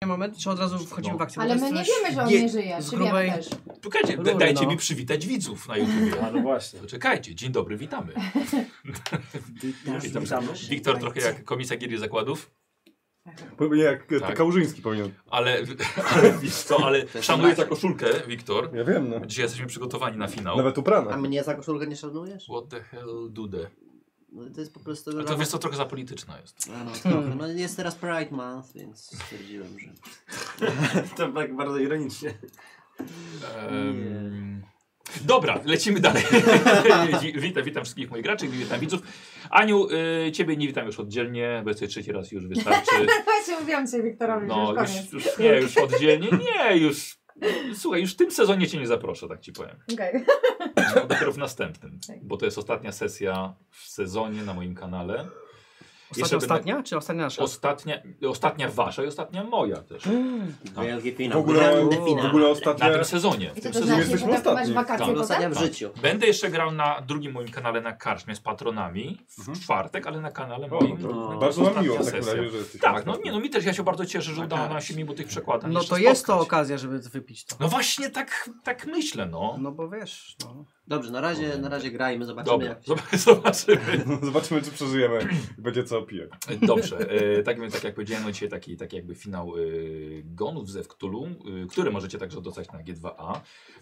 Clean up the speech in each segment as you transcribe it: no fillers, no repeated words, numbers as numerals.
ten moment, czy od razu wchodzimy w akcję? Ale my nie wiemy, że on nie żyje, z czy wiemy grubej... też. Czekajcie, dajcie mi przywitać widzów na YouTubie. A no właśnie. Czekajcie, dzień dobry, witamy. Witamy. Wiktor trochę jak komisarz Gildii Zakładów. Nie, jak Tak. Kałużyński powinien. Ale wiesz co, ale szanuję za koszulkę, Wiktor. Ja wiem, no. Dzisiaj jesteśmy przygotowani na finał. Nawet uprana. A mnie za koszulkę nie szanujesz? What the hell do they? No, to jest po prostu... A to wiesz co, trochę za polityczna jest. A no, trochę. No jest teraz Pride Month, więc stwierdziłem, że... To tak bardzo ironicznie. Dobra, lecimy dalej. Witam wszystkich moich graczy, witam widzów. Aniu, ciebie nie witam już oddzielnie, bo jesteś trzeci raz już wystarczy. Właśnie mówiłam cię Wiktorowi, No, że już koniec. już oddzielnie, już. Słuchaj, już w tym sezonie cię nie zaproszę, tak ci powiem. Okej. Dopiero w następnym, bo to jest ostatnia sesja w sezonie na moim kanale. Ostatnia? Czy ostatnia nasza? Ostatnia wasza i ostatnia moja też. Wielki W finał. ogóle ostatnie... Na tym sezonie. I co W to tym znaczy, jesteśmy że tak masz ostatni. wakacje Tak. Ostatnia potem? w życiu. Będę jeszcze grał na drugim moim kanale na Karczmie z patronami w czwartek, ale na kanale moim. No, bardzo nam miło w ostatnia takim sesja. razie, że jesteś Tak, no mi też, ja się bardzo cieszę, że udało nam się mimo tych przekładań No jeszcze to jest to spotkać. okazja, żeby wypić to. No właśnie tak myślę, no. No bo wiesz, no. Dobrze, na razie grajmy, zobaczymy Dobra, jak... zobaczymy. Zobaczymy, czy przeżyjemy i będzie co pije. Dobrze, tak jak powiedziałem, no dzisiaj taki jakby finał Gonów ze Cthulhu, który możecie także dostać na G2A.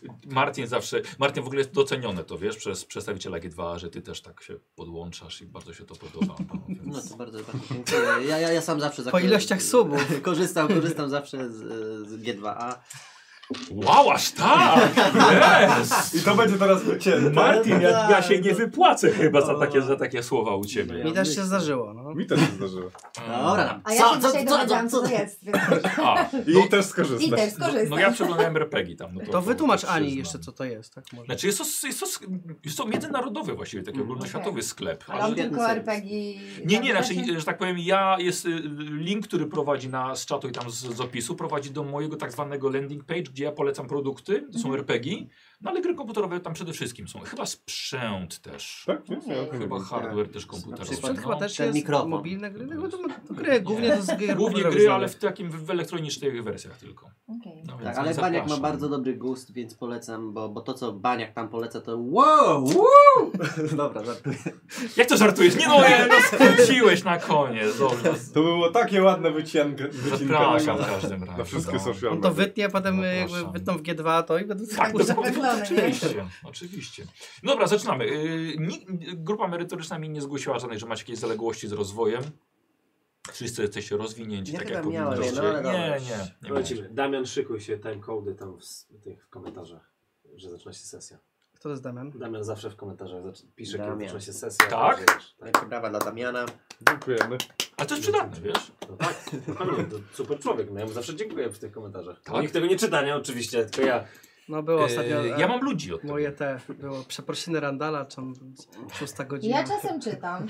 Martin w ogóle jest docenione to, wiesz, przez przedstawiciela G2A, że ty też tak się podłączasz i bardzo się to podoba. No, No więc... to bardzo dziękuję. Ja sam zawsze... Po ilościach subów. Korzystam zawsze z G2A. Wow, aż tak! Yes! I to będzie teraz wycięte. Martin, ja się nie wypłacę chyba za takie słowa u ciebie. Mi też się zdarzyło, no. Mi też się zdarzyło. Dobra. A ja się dzisiaj dowiedziałam, co to jest. Więc... I też skorzystać. I też skorzystam. No ja przeglądałem RPG tam. No To wytłumacz to Ani przyznam. jeszcze, co to jest, tak może. Znaczy jest to międzynarodowy właściwie, taki ogólnoświatowy sklep. Ale on Świetny tylko serwis. RPG... Nie, znaczy, że tak powiem, jest link, który prowadzi z czatu i tam z opisu, prowadzi do mojego tak zwanego landing page, gdzie ja polecam produkty, to są RPG, no ale gry komputerowe tam przede wszystkim są. Chyba sprzęt też. Tak? Nie, Chyba hardware też komputerowy. Sprzęt chyba też Ten jest, mikrofon. mobilne gry, no to gry, głównie to z gier Głównie komputerowych gry, znane. ale w takim w elektronicznych wersjach tylko. Okej. No, więc Tak, ale Baniak ma zapraszam. bardzo dobry gust, więc polecam, bo to co Baniak tam poleca to wow! Dobra, żartuję. Jak to żartujesz? Nie no, skróciłeś na koniec. Dobrze. To było takie ładne wycinka Przepraszam w każdym razie. na wszystkie no. social On to media. wytnie, potem Zapraszam. jakby wytną w G2, to i będą Tak, Zapeklone, nie? oczywiście. Dobra, zaczynamy. Grupa merytoryczna mi nie zgłosiła żadnej, że macie jakieś zaległości z rozwojem. Wszyscy jesteście rozwinięci, Ja tak chyba jak miałem, powinniście. no ale dobra. Nie. Lecimy. Damian, szykuj się, timecody tam w komentarzach, że zaczyna się sesja. Kto to jest Damian? Damian zawsze w komentarzach pisze, kiedy Damian. zaczyna się sesja. Tak? także wiesz, Wielkie brawa dla Damiana. Dziękujemy. A to jest przydatne, wiesz? No tak, pewnie, to super człowiek, no ja mu zawsze dziękuję w tych komentarzach. Tak? Nikt tego nie czyta, nie? Oczywiście, tylko ja. No było ostatnio... Ja mam ludzi od tego. Moje było przeprosiny Randala, czy 6 godzina. Ja czasem czytam.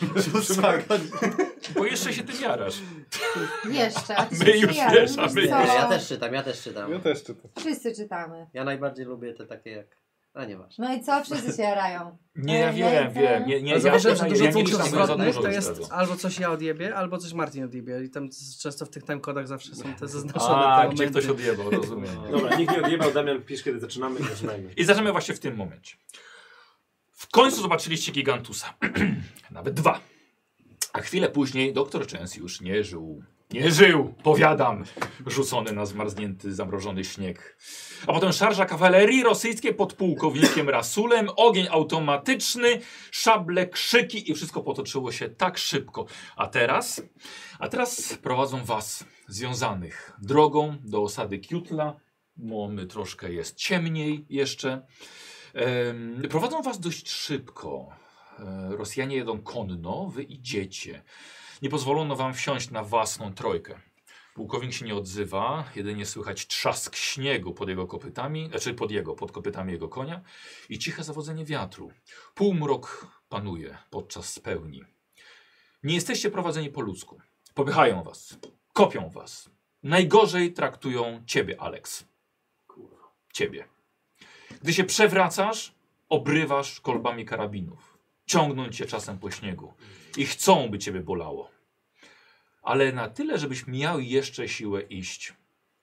Bo jeszcze się tym jarasz. Jeszcze. A ty My się już śmiejesz, wiesz, a mówisz, my co? Nie, ja też czytam. Ja też czytam. Wszyscy czytamy. Ja najbardziej lubię te takie jak... A nieważne. No i co? Wszyscy się jarają. Nie, ja wiem. Nie, Ale zauważyłem, że ja dużo nie punktów czytam za zwrotnych dużo to już jest tego. albo coś ja odjebię, albo coś Martin odjebie. I tam często w tych timekodach zawsze są te zaznaczone A, te gdzie momenty. ktoś odjebał, rozumiem. Dobra, nikt nie odjebał, Damian, pisz kiedy zaczynamy i zaczynajmy. I zaczynamy właśnie w tym momencie. W końcu zobaczyliście Gigantusa. Nawet 2. A chwilę później doktor Częs już nie żył. Nie żył, powiadam, rzucony na zmarznięty, zamrożony śnieg. A potem szarża kawalerii rosyjskiej pod pułkownikiem Rasulem, ogień automatyczny, szable, krzyki i wszystko potoczyło się tak szybko. A teraz prowadzą was związanych drogą do osady Kjutla. Mamy troszkę jest ciemniej jeszcze. Prowadzą was dość szybko. Rosjanie jedą konno, wy idziecie. Nie pozwolono wam wsiąść na własną trojkę. Pułkownik się nie odzywa, jedynie słychać trzask śniegu pod jego kopytami, pod kopytami jego konia i ciche zawodzenie wiatru. Półmrok panuje podczas pełni. Nie jesteście prowadzeni po ludzku. Popychają was, kopią was. Najgorzej traktują ciebie, Alex. Ciebie. Gdy się przewracasz, obrywasz kolbami karabinów. Ciągną cię czasem po śniegu i chcą, by ciebie bolało. Ale na tyle, żebyś miał jeszcze siłę iść.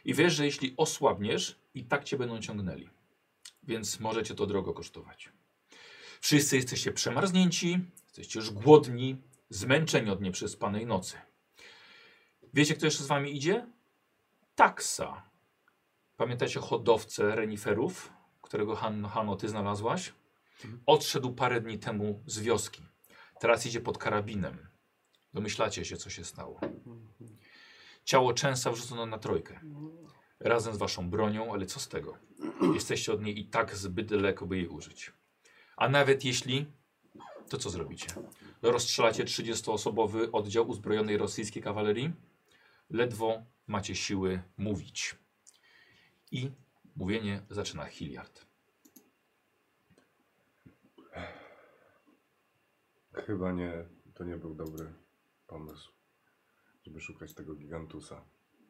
I wiesz, że jeśli osłabniesz, i tak cię będą ciągnęli. Więc może cię to drogo kosztować. Wszyscy jesteście przemarznięci, jesteście już głodni, zmęczeni od nieprzespanej nocy. Wiecie, kto jeszcze z wami idzie? Taksa. Pamiętacie hodowcę reniferów, którego Hanno, ty znalazłaś? Odszedł parę dni temu z wioski. Teraz idzie pod karabinem. Domyślacie się, co się stało. Ciało Częsa wrzucono na trojkę. Razem z waszą bronią, ale co z tego? Jesteście od niej i tak zbyt daleko, by jej użyć. A nawet jeśli, to co zrobicie? Rozstrzelacie 30-osobowy oddział uzbrojonej rosyjskiej kawalerii? Ledwo macie siły mówić. I mówienie zaczyna Hilliard. Chyba nie, to nie był dobry pomysł, żeby szukać tego gigantusa.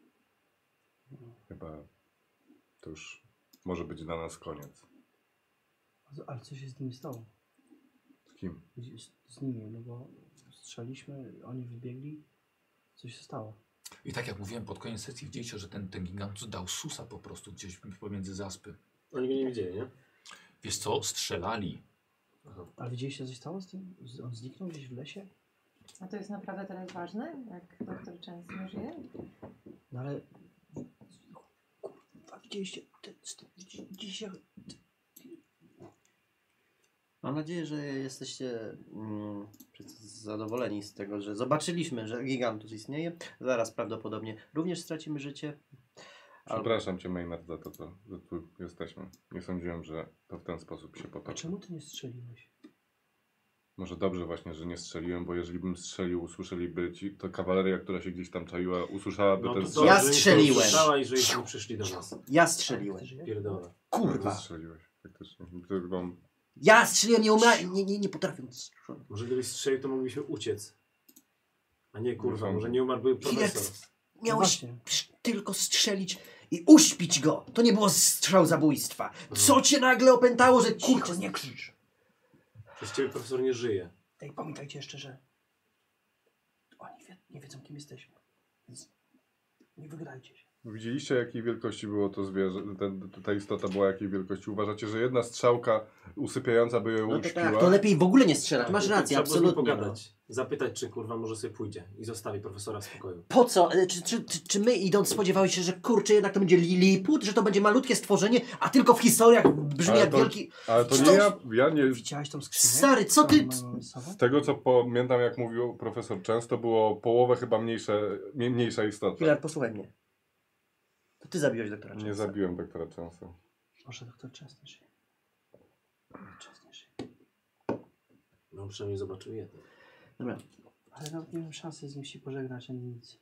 Chyba to już może być dla nas koniec. Ale co się z nimi stało? Z kim? Z nimi, no bo strzeliśmy, oni wybiegli. Co się stało? I tak jak mówiłem, pod koniec sesji widzicie, że ten gigantus dał susa po prostu gdzieś pomiędzy zaspy. Oni go nie widzieli, nie? Wiesz co? Strzelali. Aha. Ale widzieliście, coś stało z tym? On zniknął gdzieś w lesie? A to jest naprawdę teraz ważne? Jak doktor często nie żyje? No ale... Kurwa, widzieliście... Dzisiaj... Mam nadzieję, że jesteście zadowoleni z tego, że zobaczyliśmy, że gigantus istnieje. Zaraz prawdopodobnie również stracimy życie. Przepraszam cię, Maynard, za to, że tu jesteśmy. Nie sądziłem, że to w ten sposób się A potoczy. czemu ty nie strzeliłeś? Może dobrze właśnie, że nie strzeliłem, bo jeżeli bym strzelił, usłyszeliby ci, to kawaleria, która się gdzieś tam czaiła, usłyszałaby No ten to strzał. Ja dobrze, że strzeliłem. nie słyszała i że jeszcze nie przyszli do nas. Ja strzeliłem. Pierdolę. Ty Kurwa. strzeliłeś, faktycznie. Ty wam... Ja strzeliłem, nie potrafię. Może gdybyś strzelił, to moglibyśmy uciec. A nie kurwa, sądzę. może nie umarłby profesor. Miałeś właśnie. tylko strzelić i uśpić go. To nie było strzał zabójstwa. Co cię nagle opętało, że kurczę, nie krzycz. Przez ciebie profesor nie żyje. Ej, pamiętajcie jeszcze, że oni nie wiedzą, kim jesteśmy. Więc nie wygrajcie się. Widzieliście, jakiej wielkości było to zwierzę, ta istota była jakiej wielkości? Uważacie, że jedna strzałka usypiająca by ją No to uśpiła? tak, to lepiej w ogóle nie strzelać. Masz Tak, rację, trzeba było z nim absolutnie. pogadać. Zapytać, czy kurwa może sobie pójdzie i zostawi profesora w spokoju. Po co? Czy my idąc spodziewałeś się, że kurczę jednak to będzie liliput, że to będzie malutkie stworzenie, a tylko w historiach brzmi Ale jak to- wielki... Ale to Co? nie ja nie... Widziałeś tą skrzynię? Stary, co ty... Z tego, co pamiętam, jak mówił profesor Często, było połowę chyba mniejsza istota. Chwilę, posłuchaj mnie. To ty zabiłeś doktora Nie Częsta. zabiłem doktora Często. Może doktor często żyje. Często żyje. No przynajmniej zobaczył jeden. Dobra. Ale nawet nie mam szansy z nim się pożegnać ani nic.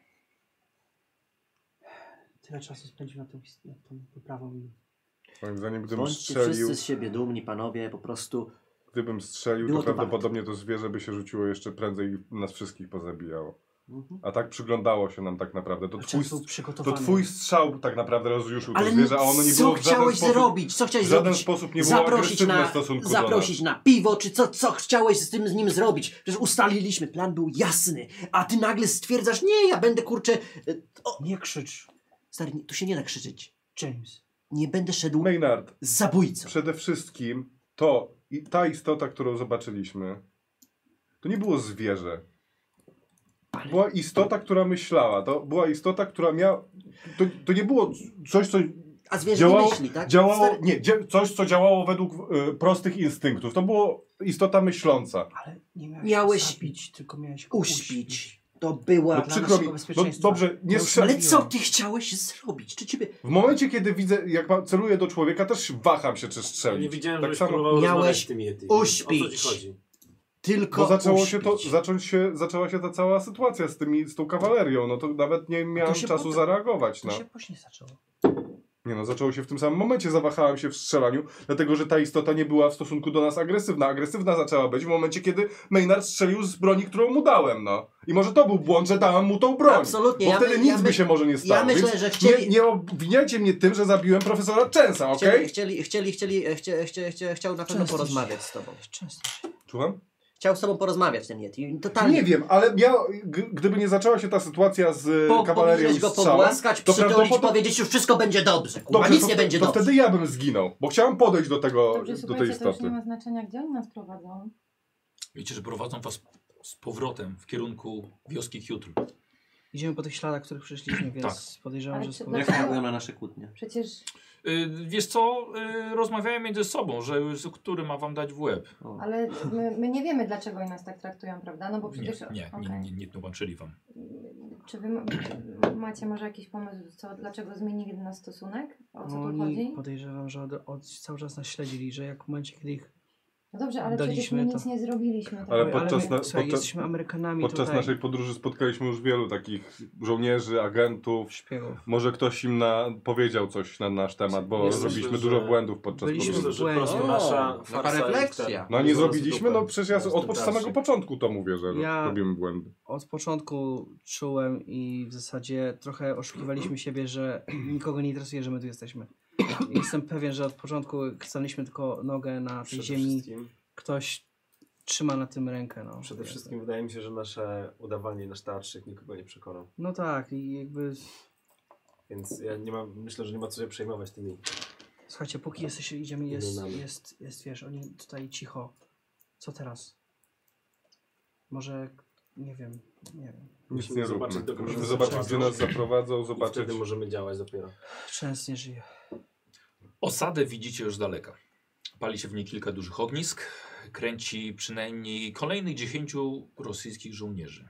Tyle czasu spędził nad tą poprawą i... Moim zdaniem, gdybym Bądźcie strzelił, wszyscy z siebie dumni, panowie, po prostu... gdybym strzelił, Było to to prawdopodobnie to zwierzę by się rzuciło jeszcze prędzej i nas wszystkich pozabijało. Mhm. A tak przyglądało się nam tak naprawdę. To twój, Często był to przygotowany. twój strzał tak naprawdę rozjuszył to Ale zwierzę, a ono nie co było w żaden chciałeś sposób... zrobić? Co chciałeś w żaden zrobić? sposób nie było agresywne w stosunku zaprosić do nas. na piwo, czy co chciałeś z nim zrobić? Przecież ustaliliśmy, plan był jasny, a ty nagle stwierdzasz, nie, ja będę kurczę... Nie krzycz, Stary, tu się nie da krzyczeć. James. Nie będę szedł Maynard, z zabójcą. przede wszystkim ta istota, którą zobaczyliśmy, to nie było zwierzę. To była istota, która myślała. To była istota, która miała... To nie było coś, co A zwierzę działało, nie myśli, tak? działało Stary, nie, coś, co działało według prostych instynktów. To było istota myśląca. Ale nie Miałeś zabić, tylko miałeś go uśpić. To była... No dla przykro mi, naszego no bezpieczeństwa. dobrze, nie Ja już strzel... Ale co ty chciałeś zrobić? Czy ciebie... W momencie, kiedy widzę, jak celuję do człowieka, też waham się, czy Ja strzelić. nie widziałem, tak żebyś samo, próbował Miałeś rozmawiać z tymi Yeti. uśpić. O co ci chodzi? Tylko bo zaczęło uśpić. się zaczęła się ta cała sytuacja z tą kawalerią. No to nawet nie miałem się czasu potem- zareagować. To No. się później zaczęło. Nie no, zaczęło się w tym samym momencie, zawahałem się w strzelaniu, dlatego że ta istota nie była w stosunku do nas agresywna. Agresywna zaczęła być w momencie, kiedy Maynard strzelił z broni, którą mu dałem, no. I może to był błąd, że dałem mu tą broń. Absolutnie, Bo ja wtedy my- nic ja by my- się może nie stało. ja myślę, więc że chcieli- nie obwiniajcie mnie tym, że zabiłem profesora Częsa, okej? Chciał na pewno Często porozmawiać z tobą. Często żyje. Słucham? Chciał z tobą porozmawiać ten Yeti. Totalnie. Nie wiem, ale gdyby nie zaczęła się ta sytuacja z kawalerią Powinieneś i go strzałem, pogłaskać, to przytulić, prawdopodobnie... powiedzieć, już wszystko będzie dobrze. Kurwa, Dobrze, nic nie będzie to dobrze. wtedy ja bym zginął, bo chciałem podejść do tego, Dobrze, do tej słuchajcie, to już istoty. nie ma znaczenia, gdzie oni nas prowadzą. Wiecie, że prowadzą was z powrotem w kierunku wioski Hjutl. Idziemy po tych śladach, których przyszliśmy, więc Tak. podejrzewam, Ale że... czy- skoro- Jak reagują na nasze kłótnie? Przecież Wiesz co, rozmawiają między sobą, że który ma wam dać w łeb. ale my nie wiemy, dlaczego oni nas tak traktują, prawda? No bo Nie, przecież... nie, okej. nie tłumaczyli wam. Czy wy macie może jakiś pomysł, dlaczego zmienili na stosunek? O co tu Oni chodzi? podejrzewam, że cały czas nas śledzili, że jak w momencie, kiedy ich... No dobrze, ale przecież Daliśmy my to. nic nie zrobiliśmy. tak? Ale Oj, podczas my, słuchaj, jesteśmy Amerykanami podczas tutaj, naszej podróży spotkaliśmy już wielu takich żołnierzy, agentów. szpiegów. Może ktoś im powiedział coś na nasz temat, bo Myślę, zrobiliśmy że dużo błędów podczas byliśmy podróży. Myślę, że po prostu O, nasza taka farsa refleksja. ich ten- No nie zaraz zrobiliśmy, dupę. no przecież ja Jestem od dalszy. samego początku to mówię, że Ja- robimy błędy. Od początku czułem i w zasadzie trochę oszukiwaliśmy siebie, że nikogo nie interesuje, że my tu jesteśmy. Jestem pewien, że od początku stanęliśmy tylko nogę na tej Przede ziemi, wszystkim, ktoś trzyma na tym rękę. No. przede wszystkim wydaje mi się, że nasze udawanie, nasz teatrzyk nikogo nie przekonał. No tak, i jakby... Więc ja nie mam, myślę, że nie ma co się przejmować tymi. Słuchajcie, póki idziemy, Imionami. jest, wiesz, oni tutaj cicho. Co teraz? Może, nie wiem. Nic Musimy nie zobaczyć, róbmy. dokąd Musimy nas zobaczyć, zaprowadzą. gdzie nas zaprowadzą, I zobaczyć. wtedy możemy działać dopiero. Często nie żyje. Osadę widzicie już z daleka. Pali się w niej kilka dużych ognisk. Kręci przynajmniej kolejnych 10 rosyjskich żołnierzy.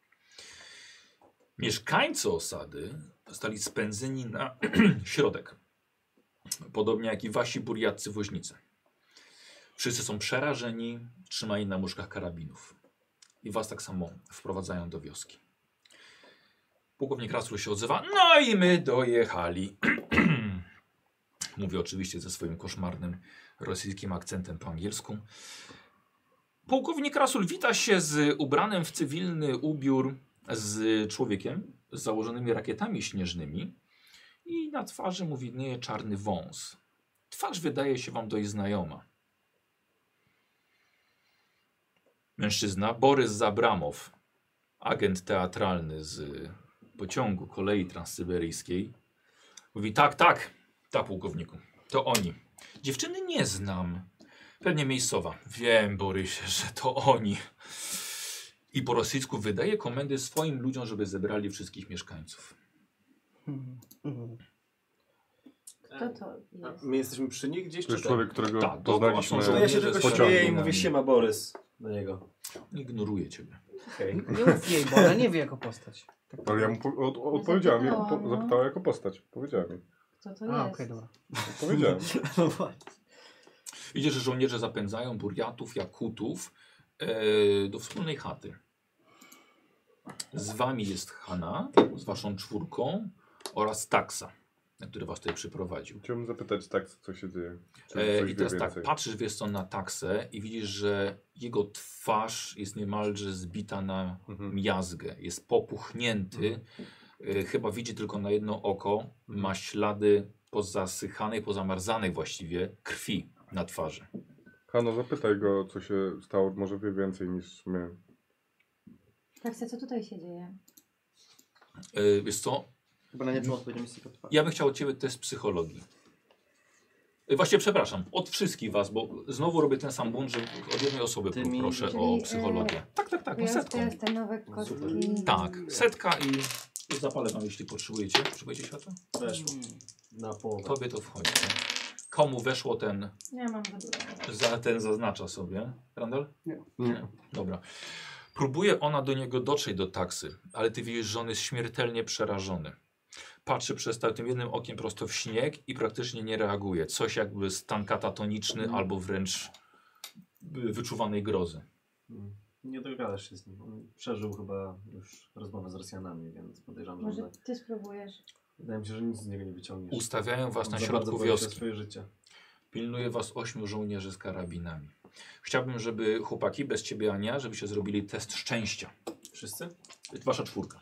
Mieszkańcy osady zostali spędzeni na środek. Podobnie jak i wasi burjaccy woźnicy. Wszyscy są przerażeni, trzymani na muszkach karabinów. I was tak samo wprowadzają do wioski. Pułkownik Rasul się odzywa. No i my dojechali. Mówi oczywiście ze swoim koszmarnym rosyjskim akcentem po angielsku. Pułkownik Rasul wita się z ubranym w cywilny ubiór z człowiekiem z założonymi rakietami śnieżnymi i na twarzy mu widnieje czarny wąs. Twarz wydaje się wam dość znajoma. Mężczyzna Borys Zabramow, agent teatralny z pociągu kolei transsyberyjskiej, mówi tak, pułkowniku, to oni. Dziewczyny nie znam. Pewnie miejscowa. Wiem, Borysie, że to oni. I po rosyjsku wydaje komendy swoim ludziom, żeby zebrali wszystkich mieszkańców. Kto to A jest? my jesteśmy przy nich gdzieś, To jest czy człowiek, którego Tak, poznaliśmy. to To ja się że tylko z pociągu śmieję i na mówię nim. siema Borys do niego. Ignoruje ciebie. Okej. Nie mów jej, bo ona nie wie jako postać. Tak, Ale ja mu odpowiedziałem, Zapytałam, no. zapytała jako postać. Powiedziałem jej. Kto to A, jest? okej, dobra. Powiedziałem. No właśnie. Widzisz, że żołnierze zapędzają burjatów, jakutów do wspólnej chaty. Z wami jest Hanna, z waszą czwórką oraz Taksa, na który was tutaj przyprowadził. Chciałbym zapytać tak, co się dzieje. Czy coś I wie teraz tak, więcej? patrzysz wiesz co na Taksę i widzisz, że jego twarz jest niemalże zbita na Mhm. miazgę. Jest popuchnięty. Chyba widzi tylko na jedno oko. Ma ślady pozasychanej, pozamarzanej właściwie krwi na twarzy. Hano, zapytaj go, co się stało. Może wie więcej niż my. Tak, co tutaj się dzieje? Wiesz co? Chyba na nie czuł odpowiedzią jest tylko twarz. Ja bym chciał od ciebie test psychologii. Właściwie przepraszam, od wszystkich was, bo znowu robię ten sam błąd, że od jednej osoby Ty mi- proszę Czyli, o psychologię. Tak, no To setką. jest te nowe kostki. Tak, setka i zapalę wam, jeśli potrzebujecie. Potrzebujecie światła? Weszło. Na połowę. Tobie to wchodzi. Komu weszło ten, Ja mam za dużo. ten zaznacza sobie. Randall? Nie. Dobra. Próbuje ona do niego dotrzeć do taksy, ale ty widzisz, że on jest śmiertelnie przerażony. Patrzy przez tym jednym okiem prosto w śnieg i praktycznie nie reaguje. Coś jakby stan katatoniczny albo wręcz wyczuwanej grozy. Nie dogadasz się z nim. On przeżył chyba już rozmowę z Rosjanami, więc podejrzewam, że Może ty spróbujesz. wydaje mi się, że nic z niego nie wyciągniesz. Ustawiają was na On za środku bardzo boi się o wioski. swoje życie. Pilnuje was 8 żołnierzy z karabinami. Chciałbym, żeby chłopaki, bez ciebie Ania, żebyście zrobili test szczęścia. Wszyscy? Wasza czwórka.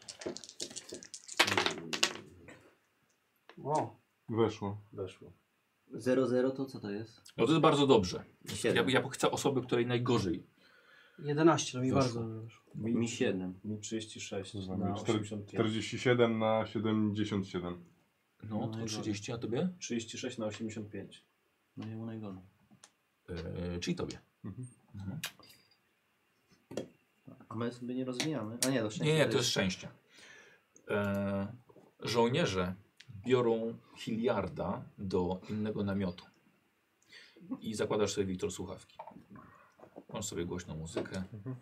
O, Weszło. Weszło. 0-0 to co to jest? No to jest bardzo dobrze. Siedem. Ja chcę osoby, której najgorzej 11, to mi Weszło. bardzo wyszło. Mi 7. Mi 36 To na znamy 85. 47 na 77. No, to 30, a tobie? 36 na 85. No jemu najgorzej. Czyli tobie. Mhm. Mhm. A my sobie nie rozwijamy. A nie, to szczęście. Nie, to jest szczęście. Żołnierze biorą Hilliarda do innego namiotu. I zakładasz sobie, Wiktor, słuchawki. Masz sobie głośną muzykę.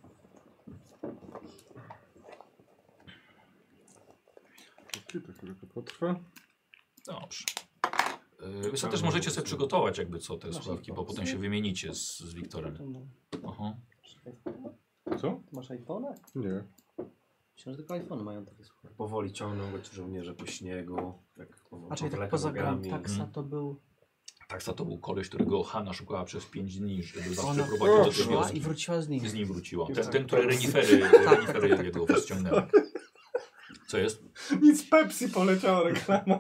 To chwilę potrwa. Dobrze. Wy sobie też możecie sobie przygotować jakby co te słuchawki, bo potem się wymienicie z Wiktorem. Aha. Co? Masz iPhone'a? Nie. Myślę, że tylko iPhony mają takie słuchawki. Powoli ciągną go ci żołnierze po śniegu. Tak, A czyli tak poza taksa to był... Taksa to był koleś, którego Hanna szukała przez 5 dni, żeby was Ona przeprowadzić do tej szła wioski. i wróciła z nim. Z nim wróciła. Tak. Ten który renifery jego was ściągnęły. Co jest? Nic, Pepsi poleciała reklama.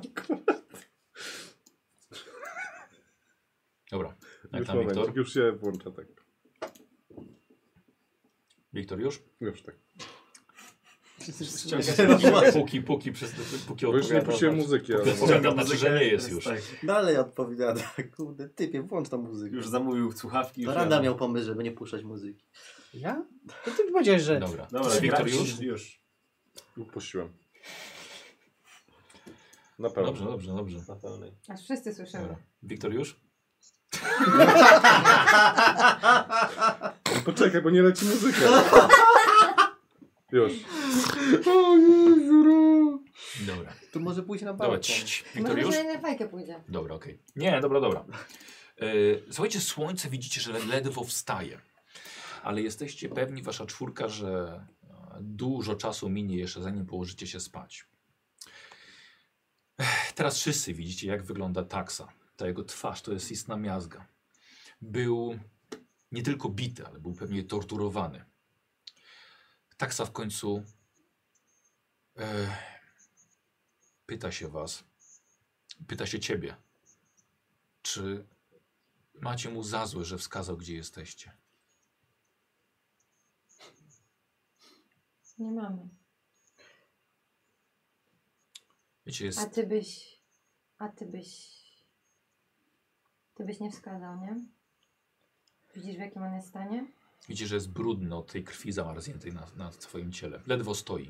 Dobra. Jak Już tam momencik, Wiktor? już się włącza tak. Wiktor już? Już tak. Póki Bo już nie odpowiada. puściłem muzyki, ale... Odpowiada, znaczy, że nie jest już. Tak. Dalej odpowiada. Kurde, typie, włącz tam muzykę. Już zamówił słuchawki. To Już Rada jadą. miał pomysł, żeby nie puszczać muzyki. Ja? To ty powiedziałeś, że... Dobra. Dobra, Wiktor grać już? Już. Puściłem. Na pewno. Dobrze. Na pełnej. Aż wszyscy słyszymy. Dobra. Wiktor już? Poczekaj, bo nie leci muzyka. Już. O Jezu. Dobra. Tu może pójść na Dobra, balkon. Wiktor Może już? na jedną fajkę pójdzie. Dobra, okej. Nie, dobra. Słuchajcie, słońce widzicie, że ledwo wstaje. Ale jesteście pewni, wasza czwórka, że dużo czasu minie jeszcze, zanim położycie się spać. Teraz wszyscy widzicie, jak wygląda taksa. Ta jego twarz to jest istna miazga. Był nie tylko bity, ale był pewnie torturowany. Taksa w końcu pyta się was, pyta się ciebie, czy macie mu za złe, że wskazał, gdzie jesteście. Nie mamy. Wiecie, jest... A ty byś nie wskazał, nie? Widzisz, w jakim on jest stanie? Widzicie, że jest brudno od tej krwi zamarzniętej na swoim ciele. Ledwo stoi.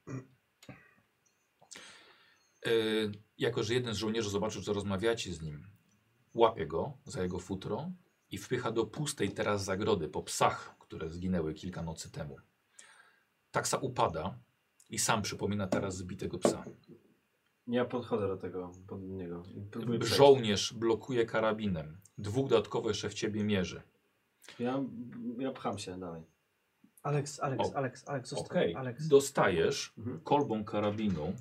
Jako że jeden z żołnierzy zobaczył, że rozmawiacie z nim, łapie go za jego futro i wpycha do pustej teraz zagrody po psach, które zginęły kilka nocy temu. Taksa upada i sam przypomina teraz zbitego psa. Ja podchodzę do tego, pod niego. I próbuję przejść. Żołnierz blokuje karabinem. Dwóch dodatkowo jeszcze w ciebie mierzy. Ja pcham się dalej. Alex, zostaw. Okej, Alex. dostajesz Mhm. kolbą karabinu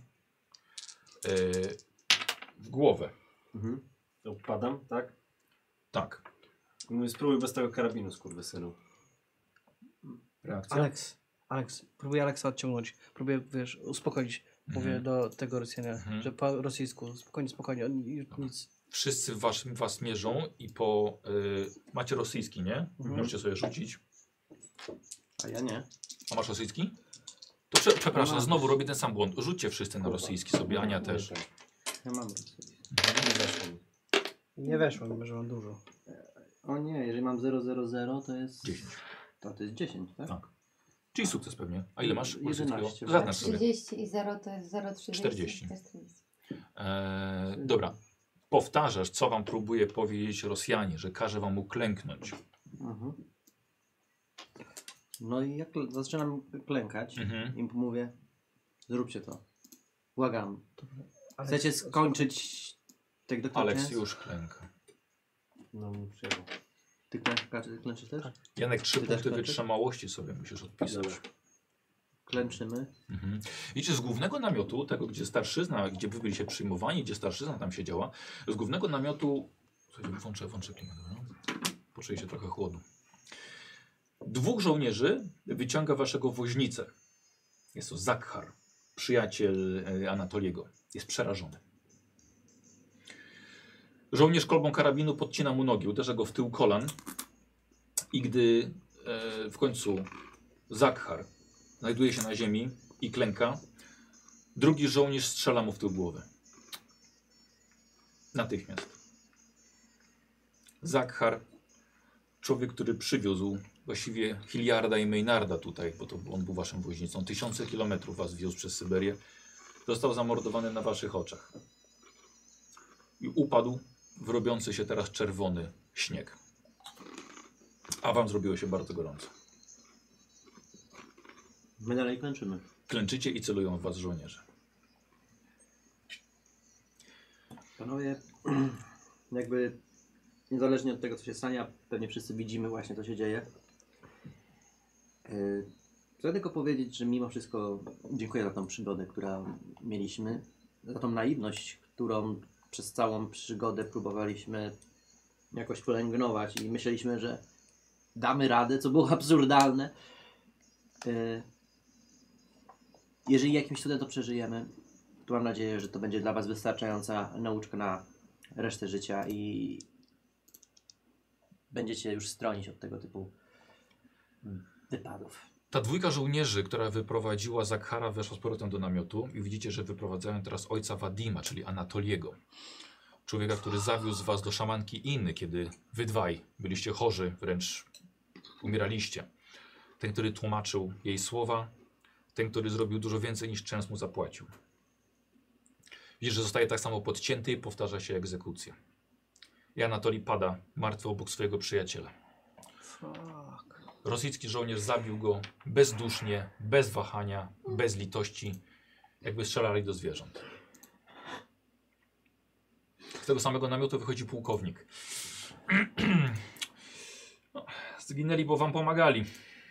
w głowę. To padam, tak? Tak. Mówię, spróbuj bez tego karabinu, skurwysynu. Reakcja? Alex, próbuję Alexa odciągnąć. Próbuję, wiesz, uspokoić. Mówię do tego Rosjana, że po rosyjsku, spokojnie, on nic. Wszyscy was mierzą i macie rosyjski, nie? Możecie sobie rzucić. A ja nie. A masz rosyjski? To przepraszam, znowu robię ten sam błąd. Rzućcie wszyscy na rosyjski sobie, Ania też. Ja mam rosyjski. Nie zeszło mi. Nie weszło, mimo że mam dużo. O nie, jeżeli mam 000 to jest... 10. To jest 10, tak? Tak. Czyli sukces pewnie. A ile masz 11. rosyjskiego? Zaznacz sobie. 30 i 0 to jest 0,30. 40. To jest 40. Dobra. Powtarzasz, co wam próbuje powiedzieć Rosjanie, że każe wam uklęknąć. Mhm. No i jak zaczynam klękać i mówię, zróbcie to. Błagam. Chcecie skończyć tego doktora? Alex już klęka. No mi przyjechał. Ty klęczysz też? Tak. Janek, 3 Ty też punkty klęczysz? wytrzymałości sobie musisz odpisać. Dobra. Klęczymy. Widzicie, z głównego namiotu, tego gdzie starszyzna, gdzie wy byliście przyjmowani, gdzie starszyzna tam siedziała, z głównego namiotu... Słuchajcie, włączę klimat, no? Poczuję się trochę chłodu. Dwóch żołnierzy wyciąga waszego woźnicę. Jest to Zakhar, przyjaciel Anatoliego. Jest przerażony. Żołnierz kolbą karabinu podcina mu nogi, uderza go w tył kolan i gdy w końcu Zakhar znajduje się na ziemi i klęka. Drugi żołnierz strzela mu w tył głowy. Natychmiast. Zakhar, człowiek, który przywiózł właściwie Hilliarda i Maynarda tutaj, bo to on był waszym woźnicą. Tysiące kilometrów was wiózł przez Syberię. Został zamordowany na waszych oczach. I upadł w robiący się teraz czerwony śnieg. A wam zrobiło się bardzo gorąco. My dalej kończymy. Klęczycie i celują w was żołnierze. Panowie, jakby niezależnie od tego, co się stanie, a pewnie wszyscy widzimy właśnie, co się dzieje. Chcę tylko powiedzieć, że mimo wszystko dziękuję za tą przygodę, którą mieliśmy, za tą naiwność, którą przez całą przygodę próbowaliśmy jakoś pielęgnować i myśleliśmy, że damy radę, co było absurdalne. Jeżeli jakimś cudem to przeżyjemy, to mam nadzieję, że to będzie dla was wystarczająca nauczka na resztę życia i będziecie już stronić od tego typu wypadów. Ta dwójka żołnierzy, która wyprowadziła Zakhara, weszła z powrotem do namiotu i widzicie, że wyprowadzają teraz ojca Wadima, czyli Anatoliego. Człowieka, który zawiózł was do szamanki Inny, kiedy wy dwaj byliście chorzy, wręcz umieraliście. Ten, który tłumaczył jej słowa, ten, który zrobił dużo więcej niż Częs mu zapłacił. Widzisz, że zostaje tak samo podcięty i powtarza się egzekucja. I Anatolii pada martwy obok swojego przyjaciela. Fuck. Rosyjski żołnierz zabił go bezdusznie, bez wahania, bez litości, jakby strzelali do zwierząt. Z tego samego namiotu wychodzi pułkownik. No, zginęli, bo wam pomagali.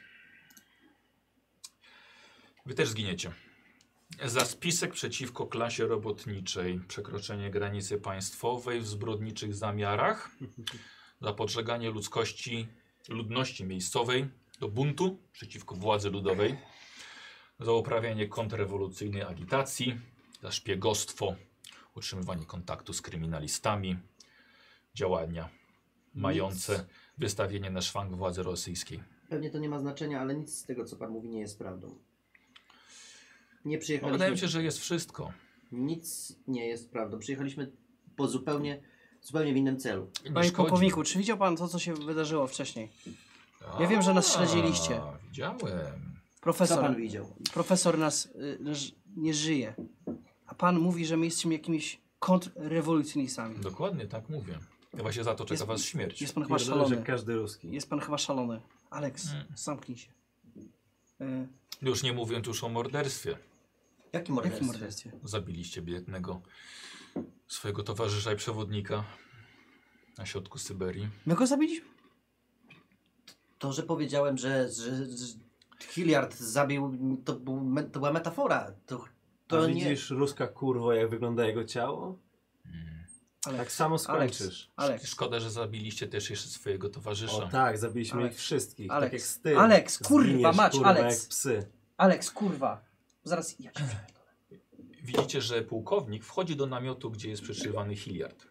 Wy też zginiecie. Za spisek przeciwko klasie robotniczej, przekroczenie granicy państwowej w zbrodniczych zamiarach, za podżeganie ludności miejscowej do buntu przeciwko władzy ludowej, za uprawianie kontrrewolucyjnej agitacji, za szpiegostwo, utrzymywanie kontaktu z kryminalistami, działania mające wystawienie na szwank władzy rosyjskiej. Pewnie to nie ma znaczenia, ale nic z tego, co pan mówi, nie jest prawdą. Nie No, przyjechaliśmy... wydaje mi się, że jest wszystko. Nic nie jest prawdą. Przyjechaliśmy po zupełnie w innym celu. Nie Panie szkodzi. pułkowniku, czy widział pan to, co się wydarzyło wcześniej? Ja wiem, że nas śledziliście. Widziałem. Co pan widział? Profesor nas nie żyje. A pan mówi, że my jesteśmy jakimiś kontrrewolucjonistami. Dokładnie tak mówię. Ja właśnie za to czeka Jest- was śmierć. Jest pan chyba Pierdolę, że szalony. każdy ruski. Jest pan chyba szalony. Alex, zamknij się. Już nie mówiąc już o morderstwie. Jakim Jakim morderstwie? Zabiliście biednego swojego towarzysza i przewodnika na środku Syberii. My go zabiliśmy? To, że powiedziałem, że Hilliard zabił, to była metafora. To A nie... widzisz, ruska kurwo, jak wygląda jego ciało? Alex, Tak samo skończysz. Alex, Szkoda, że zabiliście też jeszcze swojego towarzysza. O tak, zabiliśmy Alex. ich wszystkich. Alex. Tak jak z tym. Alex, kurwa, Zginiesz, mać, kurwa, Alex. jak psy. Alex, kurwa. Zaraz ja cię Widzicie, że pułkownik wchodzi do namiotu, gdzie jest przeszywany Hilliard.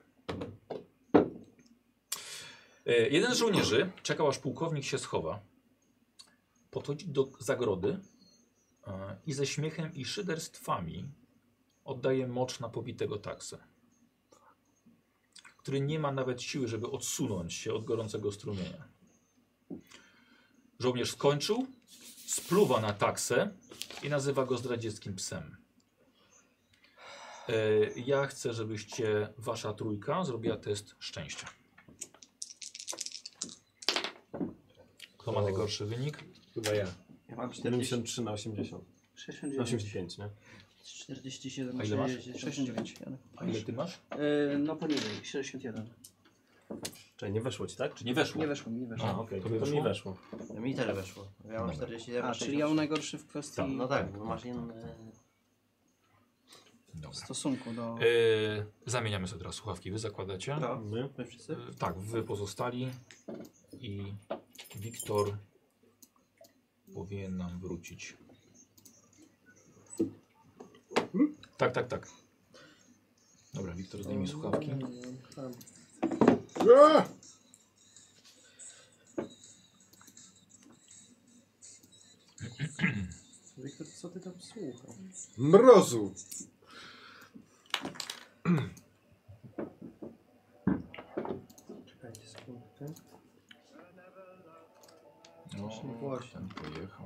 Jeden z żołnierzy czekał, aż pułkownik się schowa. Podchodzi do zagrody i ze śmiechem i szyderstwami oddaje mocz na pobitego taksę, który nie ma nawet siły, żeby odsunąć się od gorącego strumienia. Żołnierz skończył, spluwa na taksę i nazywa go zdradzieckim psem. Ja chcę, żebyście, wasza trójka, zrobiła test szczęścia. Kto ma najgorszy wynik? Chyba ja. Ja mam 73 na 80. 69. 85, nie? 47, A ile masz? 69. A ile ty masz? No poniżej, 61. Czyli nie weszło ci, tak? Czy nie weszło? Nie weszło mi, nie weszło. A, okej. Tobie To mi weszło? weszło. Mi tyle weszło. Ja mam Dobra. 47, A, czyli ja mam najgorszy w kwestii No tak, bo masz inny... w Dobra. stosunku do... Zamieniamy sobie teraz słuchawki. Wy zakładacie? No, My? my wszyscy? Tak, wy pozostali i Wiktor powinien nam wrócić. Tak, tak, tak. Dobra, Wiktor, zdejmij słuchawki. Co ty tam słuchasz? Mrozu! Czekajcie sekundę. No, głośno. ten pojechał.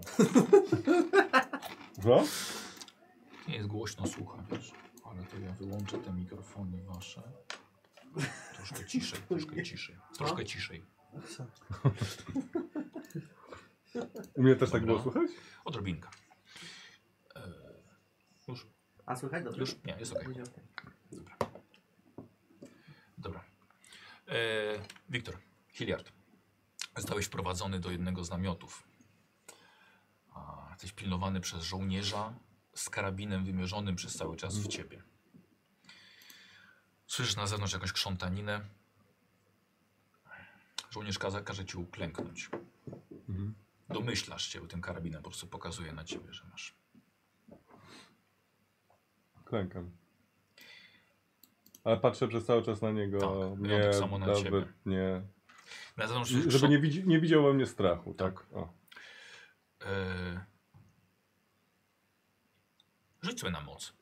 Co? Nie jest głośno, słucha, wiesz. Ale to ja wyłączę te mikrofony wasze. Troszkę ciszej, troszkę ciszej. Troszkę ciszej. U mnie też tak Dobra. było słychać? Odrobinka. Już? A słychać dobrze? Już? Nie, jest okej. Będzie okej. Dobra. Wiktor, Hilliard. Zostałeś wprowadzony do jednego z namiotów. Jesteś pilnowany przez żołnierza z karabinem wymierzonym przez cały czas w ciebie. Słyszysz na zewnątrz jakąś krzątaninę. Żołnierz każe ci uklęknąć. Domyślasz się, bo tym karabinem po prostu pokazuje na ciebie, że masz. Klękam. Ale patrzę przez cały czas na niego. Tak, Nie, tak samo na nawet ciebie. nie. Na zewnątrz Żeby nie widział we mnie strachu, tak? O. Rzuć sobie na moc.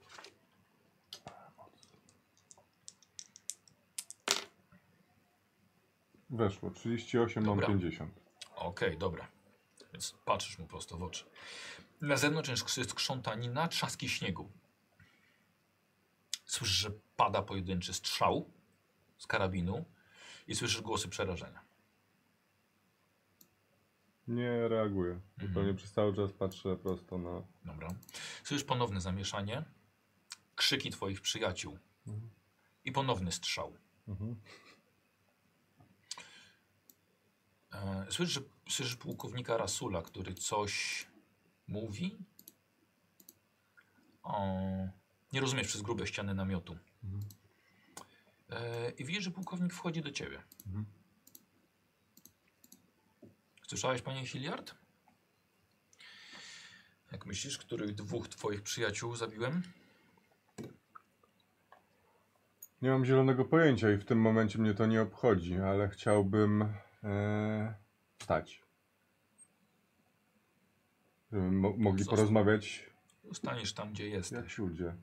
Weszło. 38, Dobra. mam 50. Okej, dobra. Więc patrzysz mu prosto w oczy. Na zewnątrz jest krzątanina, trzaski śniegu. Słyszysz, że pada pojedynczy strzał z karabinu i słyszysz głosy przerażenia. Nie reaguję. Zupełnie przez cały czas patrzę prosto na... Dobra. Słyszysz ponowne zamieszanie, krzyki twoich przyjaciół i ponowny strzał. Słyszysz pułkownika Rasula, który coś mówi. Nie rozumiesz przez grube ściany namiotu. I widzisz, że pułkownik wchodzi do ciebie. Słyszałeś, panie Hilliard? Jak myślisz, których dwóch twoich przyjaciół zabiłem? Nie mam zielonego pojęcia i w tym momencie mnie to nie obchodzi, ale chciałbym wstać. Żeby mogli porozmawiać Zostaniesz tam, gdzie jak jesteś. ludzie.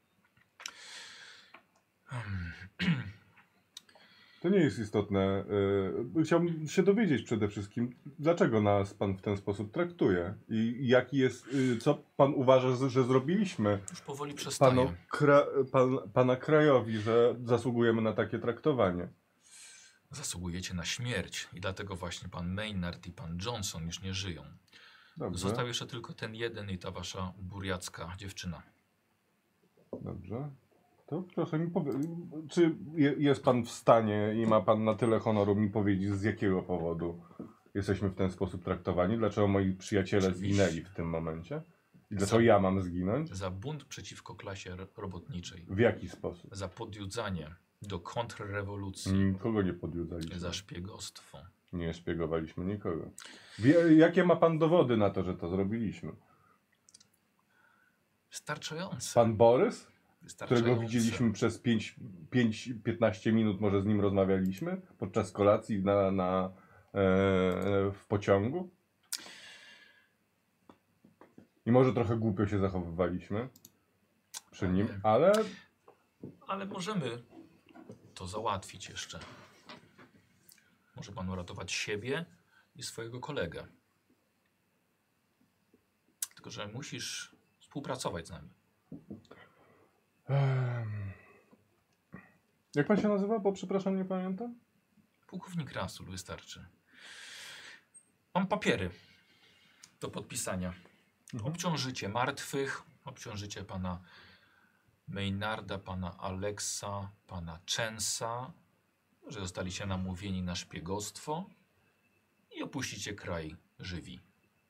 To nie jest istotne. Chciałbym się dowiedzieć przede wszystkim, dlaczego nas pan w ten sposób traktuje i jaki jest, co pan uważa, że zrobiliśmy Już powoli przestaję. pana krajowi, że zasługujemy na takie traktowanie. Zasługujecie na śmierć i dlatego właśnie pan Maynard i pan Johnson już nie żyją. Dobrze. Został jeszcze tylko ten jeden i ta wasza buriacka dziewczyna. Dobrze. To proszę mi powiedzieć, czy jest pan w stanie i ma pan na tyle honoru mi powiedzieć, z jakiego powodu jesteśmy w ten sposób traktowani? Dlaczego moi przyjaciele Oczywiście. zginęli w tym momencie? I dlaczego ja mam zginąć? Za bunt przeciwko klasie robotniczej. W jaki sposób? Za podjudzanie do kontrrewolucji. Nikogo nie podjudzaliśmy. Za szpiegostwo. Nie szpiegowaliśmy nikogo. Jakie ma pan dowody na to, że to zrobiliśmy? Wystarczające. Pan Borys? Wystarczające. Którego widzieliśmy przez 5-15 minut, może z nim rozmawialiśmy podczas kolacji w pociągu. I może trochę głupio się zachowywaliśmy przy nim, ale Ale możemy to załatwić jeszcze. Może pan uratować siebie i swojego kolegę. Tylko że musisz współpracować z nami. Jak pan się nazywa? Bo przepraszam, nie pamiętam. Pułkownik Rasul, wystarczy. Mam papiery do podpisania. Obciążycie martwych, obciążycie pana Maynarda, pana Alexa, pana Chance'a, że zostaliście namówieni na szpiegostwo i opuścicie kraj żywi.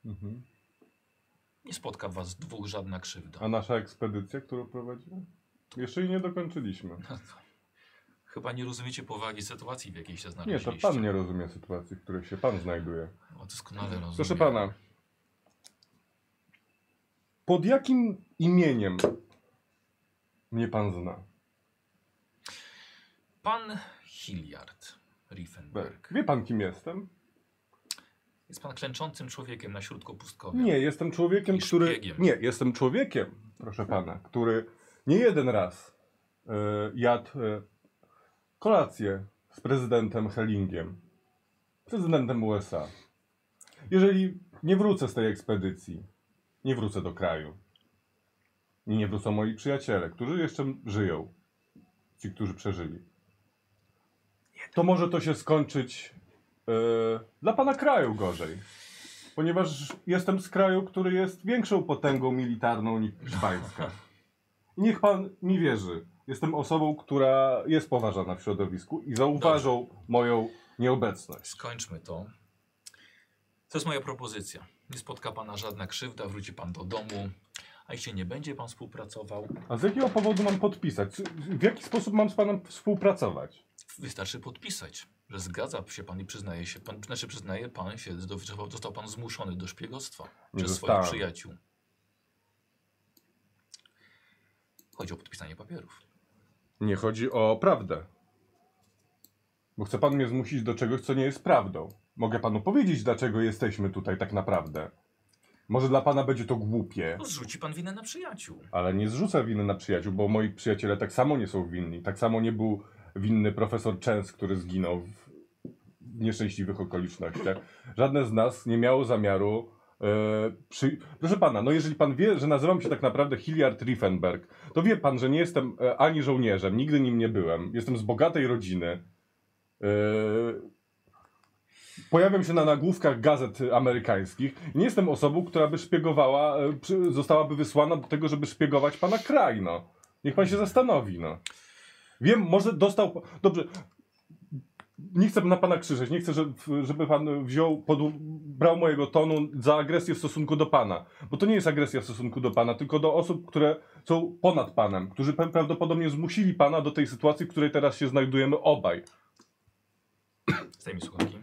Nie spotka was dwóch żadna krzywda. A nasza ekspedycja, którą prowadzimy? Jeszcze jej nie dokończyliśmy. Chyba nie rozumiecie powagi sytuacji, w jakiej się Nie, znaleźliście. to pan nie rozumie sytuacji, w której się pan znajduje. O, doskonale rozumiem. Proszę pana, pod jakim imieniem mnie pan zna? Pan Hilliard Riefenberg. Wie pan, kim jestem? Jest pan klęczącym człowiekiem na środku pustkowia. Nie, jestem człowiekiem, I który... szpiegiem. Nie, jestem człowiekiem, proszę pana, który nie jeden raz jadł kolację z prezydentem Hellingiem, prezydentem USA. Jeżeli nie wrócę z tej ekspedycji, nie wrócę do kraju. I nie wrócą moi przyjaciele, którzy jeszcze żyją. Ci, którzy przeżyli. To może to się skończyć dla pana kraju gorzej. Ponieważ jestem z kraju, który jest większą potęgą militarną niż hiszpańska. I niech pan mi wierzy. Jestem osobą, która jest poważana w środowisku i zauważą moją nieobecność. Skończmy to. To jest moja propozycja. Nie spotka pana żadna krzywda, wróci pan do domu, a jeśli nie będzie pan współpracował, A z jakiego powodu mam podpisać? W jaki sposób mam z panem współpracować? wystarczy podpisać, że zgadza się pan i przyznaje się pan, przyznaje pan się, że został pan zmuszony do szpiegostwa Nie przez zostałem. swoich przyjaciół. Chodzi o podpisanie papierów. Nie chodzi o prawdę. Bo chce pan mnie zmusić do czegoś, co nie jest prawdą. Mogę panu powiedzieć, dlaczego jesteśmy tutaj tak naprawdę. Może dla pana będzie to głupie, No, zrzuci pan winę na przyjaciół. ale nie zrzucę winy na przyjaciół, bo moi przyjaciele tak samo nie są winni. Tak samo nie był winny profesor Chance, który zginął w nieszczęśliwych okolicznościach. Żadne z nas nie miało zamiaru... Proszę pana, no jeżeli pan wie, że nazywam się tak naprawdę Hilliard Riefenberg, to wie pan, że nie jestem ani żołnierzem, nigdy nim nie byłem. Jestem z bogatej rodziny. Pojawiam się na nagłówkach gazet amerykańskich. Nie jestem osobą, która by szpiegowała, zostałaby wysłana do tego, żeby szpiegować pana kraj, no. Niech pan się zastanowi, no. Wiem, może dostał... Dobrze, nie chcę na pana krzyczeć, nie chcę, żeby pan brał mojego tonu za agresję w stosunku do pana. Bo to nie jest agresja w stosunku do pana, tylko do osób, które są ponad panem, którzy prawdopodobnie zmusili pana do tej sytuacji, w której teraz się znajdujemy obaj. Zdejmij słuchawki.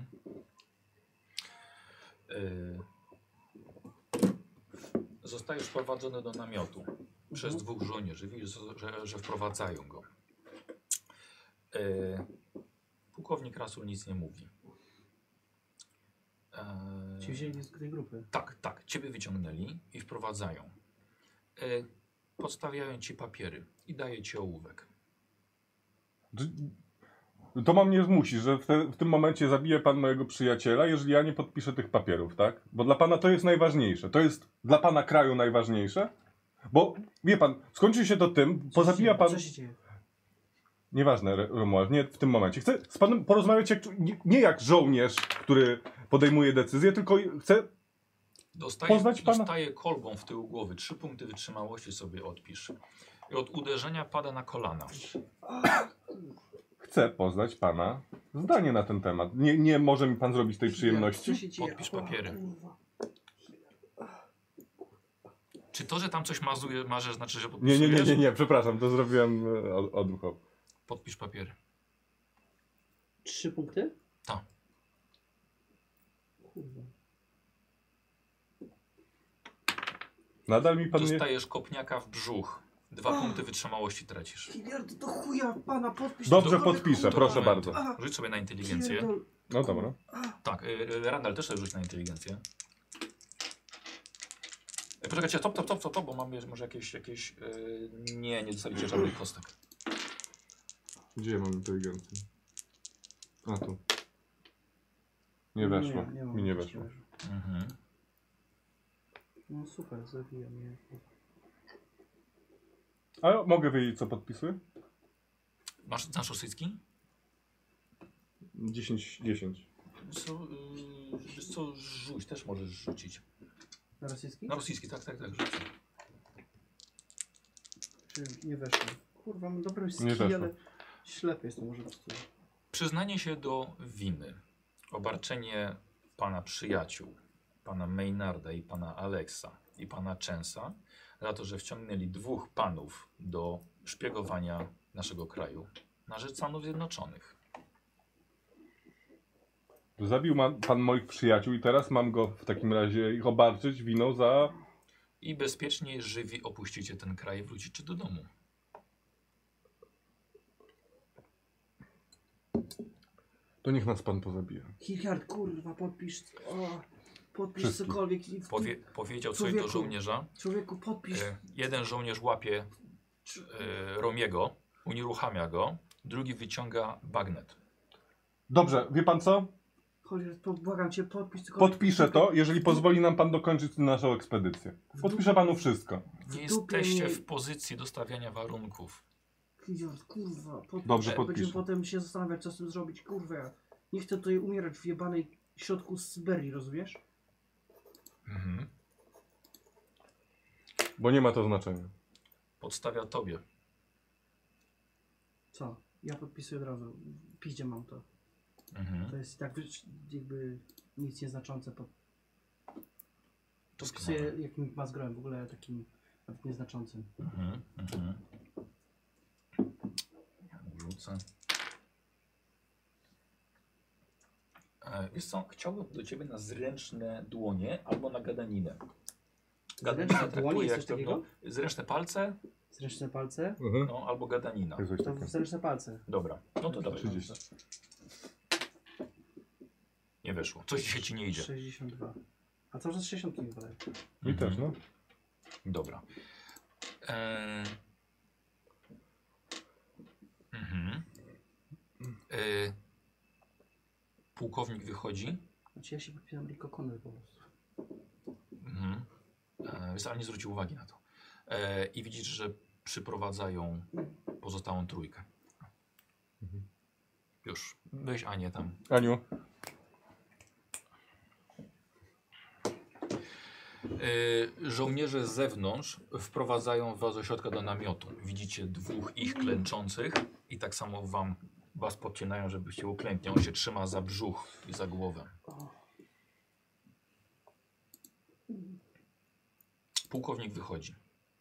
Zostajesz wprowadzony do namiotu przez dwóch żołnierzy. Widzisz, że wprowadzają go. Pułkownik Rasul nic nie mówi. Ci wzięli z tej grupy. Tak. Ciebie wyciągnęli i wprowadzają. Podstawiają ci papiery i daje ci ołówek. To mam mnie zmusić, że w tym momencie zabije pan mojego przyjaciela, jeżeli ja nie podpiszę tych papierów, tak? Bo dla pana to jest najważniejsze. To jest dla pana kraju najważniejsze? Bo, wie pan, skończy się to tym, pozabija pan... Co się dzieje? Nieważne, Romuald, nie w tym momencie. Chcę z panem porozmawiać nie jak żołnierz, który podejmuje decyzję, tylko chcę poznać pana. Dostaje kolbą w tył głowy. 3 punkty wytrzymałości sobie odpisz. I od uderzenia pada na kolana. Chcę poznać pana zdanie na ten temat. Nie może mi pan zrobić tej przyjemności? Co się dzieje? Podpisz papiery. Czy to, że tam coś marzesz, znaczy, że podpisujesz? Nie, przepraszam, to zrobiłem odruchowo. Podpisz papiery. 3 punkty? Tak. Kurwa. Nadal mi pan nie... Dostajesz kopniaka w brzuch. 2 punkty wytrzymałości tracisz. Hilliard, do chuja pana, podpisz. Dobrze, to. podpiszę, proszę Dokumenty. bardzo. Rzuć sobie na inteligencję. Pierdol. No dobra. Tak, Randall też sobie rzuć na inteligencję. Poczekajcie, stop, bo mam może jakieś... Nie dostaliście żadnych kostek. Gdzie ja mam inteligencję? A tu. Nie weszło. Mi nie weszło. Mhm. No super, zabija mnie. A mogę wiedzieć, co podpisuję? Znasz rosyjski? 10. Wiesz co, rzuć, też możesz rzucić. Na rosyjski? Na rosyjski, tak, rzuć. Czy nie weszło? Kurwa, mam dobre Nie ski, weszło. ale ślepy jestem może po prostu. Przyznanie się do winy. Obarczenie pana przyjaciół, pana Maynarda i pana Alexa i pana Chance'a za to, że wciągnęli 2 panów do szpiegowania naszego kraju na rzecz Stanów Zjednoczonych. Zabił pan moich przyjaciół i teraz mam go w takim razie ich obarczyć winą za... I bezpiecznie żywi opuścicie ten kraj i wrócicie do domu. To niech nas pan pozabija. Hilliard, kurwa, podpisz. O. Podpisz Wszystkich. cokolwiek. Powiedział coś do Człowieku. żołnierza. Człowieku, podpisz. Jeden żołnierz łapie Romiego, unieruchamia go, drugi wyciąga bagnet. Dobrze, wie pan co? Cholera, błagam cię, podpisz cokolwiek. Podpiszę to, jeżeli pozwoli nam pan dokończyć naszą ekspedycję. Podpiszę panu wszystko. Nie W dupie jesteście mnie- w pozycji do stawiania warunków. Klizior, kurwa, podpisz. Dobrze, Będziemy podpiszę. potem się zastanawiać, co z tym zrobić. Kurwa, ja nie chcę tutaj umierać w jebanej środku Syberii, rozumiesz? Mhm. Bo nie ma to znaczenia. Podstawia tobie. Co? Ja podpisuję od razu. W piździe mam to. Mhm. To jest tak jakby nic nieznaczące. Doskonale. Podpisuję jakim mazgrałem, w ogóle takim nawet nieznaczącym. Mhm. Mhm. Rzucę. Wiesz co, chciałbym do ciebie na zręczne dłonie albo na gadaninę. Zręczne dłonie, traktuje jest coś jak pewno- zręczne palce, Zręczne palce? no, albo gadanina. Jest coś To takiego. zręczne palce. Dobra, no to dawaj. 30. Nie wyszło. Coś dzisiaj ci nie idzie. 62. A co, że z 60 nie wydaje? Mi też, no. Dobra. Mhm. Pułkownik wychodzi. Znaczy ja się podpisałem Rico Connell po prostu. Mhm. Ale nie zwrócił uwagi na to. I widzisz, że przyprowadzają pozostałą trójkę. Już. Weź Anię tam. Aniu, Żołnierze z zewnątrz wprowadzają was do środka do namiotu. Widzicie dwóch ich klęczących i tak samo was podcinają, żebyście uklękli. On się trzyma za brzuch i za głowę. Pułkownik wychodzi.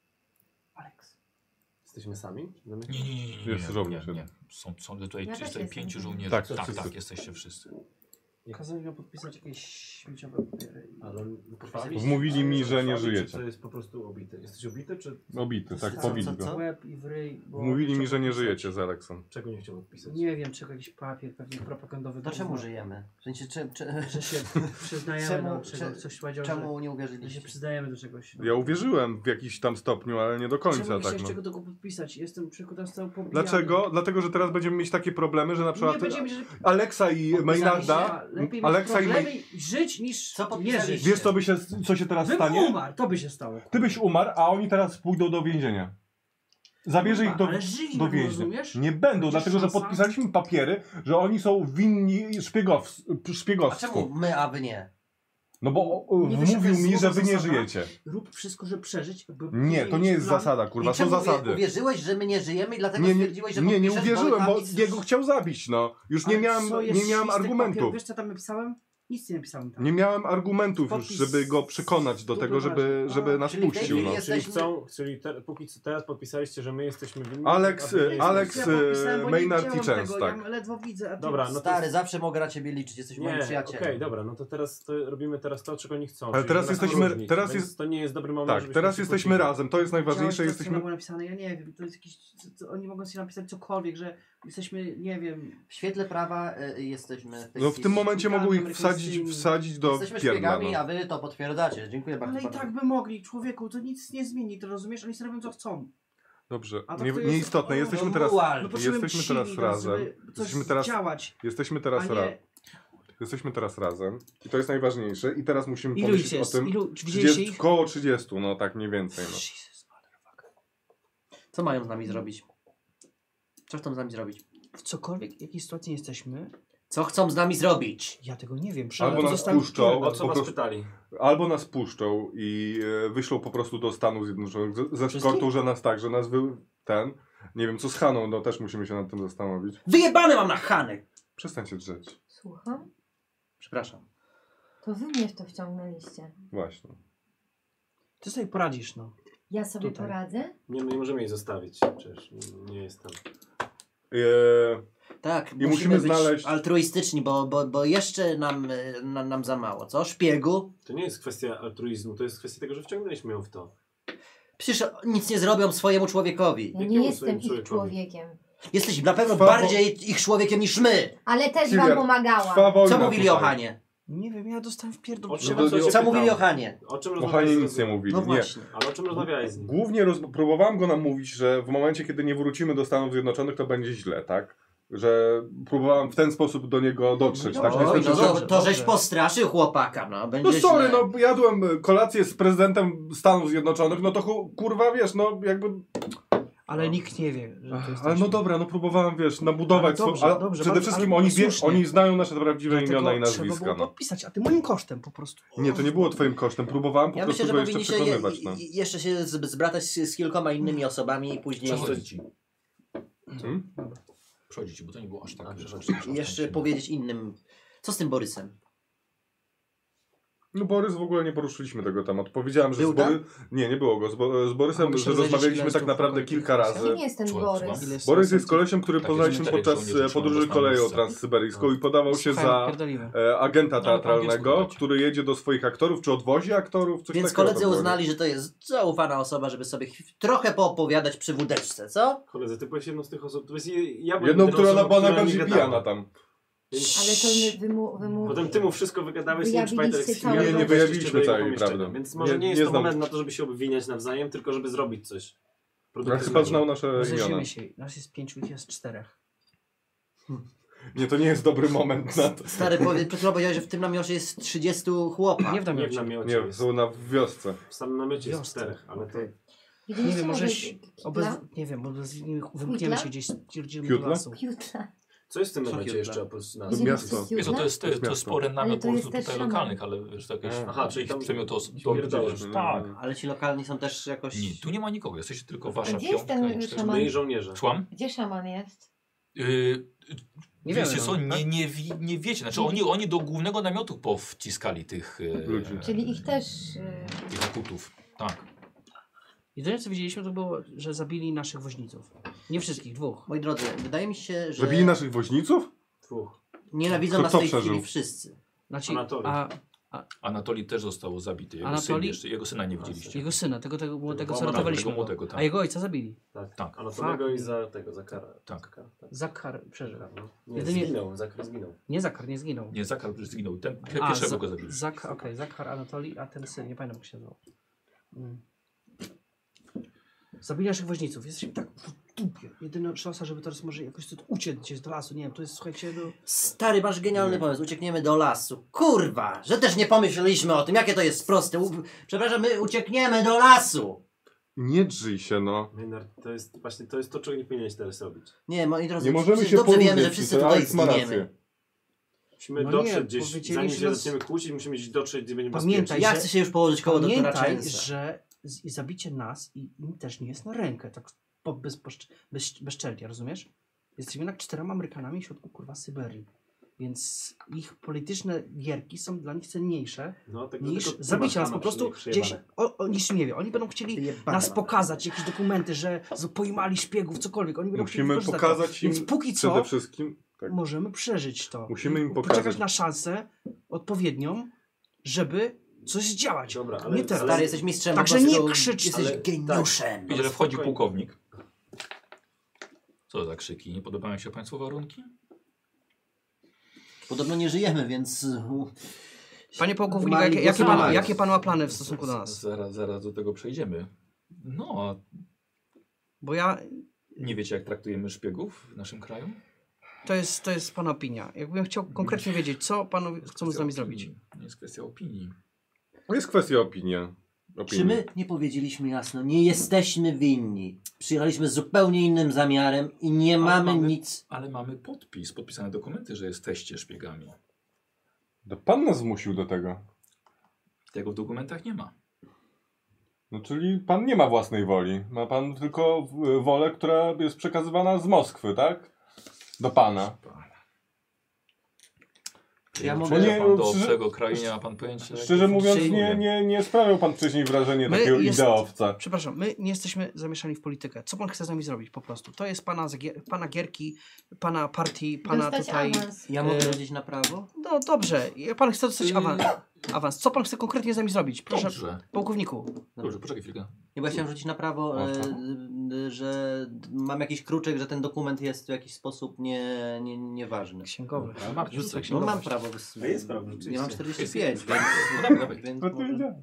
Alex. Jesteśmy sami? Nie. Jest żołnierz Nie. jeden. Są tutaj, Ja jest też tutaj jestem. 5 żołnierzy. Tak, tak, wszyscy. jesteście wszyscy. Kazali mi podpisać jakieś śmieciowe papiery. Ale Wmówili mi, że nie żyjecie. Czy to jest po prostu obite? Jesteś obity, czy Obity, tak, Co, pobili co, go. co? Łeb i w ryj. Bo Mówili mi, chciał że nie podpisać. żyjecie z Aleksem. czego nie chciał odpisać? Nie wiem, czego jakiś papier, pewnie propagandowy. To czemu gówno. żyjemy? W sensie, Że się przyznajemy Czemu- do czegoś, czy- coś powiedział, czemu nie że się uwierzyliście? przyznajemy do czegoś. No. Ja uwierzyłem w jakiś tam stopniu, ale nie do końca, Czemu nie tak chciałeś no. czego tego podpisać? Jestem przykładem całą pobijany. Dlaczego? Dlatego, że teraz będziemy mieć takie problemy, że na przykład Nie będziemy, że Aleksa i Maynarda, lepiej Aleksa i mieć problemy żyć niż Co nie podpisaliście? żyć. wiesz co się teraz Bym stanie? umarł, to by się stało. Ty byś umarł, a oni teraz pójdą do więzienia. Zabierze ich do, Ale żywi do będą, więzienia. rozumiesz? Nie będą, Będzie dlatego że szansa? podpisaliśmy papiery, że oni są winni A szpiegostwu. czemu my, a wy nie? No bo Nie wiesz, jaka mówił jest mi, że słowa wy nie zasada? żyjecie. Rób wszystko, żeby przeżyć. By Nie, to nie jest plan. zasada, kurwa, I są czemu zasady. uwierzyłeś, że my nie żyjemy i dlatego Nie, stwierdziłeś, że nie podpiszesz, uwierzyłem, tam bo nic- jego chciał zabić, no. Już nie Ale miałem, co jest nie miałem świstek argumentów. papieru? Wiesz, co tam napisałem? Nic nie napisałem tam. Nie miałem argumentów już, Podpis żeby go przekonać do z tego, dupy żeby masz. nas Czyli w tej puścił, chwili no. jest- Czyli Jesteśmy- póki co teraz podpisaliście, że my jesteśmy winni. Alex, a wy nie Alex, jesteście. Ja podpisałem, bo nie Maynard i widziałem Chance, tego, tak. Ja ledwo widzę, a ty... Dobra, no to Stary, zawsze mogę na ciebie liczyć, jesteś moim Nie, okej, przyjacielem. dobra, no to teraz robimy teraz to, czego oni chcą. Ale czyli teraz nas jesteśmy- poróżnić, teraz więc jest- to nie jest dobry moment, Tak, żebyśmy teraz się jesteśmy kłócili. razem, to jest najważniejsze, Widziałeś to, jesteśmy... co było napisane? Ja nie wiem, to jest jakiś... Oni mogą sobie napisać cokolwiek, że jesteśmy, nie wiem... W świetle prawa jesteśmy... No w tym momencie mogą ich amerykańskimi. wsadzić do Jesteśmy pierdla, szpiegami, no. a wy to potwierdzacie. Dziękuję bardzo. Ale i panu. tak by mogli, człowieku, to nic nie zmieni, to rozumiesz? Oni sobie robią co chcą. Dobrze, A to nie, kto jest- nieistotne, o, jesteśmy no teraz... mual. No potrzebujemy Jesteśmy teraz silni, razem. żeby coś Jesteśmy teraz- działać, Jesteśmy a teraz razem. nie... Jesteśmy teraz razem i to jest najważniejsze i teraz musimy Ilu pomyśleć ich jest? o tym... Ilu widzieliście ich? Koło 30, no tak mniej więcej, no. Jesus, motherfucker. Co mają z nami zrobić? Co chcą z nami zrobić? W cokolwiek, w jakiej sytuacji jesteśmy, Co chcą z nami zrobić? ja tego nie wiem. Albo to nas zostałem puszczą, wtórny. O co po was prostu- pytali? Albo nas puszczą i wyślą po prostu do Stanów Zjednoczonych ze eskortą, że nas tak, że nas nie wiem co z Haną, no też musimy się nad tym zastanowić. Wyjebane mam na Hany! Przestańcie drzeć. Słucham? Przepraszam. To wy mnie w to wciągnęliście. Właśnie. Ty sobie poradzisz, no. Ja sobie Tutaj. poradzę? Nie możemy jej zostawić, przecież nie jestem. Tak, I musimy musimy być znaleźć- altruistyczni, bo jeszcze nam za mało, co? Szpiegu? To nie jest kwestia altruizmu, to jest kwestia tego, że wciągnęliśmy ją w to. Przecież nic nie zrobią swojemu człowiekowi. Ja Jakiemu nie jestem swojemu ich człowiekowi? człowiekiem. Jesteś na pewno Trwa bardziej ich człowiekiem niż my. Ale też Silvia, wam pomagałam. trwa wojna Co mówili o tutaj. Hanie? Nie wiem, ja dostałem w pierdol. O czym No to- co się Co mówili o pytał? Hanie? O czym O rozmawiałeś Hanie z nic nie Rozumem? mówili. No Nie. właśnie. Ale o czym rozmawiałeś z nim? Głównie próbowałem go namówić, że w momencie, kiedy nie wrócimy do Stanów Zjednoczonych, to będzie źle, tak? Że próbowałem w ten sposób do niego dotrzeć, tak? Oj, Niestety, no że- to żeś postraszył chłopaka, no. No Będzie sorry, źle. no jadłem kolację z prezydentem Stanów Zjednoczonych, no to kurwa, wiesz, no jakby... Ale nikt nie wie, że to jest. Ale no dobra, no próbowałem, wiesz, nabudować... Ale dobrze, ale dobrze, przede bardzo- wszystkim ale oni, słusznie. oni znają nasze prawdziwe Dlatego imiona i trzeba nazwiska, było no. podpisać, a ty moim kosztem po prostu. Nie, to nie było twoim kosztem, próbowałem po Ja prostu myślę, że go jeszcze powinniście przekonywać, no. jeszcze się zbratać z kilkoma innymi osobami i później Przechodzi ci. Hmm? Przechodzi ci, bo to nie było aż tak. jeszcze powiedzieć innym. Co z tym Borysem? No Borys w ogóle nie poruszyliśmy tego tematu. Powiedziałem, że Był z Nie było go. Z Borysem, Mogę się że zajrzeć, rozmawialiśmy ile tak jest naprawdę tu kilka pokoju? razy. Kim jest ten Słucham, Borys? słucham. Ile jest Borys jest sensu? kolesiem, który Tak, poznaliśmy jest podczas żołnierze podróży trzymają koleją miejsce. transsyberyjską i podawał się Słuchaj, za pierdolimy. agenta No, ale po angielsku teatralnego, gadać. który jedzie do swoich aktorów, czy odwozi aktorów, coś Więc takiego. koledzy to było. uznali, że to jest zaufana osoba, żeby sobie trochę poopowiadać przy wódeczce, co? Koledzy, ty byłeś jedną z tych osób. To jest ja byłem Jedną, jedyną która osobą, była która najbardziej nie gadała. pijana tam. Więc- Ale to wy mu... Potem ty mu wszystko wygadałeś, nie wiem, czy Wyjawiliście pamiętasz, całą- jak Nie, nie weszliście wyjawiliśmy do jego całej pomieszczenia. prawdy. Więc może nie, Nie jest to znam. moment na to, żeby się obwiniać nawzajem, tylko żeby zrobić coś. Ja Produktywnego. chyba znał nasze imiona. Rozejrzyjmy się. Nas jest 5, ich jest 4. Nie, to nie jest dobry moment na to. Stary, przed chwilą powiedziałeś, że w tym namiocie jest 30 chłopa. Nie w Nie w namiocie. namiocie. Nie, jest. są na wiosce. W samym namiocie jest Wiosce. 4, ale to... Widzieliście Nie wiem, może Kitla? nie wiem, może wymkniemy się gdzieś do Kiutla? lasu. Kitla. Co jest w tym Co namiocie chwilę. jeszcze oprócz nas? Widzieliście miasto. Kitla? Wiesz, to jest miasto. spory Ale namiot to po jest prostu też tutaj szaman. lokalnych, ale wiesz, to jakieś Aha, czyli tam pierdoły. Tak. Ale ci lokalni są też jakoś... Nie, tu nie ma nikogo, jesteście tylko wasza Gdzie jest piątka ten i cztery. szaman? My i żołnierze. Słucham? Gdzie szaman jest? Nie Wiecie wiemy, co, no, tak? nie wiecie, znaczy oni do głównego namiotu powciskali tych Ludzi. Czyli ich też... tych akutów, tak. Jedyne co widzieliśmy to było, że zabili naszych woźniców. Nie wszystkich, 2. Moi drodzy, wydaje mi się, że Zabili naszych woźniców? 2. nienawidzą Kto nas w co tej przeżył? chwili wszyscy. Znaczy, Anatolii. Anatolii też został zabity, jego Anatolii? syn jeszcze, jego syna nie widzieliście. jego syna, tego młodego co Tego ratowaliśmy. tego młodego, tak. A jego ojca zabili. Tak, Tak. Anatolego i za tego, za karę. Tak. Za karę, tak. Zakar przeżył. No. Nie, Jedynie- zginął, Zakar zginął. Nie Zakar, nie zginął. Nie, Zakar zginął, ten pierwszego go zabili. Okej, Zakar Anatolii, a ten syn, nie pamiętam jak się nazywał. Zabili naszych woźniców. Jesteśmy tak w dupie. Jedyna szansa, żeby teraz może jakoś stąd uciec gdzieś do lasu. Nie wiem, to jest, słuchajcie, no... Stary, masz genialny pomysł, uciekniemy do lasu. Kurwa, że też nie pomyśleliśmy o tym, jakie to jest proste. Przepraszam, my uciekniemy do lasu. Nie drzyj się, no. Maynard, to jest właśnie to, czego nie powinieneś teraz robić. Nie, moi drodzy, Nie możemy przecież się dobrze wiemy, że połudzić, wszyscy to tutaj Alex ma rację. zginiemy. Musimy No dotrzeć nie, gdzieś, powiedzieli, zanim że się nas- zaczniemy kłócić, musimy gdzieś dotrzeć, gdzie będzie Pamiętaj, bezpiecznie. Ja chcę się już położyć koło doktora Pamiętaj, Częsa. że zabicie nas i im też nie jest na rękę, tak bezczelnie, rozumiesz? Jesteśmy jednak 4 Amerykanami w środku, kurwa, Syberii. Więc ich polityczne gierki są dla nich cenniejsze No, tak niż tylko zabicie nas Kuba po prostu ma gdzieś, przejebane. niż nie wiem. Oni będą chcieli nas pokazać, jakieś dokumenty, że pojmali szpiegów, cokolwiek. Oni będą chcieli Musimy wykorzystać pokazać to. im Więc póki przede co wszystkim... Tak. możemy przeżyć to. Musimy im I pokazać- poczekać na szansę odpowiednią, żeby coś zdziałać. Dobra, ale- nie teraz. Stary, jesteś mistrzem. Także po prostu nie krzycz, Jesteś ale- geniuszem. Widzę, że wchodzi spokojnie. pułkownik. Co za krzyki? Nie podobają się Państwu warunki? Podobno nie żyjemy, więc... Panie pułkowniku, Mali głosować. jakie pan ma plany w stosunku do nas? Zaraz do tego przejdziemy. No, a Bo ja... nie wiecie, jak traktujemy szpiegów w naszym kraju? To jest pana opinia. Jakbym chciał konkretnie wiedzieć, co panowie chcą z nami zrobić. Nie jest kwestia opinii. To jest kwestia opinii. Czy my nie powiedzieliśmy jasno, nie jesteśmy winni. Przyjechaliśmy z zupełnie innym zamiarem i nie mamy nic... Ale mamy podpisane dokumenty, że jesteście szpiegami. To pan nas zmusił do tego. Tego w dokumentach nie ma. No czyli pan nie ma własnej woli. Ma pan tylko wolę, która jest przekazywana z Moskwy, tak? Do pana. Ja mogę- Przyjeżdża pan do szczerze- obcego kraju, nie ma pan pojęcia. Szczerze jak to mówiąc, funkcjonuje. nie sprawiał pan wcześniej wrażenia My takiego jest- ideowca. Przepraszam, my nie jesteśmy zamieszani w politykę. Co pan chce z nami zrobić po prostu? To jest pana gierki, pana partii, pana Dostać tutaj... awans. Ja mogę E, chodzić na prawo? No dobrze, jak pan chce dostać awans. Co pan chce konkretnie z nami zrobić? Proszę, Dobrze. pułkowniku. Dobrze, poczekaj chwilkę. Nie, bo ja chciałem rzucić na prawo. że mam jakiś kruczek, że ten dokument jest w jakiś sposób nieważny. Księgowy. Rzucaj No mam prawo. No jest prawo, Nie rzeczywiście. mam 45, No więc... dawaj, dawaj. więc No to może... wiedziałem.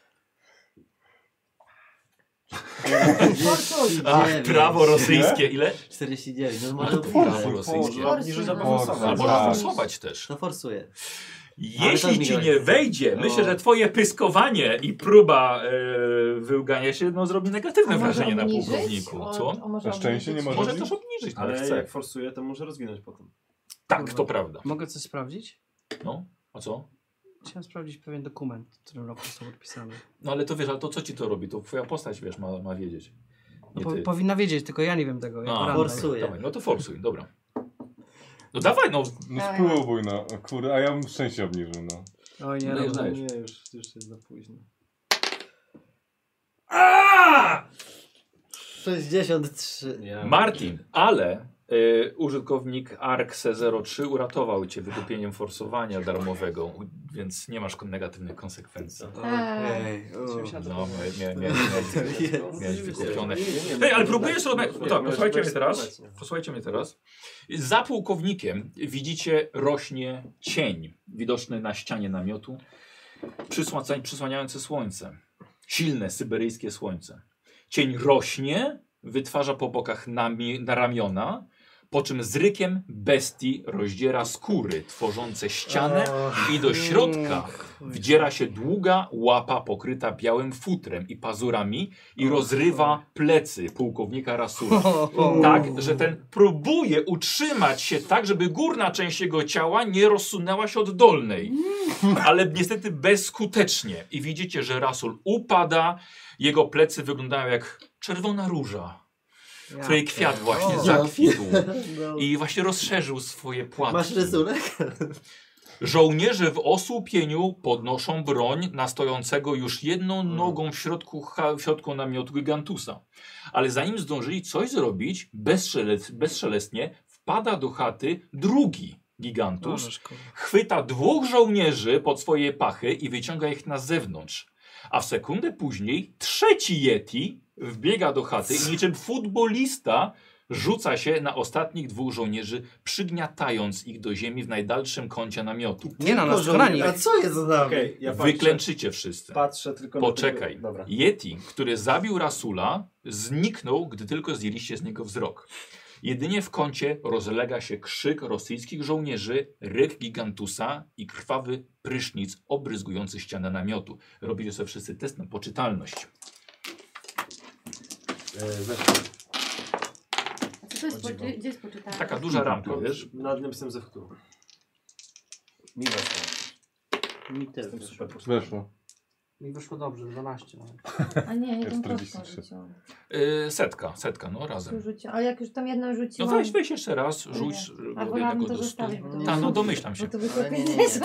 Forsuj. Ach, 9. prawo rosyjskie. Ile? 49, no może Prawo rosyjskie. Obniżyć albo Forsuj. forsować. Albo Tak. forsować też. To forsuję. Jeśli mi ci grozi. nie wejdzie, No. myślę, że twoje pyskowanie i próba wyłgania się zrobi negatywne A może wrażenie na obniżyć? pułkowniku. Co? Może Na szczęście obniżyć? nie Może obniżyć? też obniżyć, ale Ale chce. jak forsuję, to muszę rozwinąć potem. Tak, to prawda. Mogę coś sprawdzić? No, a co? Chciałem sprawdzić pewien dokument, który rok został podpisany. No ale to wiesz, ale to co ci to robi? To twoja postać, wiesz, ma wiedzieć. Nie ty. Powinna wiedzieć, tylko ja nie wiem tego. Ja A, random. forsuję. Dawaj, no to forsuj, dobra. No dawaj, no. No spróbuj, no. Kurde, a ja bym szczęście obniżył, no. Oj, nie, No no, już dajesz. Nie, już jest za późno. 63. Ja. Martin, ale użytkownik ARKSE03 uratował cię wykupieniem forsowania darmowego, więc nie masz negatywnych konsekwencji. Okej. No, miałeś wykupione. Nie, Ej, ale próbujesz rozmawiać. Nie, Tak, możesz posłuchajcie mnie teraz. spróbować, nie. Posłuchajcie mnie teraz. Za pułkownikiem widzicie rośnie cień widoczny na ścianie namiotu, przysłaniający słońce. Silne syberyjskie słońce. Cień rośnie, wytwarza po bokach na ramiona, po czym z rykiem bestii rozdziera skóry tworzące ścianę i do środka wdziera się długa łapa pokryta białym futrem i pazurami i rozrywa plecy pułkownika Rasula. Tak, że ten próbuje utrzymać się tak, żeby górna część jego ciała nie rozsunęła się od dolnej. Ale niestety bezskutecznie. I widzicie, że Rasul upada, jego plecy wyglądają jak czerwona róża, której kwiat właśnie zakwitł i właśnie rozszerzył swoje płatki. Masz rysunek? Żołnierze w osłupieniu podnoszą broń na stojącego już jedną nogą w środku namiotu Gigantusa. Ale zanim zdążyli coś zrobić, bezszelestnie wpada do chaty drugi Gigantus, chwyta dwóch żołnierzy pod swoje pachy i wyciąga ich na zewnątrz. A w sekundę później trzeci Yeti wbiega do chaty i niczym futbolista rzuca się na ostatnich dwóch żołnierzy, przygniatając ich do ziemi w najdalszym kącie namiotu. Nie na nas chrani. A co jest za nami? Okej, ja Wyklęczycie wszyscy. patrzę tylko na Poczekaj. tego... Dobra. Yeti, który zabił Rasula, zniknął, gdy tylko zdjęliście z niego wzrok. Jedynie w kącie rozlega się krzyk rosyjskich żołnierzy, ryk Gigantusa i krwawy prysznic obryzgujący ścianę namiotu. Robicie sobie wszyscy test na poczytalność. A co to jest? Gdzie jest poczytane? Taka duża ramka, wiesz? Nad nim jestem ze wtór. Mi weszło. Mi też. Jestem super Weszło. Mi wyszło dobrze, 12. A nie, ja tą 43. kostką rzuciłam. Setka, no razem. Ale jak już tam jedną No rzuciłam... weź jeszcze raz, rzuć A od wolałabym jednego to do 100. zostawić, bo to Tak, no wyszło- domyślam Bo się. to wyszło Ale nie, 50.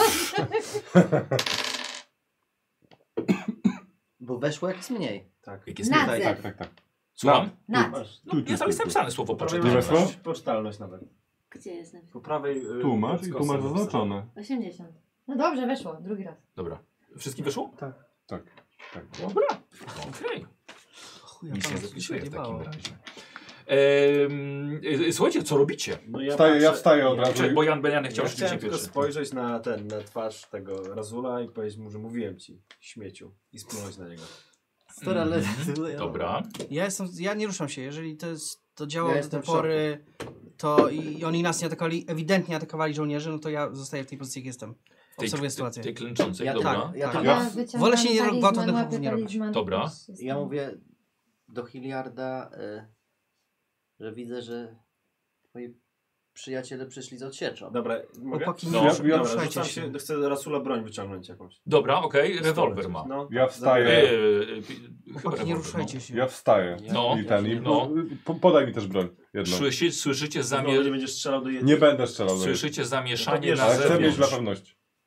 Bo weszło jak jest mniej. Tak. Jak jest Na tutaj. zew. Tak. Słucham? Nad. Masz. No, jest ale jest napisane słowo Po prawej Nie poczytalność. weszło? masz poczytalność nawet. Gdzie jest napisane? Po prawej... Tu masz pod i tu kosem masz napisane. zaznaczone. 80. No dobrze, weszło. Drugi raz. Dobra. Wszystkim wyszło? Tak. Dobra. Okej. Chuja, Nic nie pana zapisuję w takim odjebało. razie. Słuchajcie, co robicie? No Ja wstaję od razu. Czekaj, bo Jan Beniany chciał Ja rzeczywiście chciałem tylko pierwszy. spojrzeć na twarz tego Razula i powiedzieć mu, że mówiłem ci, śmieciu, i splunąć na niego. Stara, ale... Dobra. Ja nie ruszam się, jeżeli to działało Ja do jestem tej w szoku. pory, to i oni nas nie atakowali, ewidentnie atakowali żołnierzy, no to ja zostaję w tej pozycji, jak jestem. Obserwuję sytuację. Tej klęczącej, Ja dobra. tak, ja Tak. tak. Ja- Wolę się nie wyciągam gwałtownych talizman, ruchów nie łapię robić. talizman, Dobra. to też jest Ja tam. mówię do Hilliarda, że widzę, że twoi przyjaciele przyszli z odsieczą. Dobra, mogę? Chłopaki, No. nie Dobra, ruszajcie rzucam się. się, chcę Rasula broń wyciągnąć jakąś. Dobra, okej, rewolwer ma. No, Ja wstaję. Chyba Chłopaki, nie rewolwer, ruszajcie się. Ja wstaję. No. I ten. No. Podaj mi też broń. Jedną. Słyszycie, Znowu nie będziesz strzelał do jednej. Nie będę strzelał. słyszycie zamieszanie No to na wiesz, Ale chcę mieć dla zewnątrz. pewności.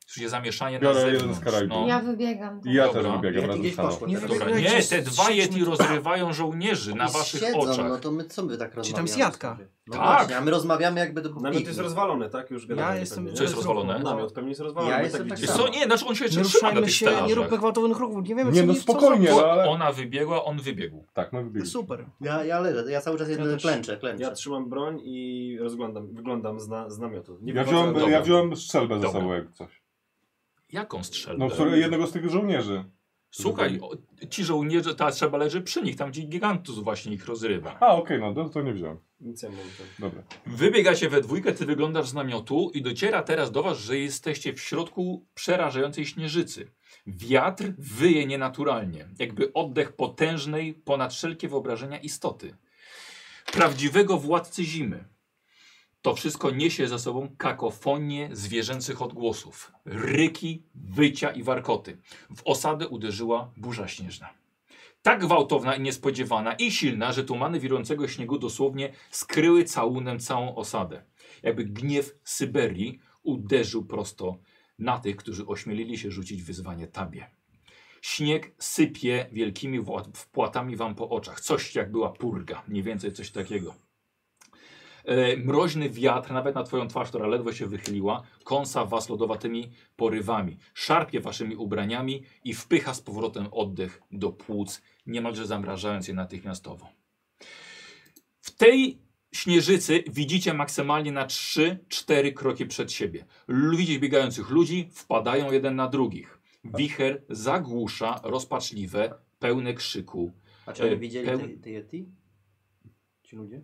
Słyszycie zamieszanie na Biorę jeden zewnątrz. z Karaibu. No. Ja wybiegam. I ja Dobra. też wybiegam Yeti razem gdzieś z Haną. poszło. Nie teraz. Dobra, wybiegajcie, nie, te dwa siedźmy Yeti tu. rozrywają żołnierzy na waszych Siedzą, oczach. no to my co my tak rozmawiamy? tam jest Jadka? No Tak. właśnie, a my rozmawiamy jakby to był Namiot piknik. jest rozwalony, tak? Już gadamy jestem- pewnie, nie? Co jest rozwalone? Namiot pewnie jest rozwalony. Ja my jestem tak tak Wiesz widzimy. co, nie, znaczy on się jeszcze Nie trzyma na ruszajmy tych się, nie róbmy stelażach. gwałtownych ruchów, nie wiemy Nie, co no co spokojnie, za- no ale... Ona wybiegła, on wybiegł. Tak, my wybiegliśmy. Super. Ja leżę, ja cały czas też. klęczę. Ja trzymam broń i wyglądam z namiotu. Nie Ja wychodzę, wziąłem, ale- ja wziąłem strzelbę ze Dobra. sobą, jak coś. Jaką strzelbę? No, jednego z tych żołnierzy. Słuchaj, ci żołnierze, ta trzeba leży przy nich, tam gdzie Gigantus właśnie ich rozrywa. A, okej, no to nie wziąłem. Nic ja mówię. Dobra. Wybiegacie we dwójkę, ty wyglądasz z namiotu i dociera teraz do was, że jesteście w środku przerażającej śnieżycy. Wiatr wyje nienaturalnie, jakby oddech potężnej, ponad wszelkie wyobrażenia istoty. Prawdziwego władcy zimy. To wszystko niesie za sobą kakofonię zwierzęcych odgłosów. Ryki, wycia i warkoty. W osadę uderzyła burza śnieżna. Tak gwałtowna i niespodziewana i silna, że tumany wirującego śniegu dosłownie skryły całunem całą osadę. Jakby gniew Syberii uderzył prosto na tych, którzy ośmielili się rzucić wyzwanie Tabie. Śnieg sypie wielkimi wpłatami wam po oczach. Coś jak była purga, mniej więcej coś takiego. Mroźny wiatr, nawet na twoją twarz, która ledwo się wychyliła, kąsa was lodowatymi porywami, szarpie waszymi ubraniami i wpycha z powrotem oddech do płuc, niemalże zamrażając je natychmiastowo. W tej śnieżycy widzicie maksymalnie na 3-4 kroki przed siebie. Widzicie biegających ludzi, wpadają jeden na drugich. Wicher zagłusza rozpaczliwe, pełne krzyku. A czy oni widzieli te Yeti? Ci ludzie?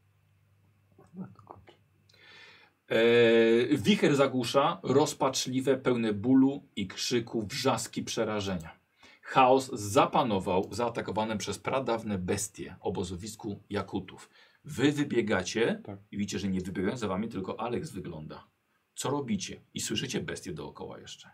Wicher zagłusza rozpaczliwe, pełne bólu i krzyku wrzaski przerażenia. Chaos zapanował w zaatakowanym przez pradawne bestie obozowisku Jakutów. Wy wybiegacie Tak. i widzicie, że nie wybiegają za wami, tylko Alex wygląda. Co robicie? I słyszycie bestie dookoła jeszcze.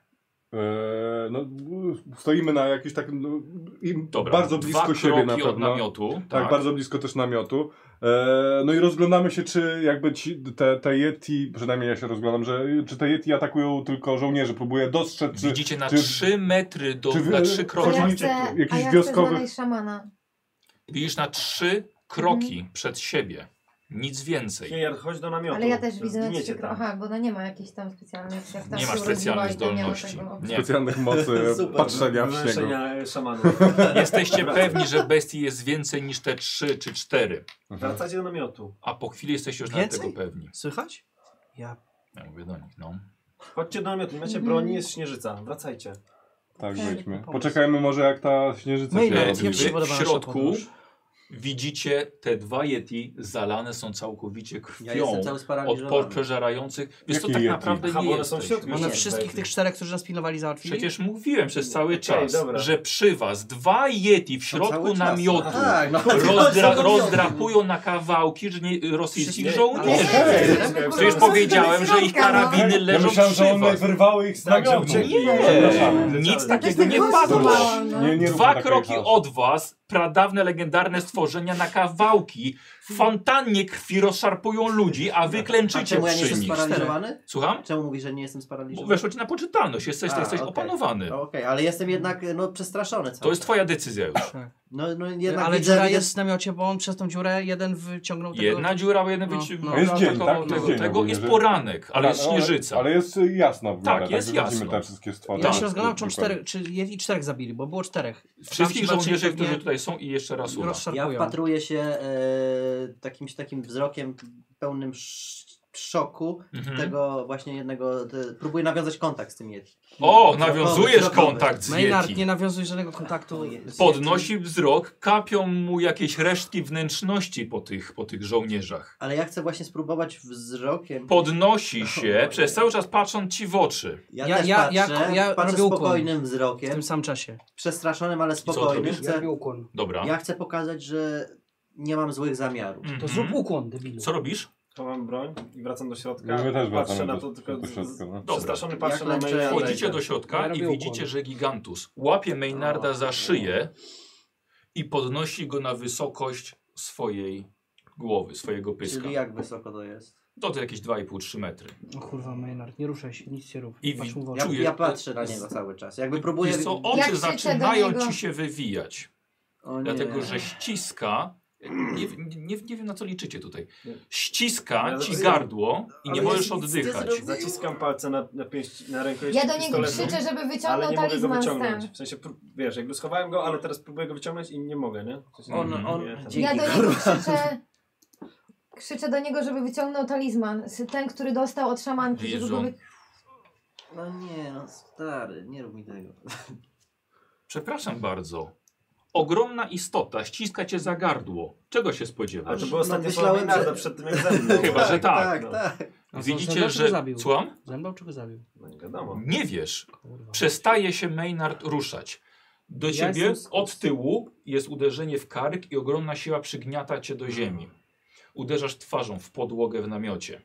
No, stoimy na jakimś takim... No, Dobra, bardzo blisko 2 siebie na kroki od pewno. namiotu. Tak, bardzo blisko też namiotu. No i rozglądamy się, czy jakby te Yeti, przynajmniej ja się rozglądam, czy te Yeti atakują tylko żołnierzy. Próbuję dostrzec, czy... Widzicie na czy- 3 metry, czy na 3 A kroki. ja Chodzi- chcę, jakiś a ja chcę wioskowy- znaleźć szamana. Widzisz na 3 kroki przed siebie. Nic więcej. Hilliard, chodź do namiotu. Ale ja też widzę na Zginiecie 3 tam. Aha, bo ona nie ma jakichś tam specjalnych... jak tam Nie się masz specjalnych urodziła i to miała zdolności. tego- Nie. specjalnych mocy Super. patrzenia w śniegu. Wynaszenia szamanów. Jesteście pewni, że bestii jest więcej niż te 3 czy 4. Wracajcie do namiotu. A po chwili jesteście już nawet Więcej? tego pewni. Słychać? Ja Ja mówię do nich, no. Chodźcie do namiotu, nie macie broni, jest śnieżyca. Wracajcie. Tak, Tak. wejdźmy. Poczekajmy może jak ta śnieżyca Maynard, się jak rozwinie. się Wy podoba w nasza środku podróż? widzicie te 2 Yeti zalane są całkowicie Ja krwią jestem cały od sparaliżowany. przeżerających. Wiesz co, Jakie tak Yeti? naprawdę Aha, bo nie one są w jesteś. środku. One Nie, wszystkich wejdź. tych 4, którzy nas pilnowali, załatwili? Przecież mówiłem przez cały Okej, czas, dobra. że przy was 2 Yeti w środku cały czas. namiotu Tak, no rozdrapują na kawałki rosyjskich Wszystkie- żołnierzy. Okej. Przecież powiedziałem, że ich karabiny Ja leżą myślałem, że przy one was. wyrwały ich z Tak, że namiotu. uciekli. Przepraszamy. Nic Ja też takiego nie tak padło. głosowałam, no. Nie 2 róbmy kroki takiej od was pradawne, legendarne stworzenia na kawałki w fontannie krwi rozszarpują ludzi, a wy A klęczycie czemu ja nie przy jestem nich. sparaliżowany? Słucham? Czemu mówisz, że nie jestem Bo sparaliżowany? weszło ci na poczytalność, jesteś okej. opanowany. Okej, ale jestem jednak przestraszony cały To jest czas. twoja decyzja już. No jednak Ale widzę, dziura widzę... jest w namiocie, bo on przez tą dziurę jeden wyciągnął tego... Jedna dziura, jeden No, wyci... no. Jest dzień, atakował tak? To jest tego, dzień tego ogólnie, jest że- poranek, ale jest śnieżyca. Ale jest jasno w miarę, Tak, jest że widzimy jasno. te wszystkie stwory. Ja Tak. się rozglądam, czy Dokładnie. 4 zabili, bo było 4. Wszystkich Tamci żołnierzy, raczej którzy pewnie tutaj są i jeszcze raz uda. Ja rozszarpują. wpatruję się takim wzrokiem pełnym szoku Mhm. tego właśnie jednego... próbuję nawiązać kontakt z tym Yeti. O, nawiązujesz Wzrokowy. kontakt z Maynard, Yeti. nie nawiązuj żadnego kontaktu. Podnosi wzrok, kapią mu jakieś resztki wnętrzności po tych żołnierzach. Ale ja chcę właśnie spróbować wzrokiem... Podnosi się, przez cały czas patrząc ci w oczy. Ja Ja- też ja- patrzę, ja patrzę robię ukłon. spokojnym W wzrokiem, tym samym czasie. przestraszonym, ale co spokojnym. robisz? Chcę, ukłon. Dobra. ja chcę pokazać, że nie mam złych zamiarów. Mhm. To zrób ukłon, debilu. Co robisz? Chowam broń i wracam do środka. My też Patrzę wracamy na do- to, tylko do środka, no. przestraszony patrzę Jak na leczę- Maynarda. Wchodzicie do środka Ja i robię widzicie, ukłon. że Gigantus łapie Maynarda za szyję i podnosi go na wysokość swojej głowy, swojego pyska. Czyli jak wysoko to jest? To jakieś 2,5-3 metry. O kurwa, Maynard, nie ruszaj się, nic się rób. I Patrz mu w oczy. Ja, Czujesz- ja patrzę na niego cały czas. Jakby próbuję... Wiesz co, Jak oczy krzyczę do zaczynają niego. ci się wywijać. O nie. Dlatego, że ściska. Nie wiem na co liczycie tutaj. Ściska Ja- ci gardło i nie Ale możesz ja nic nie oddychać. zrobiłem. Zaciskam palce na rękojeści Ja do niego pistoletu, krzyczę, żeby ale wyciągnął nie mogę go talizman wyciągnąć. stan. W sensie, wiesz, jakby schowałem go, ale teraz próbuję go wyciągnąć i nie mogę, nie? W sensie, Mhm. Dzięki, Ja do niego kurwa. krzyczę do niego, żeby wyciągnął talizman. Ten, który dostał od szamanki. Żeby Jezu. go No nie, no stary, nie rób mi tego. Przepraszam bardzo. Ogromna istota ściska cię za gardło. Czego się Ale spodziewasz? to było ostatnie słowo myślałem, Maynarda że- przed tym jak zemdlał. Chyba, że tak. No. Tak. A co, Widzicie, zemdlał, czy go że... zabił? Słucham? Zemdlał czy go zabił? No nie wiadomo. Nie wiesz. Kurwa. Przestaje się Maynard ruszać. Do Ja ciebie jestem od tyłu jest uderzenie w kark i ogromna siła przygniata cię do ziemi. Uderzasz twarzą w podłogę w namiocie.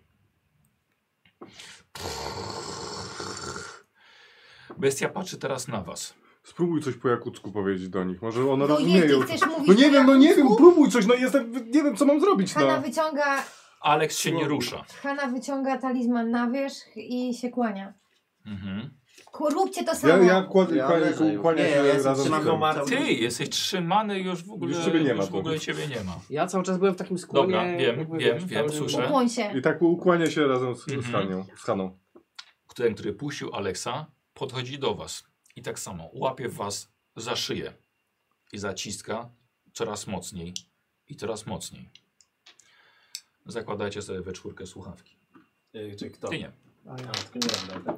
Bestia patrzy teraz na was. Spróbuj coś po jakucku powiedzieć do nich. Może one No rozumieją. jeśli chcesz mówić No nie po wiem, no nie wiem, jakucku, próbuj coś, no jestem, nie wiem co mam zrobić, Hanna no. wyciąga, Alex się nie rusza. talizman na wierzch i się kłania. Mhm. Róbcie to samo. Ja leżę już. kłaniam Nie, się ja jestem razem z trzymam tym. go cały- Ty jesteś trzymany już w ogóle. Już ciebie nie ma już w ogóle tu. ciebie nie ma. Ja cały czas byłem w takim skłonie. Dobra, wiem, jakby, wiem, wiesz, wiem, pełnym- słyszę. Ukłoń się. I tak ukłania się razem z Mhm. Haną. Który puścił Alexa, podchodzi do was i tak samo łapie was za szyję i zaciska coraz mocniej i coraz mocniej. Zakładajcie sobie we czwórkę słuchawki. Czy kto? Ty nie. A ja. A, tylko nie wiem, tak?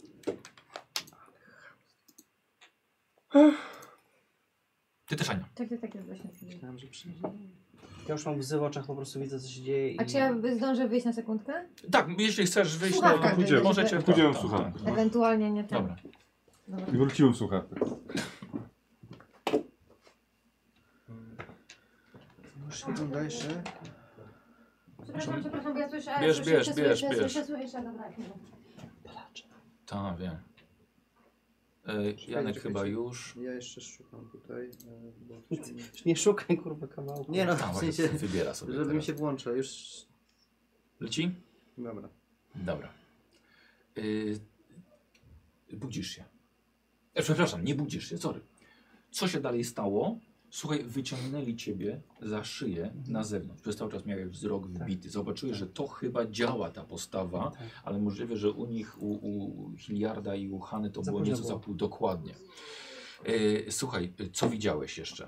Ty też, Ania. Tak jest właśnie. Myślałem, że przyjdzie. Ja już mam łzy w oczach, po prostu widzę co się dzieje. A czy ja zdążę wyjść na sekundkę? Tak, jeśli chcesz wyjść, Słuchawka to pójdziemy. możecie. Pójdziemy w tak, słuchawkę. tak. Ewentualnie nie ten. Dobra. Dobra. I wróciłem w słuchawkę. Już nie wygląda jeszcze. Przepraszam, bo ja słyszę. Bierz. Słyszę, dobra. Tak, wiem. Janek chyba już. Ja jeszcze szukam tutaj, bo... Nie szukaj kurwa kawałku. Nie no, A, w właśnie, sensie, wybiera sobie żeby mi teraz. się włączyło, już... Leci? Dobra. Dobra. Budzisz się. Przepraszam, nie budzisz się, sorry. Co się dalej stało? Słuchaj, wyciągnęli ciebie za szyję na zewnątrz. Przez cały czas miałeś wzrok wbity. Zobaczyłeś, że to chyba działa ta postawa, Tak. ale możliwe, że u nich, u Hilliarda i u Hany to Za było późno nieco za było. pół dokładnie. Słuchaj, co widziałeś jeszcze?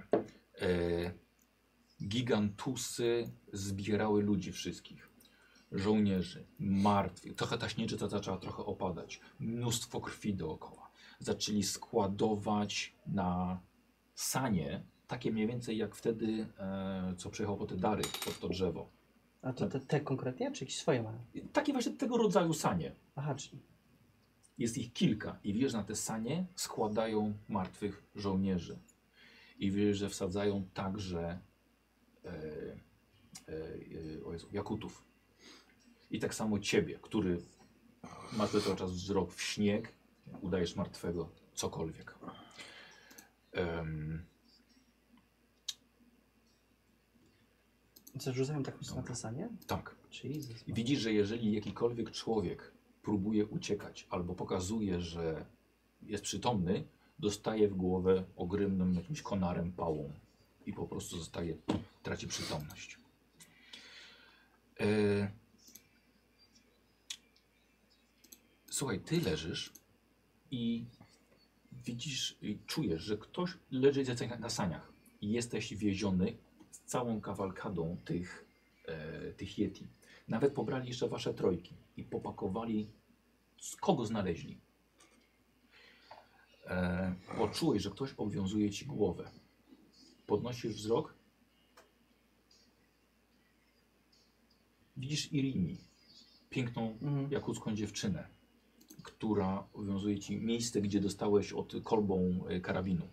Gigantusy zbierały ludzi wszystkich. Żołnierzy, martwych. Trochę ta śnieżyca zaczęła trochę opadać. Mnóstwo krwi dookoła. Zaczęli składować na sanie, takie mniej więcej jak wtedy, co przyjechał po te dary, pod to drzewo. A to te konkretnie, czy jakieś swoje mają? Takie właśnie tego rodzaju sanie. Aha, czyli... Jest ich kilka i wiesz, na te sanie składają martwych żołnierzy. I wiesz, że wsadzają także o Jezu, jakutów. I tak samo ciebie, który masz cały czas wzrok w śnieg, udajesz martwego, cokolwiek. Co, rzucają tak na te sanie? Tak. Jesus. I widzisz, że jeżeli jakikolwiek człowiek próbuje uciekać albo pokazuje, że jest przytomny, dostaje w głowę ogromnym jakimś konarem, pałą i po prostu traci przytomność. Słuchaj, ty leżysz i widzisz i czujesz, że ktoś leży na saniach i jesteś wieziony z całą kawalkadą tych Yeti. Nawet pobrali jeszcze wasze trojki i popakowali, kogo znaleźli. Poczułeś, że ktoś obwiązuje ci głowę. Podnosisz wzrok. Widzisz Irini, piękną jakucką dziewczynę, która obwiązuje ci miejsce, gdzie dostałeś od kolbą karabinu.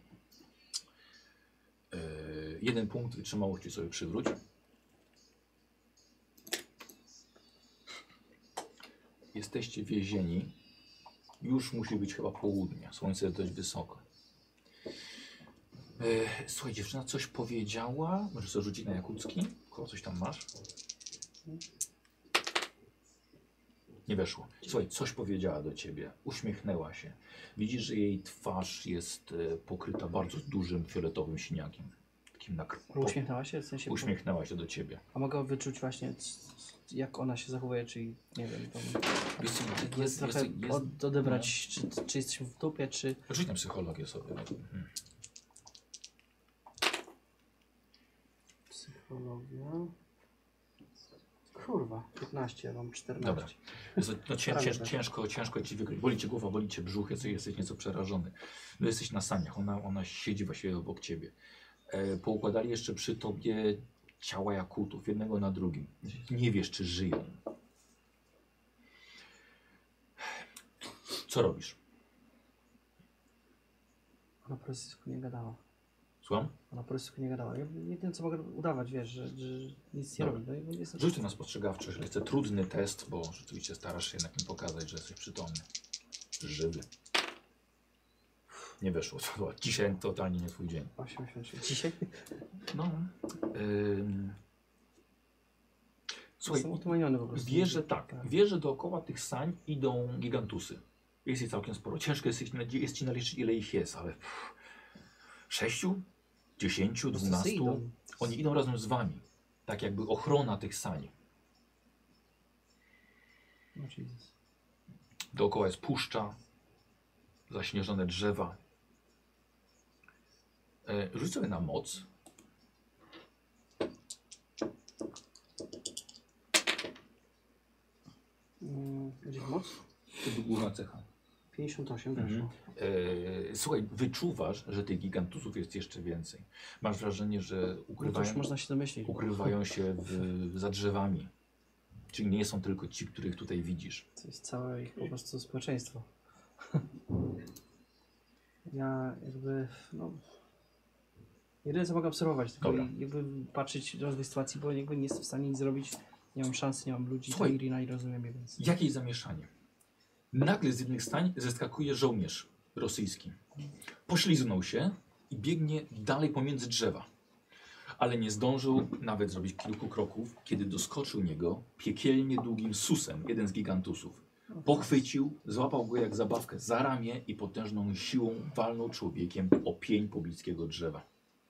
1 punkt wytrzymałości sobie przywróć. Jesteście więzieni. Już musi być chyba południe. Słońce jest dość wysoko. Słuchaj, dziewczyna coś powiedziała. Możesz sobie rzucić na jakucki? Koło coś tam masz? Nie weszło. Słuchaj, coś powiedziała do ciebie. Uśmiechnęła się. Widzisz, że jej twarz jest pokryta bardzo dużym fioletowym siniakiem. Takim Uśmiechnęła się? W sensie, uśmiechnęła się do ciebie. a mogę wyczuć właśnie, jak ona się zachowuje, czyli nie wiem, Wiesz co, jest trochę odebrać, czy jesteśmy w dupie, czy... Rzuć na psychologię sobie. Psychologia... Kurwa, 15, ja mam 14. Dobra. No, Prawie tak. ciężko ci wykryć. Boli cię głowa, boli cię brzuch, jesteś nieco przerażony. No jesteś na saniach, ona siedzi właściwie obok ciebie. Poukładali jeszcze przy tobie ciała jakutów, jednego na drugim. Nie wiesz, czy żyją. Co robisz? Ona po rosyjsku nie gadała. Słucham? Ona po rosyjsku nie gadała. Ja jedyne co mogę udawać, wiesz, że nic nie Dobra. robi. No, jest... Rzuć to na spostrzegawczość. Jest trudny test, bo rzeczywiście starasz się jednak mi pokazać, że jesteś przytomny. Żywy. Nie weszło. To była dzisiaj totalnie nie twój dzień. 86. Dzisiaj? No. Słuchaj, Jestem utumaniony po prostu. wiesz, że tak. Wiesz, że dookoła tych sań idą gigantusy. Jest ich całkiem sporo. Ciężko jest ci naliczyć, ile ich jest, ale 6, 10, 12. Oni idą razem z wami. Tak jakby ochrona tych sań. No, Jesus. Dookoła jest puszcza, zaśnieżone drzewa. Rzuć sobie na moc. Gdzie moc? To była główna cecha. 58 weszło. Słuchaj, wyczuwasz, że tych gigantusów jest jeszcze więcej. Masz wrażenie, że No to już można się domyślić. ukrywają się za drzewami. Czyli nie są tylko ci, których tutaj widzisz. To jest całe ich po prostu społeczeństwo. Ja jakby, no... Jedyne co mogę obserwować, tylko Dobra. jakby patrzeć rozwój sytuacji, bo jakby nie jestem w stanie nic zrobić. Nie mam szansy, nie mam ludzi, Słuchaj. to Irina i rozumiem je, więc... Jakieś zamieszanie. Nagle z jednych stań zeskakuje żołnierz rosyjski. Pośliznął się i biegnie dalej pomiędzy drzewa. Ale nie zdążył nawet zrobić kilku kroków, kiedy doskoczył niego piekielnie długim susem jeden z gigantusów. Pochwycił, złapał go jak zabawkę za ramię i potężną siłą walnął człowiekiem o pień poblickiego drzewa.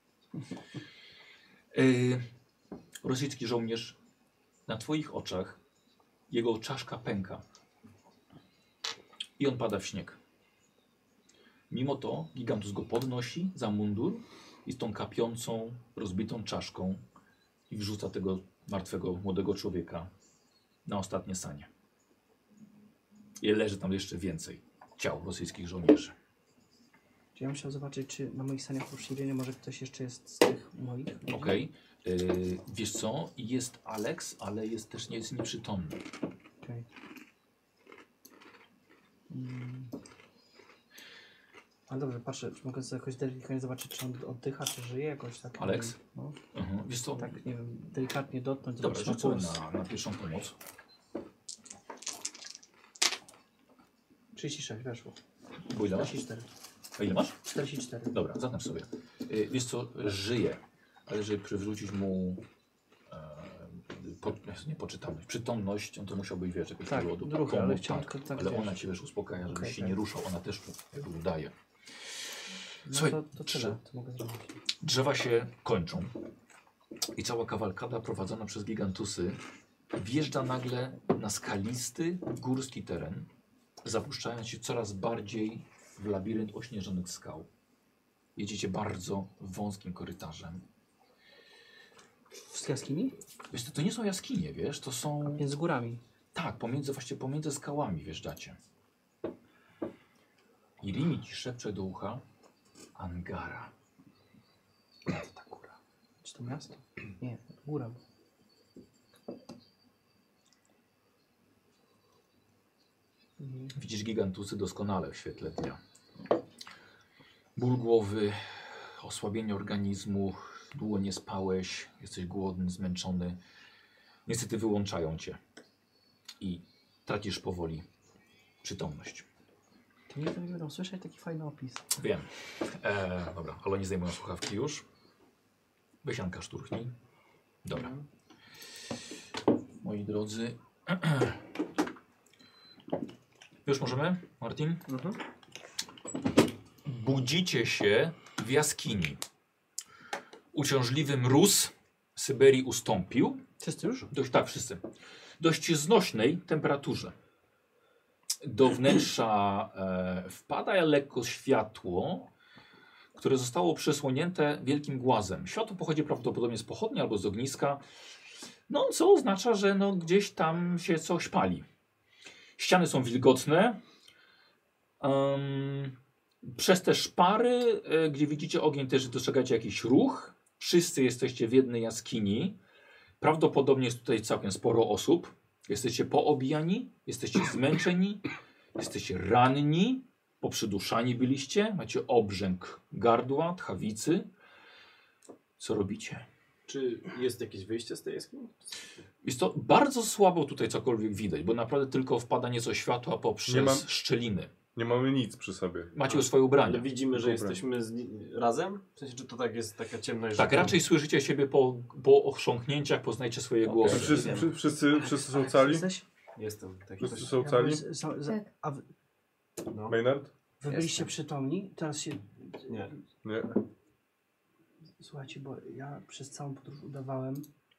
Rosyjski żołnierz, na twoich oczach jego czaszka pęka i on pada w śnieg. Mimo to gigantus go podnosi za mundur i z tą kapiącą, rozbitą czaszką i wrzuca tego martwego młodego człowieka na ostatnie sanie. I leży tam jeszcze więcej ciał rosyjskich żołnierzy. Czy ja bym chciał zobaczyć, czy na moich saniach oprócz Iriny może ktoś jeszcze jest z tych moich? ludzi? Okej. Wiesz co? Jest Alex, ale jest też jest nieprzytomny. Okej. Ale dobrze, patrzę, czy mogę sobie jakoś delikatnie zobaczyć, czy on oddycha, czy żyje jakoś tak. Alex? No, Wiesz co? tak, nie wiem, delikatnie dotknąć, Dobra, zobaczyć rzuć sobie puls. na pierwszą pomoc. 36 weszło. Bo ile masz? 44. A ile masz? 44. Dobra, zaznacz sobie. Wiesz co? Żyje. Ale żeby przywrócić mu nie poczytalność, przytomność, on to musiał być, wiesz, jakoś Tak, powodu. druga, ale chciałem tak, tylko tak, ale wiesz. ona cię, wiesz, uspokaja, żebyś Okej, się tak. nie ruszał. Ona też jakby udaje. No Słuchaj, to tyle, co mogę zrobić. Drzewa się kończą i cała kawalkada prowadzona przez gigantusy wjeżdża nagle na skalisty, górski teren, zapuszczając się coraz bardziej w labirynt ośnieżonych skał. Jedziecie bardzo wąskim korytarzem. W jaskini? Wiesz, to nie są jaskinie, wiesz, to są... Między górami. Tak, właściwie pomiędzy skałami wjeżdżacie. Irimi ci szepcze do ucha Angara. To ta góra. Czy to miasto? Nie, góra. Widzisz gigantusy doskonale w świetle dnia. Ból głowy, osłabienie organizmu, długo nie spałeś, jesteś głodny, zmęczony. Niestety wyłączają cię i tracisz powoli przytomność. To nie będą słyszeć taki fajny opis. Wiem. Dobra, ale oni zdejmują słuchawki już. Wysianka szturchnij. Dobra. Moi drodzy, Już możemy, Martin? Mhm. Budzicie się w jaskini. Uciążliwy mróz Syberii ustąpił. Wszyscy już? Tak, wszyscy. Dość znośnej temperaturze. Do wnętrza wpada lekko światło, które zostało przysłonięte wielkim głazem. Światło pochodzi prawdopodobnie z pochodni albo z ogniska, no co oznacza, że no, gdzieś tam się coś pali. Ściany są wilgotne. Przez te szpary, gdzie widzicie ogień, też dostrzegacie jakiś ruch. Wszyscy jesteście w jednej jaskini. Prawdopodobnie jest tutaj całkiem sporo osób. Jesteście poobijani, jesteście zmęczeni, jesteście ranni, poprzyduszani byliście, macie obrzęk gardła, tchawicy. Co robicie? Czy jest jakieś wyjście z tej jaskini? Jest to bardzo słabo tutaj cokolwiek widać, bo naprawdę tylko wpada nieco światła Nie poprzez mam- szczeliny. Nie mamy nic przy sobie. Macie już swoje ubrania. Ale widzimy, że Dobra. jesteśmy razem? W sensie, czy to tak jest taka ciemność? Tak, że to- raczej słyszycie siebie po ochrząknięciach, poznajcie swoje głosy. Wszyscy są cali? Jesteś? Jestem. Tak, Wszyscy ktoś- są cali? Tak. A wy, no. Maynard? wy byliście Jestem. przytomni? Teraz się... Nie. Nie. Słuchajcie, bo ja przez całą podróż udawałem,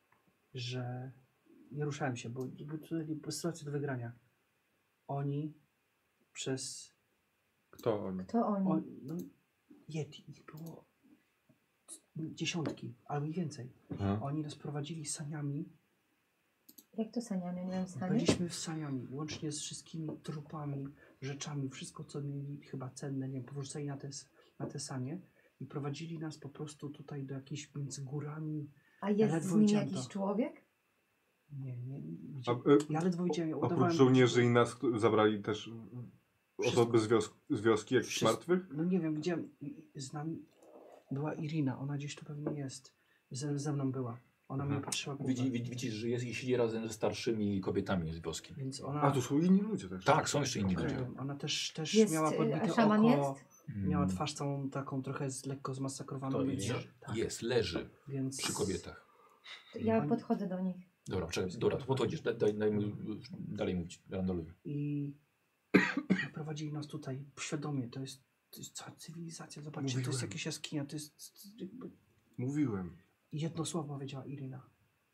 że nie ruszałem się, bo tutaj była sytuacja do wygrania. Oni przez... Kto oni? Kto oni? no, Yeti, ich było dziesiątki, albo i więcej. Aha. Oni nas prowadzili saniami. Jak to saniami? Nie wiem, sani? Byliśmy w saniami, łącznie z wszystkimi trupami, rzeczami, wszystko co mieli chyba cenne, nie wiem, powrzucali na te sanie i prowadzili nas po prostu tutaj do jakichś między górami. A jest ledwo z nim widziałem jakiś to. człowiek? Nie, A, ja ledwo widziałem, ja udawałem... oprócz żołnierzy i nas zabrali też Wszystko. osoby z wioski, jakichś Wszystko. martwych? No nie wiem, widziałem, z nami była Irina, ona gdzieś tu pewnie jest, ze mną była. Ona mnie patrzyła głowę. Widzisz, że jest i siedzi razem ze starszymi kobietami z wioski. Więc ona... A, tu są inni ludzie też. Tak, są jeszcze inni Nie ludzie. wiem, ona też Jest, miała a podbite szaman oko, jest? miała twarz całą taką trochę lekko zmasakrowaną. To Więc, Irina? tak, Jest, leży więc przy kobietach. Ja podchodzę do nich. Dobra, czekaj, dobra, to podchodzisz, daj mu dalej mówić Randalowi. I prowadzili nas tutaj świadomie. To jest cała cywilizacja. Zobaczcie, to jest Mówiłem. jakaś jaskinia. To jest jakby... Mówiłem. Jedno słowo powiedziała Irina.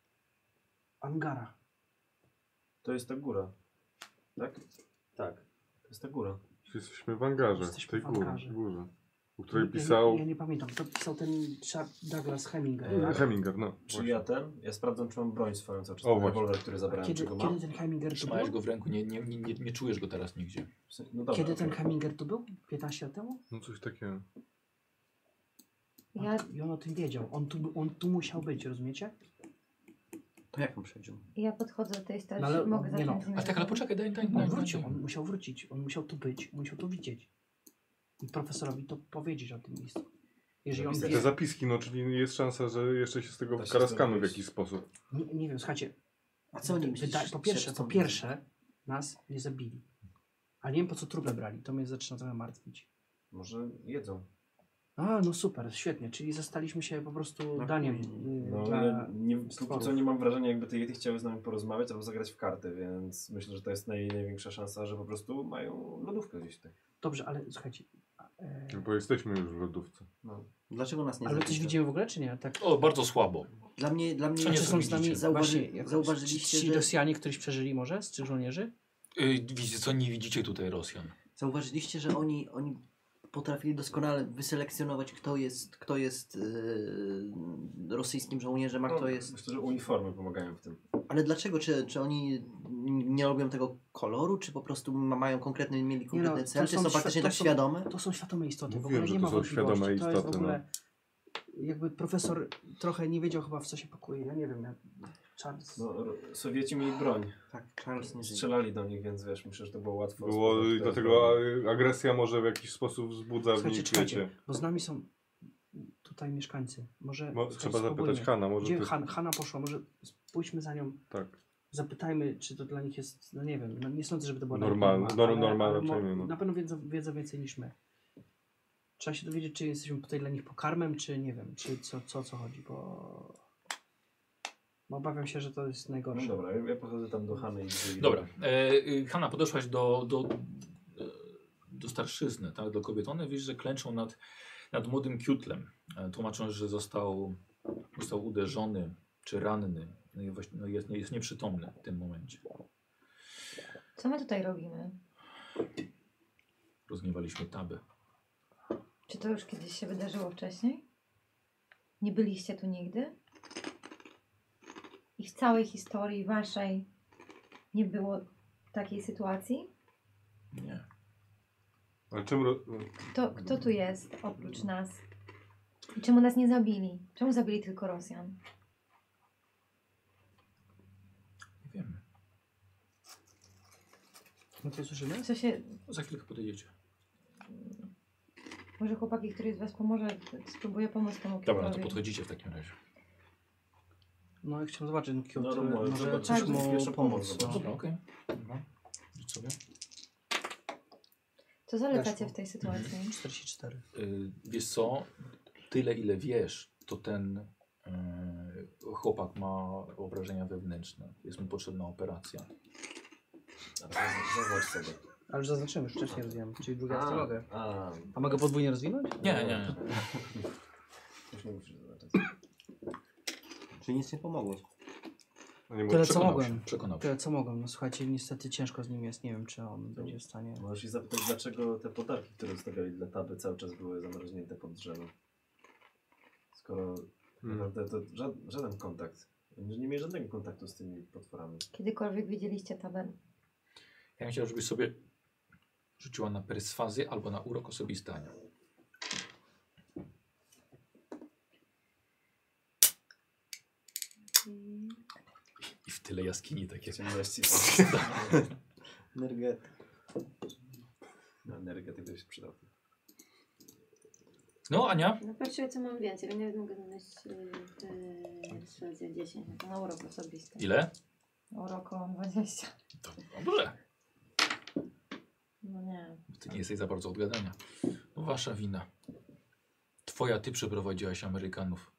Angara. To jest ta góra. Tak? Tak. To jest ta góra. Jesteśmy w angarze, w Jesteśmy tej w angarze. górze, o której Ja pisał nie pamiętam. To pisał ten Douglas Heminger. E, tak? Heminger, no. Czy ja ja sprawdzam, czy mam broń swoją cały czas. O, Ten właśnie. rewolwer, który zabrałem, Kiedy, czy go mam? kiedy ten Heminger tu Trzymałeś był? go w ręku, nie czujesz go teraz nigdzie. No dobra, Kiedy ten okej. Heminger tu był? 15 lat temu? No coś takiego. Ja, I on o tym wiedział. On tu musiał być, rozumiecie? To jak on przeżył? ja podchodzę do tej starszej, No ale- mogę nie zacząć no. z nim A tak, ale rozmawiać? poczekaj, daj. On wrócił, on musiał wrócić, on musiał tu być, musiał to widzieć. I profesorowi to powiedzieć o tym miejscu. Jeżeli on Zapisać. Te wie, zapiski, no czyli jest szansa, że jeszcze się z tego Da się wykaraskamy w zrobić. jakiś sposób. nie wiem, słuchajcie, A co oni myślisz? po pierwsze nas nie zabili. A nie wiem po co truple brali, to mnie zaczyna trochę martwić. Może jedzą. A, no super, świetnie, czyli zostaliśmy się po prostu Na daniem No dla ja póki stworów. co nie mam wrażenia, jakby te Yeti chciały z nami porozmawiać albo zagrać w karty, więc myślę, że to jest największa szansa, że po prostu mają lodówkę gdzieś tutaj. Dobrze, ale słuchajcie, Bo jesteśmy już w lodówce. No. Dlaczego nas nie ale coś zabito? widzimy w ogóle, czy nie? Tak, O, bardzo słabo. Dla mnie Co nie czy są są z nami widzicie? właśnie, jak, Zauważyliście, ci że- Rosjanie, któryś przeżyli może, z tych żołnierzy? Widzicie co, nie widzicie tutaj Rosjan. Zauważyliście, że oni potrafili doskonale wyselekcjonować, kto jest rosyjskim żołnierzem, a kto jest... Myślę, że uniformy pomagają w tym. Ale dlaczego? Czy oni nie robią tego koloru, czy po prostu mieli konkretny cel? Czy są faktycznie tak świadome? To są świadome istoty, w Mówiłem, ogóle że nie to ma są wątpliwości. świadome To jest w istoty, ogóle... Jakby profesor trochę nie wiedział chyba w co się pakuje, ja nie wiem, jak Charles... No, Sowieci mieli broń. Tak, Charles nie żyje. Strzelali do nich, więc wiesz, myślę, że to było łatwo. Było, spowodować i teraz dlatego broń. agresja może w jakiś sposób wzbudza w Słuchajcie, nich, czekajcie, wiecie. bo z nami są tutaj mieszkańcy. Może Trzeba zapytać spróbujmy. Hanna, może Gdzie ty... Hanna poszła? Może pójdźmy za nią, Tak. zapytajmy, czy to dla nich jest, no nie wiem, no nie sądzę, żeby to było Normalne, normalne mo- raczej nie, no. Na pewno wiedzą więcej niż my. Trzeba się dowiedzieć, czy jesteśmy tutaj dla nich pokarmem, czy nie wiem, czy co chodzi, bo... Obawiam się, że to jest No najgorsze. dobra, ja podchodzę tam do Hany i Dobra. Hanna, podeszłaś do starszyzny, tak? Do kobiet. One widzisz, że klęczą nad młodym Kiutlem. Tłumaczą, że został uderzony czy ranny. No i właśnie, jest nieprzytomny w tym momencie. Co my tutaj robimy? Rozgniewaliśmy Tabę. Czy to już kiedyś się wydarzyło wcześniej? Nie byliście tu nigdy? I w całej historii waszej nie było takiej sytuacji? Nie. Ale czym... Kto tu jest oprócz nas? I czemu nas nie zabili? Czemu zabili tylko Rosjan? Nie wiem. No to słyszymy? Co się... Za chwilkę podejdziecie. Może chłopaki, który z was pomoże, spróbuje pomóc temu Dobra, no to Kiutowi. podchodzicie w takim razie. No i chciałem zobaczyć ten Kiut, No, może zobacz, coś tak, mu pierwsza pomoc, pomóc. zobacz. No. Dobra, okej. Dobra. Rzuć sobie. Co zalecacie Weszło. w tej sytuacji? 44. Wiesz co? Tyle ile wiesz, to ten chłopak ma obrażenia wewnętrzne. Jest mu potrzebna operacja. Zobacz sobie. Ale już zaznaczyłem, już wcześniej rozwijam, czyli druga astrologia. A, A mogę podwójnie rozwinąć? Nie. już nie musisz zobaczyć. Czyli nic nie pomogło. Tyle co mogłem. Przekonał się. Tyle co mogłem. No słuchajcie, niestety ciężko z nim jest. Nie wiem, czy on będzie w stanie. Możesz się zapytać, dlaczego te podarki, które zostawiali dla Taby, cały czas były zamarznięte pod drzewem. Skoro naprawdę to żaden kontakt. Nie mieli żadnego kontaktu z tymi potworami. Kiedykolwiek widzieliście tabel? Ja bym chciał, żebyś sobie rzuciła na perswazję albo na urok osobistania. I w tyle jaskini takie. Ciemności. Energetyk. No, energetyk to się przydał. No, Ania? No patrzę, co mam więcej. Nie mogę znaleźć perswazja 10. No to na urok osobisty. Ile? Na urok mam 20. To dobrze. No nie. Ty nie jesteś za bardzo od gadania. No, wasza wina. Ty przeprowadziłaś Amerykanów.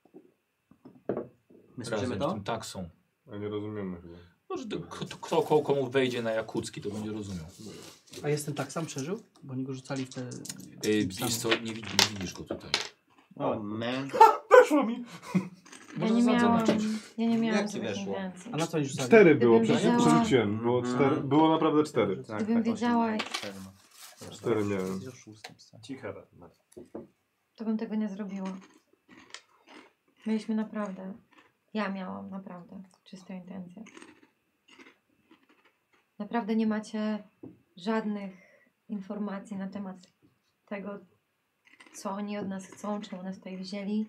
My Razem słyszymy z to? tym taksą. A nie rozumiemy chyba. Może komu wejdzie na Jakucki, to będzie rozumiał. A jestem tak sam przeżył? Bo oni go rzucali w te... Wiesz co, nie widzisz go tutaj. O, man. Weszło mi! Ja Może nie miałam, zaznaczyć. ja nie miałam Jak ci zwykłych weszło? więcej. A na co oni rzucali? 4 było, Gdybym wiedziała- przerzuciłem. Było naprawdę 4. Gdybym wiedziała, 4 miałem. Cicha, Marta. to bym tego nie zrobiła. Mieliśmy naprawdę, ja miałam naprawdę czyste intencje. Naprawdę nie macie żadnych informacji na temat tego, co oni od nas chcą, czemu nas tutaj wzięli.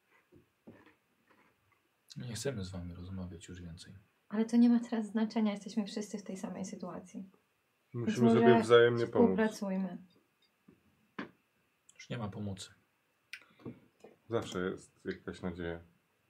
Nie chcemy z wami rozmawiać już więcej. Ale to nie ma teraz znaczenia, jesteśmy wszyscy w tej samej sytuacji. Musimy może sobie wzajemnie pomóc. Współpracujmy. Już nie ma pomocy. Zawsze jest jakaś nadzieja.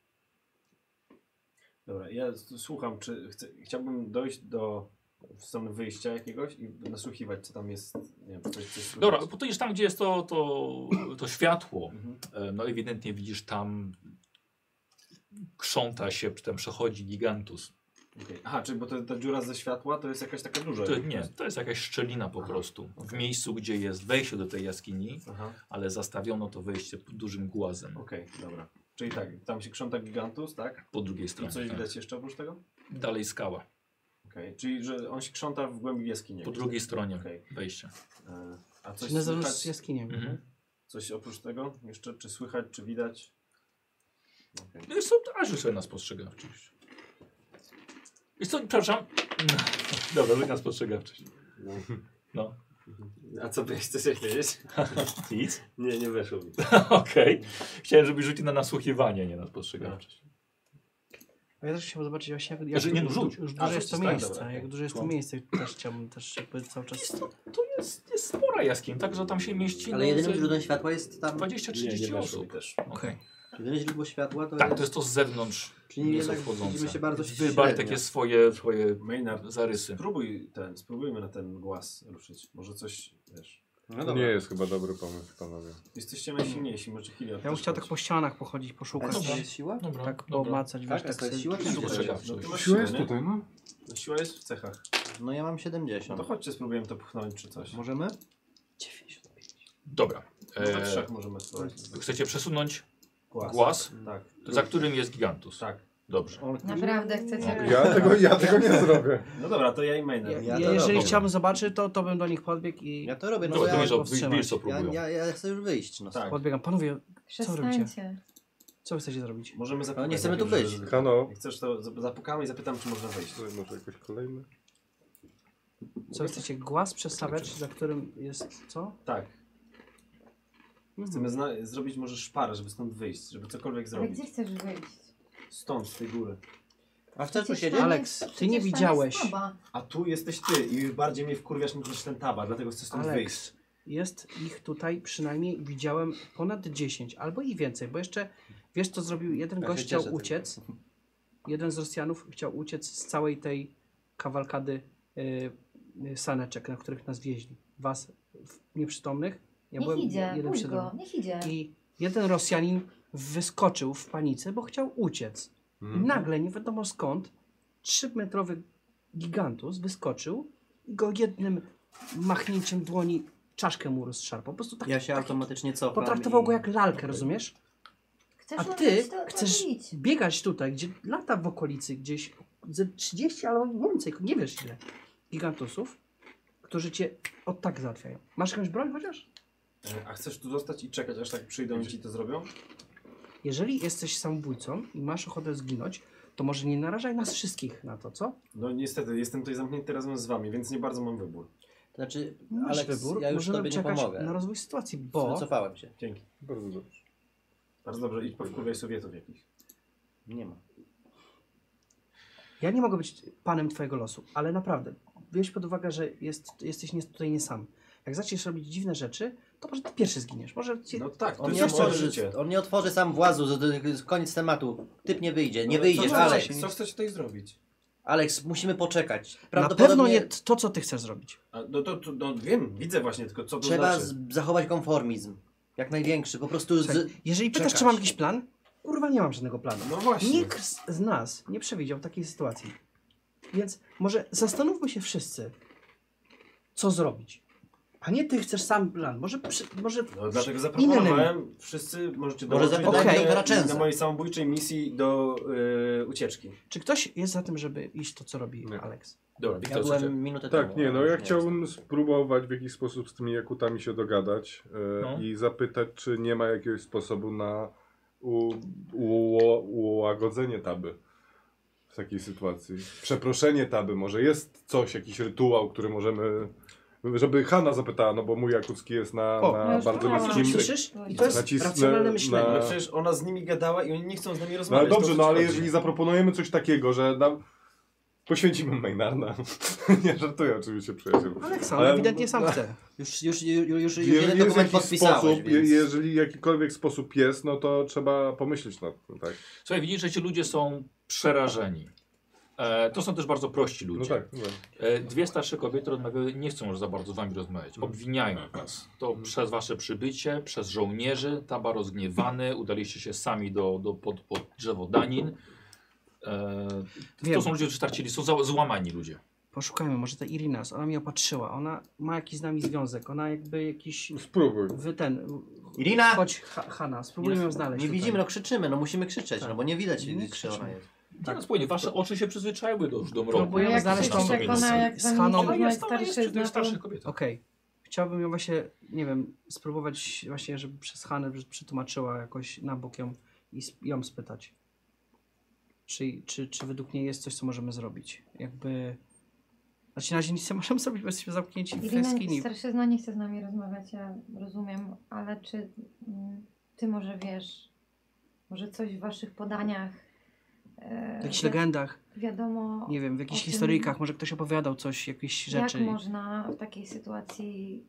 Dobra, ja słucham, chciałbym dojść do strony wyjścia jakiegoś i nasłuchiwać, co tam jest. Nie wiem, coś słychać. Dobra, bo to jest tam, gdzie jest to światło. Mhm. No ewidentnie widzisz tam krząta się, czy tam przechodzi gigantus. Okay. Aha, czyli bo ta dziura ze światła to jest jakaś taka duża. To jest jakaś szczelina po prostu. W miejscu, gdzie jest wejście do tej jaskini, Aha, ale zastawiono to wejście dużym głazem okej, dobra. Czyli tak, tam się krząta gigantus, tak? po drugiej I stronie. coś tak. widać jeszcze oprócz tego? Dalej skała. Okej, czyli że on się krząta w głębi jaskini. Po drugiej stronie Okej. wejścia. A coś Czyli na zewnątrz słychać? z jaskinią. Mhm. Coś oprócz tego? Jeszcze czy słychać, czy widać? Okej. Wiesz co, aż sobie nas postrzegawczość. Wiesz co, przepraszam. Dobra, rzuć na spostrzegawczość. No. A co byś chcesz wiedzieć? Nic. Nie weszło mi. Okej. Chciałem, żebyś rzucił na nasłuchiwanie, nie na spostrzegawczość. A ja też chciałbym zobaczyć właśnie jak Znaczy, nie, no rzuć. już A, duże jest to rzucić, tak? miejsce. Dobra, Jak okej. duże jest to No. miejsce, też chciałbym też jakby cały czas... To jest spora jaskiń, także tam się mieści Ale jedynym źródłem światła jest tam... 20-30 osób. też. Okej. Jedyne źródło światła to Tak, jest... to jest to z zewnątrz. Czyli nie jednak są wchodzące. widzimy się bardzo Wy, Bartek, średnio. jest swoje Maynard, zarysy. spróbujmy na ten głaz ruszyć. Może coś, wiesz... No To nie jest chyba dobry pomysł, panowie. Jesteście najsilniejsi, może chwilę. Ja bym chciał tak po ścianach pochodzić, poszukać. To jest siła? Dobra, Tak, dobra. pomacać, wiesz, Tak, tak to jest sobie- siła czy To siła? postrzegawczość. No, to masz Siła siłę, jest nie? tutaj, no. No, siła jest w cechach. No ja mam No 70. to chodźcie, spróbujemy to pchnąć czy coś. Możemy? 95. Dobra. No we trzech możemy spróbować. Chcecie przesunąć Głaz. głaz, Tak, za którym jest Gigantus. tak. Dobrze. Naprawdę chcecie? Ja tego nie zrobię. No dobra, to ja i Maynard. Ja, Ja to jeżeli robię. chciałbym zobaczyć, to bym do nich podbiegł i Ja to robię, no Dobra, bo to ja jest powstrzymać. Wilso ja, próbują. ja chcę już wyjść. No. Tak. podbiegam. Panowie, co robicie? Przestańcie. Co wy chcecie zrobić? Możemy zapukać. Ale nie chcemy tu najpierw, wyjść. żeby- Hano, Jak chcesz, to zapukamy i zapytam, czy można wejść. może jakoś kolejny? Co chcecie? Głaz przestawiać, za którym jest co? Tak. Chcemy zrobić może szparę, żeby stąd wyjść, żeby cokolwiek Ale zrobić. gdzie chcesz wyjść? Stąd, z tej góry. A chcesz tu Przecież siedzieć? tam Alex, jest- ty nie przecież tam widziałeś. jest taba. A tu jesteś ty i bardziej mnie wkurwiasz niż ten taba, dlatego chcę stąd wyjść. Alex, jest ich tutaj przynajmniej widziałem ponad 10 albo i więcej, bo jeszcze wiesz co zrobił? Jeden Ja gość się chciał cieszę uciec. Jeden z Rosjanów chciał uciec z całej tej kawalkady saneczek, na których nas wieźli. Was nieprzytomnych. Ja byłem Niech idzie, jeden puść przed go, niech idzie. I jeden Rosjanin wyskoczył w panice, bo chciał uciec. I nagle, nie wiadomo skąd, 3-metrowy gigantus wyskoczył i go jednym machnięciem dłoni czaszkę mu rozszarpał. Po prostu tak, Ja się automatycznie cofam. potraktował i- go jak lalkę, rozumiesz? Chcesz A użyć, ty to chcesz idź. biegać tutaj, gdzie lata w okolicy, gdzieś ze 30 albo więcej, nie wiesz ile, gigantusów, którzy cię od tak załatwiają. Masz jakąś broń chociaż? A chcesz tu zostać i czekać, aż tak przyjdą i ci to zrobią? Jeżeli jesteś samobójcą i masz ochotę zginąć, to może nie narażaj nas wszystkich na to, co? No niestety, jestem tutaj zamknięty razem z wami, więc nie bardzo mam wybór. Znaczy, Masz Alex, wybór, ja już możemy tobie nie czekać pomogę. na rozwój sytuacji, bo Wycofałem się. Dzięki. Bardzo dobrze. Bardzo dobrze, idź powkurwiaj Sowietów jakichś. Nie ma. ja nie mogę być panem twojego losu, ale naprawdę, weź pod uwagę, że jesteś tutaj nie sam. Jak zaczniesz robić dziwne rzeczy, to może ty pierwszy zginiesz. Może cię... No tak, to On jest nie, moje życie. on nie otworzy sam włazu, koniec tematu. Typ nie wyjdzie, nie Ale wyjdziesz, co Alex. Co chcecie tutaj zrobić? Alex, musimy poczekać. Na pewno nie to, co ty chcesz zrobić. A, no wiem, widzę właśnie, tylko co to Trzeba znaczy. zachować konformizm. Jak największy. Po prostu Słuchaj, jeżeli pytasz, czekać. czy mam jakiś plan, kurwa nie mam żadnego planu. No właśnie. Nikt z nas nie przewidział takiej sytuacji. Więc może zastanówmy się wszyscy, co zrobić. A nie ty chcesz sam plan. Może No dlatego innym. zaproponowałem, wszyscy możecie Może dołączyć zapytajmy Okej. doktora Częsa. na mojej samobójczej misji do ucieczki. Czy ktoś jest za tym, żeby iść to, co robi Nie. Alex? Dobra, Ja Wiktor, byłem minutę temu. Tak, nie, no ale ja już chciałbym spróbować w jakiś sposób z tymi jakutami się dogadać No. i zapytać, czy nie ma jakiegoś sposobu na ułagodzenie taby w takiej sytuacji. Przeproszenie taby, może jest coś, jakiś rytuał, który możemy... Żeby Hanna zapytała, no bo mój Jakucki jest na no już bardzo próbowałam. niskim... Słyszysz? I to jest Nacisnę racjonalne myślenie. na- Ale przecież ona z nimi gadała i oni nie chcą z nami No rozmawiać. ale dobrze, to o no co ale ci chodzi? jeżeli zaproponujemy coś takiego, że poświęcimy Maynarda. Nie żartuję oczywiście, przyjacielu. Alex, on Ale- ewidentnie sam chce. Już Jeżeli jeden jest dokument jakiś podpisałeś, sposób, więc... jeżeli jakikolwiek sposób jest, no to trzeba pomyśleć nad tym, tak? Słuchaj, widzisz, że ci ludzie są przerażeni. To są też bardzo prości No ludzie. tak, no. Dwie starsze kobiety rozmawiały, nie chcą już za bardzo z wami rozmawiać. Obwiniają was. To przez wasze przybycie, przez żołnierzy, Taba rozgniewany, udaliście się sami pod drzewo Danin. To Wiem. są ludzie, którzy stracili, są złamani ludzie. Poszukajmy, może ta Irinas, ona mnie opatrzyła, ona ma jakiś z nami związek, ona jakby jakiś... Spróbuj. Irina! Chodź, Hanna, spróbujmy ją znaleźć. Nie tutaj. widzimy, no krzyczymy, no musimy krzyczeć, Tak. no bo nie widać, Nie gdzie krzyczymy. ona jest. Tak, no spokojnie, wasze oczy się przyzwyczaiły do mroku. Próbuję No jak znaleźć się tą- przekona, jak z za nim Haną- Ona poznaje jest, ona jest starszyzna, to... starsza kobieta. Okej. Chciałbym ją właśnie, nie wiem, spróbować właśnie, żeby przez Hanę przetłumaczyła jakoś na bok ją i ją spytać. Czy według niej jest coś, co możemy zrobić? Jakby... Znaczy na razie nic nie możemy zrobić, bo jesteśmy zamknięci w Irina, jaskini. starszyzna nie chce z nami rozmawiać, ja rozumiem, ale czy ty może wiesz, może coś w waszych podaniach, W jakichś legendach, wiadomo, nie wiem, w jakichś o tym, historyjkach, może ktoś opowiadał coś, jakieś rzeczy. jak można w takiej sytuacji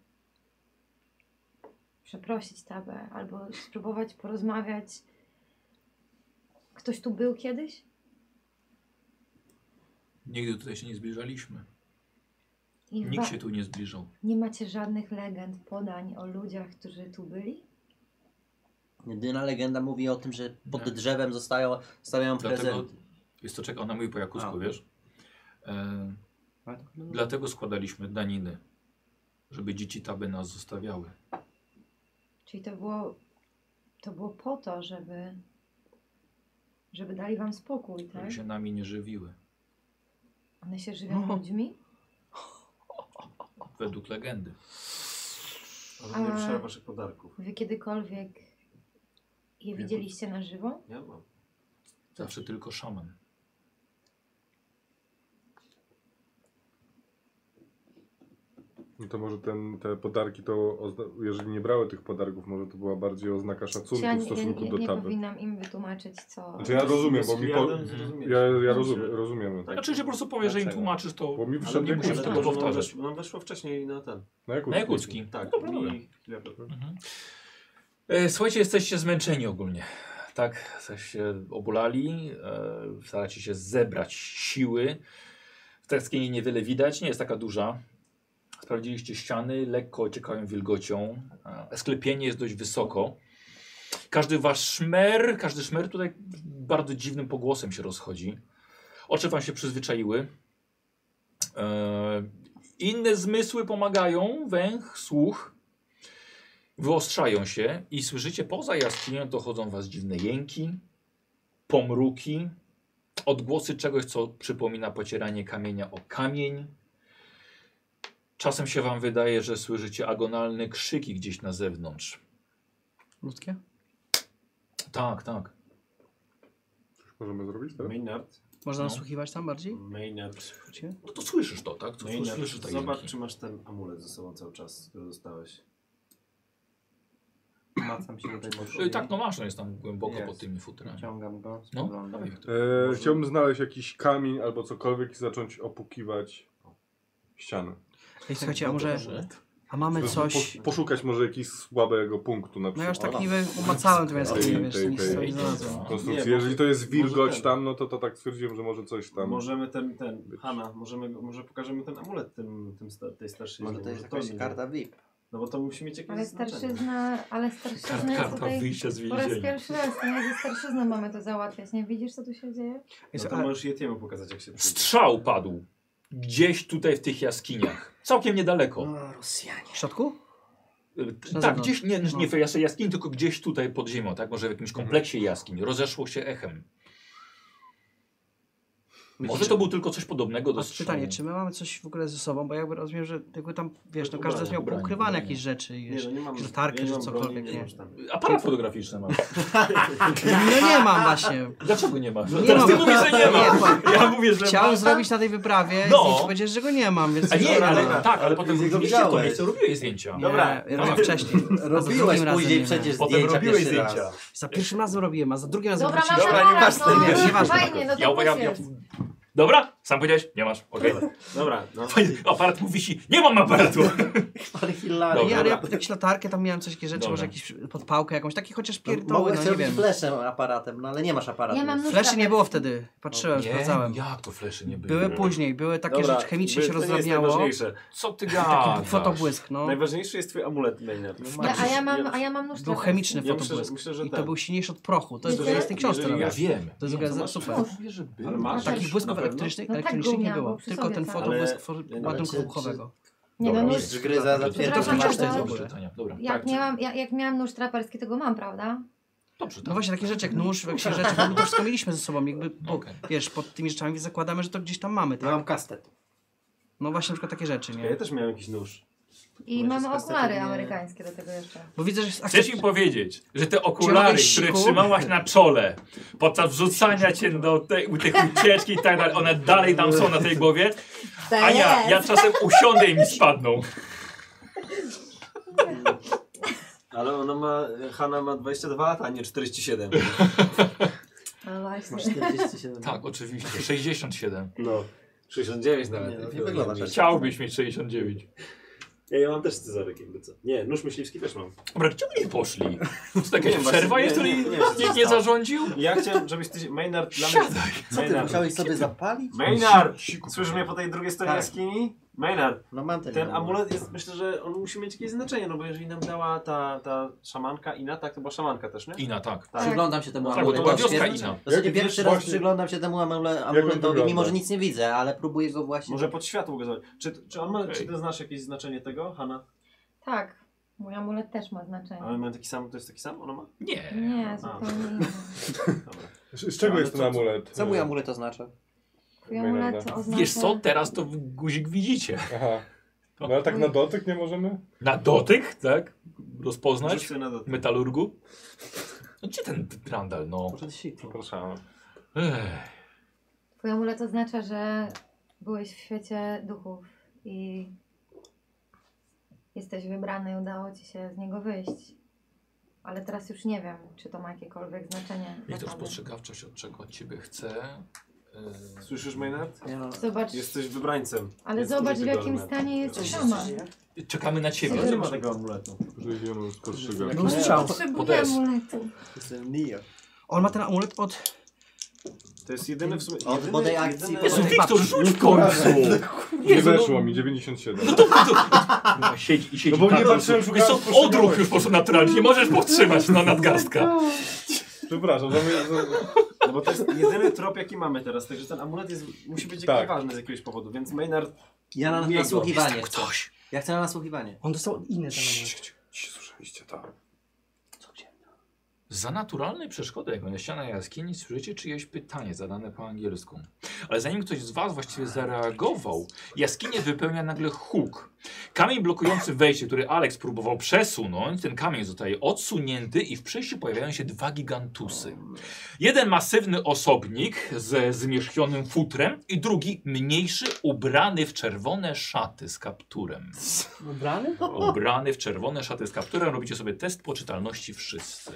przeprosić Tabę albo spróbować porozmawiać. Ktoś tu był kiedyś? Nigdy tutaj się nie zbliżaliśmy. I Nikt się tu nie zbliżał. nie macie żadnych legend, podań o ludziach, którzy tu byli? Jedyna legenda mówi o tym, że pod drzewem stawiają Dlatego, prezent. jest to czeka, ona mówi po jakusku, A. wiesz? Ale to chyba- Dlatego składaliśmy daniny, żeby dzieci taby nas zostawiały. Czyli to było po to, żeby dali wam spokój, tak? Żeby się nami nie żywiły. One się żywią No. ludźmi? Według legendy. Ale nie ruszałem waszych podarków. Wy kiedykolwiek je widzieliście na żywo? Ja mam. Zawsze tylko szaman. No to może te podarki, jeżeli nie brały tych podarków, może to była bardziej oznaka Czy szacunku ja w stosunku do nie taby. powinnam im wytłumaczyć, co... Znaczy ja rozumiem, bo mi ja Zrozumieć. rozumiemy. Tak, znaczy, że po prostu powiesz, że im Dlaczego? tłumaczysz to, Bo mi ale wszedł nie musisz Jakucki. tego powtarzać. Nam weszło wcześniej na ten. Na Jakucki. Na Jakucki. Tak, Dobra, dobra. chwilę. Słuchajcie, jesteście zmęczeni ogólnie. Tak, jesteście obolali, staracie się zebrać siły. W tej jaskini niewiele widać, nie jest taka duża. Sprawdziliście ściany, lekko ociekają wilgocią. Sklepienie jest dość wysoko. Każdy szmer tutaj bardzo dziwnym pogłosem się rozchodzi. Oczy wam się przyzwyczaiły. Inne zmysły pomagają, węch, słuch. Wyostrzają się i słyszycie poza jaskinią dochodzą was dziwne jęki, pomruki, odgłosy czegoś, co przypomina pocieranie kamienia o kamień. Czasem się wam wydaje, że słyszycie agonalne krzyki gdzieś na zewnątrz. Ludzkie? Tak, tak. Coś możemy zrobić teraz? Maynard. Można No. nasłuchiwać tam bardziej? Maynard. Słuchajcie. No to słyszysz to, tak? To Maynard. słyszysz te Zobacz, jęki. czy masz ten amulet ze sobą cały czas, który dostałeś. Macam się do tej mocy. Tak, no masz, no jest tam głęboko Jest. pod tymi futrami. Ciągam go, No, spoglądam. dawaj. Chciałbym znaleźć jakiś kamień albo cokolwiek i zacząć opukiwać ściany. Ej, słuchajcie, a może... Dobrze. A mamy coś... Poszukać może jakiegoś słabego punktu na No ja już przykład. tak niby umacałem tę jaskinię, wiesz, tej- nic tej- sobie nie znalazłem. Konstrukcji. Nie, Jeżeli to jest może wilgoć ten. tam, no to tak stwierdziłem, że może coś tam... Możemy Hanna, może pokażemy ten amulet tej starszej. Może to jest jakaś karta VIP. No bo to musi mieć jakieś znaczenie. Ale starszyzna jest Karta tutaj wyjścia z po raz więzienia. pierwszy raz, to nie ze starszyzną mamy to załatwiać, nie widzisz, co tu się dzieje? No to możesz Yetiemu pokazać, jak się przyjdzie. Strzał padł. Gdzieś tutaj w tych jaskiniach. Całkiem niedaleko. No, Rosjanie. W środku? na Tak, zewnątrz. gdzieś, nie No. w jaskini, tylko gdzieś tutaj pod ziemią, tak? Może w jakimś kompleksie jaskiń. Rozeszło się echem. Może to był tylko coś podobnego do A strzału. pytanie, czy my mamy coś w ogóle ze sobą, bo jakby rozumiem, że jakby tam, wiesz, no Ubrania, każdy z miał ubrania, poukrywane ubrania. jakieś rzeczy, wiesz, Nie, no nie mam latarki, ja nie czy mam cokolwiek, broni, nie. masz tam. Aparat fotograficzny mam. No nie mam właśnie. Dlaczego nie masz? Nie Teraz mam. ty mówisz, że nie ma. Ja mówię, że Chciałem masz. zrobić na tej wyprawie, No. i powiedziałeś, że go nie mam, więc... A nie, ale Dobra, tak, ale ale potem później go wróciliście w to widziałeś. miejsce, robiłeś zdjęcia. Nie, Dobra. ja robiłem wcześniej. A za Robiłeś drugim razem później nie przecież miałem. Potem zdjęcia robiłeś pierwszy raz. zdjęcia. Za pierwszym razem robiłem, a za drugim razem Dobra, masz wróciłem. Dobra, aparat, nieważne, no, nieważne. fajnie, no to Ja, powiedz. dobra, sam powiedziałeś, nie masz, okej. Dobra, no. Fajnie, aparat mu wisi, nie mam aparatu. Ale Hilaria. Nie, ale ja Dobra. jakąś latarkę, tam miałem coś, takie rzeczy, Dobra. może jakąś podpałkę jakąś, taki chociaż No, pierdoły, mogłeś no nie robić wiem. fleszem aparatem, no ale nie masz aparatu. Ja mam więc- nóż Fleszy nie trapecji. było wtedy, patrzyłem, sprawdzałem. Jak to fleszy nie były? Były później, były takie Dobra, rzeczy, chemicznie się to nie jest rozdrabniało. najważniejsze. Co ty Taki gadasz? fotobłysk, no. Najważniejszy jest twój amulet, Maynard. A ja mam nóż Był trapecji. chemiczny Ja fotobłysk. myślę, że I to ten. był silniejszy od prochu. To jest Wiecie? w tej książce Jeżeli Ja nawet. wiem. To jest w ogóle super. Mówię, że był. Ale masz? Takich Na błysków pewno? elektrycznych, No tak, elektronicznych był, nie miał, było. przy Tylko sobie ten cały. fotobłysk Ale- ładunku czy- wybuchowego. Nie no, Dobra, nóż, Mistrz gry za To Przepraszam masz to jest w bardzo. ogóle. Dobra. jak miałam nóż traperski, to go mam, prawda? Dobrze, No właśnie, takie rzeczy jak nóż, jakieś rzeczy, bo my to wszystko mieliśmy ze sobą, jakby, bo, Okej. wiesz, pod tymi rzeczami zakładamy, że to gdzieś tam mamy, Ja tak? mam kastet. No właśnie na przykład takie rzeczy, Ja nie? też miałem jakiś nóż. I Może mamy z kasetem okulary nie- amerykańskie do tego jeszcze. Bo widzę, że jest Chcesz mi powiedzieć, że te okulary, mogę które siku? trzymałaś na czole podczas wrzucania cię do tych ucieczki i tak dalej, one dalej tam są na tej głowie, a ja czasem usiądę i mi spadną. Ale Hanna ma 22 lata, a nie 47. No właśnie. Masz 47. Tak, oczywiście, 67. No, 69 Nie, nawet. no, nie wygląda tak. Chciałbyś mieć 69. Ja mam też scyzoryk jakby co. Nie, nóż myśliwski też mam. Dobra, gdzie oni poszli? To jakaś Nie wiem, przerwa właśnie, jest, której nie, nikt nie zarządził? Ja chciałem, żebyś ty... Maynard, dla mnie... Siadaj. Co ty Maynard, musiałeś sobie zapalić? Maynard! Słyszysz mnie po tej drugiej stronie Tak. jaskini? Maynard, No mam ten amulet jest, myślę, że on musi mieć jakieś znaczenie, no bo jeżeli nam dała ta szamanka Ina, tak, to była szamanka też, nie? Ina, tak. Tak. Przyglądam się temu Tak, bo to była amuletowi. wioska Ina. W zasadzie Jak pierwszy właśnie- raz przyglądam się temu on amuletowi, wygląda? mimo że nic nie widzę, ale próbuję go właśnie... Może pod światło go zobaczyć. Czy on ma, Okej. czy ty znasz jakieś znaczenie tego, Hanna? Tak, mój amulet też ma znaczenie. Ale ma taki sam, to jest taki sam, ona ma? Nie. Nie, zupełnie inny. Dobra. Z czego Ale jest co- ten amulet? Co mój amulet oznacza? Twój amulet oznacza... Wiesz co, teraz to guzik widzicie. Aha. No ale tak na dotyk nie możemy? Na dotyk, tak? Rozpoznać? Rzuć sobie na dotyk. Metalurgu? No gdzie ten Randall, no? Może siku. Przepraszam. Ech. Twój amulet oznacza, że byłeś w świecie duchów i jesteś wybrany i udało ci się z niego wyjść. Ale teraz już nie wiem, czy to ma jakiekolwiek znaczenie. Niech to naprawdę. spostrzegawczość, od czego od ciebie chce. Słyszysz, Maynard? Zobacz, Jesteś wybrańcem. ale więc zobacz w użyj tego jakim elementu. stanie jest Coś sama. Czekamy na ciebie. Nie ma tego amuletu. Żyjemy spostrzegawczość. No słyszał. Potrzebuję Podes. amuletu. No. On ma ten amulet od... To jest jedyny w sumie... Od jedyny- bodaj akcji, jedyny- Jezu, bodaj- Wiktor, rzuć w końcu! Nie Jezu, weszło mi, 97. No, siedzi i siedzi. No bo nie tak, patrzyłem, Wiesz szukałem co, spostrzegawczości. odruch już poszedł naturalnie, nie możesz powstrzymać na nadgarstka. Przepraszam, No bo to jest jedyny trop, jaki mamy teraz, także ten amulet musi być jakiś Tak. ważny z jakiegoś powodu, więc Maynard... Ja na Jego. nasłuchiwanie chcę. Ktoś. Ja chcę na nasłuchiwanie. On dostał inny ten amulet. Słyszeliście tak. Za naturalnej przeszkody, jak na ścianach jaskini, słyszycie czyjeś pytanie zadane po angielsku. Ale zanim ktoś z was właściwie zareagował, jaskinię wypełnia nagle huk. Kamień blokujący wejście, który Alex próbował przesunąć, ten kamień zostaje odsunięty i w przejściu pojawiają się dwa gigantusy. Jeden masywny osobnik ze zmierzchionym futrem i drugi mniejszy, ubrany w czerwone szaty z kapturem. Ubrany? Ubrany w czerwone szaty z kapturem. Robicie sobie test poczytalności wszyscy.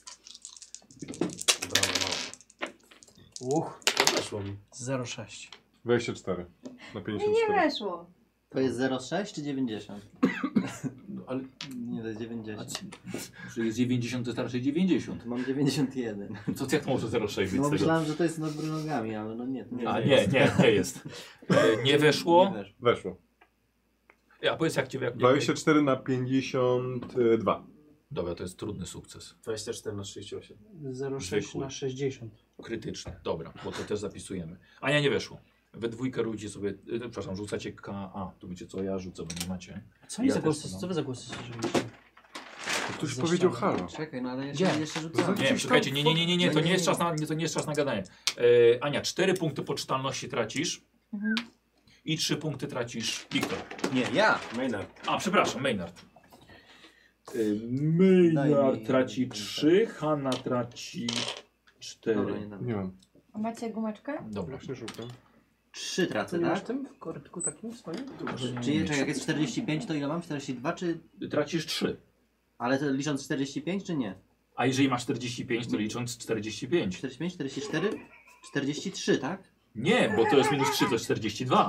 To weszło mi. 0,6. 24 na Mi 54. nie weszło. To jest 0,6 czy 90? No, ale Nie, to jest 90. że jest 90, to starszy 90. Mam 91. To jak może 0,6 być No z tego? myślałem, że to jest nad brunogami, ale no nie, to nie A jest. nie jest. Nie weszło. Nie weszło. Weszło. A powiedz jak cię... 24 na 52. Dobra, to jest trudny sukces. 24 na 38. 0,6 Zwykły. na 60. Krytyczny. Dobra, bo to też zapisujemy. Ania nie weszło. We dwójkę rójcie sobie... przepraszam, rzucacie KA. Tu wiecie co ja rzucę, bo nie macie. Co oni Ja za też głosy? mam. Co wy za głosy słyszeliście? Ktoś Za powiedział ścianą. halo. Czekaj, no ale Gdzie? jeszcze rzucamy. Nie, czekajcie, nie, to nie jest czas na, to nie jest czas na gadanie. Ania, 4 punkty poczytalności tracisz Mhm. i 3 punkty tracisz Wiktor. Nie, ja! Maynard. A, przepraszam, Maynard. Daj Maynard mi traci jeden 3, Hanna traci 4. Dobra, nie dam. Nie mam. A macie gumeczkę? Dobra. Właśnie szukam. 3 Co tracę, nie masz tak? tym w kortku takim swoim? Czyli czekaj, jak jest 45, to ile mam? 42 czy... Tracisz 3. Ale to licząc 45 czy nie? A jeżeli masz 45, to licząc 45. 45, 44? 43, tak? Nie, bo to jest minus 3, to jest 42.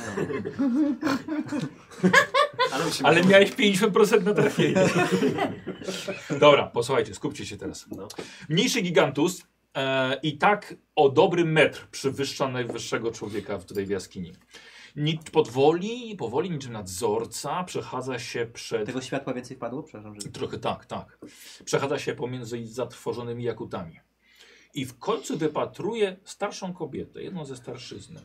Ale miałeś 50% na trafienie. Dobra, posłuchajcie, skupcie się teraz. No. Mniejszy gigantus i tak o dobry metr przewyższa najwyższego człowieka tutaj w jaskini. Powoli, niczym nadzorca, przechadza się przed... Tego światła więcej wpadło? Przepraszam, że... Trochę tak. Przechadza się pomiędzy zatrwożonymi jakutami. I w końcu wypatruje starszą kobietę, jedną ze starszyzny.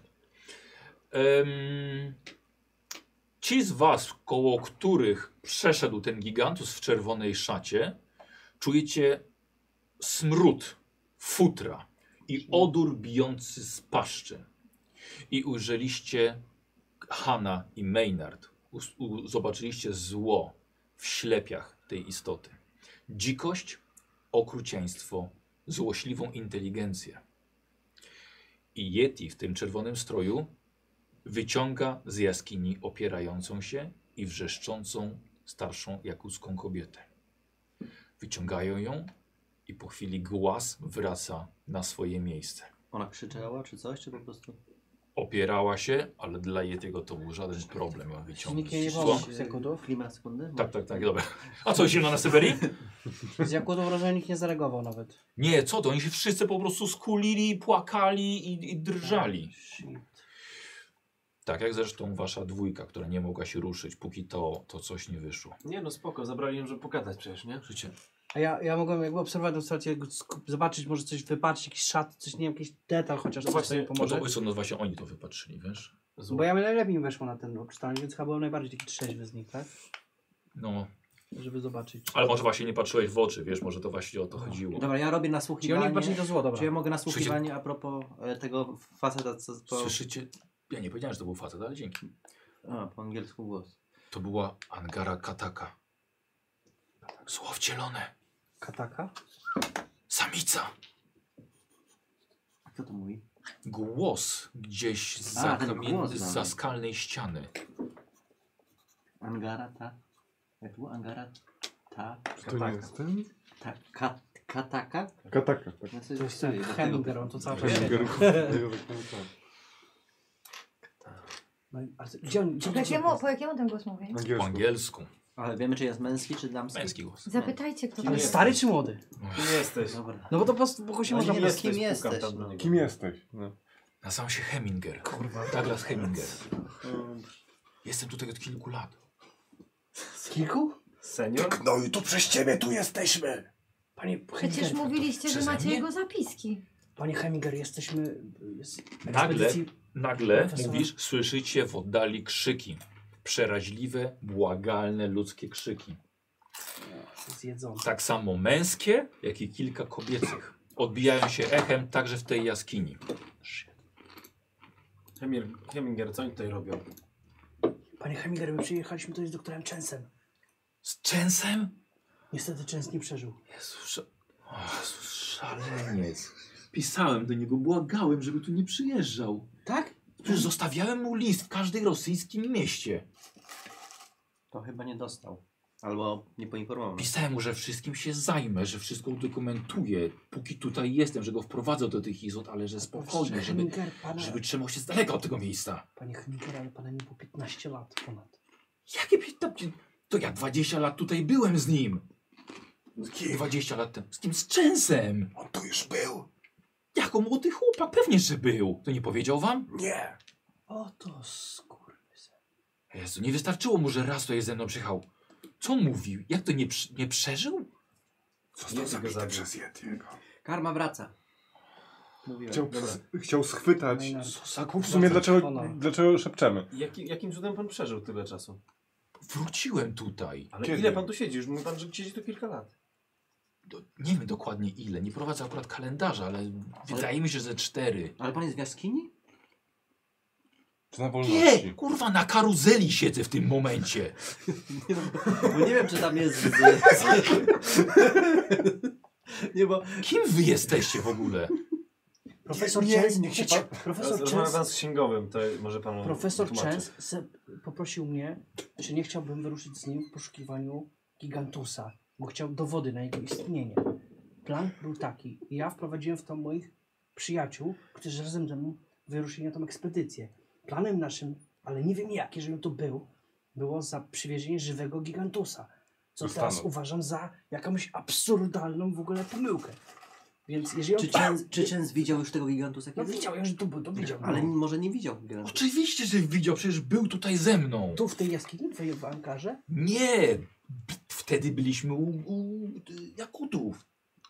Ci z was, koło których przeszedł ten gigantus w czerwonej szacie, czujecie smród futra i odór bijący z paszczy. I ujrzeliście Hanna i Maynard. Zobaczyliście zło w ślepiach tej istoty. Dzikość, okrucieństwo, złośliwą inteligencję. I Yeti w tym czerwonym stroju wyciąga z jaskini opierającą się i wrzeszczącą starszą jakuską kobietę. Wyciągają ją i po chwili głaz wraca na swoje miejsce. Ona krzyczała czy coś, czy po prostu... Opierała się, ale dla Yetiego to był żaden problem ją wyciągnąć. Nikt jej nie Szło? wolno z jakutów? Klima sekundy? Tak, dobra. A co, zimno na Syberii? Z jakutów rozumiem nikt nie zareagował nawet. Nie, co to? Oni się wszyscy po prostu skulili, płakali i drżali. Shit. Tak jak zresztą wasza dwójka, która nie mogła się ruszyć, póki to coś nie wyszło. Nie no spoko, zabrali ją, żeby pogadać przecież, nie? Życie. A ja mogłem jakby obserwować tę sytuację, zobaczyć, może coś wypatrzeć, jakiś szat, coś, nie wiem, jakiś detal chociaż, No coś właśnie, mi pomoże. No właśnie oni to wypatrzyli, wiesz? Bo ja najlepiej mi weszło na ten oczytanie, więc chyba byłem najbardziej taki trzeźwy z nich, tak? No, Żeby zobaczyć. ale może właśnie nie patrzyłeś w oczy, wiesz, może to właśnie o to chodziło. Dobra, ja robię Czyli oni nasłuchiwanie. patrzyli to zło, dobra. Czy ja mogę nasłuchiwanie a propos tego faceta, co... Słyszycie? Ja nie powiedziałem, że to był facet, ale dzięki. A, po angielsku głos. To była Angara Kataka. Zło wcielone. Kataka? Samica. A kto to mówi? Głos gdzieś ten głos znany. za skalnej ściany. Angara ta? Jak to było? Angara ta? To nie jest ten? Kataka? Kataka. Tak. Ja sobie To jest rysuję, ten dlatego- Heminger, on to cały czas Heminger. siedział. No, ale gdzie on, gdzie, Po jakiemu ten głos mówi? Po angielsku. Ale wiemy, czy jest męski, czy damski? Męski głos. Zapytajcie, kto to Ale jest. stary czy młody? Kim jesteś? Dobra. No bo to po prostu po się No można nie powiedzieć. kim jesteś, pukam jesteś, tam do no. niego. Kim jesteś? No. Nazywam się Heminger. Kurwa. Douglas Heminger. Jestem tutaj od kilku lat. Z kilku? Senior? No i tu przez ciebie tu jesteśmy. Panie Przecież Heminger, mówiliście, że Przeze macie mnie? jego zapiski. Panie Heminger, jesteśmy... Nagle, nagle Profesora- mówisz, słyszycie w oddali krzyki. Przeraźliwe, błagalne ludzkie krzyki. Zjedzone. Tak samo męskie, jak i kilka kobiecych. Odbijają się echem także w tej jaskini. Heminger, co oni tutaj robią? Panie Heminger, my przyjechaliśmy tutaj z doktorem Chensem. Z Częsem? Niestety Chens nie przeżył. Jezus, szaleniec. Pisałem do niego, błagałem, żeby tu nie przyjeżdżał. Tak? Przecież zostawiałem mu list w każdym rosyjskim mieście. To chyba nie dostał. Albo nie poinformował. Pisałem mu, że wszystkim się zajmę, że wszystko udokumentuję, póki tutaj jestem, że go wprowadzę do tych izot, ale że spokojnie, żeby, Heminger, pana... żeby trzymał się z daleka od tego miejsca. Panie Heminger, ale pana nie było 15 lat ponad. Jakie to ja 20 lat tutaj byłem z nim. Z kim? 20 lat temu. Z kim? Z Częsem. On tu już był. Jako młody chłopak, pewnie, że był. To nie powiedział wam? Nie. O to skurwysyn. Jezu, nie wystarczyło mu, że raz tutaj ze mną przyjechał. Co mówił? Jak to nie przeżył? Został Yeti go zabity zabił. przez Yetiego. Karma wraca. Mówiłem. Chciał schwytać. No i W sumie dlaczego, Honor. dlaczego szepczemy? Jakim cudem pan przeżył tyle czasu? Wróciłem tutaj. Ale Kiedy? ile pan tu siedzi? Już mówi pan, że siedzi tu kilka lat. Nie wiem dokładnie ile. Nie prowadzę akurat kalendarza, ale wydaje mi się, że 4. Ale pan jest w jaskini? Czy na Nie! wolności? Kurwa, na karuzeli siedzę w tym momencie. Bo nie wiem, czy tam jest... Nie, bo... Kim wy jesteście w ogóle? Profesor Nie, Chens, niech się wiecie, pan- profesor Rozmawiam Chens, pan z księgowym, to może pan profesor tłumaczy. Chens poprosił mnie, czy nie chciałbym wyruszyć z nim w poszukiwaniu Gigantusa, bo chciał dowody na jego istnienie. Plan był taki. Ja wprowadziłem w to moich przyjaciół, którzy razem ze mną wyruszyli na tą ekspedycję. Planem naszym, ale nie wiem jaki, żebym to był, było za przywiezienie żywego Gigantusa. Co Do teraz Stanów. uważam za jakąś absurdalną w ogóle pomyłkę. Więc jeżeli on... Czy Chens widział już tego gigantusa No kiedyś? widziałem, że to był, to widział. Ale no. może nie widział gigantusa. Oczywiście, że widział, przecież był tutaj ze mną. Tu w tej jaskini, w Ankarze? Nie! Wtedy byliśmy u Jakutów.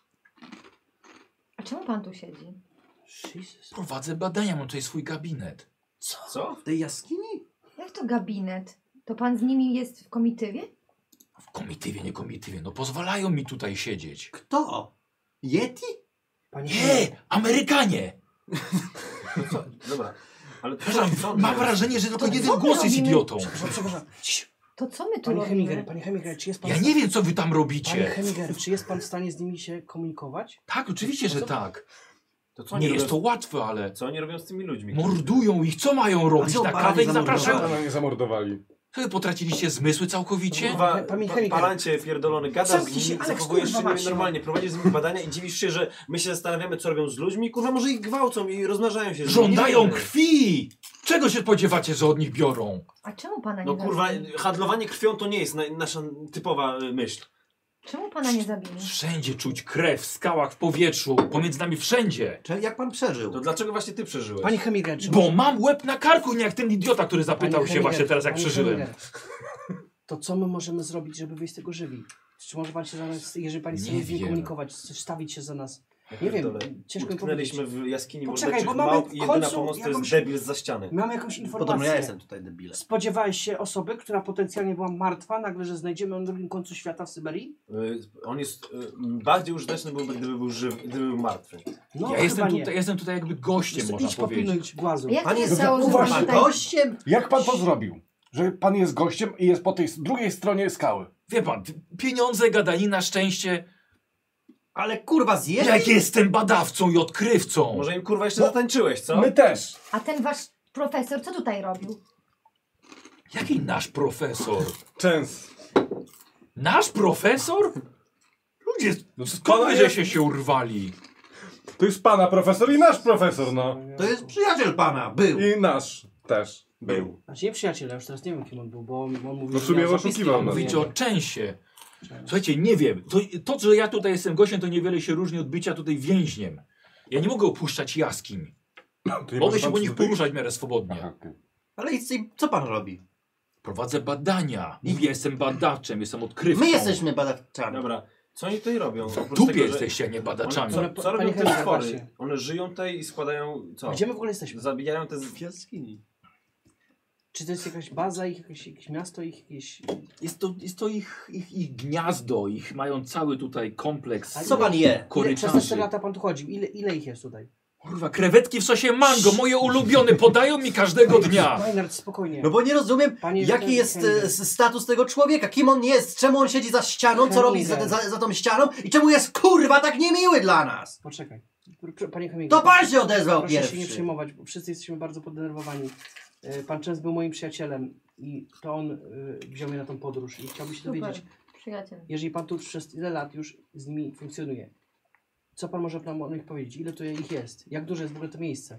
A czemu pan tu siedzi? Jesus. Prowadzę badania, mam tutaj swój gabinet. Co? W tej jaskini? Jak to gabinet? To pan z nimi jest w komitywie? W komitywie, nie komitywie. No pozwalają mi tutaj siedzieć. Kto? Yeti? Panie Nie! Amerykanie! No co? Dobra. Ale Przepraszam, co- mam wrażenie, że tylko co jeden my głos jest robimy? idiotą. Przepraszam. Ciii. To co my tu Panie robimy? Heminger, czy jest pan... Ja nie wiem, co wy tam Panie robicie. Heminger, czy jest pan w stanie z nimi się komunikować? Tak, oczywiście, że tak. To co oni Nie robią, jest to łatwe, ale co oni robią z tymi ludźmi? mordują ich. Co mają robić? co, Na barany kawę ich zamordowane? zapraszają? Pana nie zamordowali. Co wy potraciliście zmysły całkowicie? Kurwa, Panie Heminger. palancie pierdolony, gadasz z Zamknij się, nimi, Aleks, zachowujesz kurwa, się nimi mać, normalnie, prowadzisz z nimi badania i dziwisz się, że my się zastanawiamy, co robią z ludźmi. Kurwa, może ich gwałcą i rozmnażają się. z nimi. Żądają Nie wiemy. krwi! Czego się spodziewacie, że od nich biorą? A czemu pana nie No kurwa, weźmie? handlowanie krwią to nie jest nasza typowa myśl. Czemu pana nie zabili? Wszędzie czuć krew, w skałach, w powietrzu, pomiędzy nami wszędzie. Jak pan przeżył? To dlaczego właśnie ty przeżyłeś? Panie Heminger, czy Bo mam łeb na karku, nie jak ten idiota, który zapytał Panie się Heminger, właśnie teraz, jak panie przeżyłem. Heminger, to co my możemy zrobić, żeby wyjść z tego żywi? Czy może pan się za nas, jeżeli pan chce Nie z nim wiem. komunikować, coś stawić się za nas? Ja Nie wiem, pierdolę. ciężko mi powiedzieć. Utknęliśmy w jaskini Poczekaj, morderczych bo mamy małp w i jedyna końcu pomoc to jakąś- jest debil za ściany. Mamy jakąś informację. Podobno ja jestem tutaj debilem. Spodziewałeś się osoby, która potencjalnie była martwa, nagle, że znajdziemy ją na drugim końcu świata w Syberii? On jest bardziej użyteczny byłby, gdyby był żywy, gdyby był martwy. No, Ja chyba jestem tutaj jakby gościem, można idź powiedzieć. popilnuj głazu. Jak to Panie, się stało, że uważaj, pan Pan tutaj... gościem? Jak pan to zrobił? Że pan jest gościem i jest po tej drugiej stronie skały. Wie pan, pieniądze, gadanina, szczęście. Ale kurwa zjeść? Jak jestem badawcą i odkrywcą. Może im kurwa jeszcze zatańczyłeś, co? My też. A ten wasz profesor co tutaj robił? Jaki nasz profesor? Częs. Nasz profesor? Ludzie, No, skąd pana wy jest- żeście się urwali? To jest pana profesor i nasz profesor, no. To jest przyjaciel pana, był. I nasz też był. Znaczy nie przyjaciel, ja już teraz nie wiem kim on był, bo on mówił, No w że sumie miał zapiski oszukiwał na nas. mnie. Mówicie o częsie. Słuchajcie, nie wiem. To, że ja tutaj jestem gościem, to niewiele się różni od bycia tutaj więźniem. Ja nie mogę opuszczać jaskiń. To nie Mogę może się pan po nich tutaj- poruszać w miarę swobodnie. Aha, okej. Ale co pan robi? Prowadzę badania. Mówię, jestem badaczem, jestem odkrywcą. My jesteśmy badawcami. Dobra, co oni tutaj robią? W Oprócz dupie tego, że- jesteście, a nie badaczami. One, Ale co robią panie te Heminger, stwory? właśnie. One żyją tutaj i składają co? Gdzie my w ogóle jesteśmy? Zabijają te... W jaskini. Czy to jest jakaś baza, jakieś miasto, jakieś... Jest to ich gniazdo, mają cały tutaj kompleks. Ale Co pan je? Ile, przez te Korytarzy. 4 lata pan tu chodził? Ile ich jest tutaj? Kurwa, krewetki w sosie mango, moje ulubione, podają mi każdego dnia. Maynard, spokojnie. No bo nie rozumiem, Panie jaki jest Heminger. status tego człowieka, kim on jest, czemu on siedzi za ścianą, co robi za tą ścianą i czemu jest kurwa tak niemiły dla nas. Poczekaj. Panie Heminger, To pan się odezwał proszę się nie pierwszy. przejmować, bo wszyscy jesteśmy bardzo podenerwowani. Pan Częs był moim przyjacielem i to on wziął mnie na tą podróż i chciałbym się Super, dowiedzieć, przyjaciel. jeżeli pan tu przez ile lat już z nimi funkcjonuje, co pan może nam o nich powiedzieć? Ile tu ich jest? Jak duże jest w ogóle to miejsce?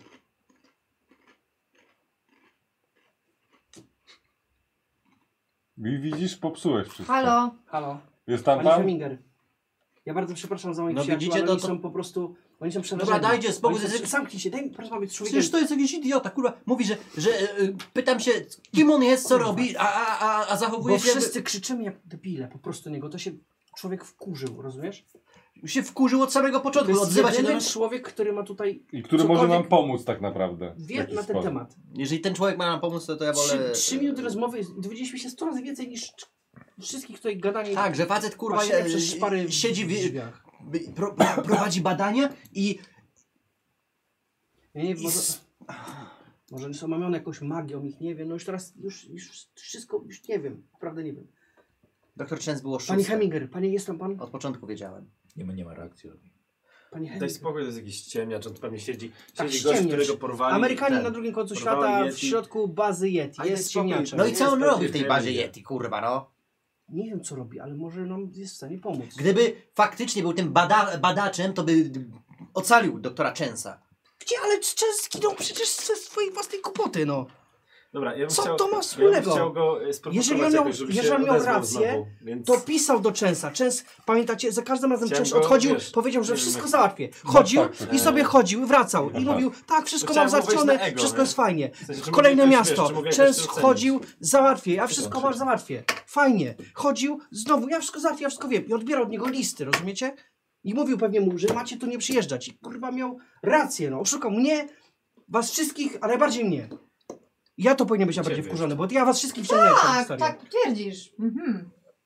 I widzisz, popsułeś wszystko. Halo? Halo? Jest tam Panie pan? Heminger, ja bardzo przepraszam za moich No przyjaciół, widzicie, ale to- oni to- są po prostu, oni są przerażeni. Dobra, dajcie spokój. Oni są- Zamknij się, daj mi porozmawiać z człowiekiem. Przecież to jest jakiś idiota, kurwa. Mówi, że pytam się, kim on jest, co robi, a zachowuje Bo się... wszyscy krzyczymy jak debile po prostu niego, to się człowiek wkurzył, rozumiesz? się wkurzył od samego To początku, jest odzywa się do jedyny nas. człowiek, który ma tutaj I który może cokolwiek nam pomóc tak naprawdę. w wie jakiś na ten sposób. temat. Jeżeli ten człowiek ma nam pomóc, to ja wolę... 3 minuty rozmowy, dowiedzieliśmy się 100 razy więcej niż wszystkich tutaj gadanie. Tak, że facet kurwa patrzenie przez szpary w siedzi drzwiach. prowadzi badania i Ja nie wiem, może oni są mamione jakąś magią, ich nie wiem, no już teraz, już wszystko, już nie wiem, naprawdę nie wiem. doktor Częs było Panie oszustem. Heminger, panie, jest tam pan? Od początku wiedziałem. Nie ma reakcji. Panie Daj Heminger. spokój, to jest jakiś ciemniacz, on tu pewnie siedzi Tak, gość, którego ściemniacz. porwali. Amerykanie ten, na drugim końcu porwali świata, w Yeti. środku bazy Yeti, Ale jest spokój, ciemniaczem. No i co on jest robi w tej taki bazie Heminger. Yeti, kurwa no? Nie wiem co robi, ale może nam jest w stanie pomóc. Gdyby faktycznie był tym badaczem, to by ocalił doktora Częsa. Gdzie, ale Częs zginął przecież ze swojej własnej kłopoty, no. Dobra, ja bym Co chciał, to ma ja bym wspólnego? chciał go sprowokować Jeżeli on miał- jakoś, żeby jeżeli się on miał odezwał rację, znowu, więc... To pisał do Częsa. Częs, pamiętacie, za każdym razem Chciałem Częs go, odchodził, wiesz, powiedział, że nie wiem, wszystko jak- załatwię. Chodził tak. i sobie chodził, wracał i Aha. mówił, tak, wszystko Chciałem mam mu wejść załatwione, na ego, wszystko nie? jest fajnie. W sensie, czy Kolejne mogę jakoś, miasto. wiesz, czy mogę jakoś Częs to ocenić? chodził, załatwię, ja wszystko tam wam krzyczy? załatwię. Fajnie. Chodził, znowu, ja wszystko załatwię, ja wszystko wiem. I odbierał od niego listy, rozumiecie? I mówił pewnie mu, że macie tu nie przyjeżdżać. I kurwa miał rację, no. Oszukał mnie, was wszystkich, a najbardziej mnie. Ja to powinien być najbardziej Ciebie. wkurzony, bo ja was wszystkich wciągnąłem w tę Tak, historię. tak twierdzisz. Mhm.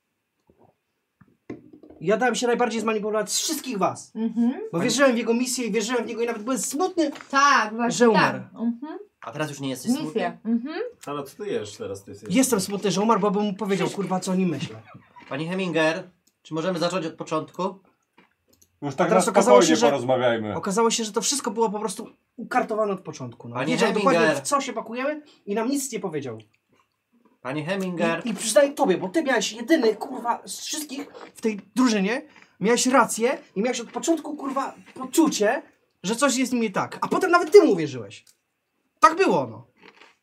Ja dałem się najbardziej zmanipulować z wszystkich was. Mhm. Bo wierzyłem w jego misję i wierzyłem w niego i nawet byłem smutny. Tak, właśnie Że umarł. tak. Mhm. A teraz już nie jesteś smutny? Misja. Mhm. Ale co ty jesz teraz? Ty jesteś... Jestem smutny, że umarł, bo bym mu powiedział, kurwa, co o nim myślę. Panie Heminger, czy możemy zacząć od początku? Już tak A na teraz okazało spokojnie się, że- porozmawiajmy. Okazało się, że to wszystko było po prostu ukartowane od początku. No. Panie Wiedział Heminger. dokładnie, w co się pakujemy i nam nic nie powiedział. Panie Heminger, I przyznaję tobie, bo ty miałeś jedyny, kurwa, z wszystkich w tej drużynie, miałeś rację i miałeś od początku, kurwa, poczucie, że coś jest z nim nie tak. A potem nawet ty mu uwierzyłeś. Tak było, no.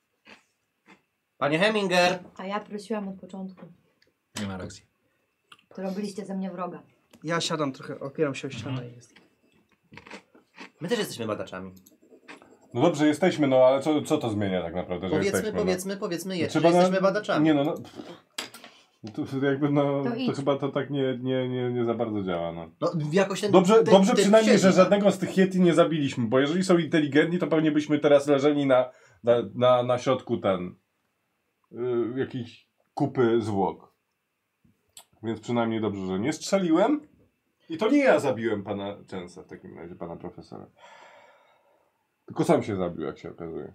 panie Heminger, A ja prosiłam od początku. Nie ma reakcji. to robiliście ze mnie wroga. Ja siadam trochę, opieram się o ścianę i jest. My też jesteśmy badaczami. No dobrze, jesteśmy, no ale co to zmienia tak naprawdę, że jesteśmy? Powiedzmy jeszcze, Trzeba że jesteśmy badaczami. Nie no. To jakby To to idź. chyba to tak nie za bardzo działa, no. No, jakoś ten, Dobrze przynajmniej, że siedzi. żadnego z tych Yeti nie zabiliśmy, bo jeżeli są inteligentni, to pewnie byśmy teraz leżeli na środku jakiejś kupy zwłok. Więc przynajmniej dobrze, że nie strzeliłem. I to nie ja zabiłem pana Częsa w takim razie, pana profesora. Tylko sam się zabił, jak się okazuje.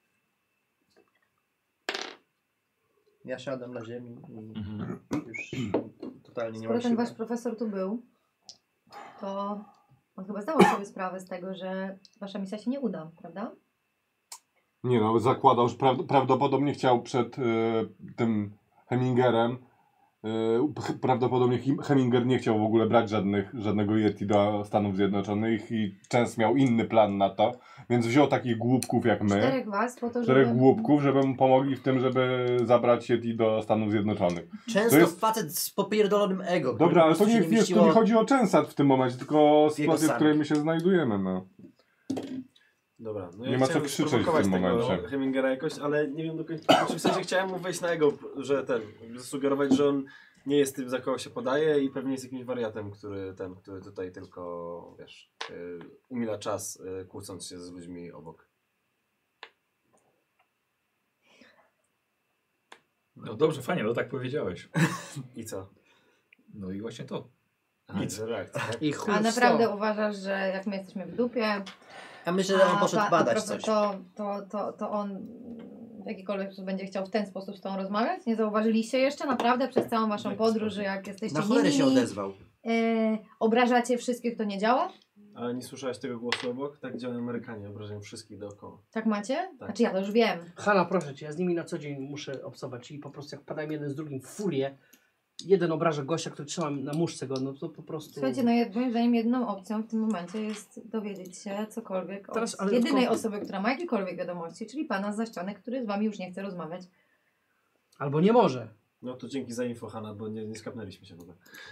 Ja siadam na ziemi i już totalnie nie Skoro mam ten siły. wasz profesor tu był, to on chyba zdawał sobie sprawę z tego, że wasza misja się nie uda, prawda? Nie no, zakładał, że prawdopodobnie chciał przed tym Hemingerem. Prawdopodobnie Heminger nie chciał w ogóle brać żadnego Yeti do Stanów Zjednoczonych i Chance miał inny plan na to, więc wziął takich głupków jak my. 4 was po to, Czterech żeby... głupków, żeby mu pomogli w tym, żeby zabrać Yeti do Stanów Zjednoczonych. Często To jest- facet z popierdolonym ego. który Dobra, po ale to prostu się nie, wiesz, mieściło- to nie chodzi o Chance'a w tym momencie, tylko o sytuację, w sam. której my się znajdujemy, no. Dobra, no Nie ja ma co chciałem krzyczeć w sprowokować tym tego momencie. Hemingera jakoś, ale nie wiem do końca. Znaczy, w sensie chciałem mu wejść na ego, że zasugerować, że on nie jest tym, za kogo się podaje i pewnie jest jakimś wariatem, który tutaj tylko, wiesz, umila czas, kłócąc się z ludźmi obok. No dobrze, fajnie, no tak powiedziałeś. I co? No i właśnie to. Nic. Reakcja, tak? I chuj A w naprawdę sto. uważasz, że jak my jesteśmy w dupie, Ja myślę, że on poszedł badać profesor, coś. to on w jakikolwiek sposób będzie chciał w ten sposób z tą rozmawiać? Nie zauważyliście jeszcze naprawdę przez całą waszą jaki podróż, sposób? że jak jesteście Na cholerę się nimi, odezwał. obrażacie wszystkich, to nie działa? Ale nie słyszałeś tego głosu obok? Tak działają Amerykanie, obrażają wszystkich dookoła. Tak macie? Tak. Znaczy ja to już wiem. Hanna, proszę cię, ja z nimi na co dzień muszę obsować i po prostu jak padają jeden z drugim w furię, jeden obraża gościa, który trzymam na muszce go, no to po prostu... Słuchajcie, no moim zdaniem jedną opcją w tym momencie jest dowiedzieć się cokolwiek Teraz, od ale jedynej tylko- osoby, która ma jakiekolwiek wiadomości, czyli pana z ścianek, który z wami już nie chce rozmawiać. Albo nie może. No to dzięki za info, Hanna, bo nie skapnęliśmy się w ogóle.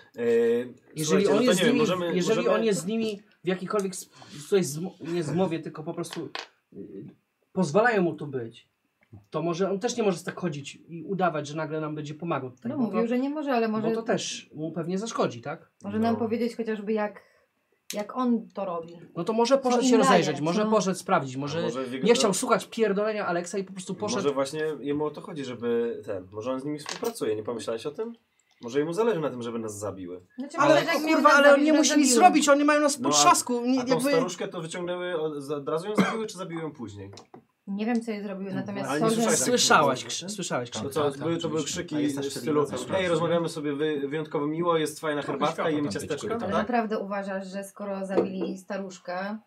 Jeżeli Słuchajcie, on no to jest z nie wiem, nimi, jeżeli możemy... on jest z nimi w jakikolwiek nie zmowie, tylko po prostu pozwalają mu tu być, to może on też nie może tak chodzić i udawać, że nagle nam będzie pomagał tutaj. No bo mówił, to, że nie może, ale może, bo to też mu pewnie zaszkodzi, tak? może No. nam powiedzieć chociażby jak on to robi. No to może poszedł się im daje, rozejrzeć, może co- poszedł sprawdzić, A może może w jego- nie chciał słuchać pierdolenia Aleksa i po prostu poszedł. Może właśnie jemu o to chodzi, żeby może on z nimi współpracuje, nie pomyślałeś o tym? Może jemu zależy na tym, żeby nas zabiły. Znaczy, Ale może jak miał kurwa, nas ale on zabić, nie nas musi nic zabiły. zrobić, oni mają nas No, pod a- trzasku. Nie, A tą jakby... staruszkę to wyciągnęły, zaraz ją zabiły, czy zabiły ją później? Nie wiem, co jej zrobiły, natomiast Ale to, nie że... słyszałeś Słyszałeś To, krzyk. co, tak, były oczywiście. krzyki A jest ta w szczelina stylu cały hej, czas, rozmawiamy sobie wyjątkowo miło, jest fajna Trochę herbatka, światła jemy tam być, ciasteczka, korytarz. Ale tak? naprawdę uważasz, że skoro zabili staruszkę,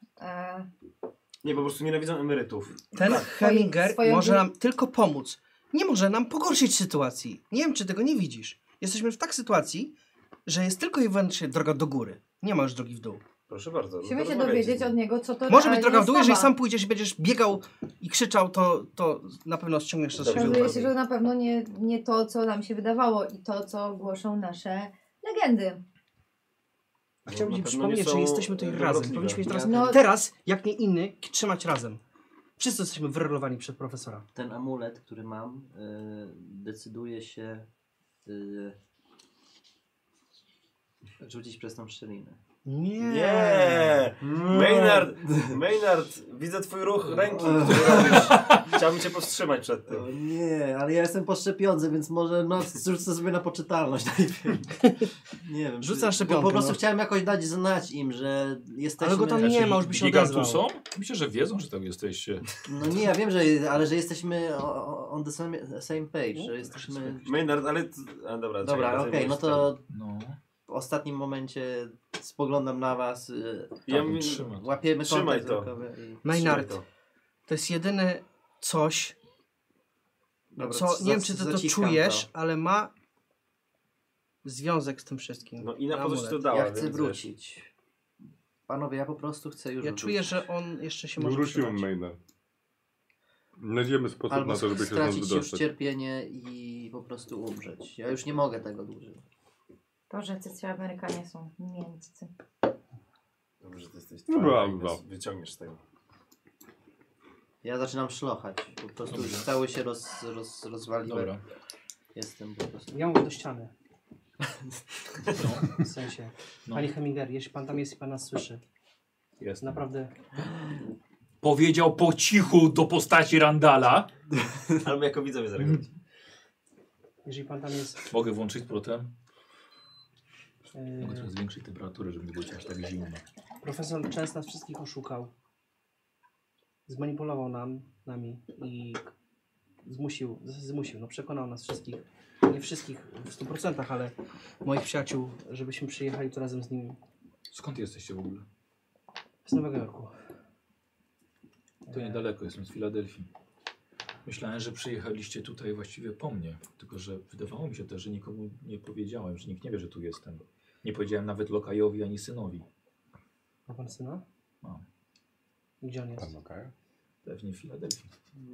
Nie, po prostu nienawidzą emerytów. Ten Heminger swoją- może nam tylko pomóc. Nie może nam pogorszyć sytuacji. Nie wiem, czy tego nie widzisz. Jesteśmy w tak sytuacji, że jest tylko i wyłącznie droga do góry. Nie ma już drogi w dół. Proszę bardzo. musimy się porozmawiajcie dowiedzieć z nim. od niego, co to Może być realnie droga w dół, jest jeżeli sprawa. sam pójdziesz i będziesz biegał i krzyczał, to na pewno ściągniesz to z Dobrze. siebie. Okazuje się, że na pewno nie to, co nam się wydawało i to, co głoszą nasze legendy. A chciałbym ci Na pewno przypomnieć, nie że są jesteśmy tutaj razem. dobrotliwe. Powinniśmy teraz, No- teraz, jak nie inny, trzymać razem. Wszyscy jesteśmy wyrolowani przez profesora. Ten amulet, który mam, decyduje się rzucić przez tą szczelinę. Nie! Maynard, widzę twój ruch ręki, który robisz. Chciałbym cię powstrzymać przed tym. O nie, ale ja jestem po szczepionce, więc może rzucę sobie na poczytalność najpierw. Nie wiem. Rzucę na bo szczepionkę, po prostu no. chciałem jakoś dać znać im, że jesteśmy... Ale go tam nie ma, już by się odezwał. Gigantusom? Myślę, że wiedzą, że tam jesteście. No nie, ja wiem, ale że jesteśmy on the same page, że jesteśmy... Maynard, ale... A, dobra, Dobra, czekaj, okej, no to No. w ostatnim momencie spoglądam na was, Ja Tam mi... trzyma. łapiemy Trzymaj kontakt to. wzrokowy i... Maynard, Trzymaj to jest jedyne coś, Dobra, co nie wiem, czy ty to zaciskam czujesz, ale ma związek z tym wszystkim. No i na po co ci to Amulet. dała, Ja więc chcę wiesz. wrócić. Panowie, ja po prostu chcę już Ja wrócić. czuję, że on jeszcze się może Wróciłem przydać. Maynard. Znajdziemy sposób Albo na to, żeby się stąd stracić już wydostać. cierpienie i po prostu umrzeć. Ja już nie mogę tego dłużej. To, że cycy Amerykanie są mięccy. Dobrze, że ty jesteś No twarda i dobra. nas wyciągniesz z tego. Ja zaczynam szlochać. Po prostu już cały się rozwaliłem. Dobra. Jestem po prostu... Ja mówię do ściany. No, W sensie. no. Panie Heminger, jeśli pan tam jest i pan nas słyszy, Jest. naprawdę Powiedział po cichu do postaci Randala. Albo jako widzowie zareagować. jeżeli pan tam jest... Mogę włączyć protem? e, Mogę trochę zwiększyć temperaturę, żeby nie było ci aż tak zimno. Profesor Częs nas wszystkich oszukał. Zmanipulował nami i zmusił, no przekonał nas wszystkich, nie wszystkich w 100%, ale moich przyjaciół, żebyśmy przyjechali tu razem z nim Skąd jesteście w ogóle? z Nowego Jorku. To niedaleko, jestem z Filadelfii. Myślałem, że przyjechaliście tutaj właściwie po mnie, tylko że wydawało mi się też, że nikomu nie powiedziałem, że nikt nie wie, że tu jestem. Nie powiedziałem nawet Lokajowi ani synowi. Ma pan syna? Mam. Gdzie on jest? Pan Lokaja? Pewnie w Filadelfii.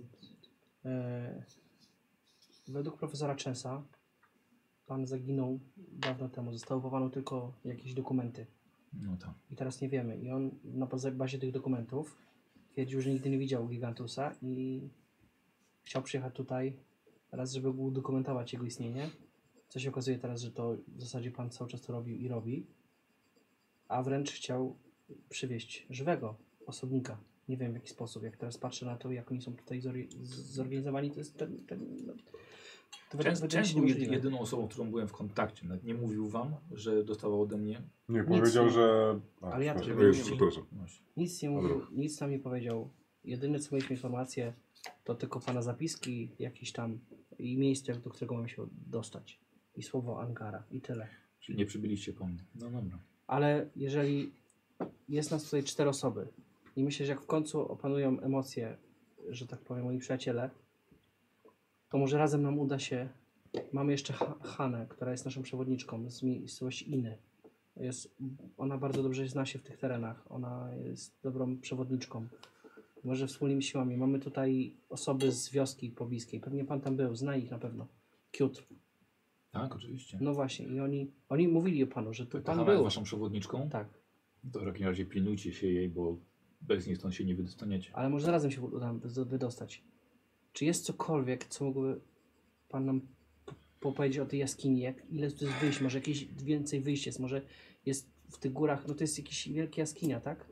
Według profesora Częsa pan zaginął dawno temu. Zostały chowane tylko jakieś dokumenty. No tak. I teraz nie wiemy. I on na bazie tych dokumentów twierdził, że nigdy nie widział Gigantusa i chciał przyjechać tutaj raz, żeby udokumentować jego istnienie. Co się okazuje teraz, że to w zasadzie pan cały czas to robił i robi. A wręcz chciał przywieźć żywego osobnika. Nie wiem w jaki sposób. Jak teraz patrzę na to, jak oni są tutaj zorganizowani, to jest to wydaje Część się był niemożliwe. jedyną osobą, którą byłem w kontakcie. Nawet nie mówił wam, że dostawał ode mnie. Nie, powiedział, nie. że... Ale ja przepraszam, tego już, nie wiem. przepraszam. Właśnie. Nic nie mówił, nic nam nie powiedział. Jedyne co mieliśmy informacje, to tylko pana zapiski jakieś tam i miejsce, do którego mamy się dostać. I słowo Angara i tyle. Czyli nie przybyliście po mnie. No dobra. Ale jeżeli jest nas tutaj 4 osoby i myślę, że jak w końcu opanują emocje, że tak powiem, moi przyjaciele, to może razem nam uda się. Mamy jeszcze Hanę, która jest naszą przewodniczką z miejscowości Iny. Ona bardzo dobrze zna się w tych terenach. Ona jest dobrą przewodniczką. Może wspólnymi siłami. Mamy tutaj osoby z wioski pobliskiej. Pewnie pan tam był, zna ich na pewno. Cute. Tak, oczywiście. No właśnie. I oni mówili o panu, że tu Ta pan Hanna jest był. waszą przewodniczką? Tak. To w takim razie pilnujcie się jej, bo bez niej stąd się nie wydostaniecie. Ale może razem się uda wydostać. Czy jest cokolwiek, co mógłby pan nam powiedzieć o tej jaskini? Ile tu jest wyjść? Może jakieś więcej wyjść jest? Może jest w tych górach, no to jest jakaś wielka jaskinia, tak?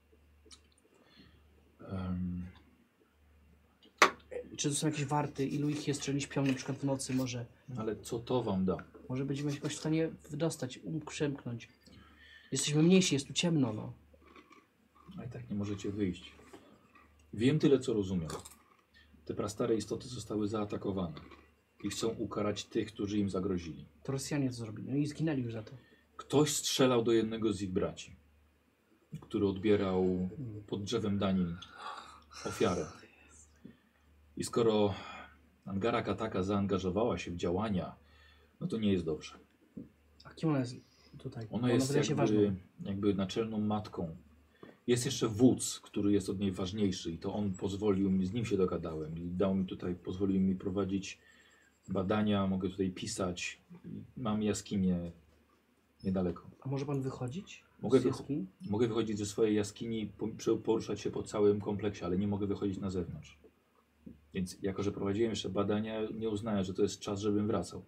Czy to są jakieś warty? Ilu ich jest, czy oni śpią na przykład w nocy? Ale co to wam da? Może będziemy się jakoś w stanie wydostać, przemknąć. Jesteśmy mniejsi, jest tu ciemno, no. A i tak nie możecie wyjść. Wiem tyle, co rozumiem. Te prastare istoty zostały zaatakowane i chcą ukarać tych, którzy im zagrozili. To Rosjanie to zrobili, no i zginęli już za to. Ktoś strzelał do jednego z ich braci, który odbierał pod drzewem danin ofiarę. I skoro Angara Kataka zaangażowała się w działania, no to nie jest dobrze. A kim ona jest tutaj? Ona Bo jest wydaje się ważną. jakby naczelną matką. Jest jeszcze wódz, który jest od niej ważniejszy i to on pozwolił mi, z nim się dogadałem i dał mi tutaj, pozwolił mi prowadzić badania, mogę tutaj pisać. Mam jaskinię niedaleko. A może pan wychodzić Mogę z jaskini? Mogę wychodzić ze swojej jaskini, poruszać się po całym kompleksie, ale nie mogę wychodzić na zewnątrz. Więc jako, że prowadziłem jeszcze badania, nie uznałem, że to jest czas, żebym wracał.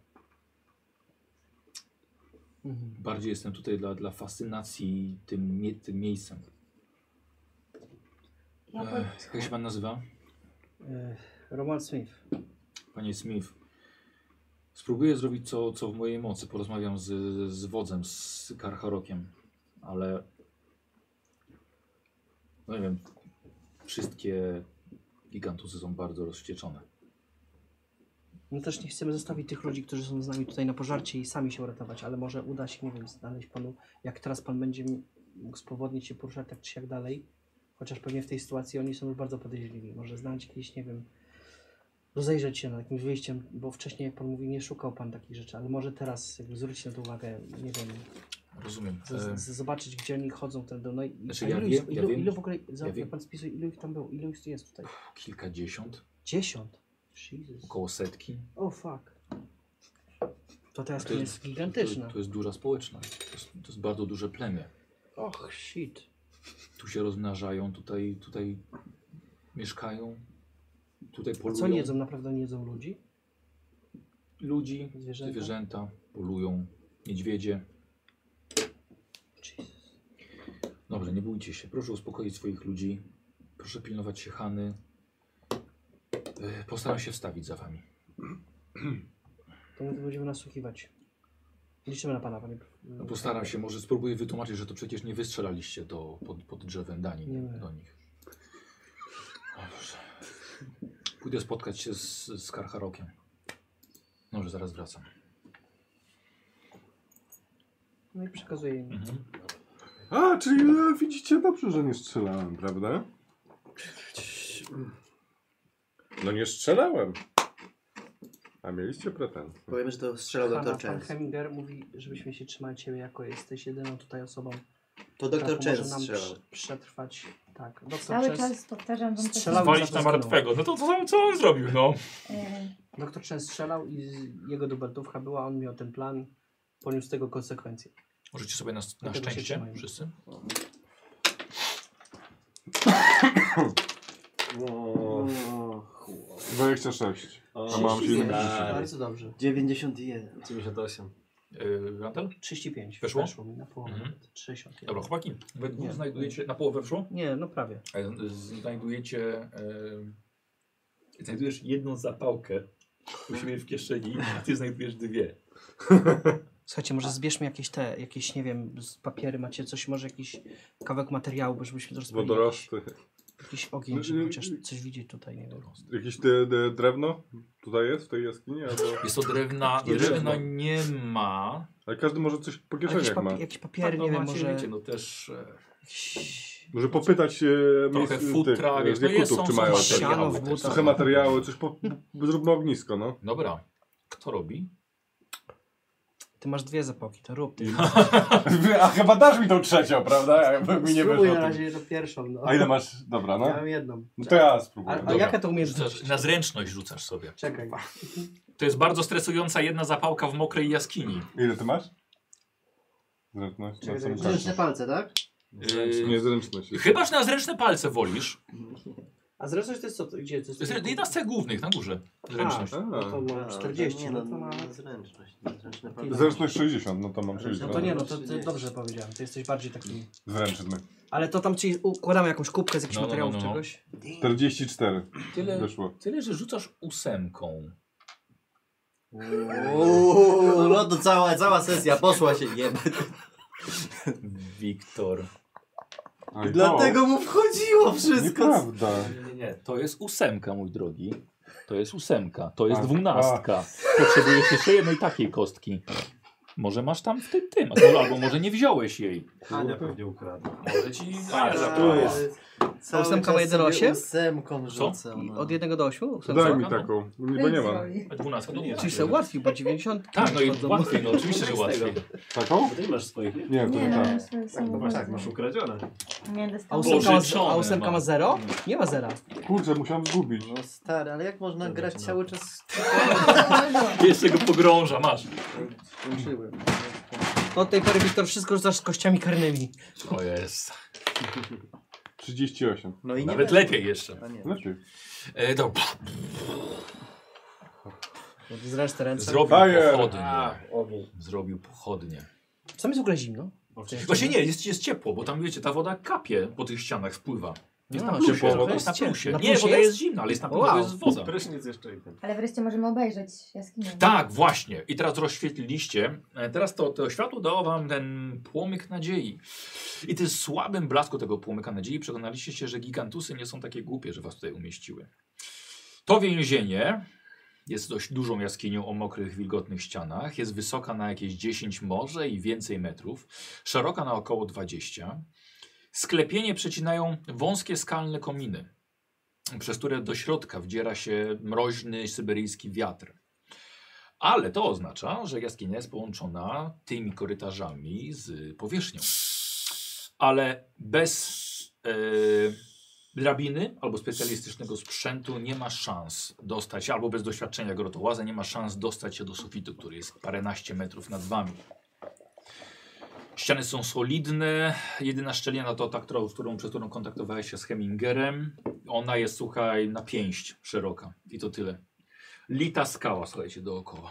Mhm. Bardziej jestem tutaj dla fascynacji tym miejscem. Jak się pan nazywa? Roman Smith. Panie Smith. Spróbuję zrobić co w mojej mocy. Porozmawiam z wodzem, z Karharokiem, ale no nie wiem, wszystkie gigantusy są bardzo rozwścieczone. My też nie chcemy zostawić tych ludzi, którzy są z nami tutaj na pożarcie i sami się uratować, ale może uda się, nie wiem, znaleźć panu, jak teraz pan będzie mógł spowodnić się poruszać tak czy siak dalej, chociaż pewnie w tej sytuacji oni są już bardzo podejrzliwi. Może znaleźć jakieś, nie wiem, rozejrzeć się nad jakimś wyjściem, bo wcześniej, jak pan mówi, nie szukał pan takich rzeczy, ale może teraz jakby zwrócić na to uwagę, nie wiem, Rozumiem. zobaczyć, gdzie oni chodzą. No i, Znaczy, a ja ilu, wiem- ilu, ja wiem- ilu w ogóle, ja wiem- jak pan spisuje, ilu ich tam było, ilu ich jest tutaj? Kilkadziesiąt, 10? Jesus. około setki. Oh fuck. To ta jaskinia jest gigantyczna. To jest duża społeczność. To jest bardzo duże plemię. Och, shit. Tu się rozmnażają, tutaj mieszkają, tutaj A polują. co nie jedzą? Naprawdę nie jedzą ludzi? Ludzi, Zwierzęta? zwierzęta polują, niedźwiedzie. Dobrze, nie bójcie się. Proszę uspokoić swoich ludzi. Proszę pilnować się Hany. Postaram się wstawić za wami. To my tu będziemy nasłuchiwać. Liczymy na pana, panie. No, postaram się, może spróbuję wytłumaczyć, że to przecież nie wystrzelaliście pod drzewem Danin Nie. do nich. Dobrze. Pójdę spotkać się z Karcharokiem. Może zaraz wracam. No i przekazuję im. A, czyli widzicie dobrze, że nie strzelałem, prawda? No nie strzelałem. A mieliście pretensje. Powiemy, że to strzelał Pan doktor Chance. Heminger mówi, żebyśmy się trzymali ciebie, jako jesteś jedyną tutaj osobą, To która doktor pomoże Chance nam strzelał. przetrwać. Tak, doktor Cały Chance. czas powtarzam wam to Strzelał samo. Zwalić na martwego. No to co on zrobił, no? Doktor Chance strzelał i jego dubeltówka była, on miał ten plan, poniósł z tego konsekwencje. Możecie sobie na Dlatego się szczęście trzymajmy. wszyscy. O, 26. A mam 31. 70. Bardzo dobrze. 91. 98. Randall? 35. Weszło? mi na połowę. Mhm. nawet. 61. Dobra, chłopaki. Wy dwóch Nie. znajdujecie... Na połowę wszło? Nie, no prawie. Znajdujecie... Znajdujesz jedną zapałkę u siebie w kieszeni, a ty znajdujesz dwie. Słuchajcie, może zbierzmy jakieś, nie wiem, papiery, macie coś, może jakiś kawałek materiału, żebyśmy to rozpalili. Wodorosty. Jakiś ogień, żeby chociaż coś widzieć tutaj, nie wiem. Jakieś drewno tutaj jest w tej jaskini? Albo... Jest to drewna nie ma. Ale każdy może coś po kieszeniach ma. Jakieś papiery, No nie wiem, macie, może... wiecie, no też Może popytać trochę tych futra, wiesz, no jest, wiekutów, czy są mają siano w materiały też. butach. trochę materiały, coś zróbmy ognisko, no. Dobra. Kto robi? Ty masz dwie zapałki, to rób ty. A chyba dasz mi tą trzecią, prawda? Jakby mi nie Spróbuj wyszło. na razie tą pierwszą, no. A ile masz? Dobra, no. Ja mam jedną. No to ja spróbuję. A Dobra. jaka to umiejętność? Na zręczność rzucasz sobie. Czekaj. To jest bardzo stresująca jedna zapałka w mokrej jaskini. Ile ty masz? Zręczność? Czekaj, Na samym czekaj. Zręczne końcu. palce, tak? Nie zręczność. Chyba, że na zręczne palce wolisz. A zresztą to jest co? Gdzie? To To jest jedna z cech głównych, na górze. Zręczność. No to mam 40, Nie, no no, to ma... zręczność. Zręczne palce. Zręczność 60, no to mam No 60. to nie, no to ty dobrze powiedziałem, ty jesteś bardziej taki... Zręczny. Ale to tam ci układamy jakąś kubkę z jakichś No. materiałów, czegoś. 44 Tyle, wyszło. tyle, że rzucasz 8. Uuu, no to cała sesja poszła się jeb. Wiktor. A i Dlatego mu wchodziło to wszystko. nieprawda. Nie. To jest 8, mój drogi. To jest 8. To jest A, 12. Potrzebujesz jeszcze jednej takiej kostki. Może masz tam w tym. Albo może nie wziąłeś jej. Ania pewnie ukradła. Może ci Tu jest. A ósemka ma 1,8? Ósemką rzucę. I no. od 1 do 8? To daj mi no. taką, bo nie mam. 12. No nie. Czyli sobie łatwiej, bo 90... Tak, no i wchodzą. łatwiej, no oczywiście, że łatwiej. Taką? Ty nie masz swoich, nie? Nie, to Nie, nie no, tak. mam swoje Tak, masz ukradzione. Nie A dostałam. Pożyczone ósemka ma ma. 0? Nie ma 0. Kurczę, musiałem zgubić. No stary, ale jak można grać cały czas? Jeszcze go pogrąża, masz. Skończyłem. Od tej pory, Wiktor, wszystko rzucasz z kościami karnymi. O jest. 38. No i Nawet nie lepiej jeszcze. A nie. Lepiej. Dobra. Zresztą te ręce. Zrobił Fire! pochodnie. Ogień. Zrobił pochodnie. Sam jest w ogóle zimno. Właśnie nie, jest ciepło, bo tam wiecie, ta woda kapie po tych ścianach, spływa. Jest No, na plusie, ciepło. jest na plusie. Na Nie, plusie woda jest? jest zimna, ale jest na plusie, Wow. jest woda. Prysznic jeszcze i ten. Ale wreszcie możemy obejrzeć jaskinię. Tak, właśnie. I teraz rozświetliliście. Teraz to światło dało wam ten płomyk nadziei. I tym słabym blasku tego płomyka nadziei przekonaliście się, że gigantusy nie są takie głupie, że was tutaj umieściły. To więzienie jest dość dużą jaskinią o mokrych, wilgotnych ścianach. Jest wysoka na jakieś 10 może i więcej metrów. Szeroka na około 20. Sklepienie przecinają wąskie skalne kominy, przez które do środka wdziera się mroźny syberyjski wiatr. Ale to oznacza, że jaskinia jest połączona tymi korytarzami z powierzchnią. Ale drabiny albo specjalistycznego sprzętu nie ma szans dostać, albo bez doświadczenia grotołaza nie ma szans dostać się do sufitu, który jest paręnaście metrów nad wami. Ściany są solidne. Jedyna szczelina to ta, przez którą kontaktowałeś się z Hemingerem. Ona jest, słuchaj, na pięść szeroka. I to tyle. Lita skała, słuchajcie, dookoła.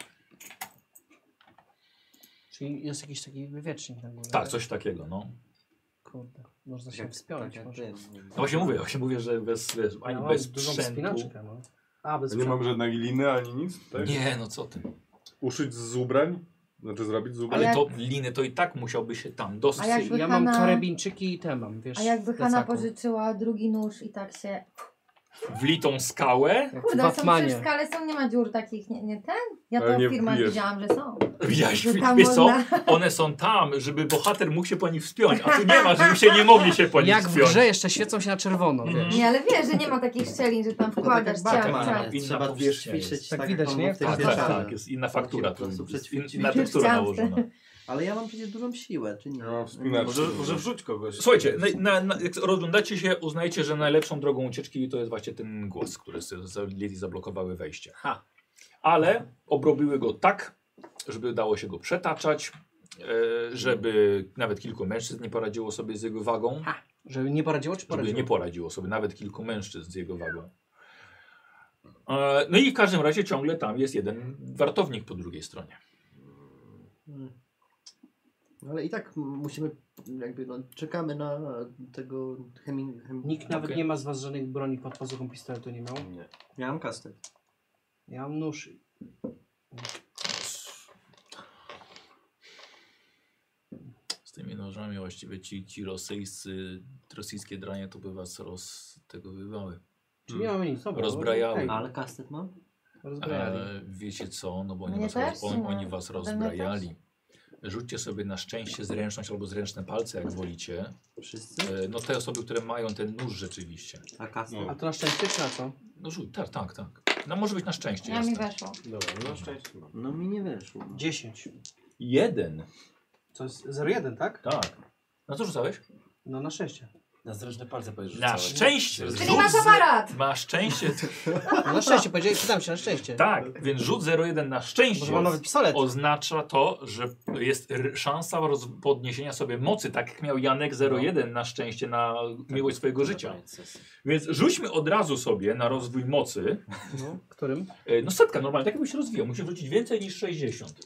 Czyli jest jakiś taki wywiecznik na górze. Tak, coś takiego, no. Kurde, można się wspiąć. Tak, może. No właśnie mówię, że bez ani Ja bez mam dużą sprzętu. wspinaczkę, no. A, bez Nie sprzętu. mam żadnej liny ani nic, tak? Nie, no co ty. Uszyć z ubrań? Znaczy zrobić z ubrań? Ale jak- to liny to i tak musiałby się tam dostać. A jakby Ja mam Hanna- karabinczyki i te mam, wiesz, A jakby w Hanna plecaku. pożyczyła drugi nóż i tak się... W litą skałę. Jak w Kurde, są Batmanie. przecież skale, są, nie ma dziur takich, nie ten? Ja Ale to nie w firmach wbijesz. widziałam, że są. Widziałeś, Że tam wiesz co? można- One są tam, żeby bohater mógł się po nich wspiąć, a tu nie ma, żebyście nie mogli się po nich Jak w wspiąć. grze jeszcze świecą się na czerwono, Mhm. wiesz. Nie, ale wiesz, że nie ma takich szczelin, że tam wkładasz tak jak ciach, Batman, ciach. jest. Inna Trzeba powierzchnia ćwiczyć jest. Tak jak widać, on nie? w tych Tak, pieczarach. tak, jest inna faktura, Po prostu jest przećwiczyć. inna tekstura Książkę. nałożona. Ale ja mam przecież dużą siłę, czy nie? Ja mam wspinaczkę. Może wrzuć kogoś. Słuchajcie, jak rozglądacie się, uznajecie, że najlepszą drogą ucieczki to jest właśnie ten głos, który Lili zablokowały wejście. Ale obrobiły go tak, żeby dało się go przetaczać, żeby nawet kilku mężczyzn nie poradziło sobie z jego wagą. Żeby nie poradziło, czy Żeby poradziło? nie poradziło sobie nawet kilku mężczyzn z jego wagą. No i w każdym razie ciągle tam jest jeden wartownik po drugiej stronie. Ale i tak musimy, jakby, no, czekamy na tego Nikt nawet Okej. nie ma z was żadnych broni pod pazuchą pistoletu nie miał. Nie. Ja mam kastet. Ja mam nóż. Z tymi nożami właściwie ci rosyjskie dranie to by was wywały. Czy nie mamy nic, dobra. Rozbrajały. okej, Ale kastet mam? Rozbrajali. Wiecie co, no bo Mnie oni was, też, no. oni was Ode mnie rozbrajali. Rzućcie sobie na szczęście zręczność albo zręczne palce, jak wolicie. Wszyscy? No te osoby, które mają ten nóż rzeczywiście. A kastet? A to na szczęście czy na co? No rzuć, tak. No może być na szczęście. Ja mi jest. weszło. Dobra, no szczęście mam. No mi nie wyszło. 10. Jeden. To jest 0,1, tak? Tak. Na co rzucałeś? No na szczęście. Na zręczne palce powiesz, Na szczęście. Czyli masz aparat! Masz szczęście. No na szczęście, powiedziałem, pytam się na szczęście. Tak, więc rzut 0,1 na szczęście Może mam nawet pistolet. oznacza to, że jest szansa podniesienia sobie mocy, tak jak miał Janek 0,1 na szczęście na miłość swojego życia. Więc rzućmy od razu sobie na rozwój mocy. No, którym? No setka normalnie, tak jakbyś się rozwijał. Musisz rzucić więcej niż 60.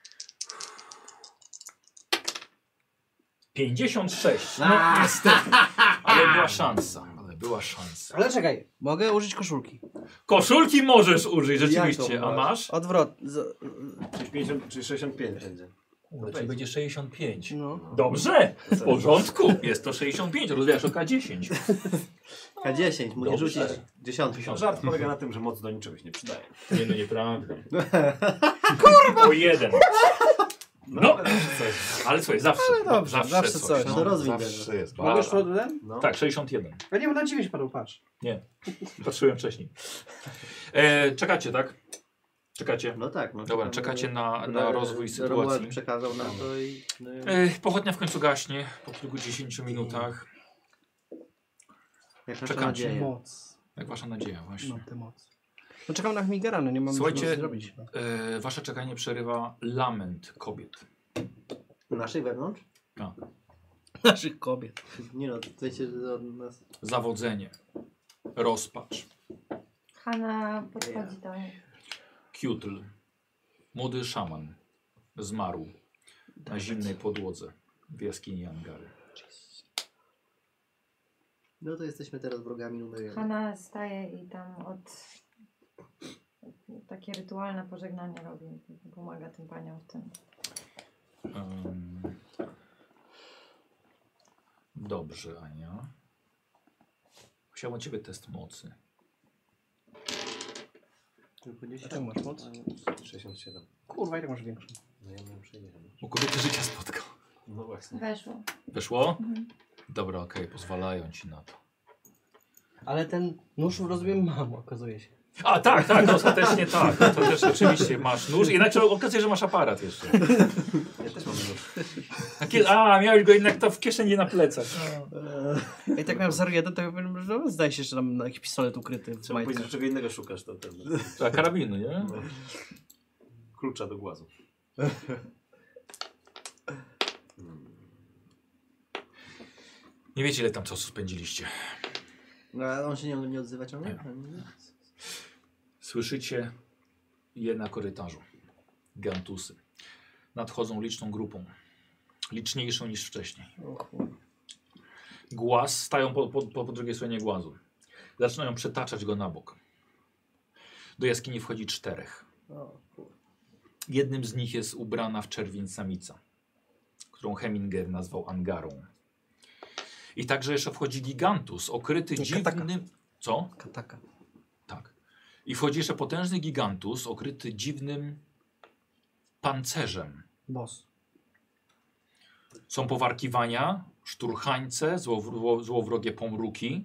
56. No niestety. Ale była szansa. Ale czekaj, mogę użyć koszulki. Koszulki możesz użyć, Jak rzeczywiście. to A masz? Odwrot. Czyli 50, czyli 65 będzie. No ci będzie 65. No. Dobrze, w porządku. Jest to 65, rozwijasz o K10. K10, mu nie Dobrze. rzucić dziesiątki. Żart polega na tym, że moc do niczego się nie przydaje. Nie, no nieprawda. Kurwa! O jeden. No, ale słuchaj, zawsze. dobrze, zawsze coś. No rozwój zawsze jest. Mogę już Bardzo. jeden? No. Tak, 61. Ja nie, bo na 9 padł, patrz. Nie, patrzyłem wcześniej. Czekacie, tak? Czekacie. No tak. No, Dobra, czekacie na rozwój sytuacji. Romuald przekazał nam to i... No, Pochodnia w końcu gaśnie po kilkudziesięciu minutach. jak nasza czekam. nadzieja. Moc. Jak wasza nadzieja właśnie. Mam tę moc. No czekam na Chmigera, no nie mam Słuchajcie, nic zrobić. Wasze czekanie przerywa lament kobiet. Naszych wewnątrz? Naszych kobiet. Nie no, wiecie, że od nas... Zawodzenie. Rozpacz. Hanna podchodzi do nich. Kiutl. Młody szaman. Zmarł na zimnej podłodze w jaskini Angary. No to jesteśmy teraz wrogami numer 1. Hanna staje i tam takie rytualne pożegnanie robi. Pomaga tym paniom w tym. Dobrze, Ania. Chciałbym od ciebie test mocy. Tylko 10. Tak masz moc? 67. Kurwa, i tak masz większą. No ja miałem 60. Bo kobiety życia spotkał. No właśnie. Weszło. Weszło? Dobra, okej, pozwalają ci na to. Ale ten nóż, rozumiem, mam, okazuje się. A tak, ostatecznie tak. To też oczywiście masz nóż. Jednak okazuje, że masz aparat jeszcze. Ja też mam nóż. Miałeś go jednak to w kieszeni na plecach. I tak miałem 0,1, to bym no, zdaje się, że tam jakiś pistolet ukryty w Trzeba powiedzieć, majtkach. że czego innego szukasz, to ten... Tak, karabinu, nie? No. Klucza do głazu. Nie wiecie, ile tam czasu spędziliście. No, ale on się nie odzywa ciągle? Słyszycie je na korytarzu. Gantusy. Nadchodzą liczną grupą. Liczniejszą niż wcześniej. O chuj. Głaz, stają po drugiej stronie głazu. Zaczynają przetaczać go na bok. Do jaskini wchodzi 4. O chuj. Jednym z nich jest ubrana w czerwień samica, którą Heminger nazwał Angarą. I także jeszcze wchodzi Gigantus, okryty Nie, Kataka. dziwnym... Co? Kataka. Tak. I wchodzi jeszcze potężny Gigantus, okryty dziwnym pancerzem. Boss. Są powarkiwania, szturchańce, złowrogie pomruki.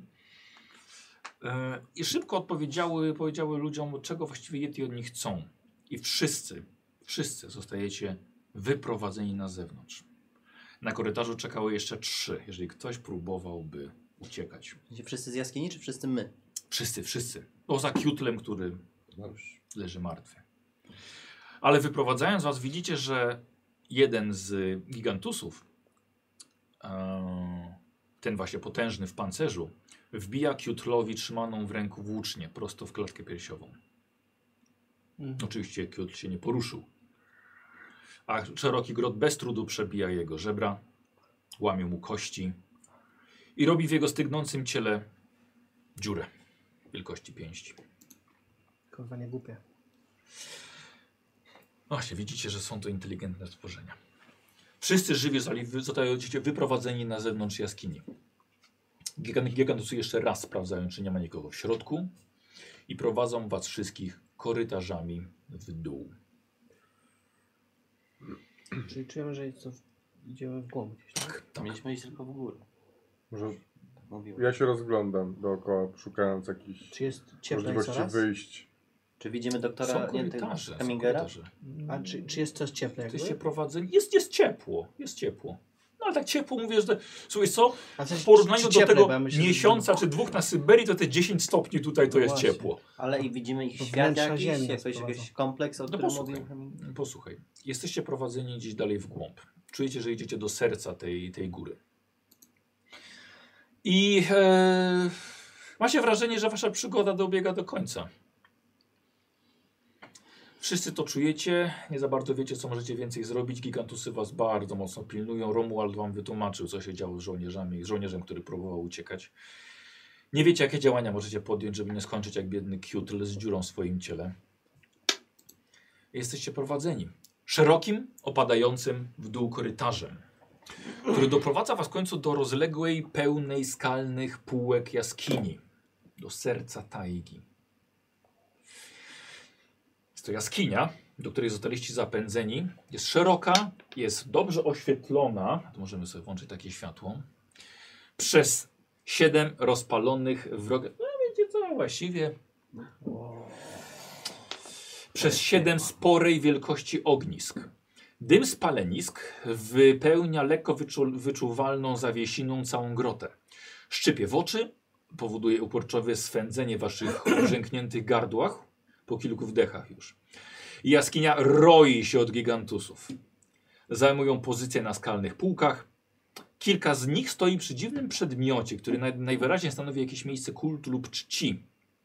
I szybko powiedziały ludziom, czego właściwie Yeti od nich chcą. I wszyscy zostajecie wyprowadzeni na zewnątrz. Na korytarzu czekały jeszcze 3, jeżeli ktoś próbowałby uciekać. Wszyscy z jaskini, czy wszyscy my? Wszyscy. Poza Kiutlem, który już leży martwy. Ale wyprowadzając was, widzicie, że jeden z gigantusów, ten właśnie potężny w pancerzu, wbija Kiutlowi trzymaną w ręku włócznię prosto w klatkę piersiową. Oczywiście Kiutl się nie poruszył. A szeroki grot bez trudu przebija jego żebra, łamie mu kości i robi w jego stygnącym ciele dziurę wielkości pięści. Kurwa, nie głupie. Właśnie, widzicie, że są to inteligentne stworzenia. Wszyscy żywi zostają wyprowadzeni na zewnątrz jaskini. Gigantusy jeszcze raz sprawdzają, czy nie ma nikogo w środku i prowadzą was wszystkich korytarzami w dół. Czyli czujemy, że idziemy w głąb gdzieś, tak? Tak. Mieliśmy iść tylko w górę. Może Tak mówiłem. ja się rozglądam dookoła, szukając jakichś Czy jest cieplej możliwości coraz? wyjść. Czy widzimy Są doktora korytarze. Są Hemingera? korytarze. A czy jest coś cieplej Jesteście jakby? prowadzeni. Jest ciepło. Jest ciepło. No ale tak ciepło mówię, że... Słuchaj co? A coś, W porównaniu do cieplej, tego bo ja myślę, że- miesiąca czy 2 na Syberii, to te 10 stopni tutaj to No jest właśnie. ciepło. Ale i widzimy ich To świat wnętrza jakiś, ziemi jakiś sprowadzą. kompleks, o No którym posłuchaj. mówił Hemingway. Posłuchaj. Jesteście prowadzeni gdzieś dalej w głąb. Czujecie, że idziecie do serca tej góry. I macie wrażenie, że wasza przygoda dobiega do końca. Wszyscy to czujecie, nie za bardzo wiecie, co możecie więcej zrobić. Gigantusy was bardzo mocno pilnują. Romuald wam wytłumaczył, co się działo z żołnierzem, który próbował uciekać. Nie wiecie, jakie działania możecie podjąć, żeby nie skończyć jak biedny Kiutl z dziurą w swoim ciele. Jesteście prowadzeni szerokim, opadającym w dół korytarzem, który doprowadza was w końcu do rozległej, pełnej skalnych półek jaskini, do serca tajgi. Jest to jaskinia, do której zostaliście zapędzeni. Jest szeroka, jest dobrze oświetlona, tu możemy sobie włączyć takie światło, przez 7 rozpalonych wrogów. No wiecie co, właściwie przez 7 sporej wielkości ognisk. Dym z palenisk wypełnia lekko wyczuwalną zawiesiną całą grotę. Szczypie w oczy, powoduje uporczywe swędzenie waszych obrzękniętych gardłach po kilku wdechach już. Jaskinia roi się od gigantusów. Zajmują pozycje na skalnych półkach. Kilka z nich stoi przy dziwnym przedmiocie, który najwyraźniej stanowi jakieś miejsce kultu lub czci.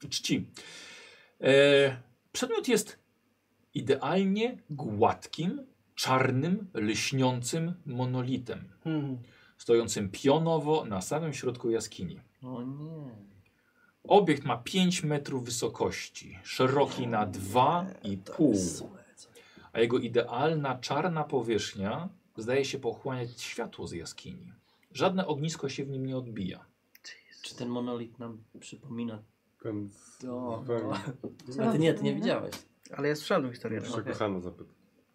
Przedmiot jest idealnie gładkim, czarnym, lśniącym monolitem, stojącym pionowo na samym środku jaskini. O nie. Obiekt ma 5 metrów wysokości, szeroki na 2,5, a jego idealna czarna powierzchnia zdaje się pochłaniać światło z jaskini. Żadne ognisko się w nim nie odbija. Czy ten monolit nam przypomina? Ten O, węgiel. A ty nie widziałeś. Ale ja słyszałem historię. Jeszcze kochano zapytać.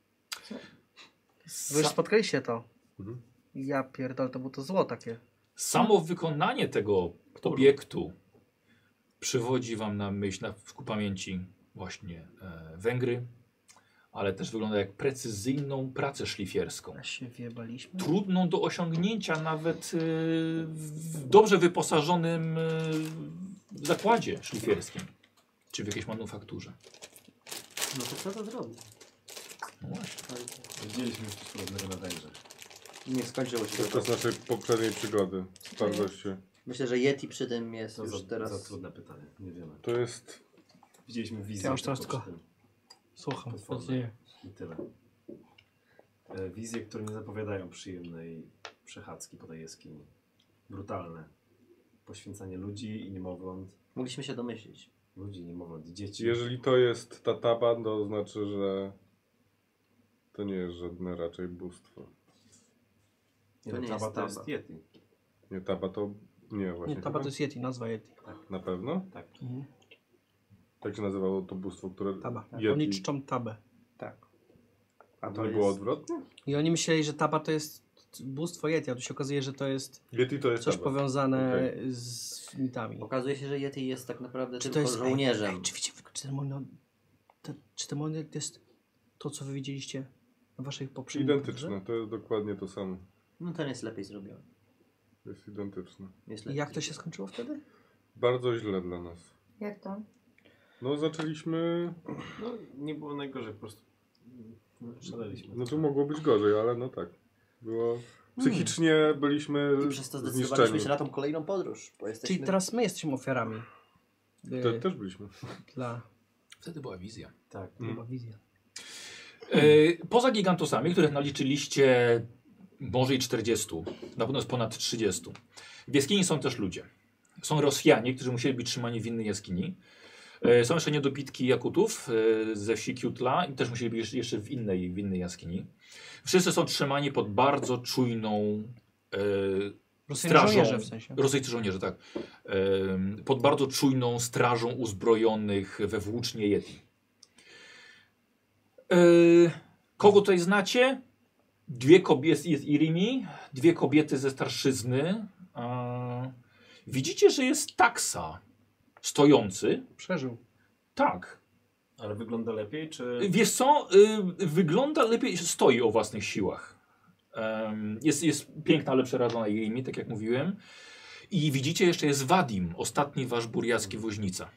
Wy już spotkaliście to. Mhm. Ja pierdolę, to było to zło takie. Samo wykonanie tego obiektu przywodzi wam na myśl, ku pamięci właśnie Węgry, ale też wygląda jak precyzyjną pracę szlifierską. A się wjebaliśmy. Trudną do osiągnięcia nawet w dobrze wyposażonym zakładzie szlifierskim, czy w jakiejś manufakturze. No to co to zrobi? No właśnie. Widzieliśmy już coś podobnego na Węgrzech. Nie skończyło się Podczas to. naszej poprzedniej przygody. Sprawdzaście. Myślę, że Yeti przy tym jest To już za teraz... trudne pytanie, nie wiemy. To jest... Widzieliśmy wizję. Ja już teraz tylko tylko- przy tym. Słucham, co Potworne. się dzieje. I tyle. Wizje, które nie zapowiadają przyjemnej przechadzki po tej jaskini. Brutalne. Poświęcanie ludzi i niemowląt. Mogliśmy się domyślić. Ludzi, niemowląt i dzieci. Jeżeli to jest ta taba, to znaczy, że to nie jest żadne raczej bóstwo. Nie, to no, nie taba jest to jest taba. Yeti. Nie taba to... Nie, właśnie. Nie, Taba chyba? to jest Yeti, nazwa Yeti. Na pewno? Tak. Mhm. Tak się nazywało to bóstwo, które... Taba. Yeti. Oni czczą Tabę. Tak. A to nie było odwrotnie? I oni myśleli, że Taba to jest bóstwo Yeti, a tu się okazuje, że to jest Yeti to jest coś taba. powiązane Okej. z mitami. Okazuje się, że Yeti jest tak naprawdę Czy to tylko jest żołnierzem. Ej, czy ten monet jest to, co wy widzieliście na waszej poprzedniej Identyczne, to jest dokładnie to samo. No ten jest lepiej zrobiony. Jest identyczne. Jest I lepiej jak to się zrobiony. skończyło wtedy? Bardzo źle dla nas. Jak to? No zaczęliśmy... No, nie było najgorzej, po prostu szaleliśmy. Znaczy mogło być gorzej, ale no tak. Było... Psychicznie byliśmy I przez to zdecydowaliśmy zniszczeni. się na tą kolejną podróż, bo jesteśmy... Czyli teraz my jesteśmy ofiarami. Też byliśmy. Dla Wtedy była wizja. Tak. chyba wizja. Poza gigantosami, których naliczyliście może i 40, na pewno jest ponad 30. W jaskini są też ludzie. Są Rosjanie, którzy musieli być trzymani w innej jaskini. Są jeszcze niedobitki Jakutów ze wsi Kiutla i też musieli być jeszcze w innej jaskini. Wszyscy są trzymani pod bardzo czujną Rosjanie strażą. żołnierze w sensie. Rosyjscy żołnierze, tak. Pod bardzo czujną strażą uzbrojonych we włócznie Yeti. Kogo tutaj znacie? Dwie kobiety, jest Irimi, dwie kobiety ze starszyzny. Widzicie, że jest taksa stojący. Przeżył. Tak. Ale wygląda lepiej, czy... Wiesz co? Wygląda lepiej, stoi o własnych siłach. Jest piękna, ale przerażona Irimi, tak jak mówiłem. I widzicie, jeszcze jest Wadim, ostatni wasz burjacki woźnica.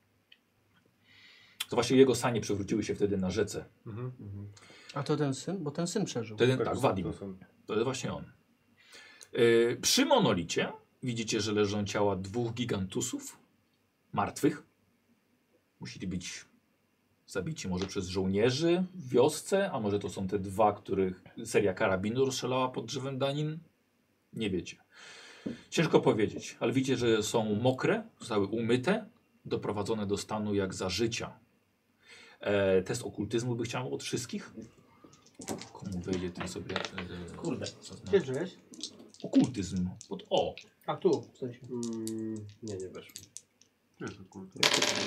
To właśnie jego sanie przewróciły się wtedy na rzece. Mhm. A to ten syn? Bo ten syn przeżył. Tak, Wadim. To jest właśnie on. Przy monolicie widzicie, że leżą ciała dwóch gigantusów martwych. Musieli być zabici może przez żołnierzy w wiosce, a może to są te dwa, których seria karabinu rozstrzelała pod drzewem danin. Nie wiecie. Ciężko powiedzieć, ale widzicie, że są mokre, zostały umyte, doprowadzone do stanu jak za życia. Test okultyzmu by chciał od wszystkich. Komu wejdzie, ten sobie... Kurde. Gdzie żyjesz? Okultyzm. Pod O. A tu, w sensie. Nie weszło. Jest okulty.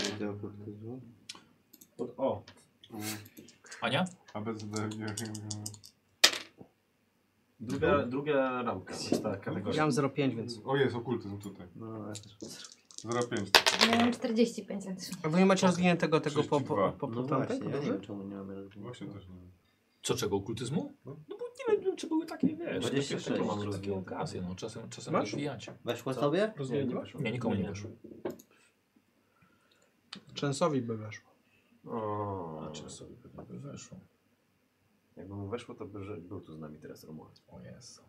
Pod O. Ania? A bez... Druga ramka. To jest ta kategoria. Ja mam 0,5, więc... O, jest okultyzm tutaj. No, ja też. 0,5. Ja mam 45 cm. A wy nie macie rozwiniętego tego po 32. No tamtej właśnie, ja nie podróży? wiem czemu nie mamy rozwinięcia. Właśnie też nie wiem. Co, czego okultyzmu? No. No bo nie wiem, czy były takie, wiesz, 26. takie, Mam takie rozwinięte. okazje, no czasem Masz? rozwijacie. Weszło sobie? Nie weszło. Nie, nikomu nie weszło. Częsowi by weszło. O, Znaczy sobie pewnie by weszło. jakby mu weszło, to by, że był tu z nami teraz Romuald. O jest.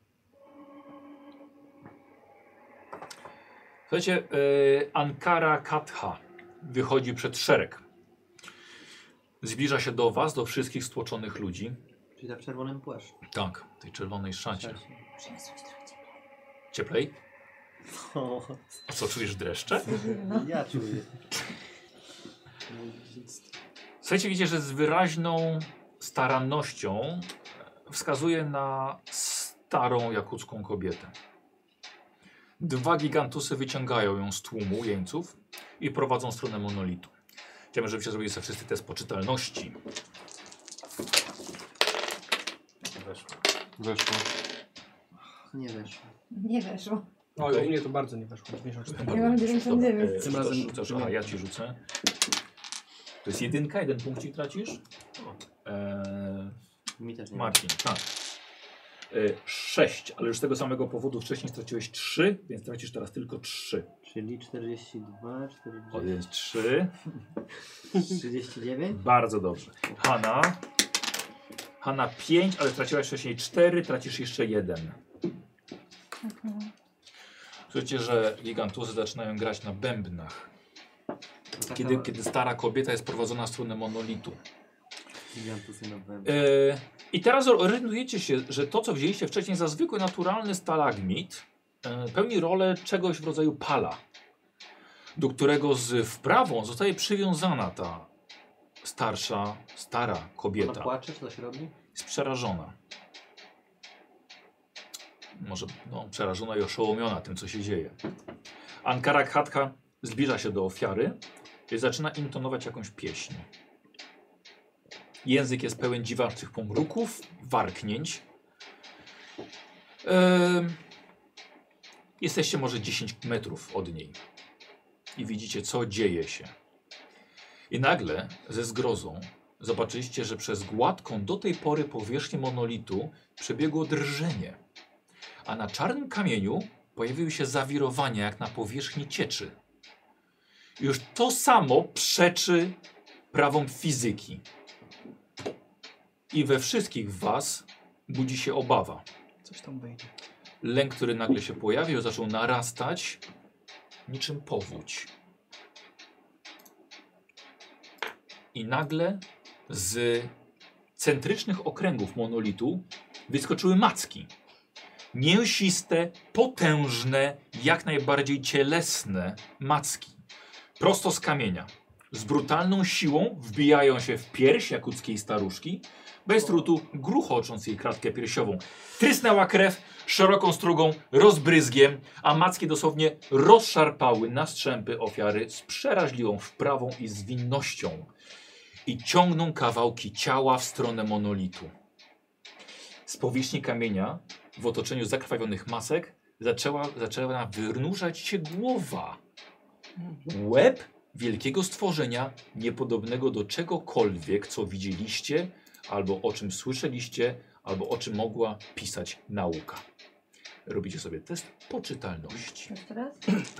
Słuchajcie, Ankara Katha wychodzi przed szereg. Zbliża się do was, do wszystkich stłoczonych ludzi. Czyli tak w czerwonym płaszczu. Tak, tej czerwonej szacie. Przyniosłeś trochę ciepła. Cieplej? O, A co, czujesz dreszcze? ja czuję. Słuchajcie, widzicie, że z wyraźną starannością wskazuje na starą jakucką kobietę. Dwa gigantusy wyciągają ją z tłumu jeńców i prowadzą w stronę monolitu. Chciałbym, żebyście zrobili sobie wszyscy test poczytalności. Weszło. Weszło. Nie weszło. Nie weszło. Oj, Okej. u mnie to bardzo nie weszło. 94. Ja mam 99. Tym razem- Rzucasz, aha, ja ci rzucę. To jest jedynka, jeden punkcik tracisz. Mi też nie. Marcin, tak. 6, ale już z tego samego powodu wcześniej straciłeś 3, więc tracisz teraz tylko 3. Czyli 42, 40, Więc 3. 39? Bardzo dobrze. Hanna 5, ale straciłaś wcześniej 4, tracisz jeszcze 1. Słuchajcie, że gigantusy zaczynają grać na bębnach. Kiedy stara kobieta jest prowadzona w stronę monolitu. I teraz orientujecie się, że to, co wzięliście wcześniej za zwykły, naturalny stalagmit, pełni rolę czegoś w rodzaju pala, do którego z wprawą zostaje przywiązana ta stara Ona kobieta. płacze, czy coś robi? Jest przerażona. Może przerażona i oszołomiona tym, co się dzieje. Ankarak Hatka zbliża się do ofiary i zaczyna intonować jakąś pieśń. Język jest pełen dziwacznych pomruków, warknięć. Jesteście może 10 metrów od niej i widzicie, co dzieje się. I nagle, ze zgrozą, zobaczyliście, że przez gładką do tej pory powierzchnię monolitu przebiegło drżenie, a na czarnym kamieniu pojawiły się zawirowania, jak na powierzchni cieczy. I już to samo przeczy prawom fizyki. I we wszystkich was budzi się obawa. Coś tam wejdzie. Lęk, który nagle się pojawił, zaczął narastać niczym powódź. I nagle z centrycznych okręgów monolitu wyskoczyły macki. Mięsiste, potężne, jak najbardziej cielesne macki. Prosto z kamienia. Z brutalną siłą wbijają się w pierś jakuckiej staruszki, bez trutu gruchocząc jej kratkę piersiową. Trysnęła krew szeroką strugą, rozbryzgiem, a macki dosłownie rozszarpały na strzępy ofiary z przeraźliwą wprawą i zwinnością i ciągną kawałki ciała w stronę monolitu. Z powierzchni kamienia w otoczeniu zakrwawionych masek zaczęła wynurzać się głowa. Łeb wielkiego stworzenia, niepodobnego do czegokolwiek, co widzieliście, albo o czym słyszeliście, albo o czym mogła pisać nauka. Robicie sobie test poczytalności. Jeszcze raz?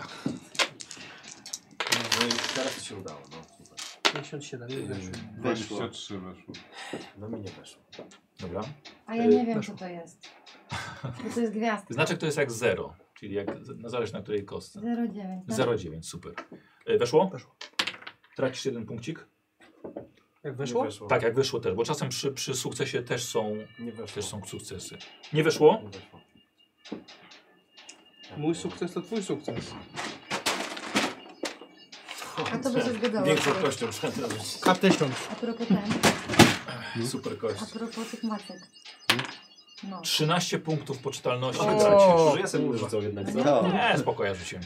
No i teraz to się udało, no super. 57 nie weszło. 23 weszło. No mi nie weszło. Dobra. A ja nie wiem, Weszło. co to jest. Bo to jest gwiazdka. Znaczek to jest jak 0, czyli jak zależy na której kostce. 0,9. Tak? 0,9, super. Weszło? Weszło. Tracisz 1 punkcik? Jak weszło? Nie weszło. Tak, jak wyszło też, bo czasem przy sukcesie też są Nie weszło. sukcesy. Nie wyszło? Nie weszło. Mój sukces to twój sukces. A to by się zgadzało. Większą kością przed K1000. A propos ten. Super kość. A propos tych macek. No. 13 punktów poczytalności O! tracisz. Może ja sobie urzucał jednak, co? No. Nie, spokojnie rzuciłem.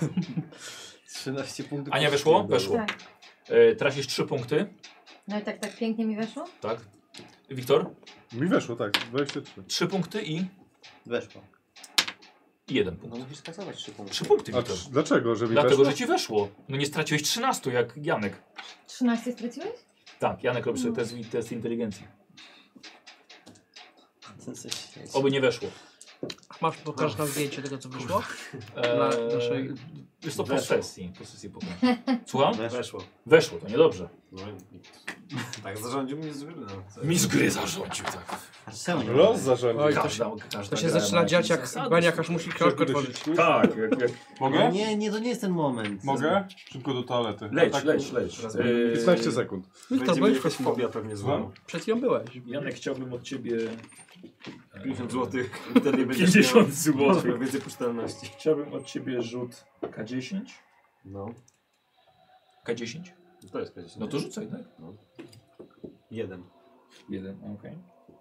13 punktów. Ania weszło? Weszło. Tak. Tracisz 3 punkty, No i tak pięknie mi weszło? tak? Wiktor? Mi weszło, tak, 23. 3 punkty i Weszło. 1 No punkt. musisz skasować 3 punkty. 3 punkty, A Wiktor. dlaczego, że mi Dlatego, weszło? że ci weszło. No nie straciłeś 13 jak Janek. 13 straciłeś? Tak, Janek robi sobie test inteligencji. Sensacja. Oby nie weszło. Masz, pokaż nam zdjęcie tego, co wyszło? Eee, naszej- Jest to po Weszło. sesji. Po sesji pokażę. Słucham? Weszło. Weszło, to niedobrze. No i tak zarządził mi z góry. No. Co- Mi z gry zarządził, tak. Los zarządził. Oj, Każda To się zaczyna dziać, jak Baniakarz musi książkę tworzyć. Tak, jak... Mogę? Nie, to nie jest ten moment. Mogę? Szybko do toalety. Leć, Tak, leć. 15 sekund. Wiktor, Będzie byłeś mi przed chwilą. fobia pewnie złą. Przed chwilą byłeś. Janek, chciałbym od ciebie... 50 zł. Wtedy nie będziesz 50 miał- złotych. miał więcej poczytalności. Chciałbym od ciebie rzut K10. No. K10? To jest 50. No to rzucaj, tak? No. 1. 1, okej.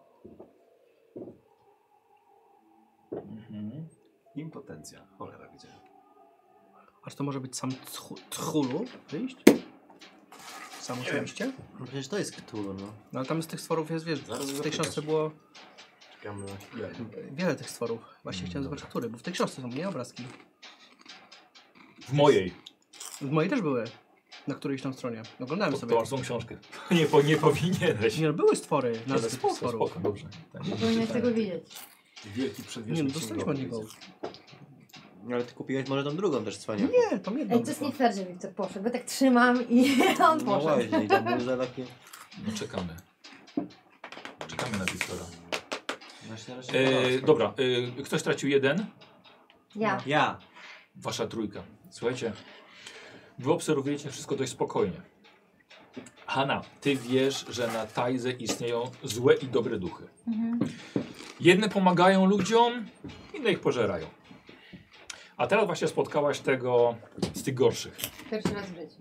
Mhm. Impotencja. Cholera, gdzie? Aż to może być sam Tchulu wyjść? Sam oczywiście? No przecież to jest Cthulhu, no. No ale tam z tych stworów jest, wiesz, Zaraz w tej zapytasz. książce było Czekamy na chwilę. wiele tych stworów. Właśnie chciałem zobaczyć, który, bo w tej książce są nie obrazki. W mojej. W mojej też były. Na którejś tam stronie. Oglądałem To sobie. masz tą książkę. Nie powinieneś. Nie, no, były stwory. Ale Nazwy spoko, stworów. spoko, dobrze. Tak, nie Powinieneś czytałem. tego widzieć. Wielki Nie, przedwieczny no dostaliśmy od niego. Ale ty kupiłeś może tą drugą też cwaniaku. Nie, tam jedno. Ej, to jest nie fair, że Wiktor poszedł, bo tak trzymam i on No poszedł. właśnie, i tam były za takie... No czekamy. Czekamy na Wiktora. Właśnie raz się Dobra, ktoś stracił 1. Ja. Ja. Wasza trójka. Słuchajcie, wy obserwujecie wszystko dość spokojnie. Hanna, ty wiesz, że na Tajze istnieją złe i dobre duchy. Mhm. Jedne pomagają ludziom, inne ich pożerają. A teraz właśnie spotkałaś tego z tych gorszych. Pierwszy raz w życiu.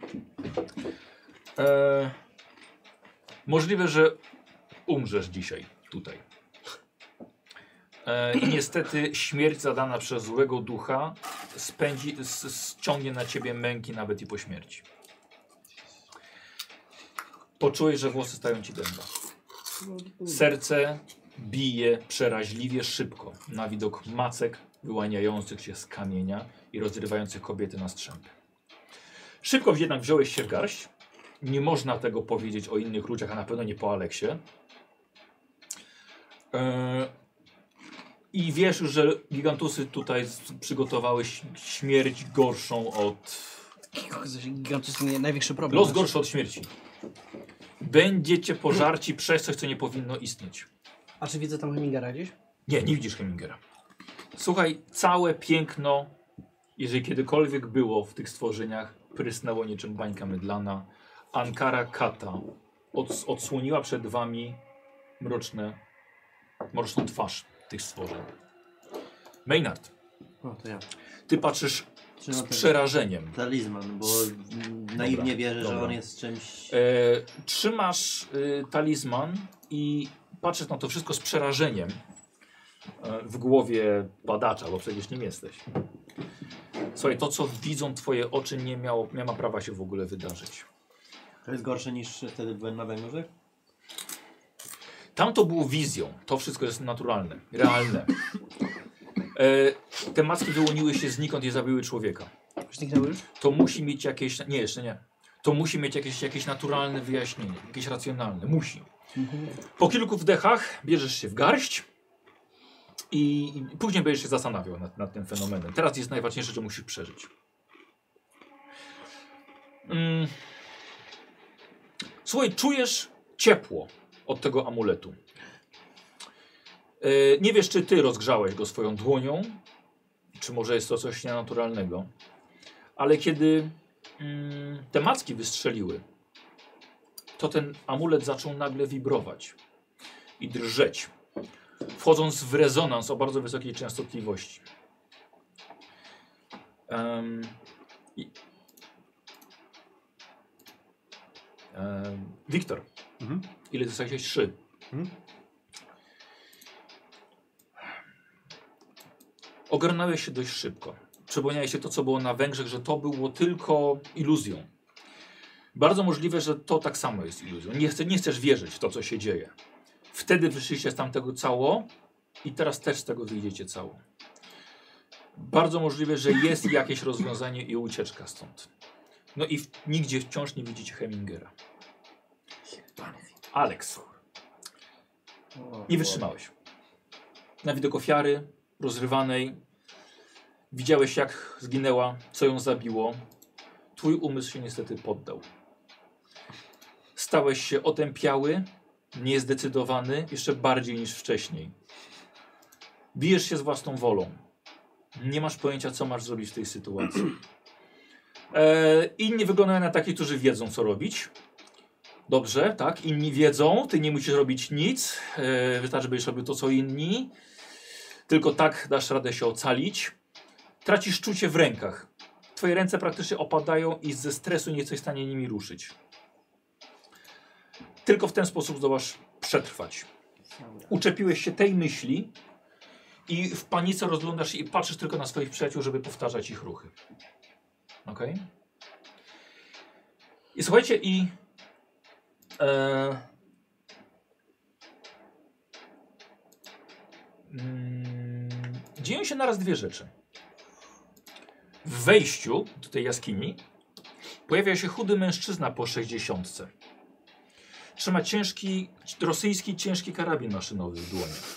Możliwe, że umrzesz dzisiaj tutaj. I niestety śmierć zadana przez złego ducha ściągnie na ciebie męki nawet i po śmierci. Poczułeś, że włosy stają ci dęba. Serce bije przeraźliwie szybko na widok macek wyłaniających się z kamienia i rozrywających kobiety na strzępy. Szybko jednak wziąłeś się w garść. Nie można tego powiedzieć o innych ludziach, a na pewno nie po Aleksie. I wiesz już, że gigantusy tutaj przygotowały śmierć gorszą od... Gigantyczny największy problem. Los gorszy od śmierci. Będziecie pożarci przez coś, co nie powinno istnieć. A czy widzę tam Hemingera gdzieś? Nie widzisz Hemingera. Słuchaj, całe piękno, jeżeli kiedykolwiek było w tych stworzeniach, prysnęło niczym bańka mydlana. Ankara Kata odsłoniła przed wami mroczną twarz tych stworzeń. Maynard, O, to ja. ty patrzysz z Trzymam ten przerażeniem. talizman, bo naiwnie wierzę, że dobra. on jest czymś... Trzymasz talizman i patrzysz na to wszystko z przerażeniem w głowie badacza, bo przecież nim jesteś. Słuchaj, to co widzą twoje oczy nie ma prawa się w ogóle wydarzyć. To jest gorsze niż wtedy byłem na Węgrzech? Tam to było wizją, to wszystko jest naturalne, realne. Te maski wyłoniły się znikąd i zabiły człowieka. Zniknęły już? To musi mieć jakieś, nie jeszcze nie, to musi mieć jakieś naturalne wyjaśnienie, jakieś racjonalne, musi. Po kilku wdechach bierzesz się w garść i później będziesz się zastanawiał nad tym fenomenem. Teraz jest najważniejsze, że musisz przeżyć. Słuchaj, czujesz ciepło od tego amuletu. Nie wiesz, czy ty rozgrzałeś go swoją dłonią, czy może jest to coś nienaturalnego, ale kiedy te macki wystrzeliły, to ten amulet zaczął nagle wibrować i drżeć, wchodząc w rezonans o bardzo wysokiej częstotliwości. Wiktor, ile dostałeś? 3. Ogarnąłeś się dość szybko. Przypomniałeś się to, co było na Węgrzech, że to było tylko iluzją. Bardzo możliwe, że to tak samo jest iluzją. Nie chcesz wierzyć w to, co się dzieje. Wtedy wyszliście z tamtego cało i teraz też z tego wyjdziecie cało. Bardzo możliwe, że jest jakieś rozwiązanie i ucieczka stąd. No i nigdzie wciąż nie widzicie Hemingera. Alex, nie wytrzymałeś. Na widok ofiary rozrywanej, widziałeś, jak zginęła, co ją zabiło. Twój umysł się niestety poddał. Stałeś się otępiały, niezdecydowany, jeszcze bardziej niż wcześniej. Bijesz się z własną wolą. Nie masz pojęcia, co masz zrobić w tej sytuacji. Inni wyglądają na takich, którzy wiedzą, co robić. Dobrze, tak, inni wiedzą, ty nie musisz robić nic. Wystarczy, będziesz robił to, co inni. Tylko tak dasz radę się ocalić. Tracisz czucie w rękach. Twoje ręce praktycznie opadają i ze stresu nie jesteś w stanie nimi ruszyć. Tylko w ten sposób zdołasz przetrwać. Uczepiłeś się tej myśli i w panice rozglądasz się i patrzysz tylko na swoich przyjaciół, żeby powtarzać ich ruchy. Okej? I słuchajcie, dzieją się naraz dwie rzeczy. W wejściu do tej jaskini pojawia się chudy mężczyzna po 60. Trzyma rosyjski ciężki karabin maszynowy w dłoniach.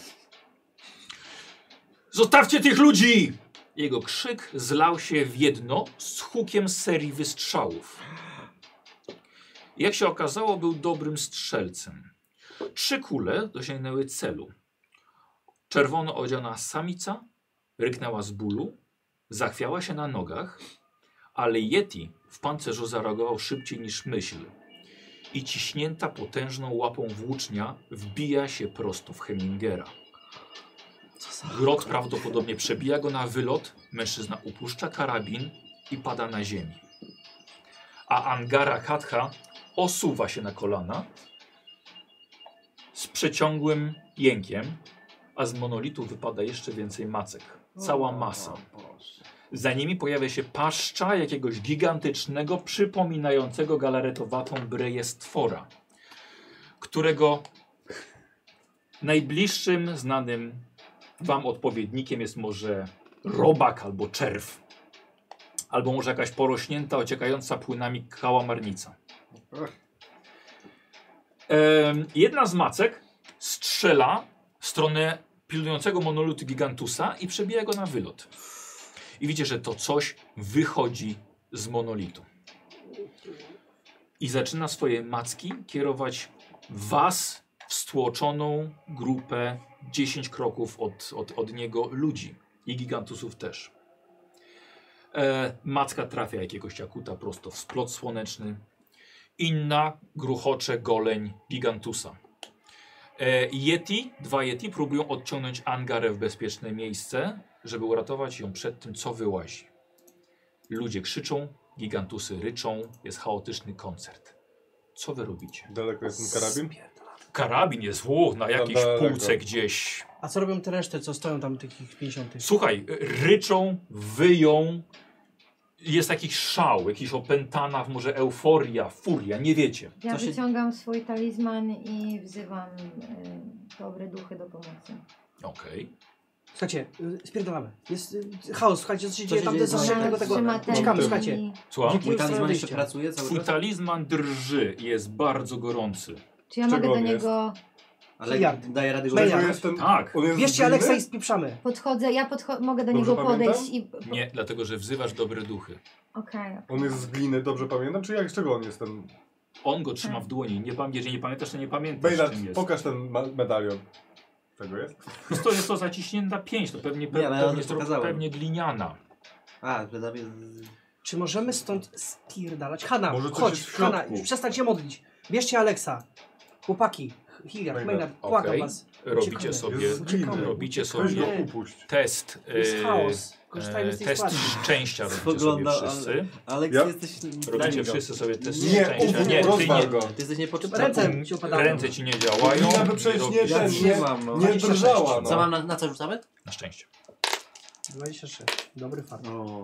Zostawcie tych ludzi! Jego krzyk zlał się w jedno z hukiem serii wystrzałów. Jak się okazało, był dobrym strzelcem. 3 kule dosięgnęły celu. Czerwono odziana samica ryknęła z bólu, zachwiała się na nogach, ale Yeti w pancerzu zareagował szybciej niż myśl i ciśnięta potężną łapą włócznia wbija się prosto w Hemingera. Grot prawdopodobnie przebija go na wylot, mężczyzna upuszcza karabin i pada na ziemi. A Angara Khatha osuwa się na kolana z przeciągłym jękiem, a z monolitu wypada jeszcze więcej macek. Cała masa. Za nimi pojawia się paszcza jakiegoś gigantycznego, przypominającego galaretowatą breję stwora, którego najbliższym znanym wam odpowiednikiem jest może robak albo czerw, albo może jakaś porośnięta, ociekająca płynami kałamarnica. Jedna z macek strzela w stronę pilnującego monolitu Gigantusa i przebija go na wylot. I widzicie, że to coś wychodzi z monolitu. I zaczyna swoje macki kierować was w stłoczoną grupę 10 kroków od niego ludzi. I Gigantusów też. Macka trafia jakiegoś akuta prosto w splot słoneczny. Inna gruchocze goleń Gigantusa. Dwa Yeti próbują odciągnąć Angarę w bezpieczne miejsce, żeby uratować ją przed tym, co wyłazi. Ludzie krzyczą, Gigantusy ryczą, jest chaotyczny koncert. Co wy robicie? Daleko jest ten karabin? Karabin jest na jakiejś półce gdzieś. A co robią te reszty, co stoją tam tych 50? Słuchaj, ryczą, wyją. Jest jakiś szał, jakiś opętana, może euforia, furia, nie wiecie. Ja wyciągam swój talizman i wzywam dobre duchy do pomocy. Okej. Słuchajcie, spierdolamy. Jest chaos, słuchajcie, co się dzieje tam, dzieje? tego. Uciekamy, słuchajcie. Słucham? Mój talizman jeszcze pracuje cały Twój czas? talizman drży, jest bardzo gorący. Czy ja Czego mogę do on jest? niego... Ale Miliard. daje radę go Miliard. To wyciągnąć? jest ten... Tak. On jest Bierzcie zbójny? Aleksa i spieprzamy. Podchodzę, mogę do Dobrze niego podejść pamiętam? i... Nie, dlatego że wzywasz dobre duchy. Okej. On jest z gliny, dobrze pamiętam? Czy jak z czego on jest ten... On go trzyma w dłoni. Jeżeli nie pamiętasz, to nie pamiętasz, Bejnard, czym jest. pokaż ten medalion. Czego jest? To jest to zaciśnięta pięść, to pewnie, Nie, ale ja pewnie, to pokazałem. pewnie gliniana. A, że zabie... Czy możemy stąd spierdalać? Hanna, Może coś chodź, jest w Hanna, środku. przestań się modlić. Bierzcie Aleksa. Chłopaki, Hilliard, Maynard, błagam Okej. was. Robicie Uciekamy. sobie, Jest z gliny. robicie Weź go sobie upuść. test, Jest chaos. Korzystajmy z tej test sytuacji. szczęścia robicie Spogląda, sobie wszyscy. Aleks, Ja- jesteś... Robicie wszyscy sobie test Nie, szczęścia. upuść, Nie, ty rozwal nie. go. Ty jesteś niepotrzebny. Ręce ci opadają. Ręce ci nie działają. Glina by przecież nie, robisz- Ja ten, nie mam, no. nie drżała, Co no. mam na co rzucamy? Na szczęście. 26. Dobry fart. O.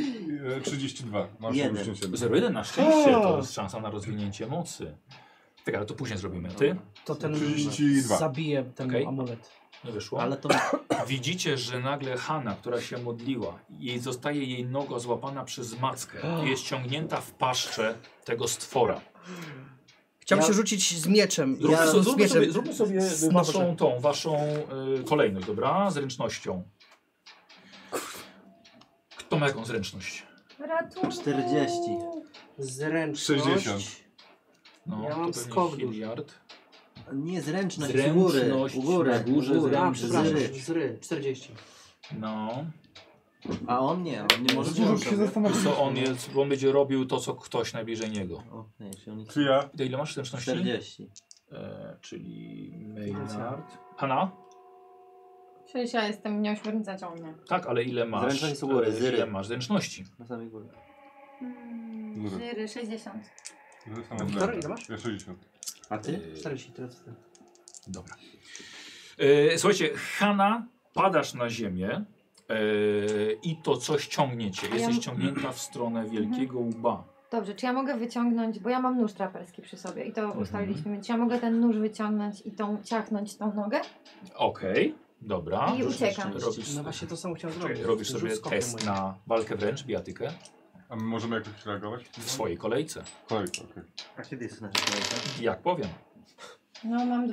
32. Masz Jeden. już siebie. 0,1 na szczęście to jest szansa na rozwinięcie mocy. Tak, ale to później zrobimy. Ty? To ten 32. zabije ten Okej. amulet. Nie wyszło. Ale to... Widzicie, że nagle Hanna, która się modliła, zostaje jej noga złapana przez mackę i jest ciągnięta w paszczę tego stwora. Chciałbym Ja- się rzucić z mieczem. Zróbmy sobie waszą kolejność, dobra? Zręcznością. Kto ma jaką zręczność? Ratunku! 40. Zręczność. 60. No, Ja mam to pewnie skok duży. Hilliard. Nie, zręczność, Zręczność, u góry. na górze u góry. A, zręczność. przepraszam, zry. 40. No. A on nie może Już się zastanawiam. Co on jest, bo on będzie robił to, co ktoś najbliżej niego. O, nie, czy on jest... Czy ja? To ile masz zręczności? 40. Czyli Maynard. Hanna? Przecież ja jestem nieośmiornica ciągnie. Tak, ale ile masz? Zręczność jest u góry, Ile zry. masz zręczności? Na samej górze. Żyry 60. Wiktor, ile masz? Ja 60. A ty? 40, tyle co ty. Dobra. Słuchajcie, Hanna, padasz na ziemię i to coś ciągniecie. A ja- Jesteś ciągnięta w stronę wielkiego łba. Dobrze, czy ja mogę wyciągnąć, bo ja mam nóż traperski przy sobie i to ustaliliśmy, więc czy ja mogę ten nóż wyciągnąć i ciachnąć tą nogę? Okej, dobra. I uciekam. Robisz, No właśnie to samo chciałem czekaj, zrobić. robisz Rzut sobie skokiem test moim. na walkę wręcz, bijatykę. A my możemy jakoś reagować? W swojej kolejce. Kolejka, okej. A kiedy jest nasza kolejka? Jak powiem. No mam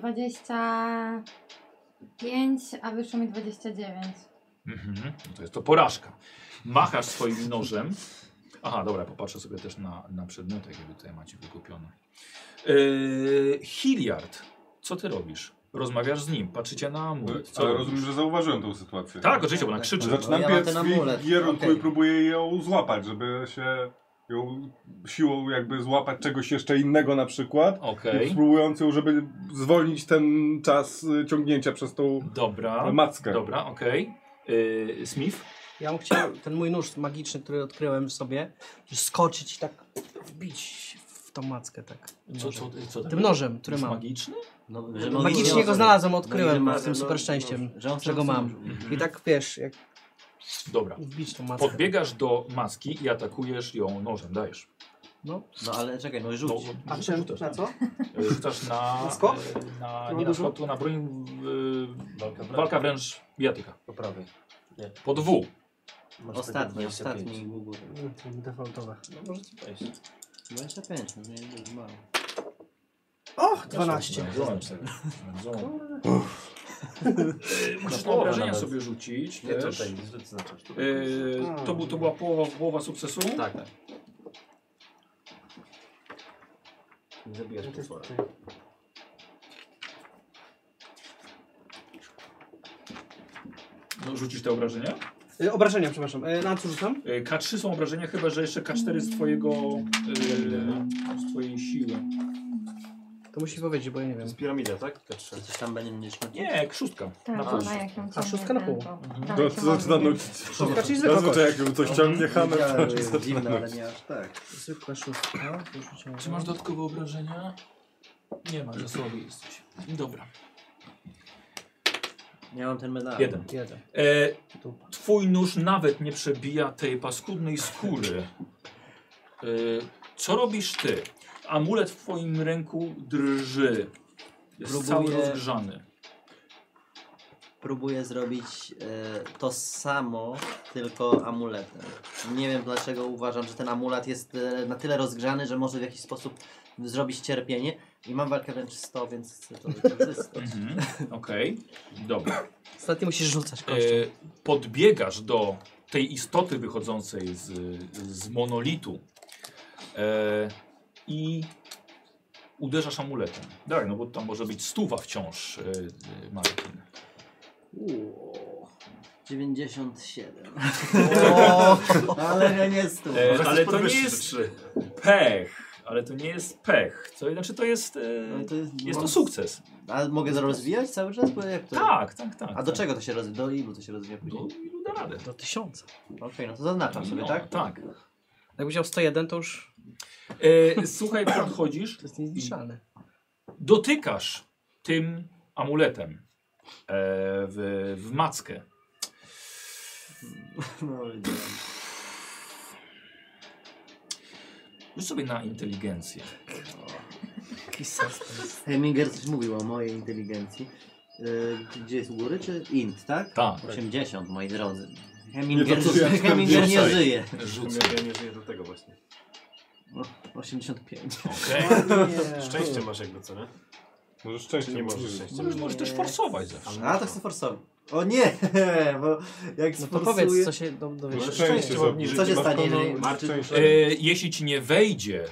25, a wyszło mi 29. Mhm. No to jest to porażka. Machasz swoim nożem. Aha, dobra, popatrzę sobie też na przedmioty, jakie wy tutaj macie wykupione. Hilliard, co ty robisz? Rozmawiasz z nim, patrzycie na amulet. Co Ale robisz? rozumiem, że zauważyłem tą sytuację. Tak, oczywiście, bo ona krzyczy. Zaczynam Ja mam biec ten w amulet, kierunku okej. i próbuję ją złapać, żeby się ją siłą jakby złapać czegoś jeszcze innego na przykład. Okej, Spróbując ją, żeby zwolnić ten czas ciągnięcia przez tą dobra. mackę. Dobra, okej. Smith? Ja bym chciał ten mój nóż magiczny, który odkryłem w sobie, skoczyć i tak wbić w tą mackę, tak. Co Tym nożem, który Nóż mam. magiczny? No, Magicznie go znalazłem, odkryłem no i że z tym ma- super szczęściem, że on że sam go mam. stworzył. I tak wiesz, jak Dobra. wbić tą mackę. Podbiegasz do maski i atakujesz ją nożem, dajesz. No, No ale czekaj, no i No, rzuć. a rzucasz, na co? Rzucasz na... Na skok? Nie na skok, to na broń... walka wręcz bijatyka. Po prawej. Nie. Po 2. Masz Ostatni, 25. ostatni u góry. Defaultowe. No możecie wejść. 25, no nie jest mało. O, 12. Musisz na obrażenia sobie rzucić Nie, to też. tutaj zaznaczasz. To była połowa sukcesu? Tak, tak. Nie zabijasz potwora. No, rzucisz te obrażenia? Obrażenia, przepraszam. Na co rzucam? K3 są obrażenia, chyba że jeszcze K4 z twojego... z twojej siły. To musisz powiedzieć, bo ja nie To wiem. jest piramida, tak? Coś tam będzie mniejsze. Nie, szóstka. Tak, Na pół. ona jak ją A ciągnie, szóstka na pół. to To dalej się zaczyna ładnie. nucić. Szóstka, czyli zwykła Zazwyczaj kość. jak ją coś ciągnie hammer, to Wiedziałem, że zaczyna jest dziwne, ale nucić. nie aż tak. Zwykła szóstka. to rzuciłem. Czy masz dodatkowe obrażenia? Nie ma, że słaby jesteś. Dobra. Ja mam ten medal. 1. Jeden. Twój nóż nawet nie przebija tej paskudnej skóry. Co robisz ty? Amulet w twoim ręku drży. Jest Próbuję- cały rozgrzany. Próbuję zrobić to samo, tylko amuletem. Nie wiem dlaczego uważam, że ten amulet jest na tyle rozgrzany, że może w jakiś sposób zrobić cierpienie. I mam walkę wręcz 100, więc chcę to wykorzystać. Okej, dobra. Ostatnio musisz rzucać kością. Podbiegasz do tej istoty wychodzącej z monolitu i uderzasz amuletem. Tak, no bo tam może być 100 wciąż, Martin. 97. Ale ja nie stu. Ale to nie jest pech. Ale to nie jest pech. To znaczy to jest, jest to sukces. A mogę to rozwijać cały czas? Bo jak to... Tak. A do czego to się rozwija? Do ilu to się rozwija później? Do ilu da radę. Do 1000. Okej, no to zaznaczam sobie, No, tak? Tak. Jakbyś miał 101, to już Słuchaj, podchodzisz, to jest niezniszczalne. dotykasz tym amuletem w mackę. No, widziałem. Rzuć sobie na inteligencję. Jakiś suspens. Heminger coś mówił o mojej inteligencji. Gdzie jest u góry, czy int, tak? Tak. 80, moi drodzy. Nie, Heminger, to ja Heminger nie rzucaj. żyje. Rzucę. Ja nie żyję do tego właśnie. No, 85. Okej. Szczęście masz jakby, co nie? Może Czy szczęście nie może możesz być. szczęścia? Możesz też forsować zawsze. A to chcę forsować. O nie! Bo jak No to sforsuję... powiedz, co się dowiesz. Możesz Szczęście szczęście sobie. obniżyć. Co się Masz stanie, pełną- jeżeli- masz czy- szczęście. Jeśli ci nie wejdzie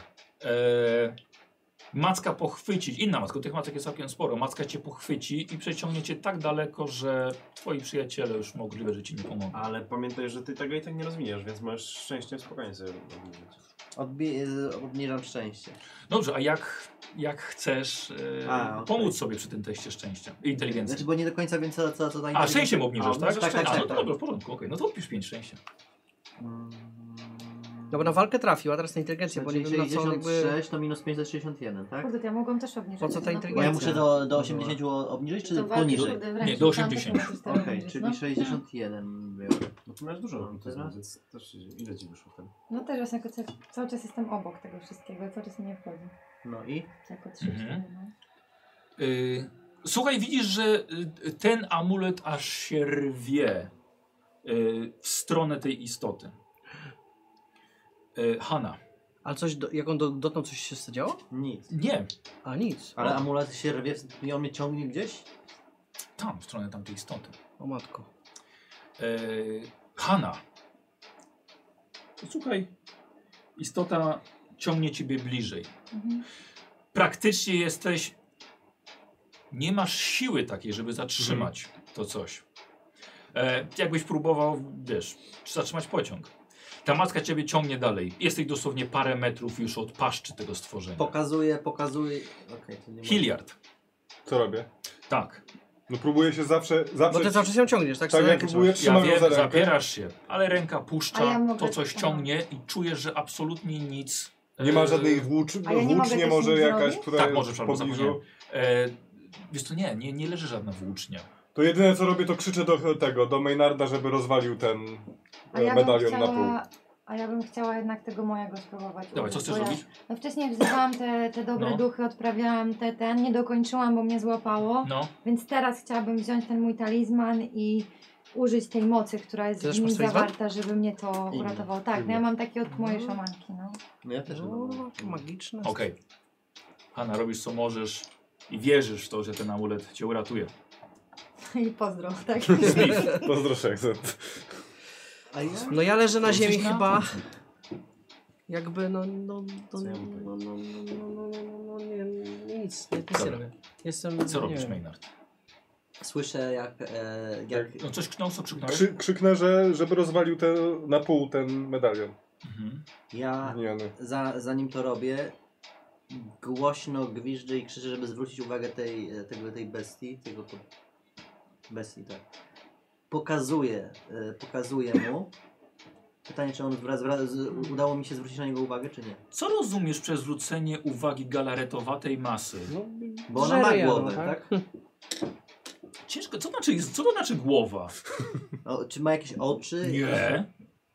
macka pochwycić, inna macka, tych macek jest całkiem sporo, macka cię pochwyci i przeciągnie cię tak daleko, że twoi przyjaciele już możliwe, że ci nie pomogą. Ale pamiętaj, że ty tego i tak nie rozwiniesz, więc możesz szczęściem spokojnie sobie obniżyć. Obniżam szczęście. Dobrze, a jak chcesz Okej. pomóc sobie przy tym teście szczęścia i inteligencji? Znaczy, bo nie do końca wiem, co ta A, inteligencja- szczęściem obniżasz, A, tak? tak, tak, A, no tak, to tak. dobra, w porządku, okej. No to odpisz 5 szczęścia. Dobra, na walkę trafił, a teraz na inteligencję, bo nie Czyli wiem na co on jakby... 66 to minus 5 to 61, tak? Kurde, to ja mogłam też obniżyć. Po co ta No, inteligencja? Bo ja muszę do 80 obniżyć, czy to walki, poniżej? kurde, wręcz Nie, do tam też 80. muszę sobie Okej, obniżyć, czyli no. 61 biorę. No to masz dużo No, autyzmu, teraz? więc też ile ci wyszło wtedy? No też właśnie jako cały czas jestem obok tego wszystkiego, cały czas mi nie wchodzi. No i? Jako 3, no. Słuchaj, widzisz, że ten amulet aż się rwie w stronę tej istoty. Hanna. Ale coś, jak on dotknął, coś się zadziało? Nic. Nie, A nic. Ale amulet się rwie i on mnie ciągnie gdzieś? tam, w stronę tamtej istoty. O matko. Hanna. Słuchaj, istota ciągnie ciebie bliżej. Praktycznie jesteś... Nie masz siły takiej, żeby zatrzymać to coś. Jakbyś próbował, wiesz, zatrzymać pociąg. Ta macka ciebie ciągnie dalej. Jesteś dosłownie parę metrów już od paszczy tego stworzenia. Pokazuje. Okej, to nie ma... Hilliard. Co robię? Tak. No próbuję się zawsze... Bo ty zawsze się ciągniesz, tak? Tak, Za ja rękę próbuję trzymasz. Ja trzymać wiem, za rękę. zapierasz się, ale ręka puszcza, A ja mogę- to coś aha. ciągnie i czujesz, że absolutnie nic... Nie ma żadnej A ja nie mogę włócznie też może nic jakaś, zrobić? która Tak, jest możesz, w albo pobliżu. zapomniałem. Wiesz co, nie leży żadna włócznia. To jedyne co robię, to krzyczę do Maynarda, żeby rozwalił ten medalion na pół. A ja bym chciała jednak tego mojego spróbować. Dawaj, co użyć, chcesz bo robić? No wcześniej wzywałam te dobre No. duchy, odprawiałam nie dokończyłam, bo mnie złapało. No, Więc teraz chciałabym wziąć ten mój talizman i użyć tej mocy, która jest Ty też w nim masz talizman? zawarta, żeby mnie to Inny. uratowało. Tak, no ja mam taki od mojej szamanki, no. No ja też mam. Magiczne. okej. Hanna, robisz co możesz i wierzysz w to, że ten amulet cię uratuje. I pozdro, tak? Pozdro Szekzent. A ja? No ja leżę na Jesteś ziemi na chyba. końcu. Jakby Co ja mam nie, nic nie Dobra. robię. Jestem, Co nie robisz, wiem. Maynard? Słyszę jak No coś krzyknąłeś? Krzyknę, żeby rozwalił na pół ten medalion. Mhm. ja Zmieniony. zanim to robię, głośno gwiżdżę i krzyczę, żeby zwrócić uwagę tej bestii, bestii, tak. Pokazuję mu. Pytanie, czy on udało mi się zwrócić na niego uwagę, czy nie? Co rozumiesz przez zwrócenie uwagi galaretowatej masy? No, Bo ona ma żery jadą, głowę, tak? Ciężko, co to znaczy głowa? O, czy ma jakieś oczy? Nie.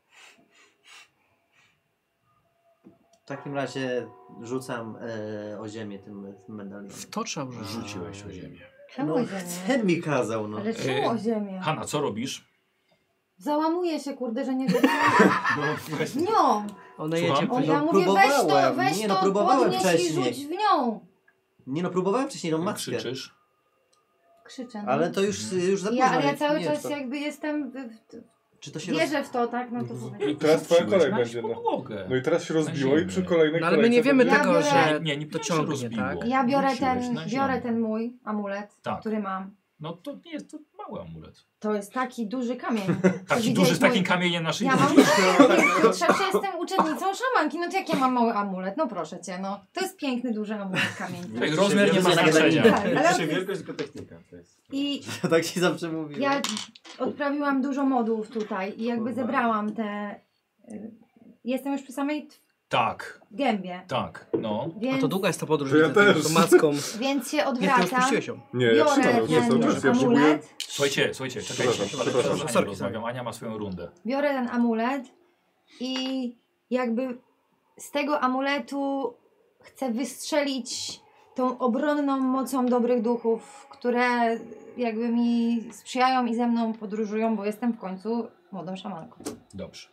W takim razie rzucam o ziemię tym medalionem. W to trzeba użyć. Rzuciłeś o ziemię. Czemu o ziemię? ten mi kazał, no. Ale czemu o ziemię? Hanna, co robisz? Załamuję się, kurde, że nie wiem. No właśnie. Nią! Ona Słucham? jedzie O, po ja mówię, próbowałem. weź Nie, no, to, próbowałem podnieś i wcześniej. rzuć w nią. Nie no, próbowałem wcześniej tą Jak maskę. krzyczysz? Krzyczę. No. Ale to już za późno. Ale ja cały nie, czas to- jakby jestem, Czy to się wierzę w to, tak? No to I powiedz. teraz twoja Rzuciłeś kolej na będzie. No. podłogę. No i teraz się rozbiło Na i przy ziemię. kolejnej No ale my nie kolejce wiemy będzie- tego, biorę- że Nie to się ciągnie, rozbiło. tak? Ja biorę Rzuciłeś na ziemię. ten mój amulet, Tak. który mam. No to nie jest to mały amulet. To jest taki duży kamień. Taki duży z takim kamieniem na szyi. Ja mam... Przecież jestem uczennicą szamanki, no to jak ja mam mały amulet? No proszę cię, no. To jest piękny, duży amulet kamień. Tutaj rozmiar nie ma Nie ma znaczenia. Tak, ale Liczy się wielkość, tylko technika. To jest. I Ja tak ci zawsze mówiłem. ja odprawiłam dużo modłów tutaj i jakby Kurwa. zebrałam te... Jestem już przy samej Tak, gębie, tak, no. A więc, to długa jest ta podróż, To ja widzę, też. tą macką. więc się Nie, ty odwracam, rozpuściłeś ją. Nie, ja biorę trzymam, nie ten cały czas. Ja próbuję... amulet, Słuchajcie, czekajcie. Przepraszam, Z Anią sorry. rozmawiam. Ania ma swoją rundę. biorę ten amulet i jakby z tego amuletu chcę wystrzelić tą obronną mocą dobrych duchów, które jakby mi sprzyjają i ze mną podróżują, bo jestem w końcu młodą szamanką. Dobrze.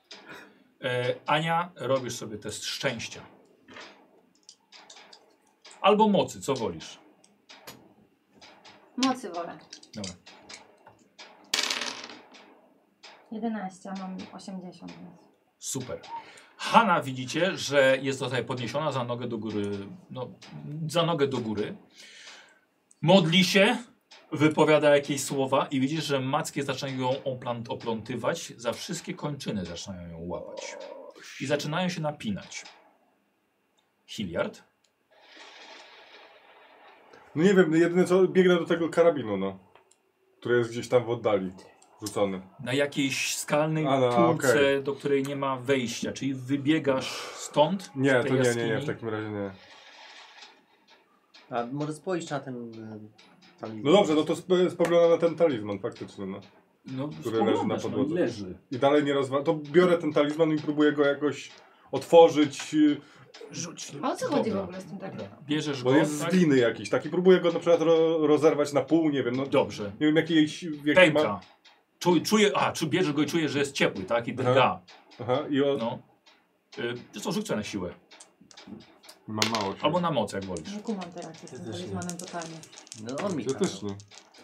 Ania, robisz sobie test szczęścia. Albo mocy, co wolisz. Mocy wolę. Dobra. 11, a mam 80. Więc. Super. Hanna, widzicie, że jest tutaj podniesiona za nogę do góry. No, za nogę do góry. Modli się, wypowiada jakieś słowa i widzisz, że mackie zaczynają ją oplątywać, za wszystkie kończyny zaczynają ją łapać. I zaczynają się napinać. Hilliard? No nie wiem, jedyne co, biegnę do tego karabinu, no. Który jest gdzieś tam w oddali. Rzucony. Na jakiejś skalnej A, no, półce, okej. do której nie ma wejścia, czyli wybiegasz stąd? Nie, z tej to nie, jaskini? w takim razie nie. A może spojrzeć na ten talizman. No dobrze, no to spoglądam na ten talizman faktycznie, no. No, Który leży na spoglądasz, no i podłodze. leży. I dalej nie rozwalam. To biorę ten talizman i próbuję go jakoś otworzyć, Rzuć. A o co chodzi w Dobra. ogóle z tym takim? Bierzesz bo go, jest z tak? gliny jakiś. Taki próbuję go na przykład rozerwać na pół, nie wiem, no. Dobrze. Nie wiem jakiejś... Pęka. Ma... Bierzesz go i czujesz, że jest ciepły, tak? I Aha. drga. Aha, i No. Co, rzuć na siłę. Mam mało siły. Albo na moc, jak wolisz. Nie kumam teraz, jestem talizmanem totalnie. No on mi Ja kazał. też nie.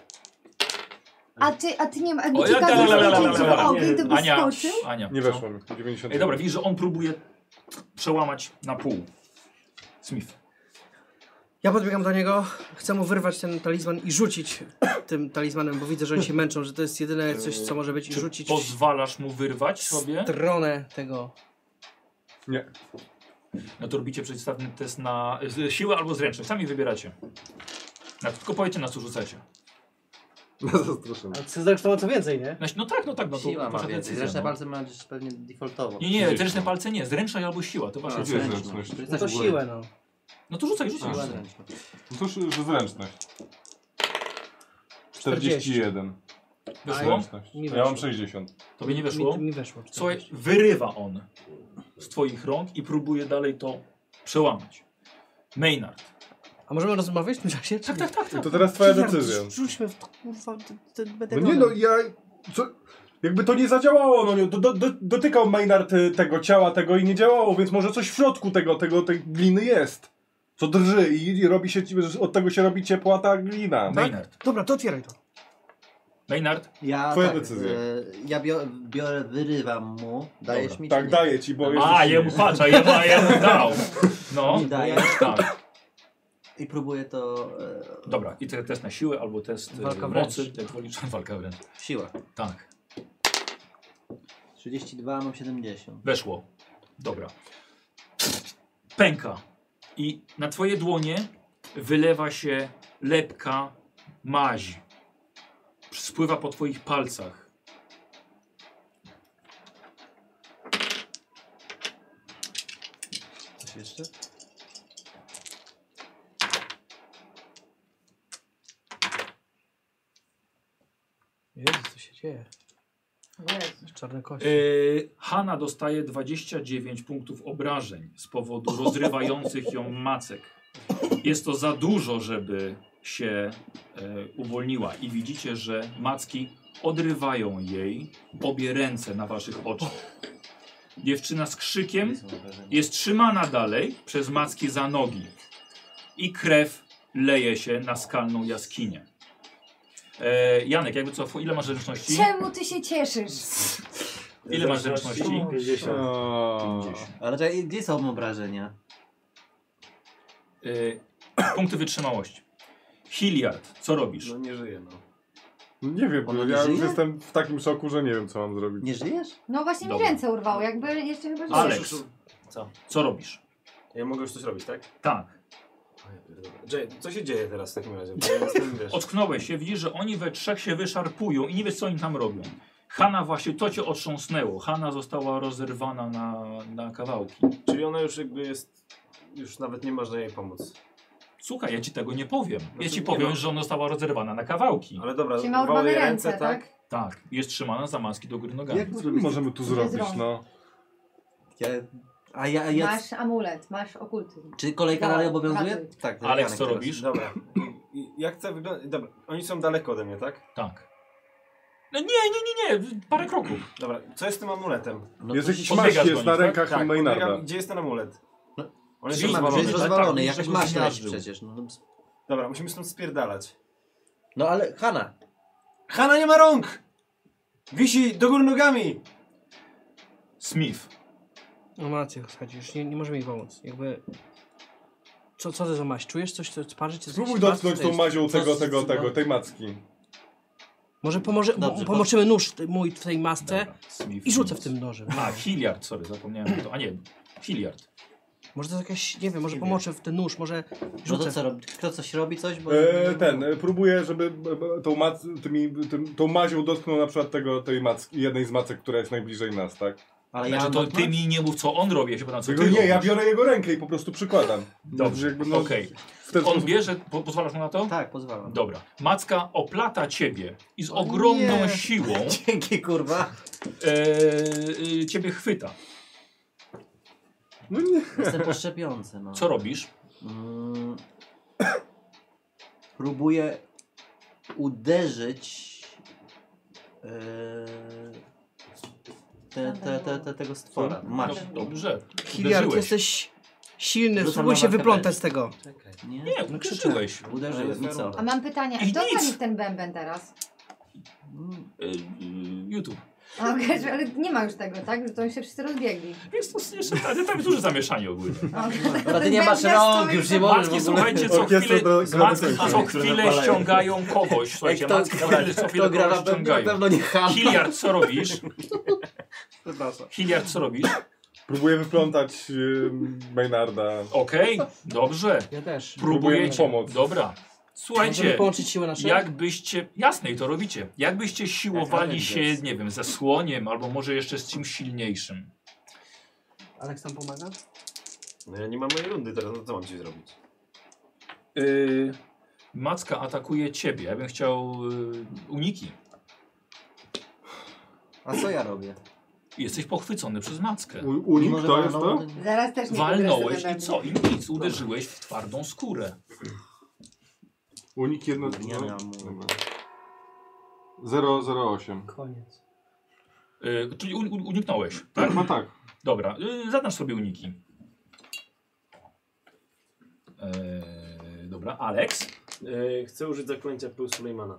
A ty nie ma. Jakby O, ci ja- kazał la, la, la, la, skoczyć la, la. w ogień, to byś Ania. skoczył? Ania. Nie co? weszło mi. 90. Ej, dobra, widzisz, że on próbuje przełamać na pół. Smith. Ja podbiegam do niego, chcę mu wyrwać ten talizman i rzucić tym talizmanem, bo widzę, że oni się męczą, że to jest jedyne coś, co może być i Czy rzucić pozwalasz mu wyrwać w sobie? stronę tego. Nie. No to robicie przeciwstawny test na siłę albo zręczność. Sami wybieracie. Tylko powiedzcie, na co rzucacie. Na zastraszenie. A zresztą ma co więcej, nie? No tak, no tak. No to Siła ma wasza więcej. decyzja, Zresztą no. palce ma pewnie defaultowo. Nie, zręczne palce nie. Zręczność albo siła, to wasza A, decyzja. zręczność. zręczność. To jest No to też w ogóle- siłę, no. No to rzucaj. Siła zręczna. No to że zręczność. 41. Wyszło? Zręczność. Mi Ja mam weszło. 60. Tobie nie weszło? Mi weszło. Słuchaj, 40. wyrywa on z twoich rąk i próbuje dalej to przełamać. Maynard. A możemy rozmawiać w tym czasie? Tak, tak, tak. To teraz twoja Kilian, decyzja. Rzućmy w to, kurwa, będę No nie no, ja... Co? Jakby to nie zadziałało, no nie, dotykał Maynard tego ciała tego i nie działało, więc może coś w środku tej gliny jest. Co drży i robi się, od tego się robi ciepła ta glina. Tak? Maynard. Dobra, to otwieraj to. Maynard. Ja Twoja tak, decyzja. ja biorę, wyrywam mu. Dajesz Dobra. mi Tak, czy nie? daję ci, bo A, jesteś jemu silny. patrz, a jemu dał. No, Mi daje. tak. I próbuję to... Dobra, i test na siłę albo test Walka wręcz. mocy, jak wolisz. Walka wręcz. Siła. Tak, 32, mam 70. weszło. Dobra. Pęka. I na twoje dłonie wylewa się lepka mazi. Spływa po twoich palcach. Coś jeszcze? Jezu, co się dzieje? Jezu. Czarne kości. Hanna dostaje 29 punktów obrażeń z powodu rozrywających ją macek. Jest to za dużo, żeby się uwolniła i widzicie, że macki odrywają jej obie ręce na waszych oczach. Dziewczyna z krzykiem jest trzymana dalej przez macki za nogi i krew leje się na skalną jaskinię. Janek, jakby co, ile masz zręczności? Czemu ty się cieszysz? Ile masz zręczności? 50. Ale czekaj, gdzie są obrażenia? Punkty wytrzymałości. Hilliard, co robisz? No nie żyje, no. Nie wiem, Ona nie ja żyje? jestem w takim szoku, że nie wiem, co mam zrobić. Nie żyjesz? No właśnie mi Dobra. ręce urwało, jakby jeszcze chyba żyje. Alex, Co? co robisz? Ja mogę już coś robić, tak? Tak. O ja pierdolę. Jay, co się dzieje teraz w takim razie? Bo ja jestem, wiesz... Ocknąłeś się, widzisz, że oni we trzech się wyszarpują i nie wiesz, co oni tam robią. Hanna właśnie, to cię otrząsnęło. Hanna została rozerwana na kawałki. Czyli ona już jakby jest... Już nawet nie można jej pomóc. Słuchaj, ja ci tego nie powiem. Ja Znaczy, ci nie powiem, no. że ona została rozerwana na kawałki. Ale dobra, Czyli ma urwały urwane jej ręce, tak? Tak, jest trzymana za maski do góry nogami. Jak Co my możemy tu zrobić, zrobić? no? Ja... Masz amulet, masz okultyzm. Czy kolejka dalej obowiązuje? Ratuj. Tak. Alex, Janek co teraz. robisz? Dobra. Jak chcę wyglądać... Dobra, oni są daleko ode mnie, tak? Tak. No nie, parę kroków. Dobra, co jest z tym amuletem? No Jest to jakiś podbiegasz maść do jest nich, na tak? rękach Tak, Maynarda. podbiegam. Gdzie jest ten amulet? No, On jest Drzwi rozwalony. jest tak, rozwalony, tak, jakaś żeby maść leci zmiażdżył. przecież. No, Dobra, musimy stąd spierdalać. no ale Hanna, Hanna nie ma rąk! Wisi do góry nogami! Smith. No macie, słuchajcie, już nie możemy jej pomóc. Jakby... Co to za maść? Czujesz coś, co parzy cię? Spróbuj dotknąć tą mazią co- tej macki. Może Dobrze, pomoczymy nóż mój w tej masce Dobra, Smith i rzucę w nic. tym nożem. A, Hilliard, sorry, zapomniałem to. A nie, Hilliard. Może to jest jakaś, nie wiem, może pomoczę w ten nóż, może no to rzucę. co robi? Kto coś robi coś? Bo... Próbuję, żeby tą mazią dotknął na przykład jednej z macek, która jest najbliżej nas, tak? Ale Znaczy, to ty mi nie mów, co on robi, ja się pytam, co ty Tylko nie, ja robisz. biorę jego rękę i po prostu przykładam. Dobrze, Jakby, no, okej. w ten On sposób- bierze, pozwalasz mu na to? Tak, pozwalam. Dobra. Macka oplata ciebie i z ogromną nie. siłą Dzięki, kurwa. ciebie chwyta. No nie. Jestem poszczepiący, no. Co robisz? Próbuję uderzyć tego stwora. Masz. Dobrze. Hilliard, Uderzyłeś. jesteś silny, Rzucam spróbuj na się walkę wyplątać wręcz. z tego. Nie? Nie, uderzyłeś. Uderzyłem i co? A mam pytanie, a I kto nic. walił w ten bęben teraz? YouTube. A, okej, ale nie ma już tego, tak? Że to się wszyscy rozbiegli. Jest to jeszcze tam jest duże zamieszanie ogólnie. Dobra, ty nie masz rąk, już nie możesz Macki, w ogóle. słuchajcie, co Orkiestra chwilę, do- macki do- co chwilę ściągają kogoś. Słuchajcie, Kto- macki co chwilę Kto gra kogoś na pewno, ściągają. pewno nie Hanna. Hilliard, co robisz? Przepraszam. Hilliard, co robisz? Próbuję wyplątać Maynarda. Okej, dobrze. Ja też. Próbujecie. pomóc. Dobra. Możemy Słuchajcie, połączyć siły nasze? jakbyście, jasne i to robicie, jakbyście siłowali Jak się, Avengers. nie wiem, ze słoniem, albo może jeszcze z czymś silniejszym. Aleks tam pomaga? No ja nie mam mojej rundy teraz, no co mam ci zrobić? Macka atakuje ciebie, ja bym chciał uniki. A co ja robię? Jesteś pochwycony przez Mackę. Unik Mimo, że to ma jest to? nową- Zaraz też nie Walnąłeś pogryzę i co? I nic, uderzyłeś w twardą skórę. Unik jedno... Nie no, miałem. dobra. 008. Koniec. Czyli uniknąłeś. Tak, no tak. Dobra, zaznacz sobie uniki. Dobra, Alex. Chcę użyć zaklęcia pył Sulejmana.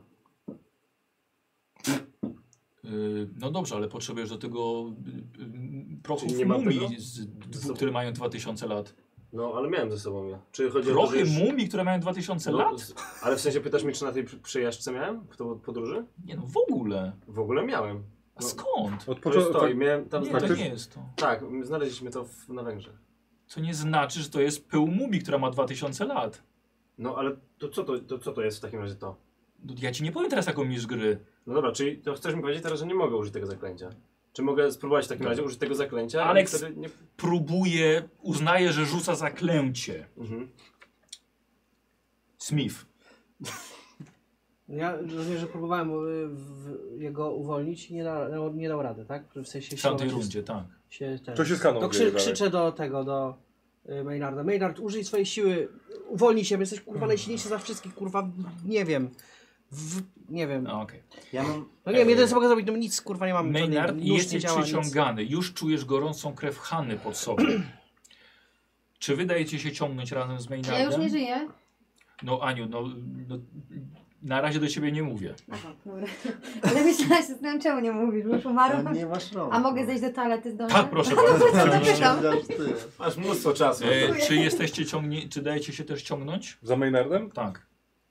No dobrze, ale potrzebujesz do tego prochów Czyli nie mam mumii, tego? które mają 2000 lat. No, ale miałem ze sobą je. Czy chodzi o to, Prochy że już... mumii, które mają 2000 No, lat? ale w sensie pytasz mnie, czy na tej przejażdżce miałem? W to podróży? Nie no, w ogóle. W ogóle miałem. A skąd? Od To jest to i początku... miałem tam Nie, to znaleźć... nie jest to. Tak, znaleźliśmy to na Węgrzech. Co nie znaczy, że to jest pył mumii, która ma 2000 lat. No, ale to co to jest w takim razie to? No, ja ci nie powiem teraz, jaką mistrz gry. No dobra, czyli to chcesz mi powiedzieć teraz, że nie mogę użyć tego zaklęcia? Czy mogę spróbować w takim razie użyć tego zaklęcia? ale Alex- wtedy nie... Próbuje, uznaje, że rzuca zaklęcie. Mhm. Smith. Ja rozumiem, że próbowałem jego uwolnić i nie dał rady, tak? W sensie W tamtej siłować rundzie, tak. To się skanął. To krzyczę do Maynarda. Maynard, użyj swojej siły, uwolnij się, bo jesteś kurwa najsilniejszy za wszystkich, kurwa, nie wiem. Nie wiem. A, okej. Ja mam... No nie wiem, jedyne co mogę zrobić, no nic kurwa nie mam. Maynard, nóż nie jesteś działa, nic. przyciągany. Już czujesz gorącą krew Hanny pod sobą. Czy wydaje ci się ciągnąć razem z Maynardem? Ja już nie żyję. No Aniu, no, na razie do ciebie nie mówię. Aha, dobra. Ale myślałam się, z czemu nie mówisz, bo już umarłam. Nie masz rąk. A mogę zejść do toalety z domu? Tak, proszę bardzo. Zapytam. Masz mnóstwo czasu. Czy jesteście czy dajecie się też ciągnąć? Za Maynardem? Tak.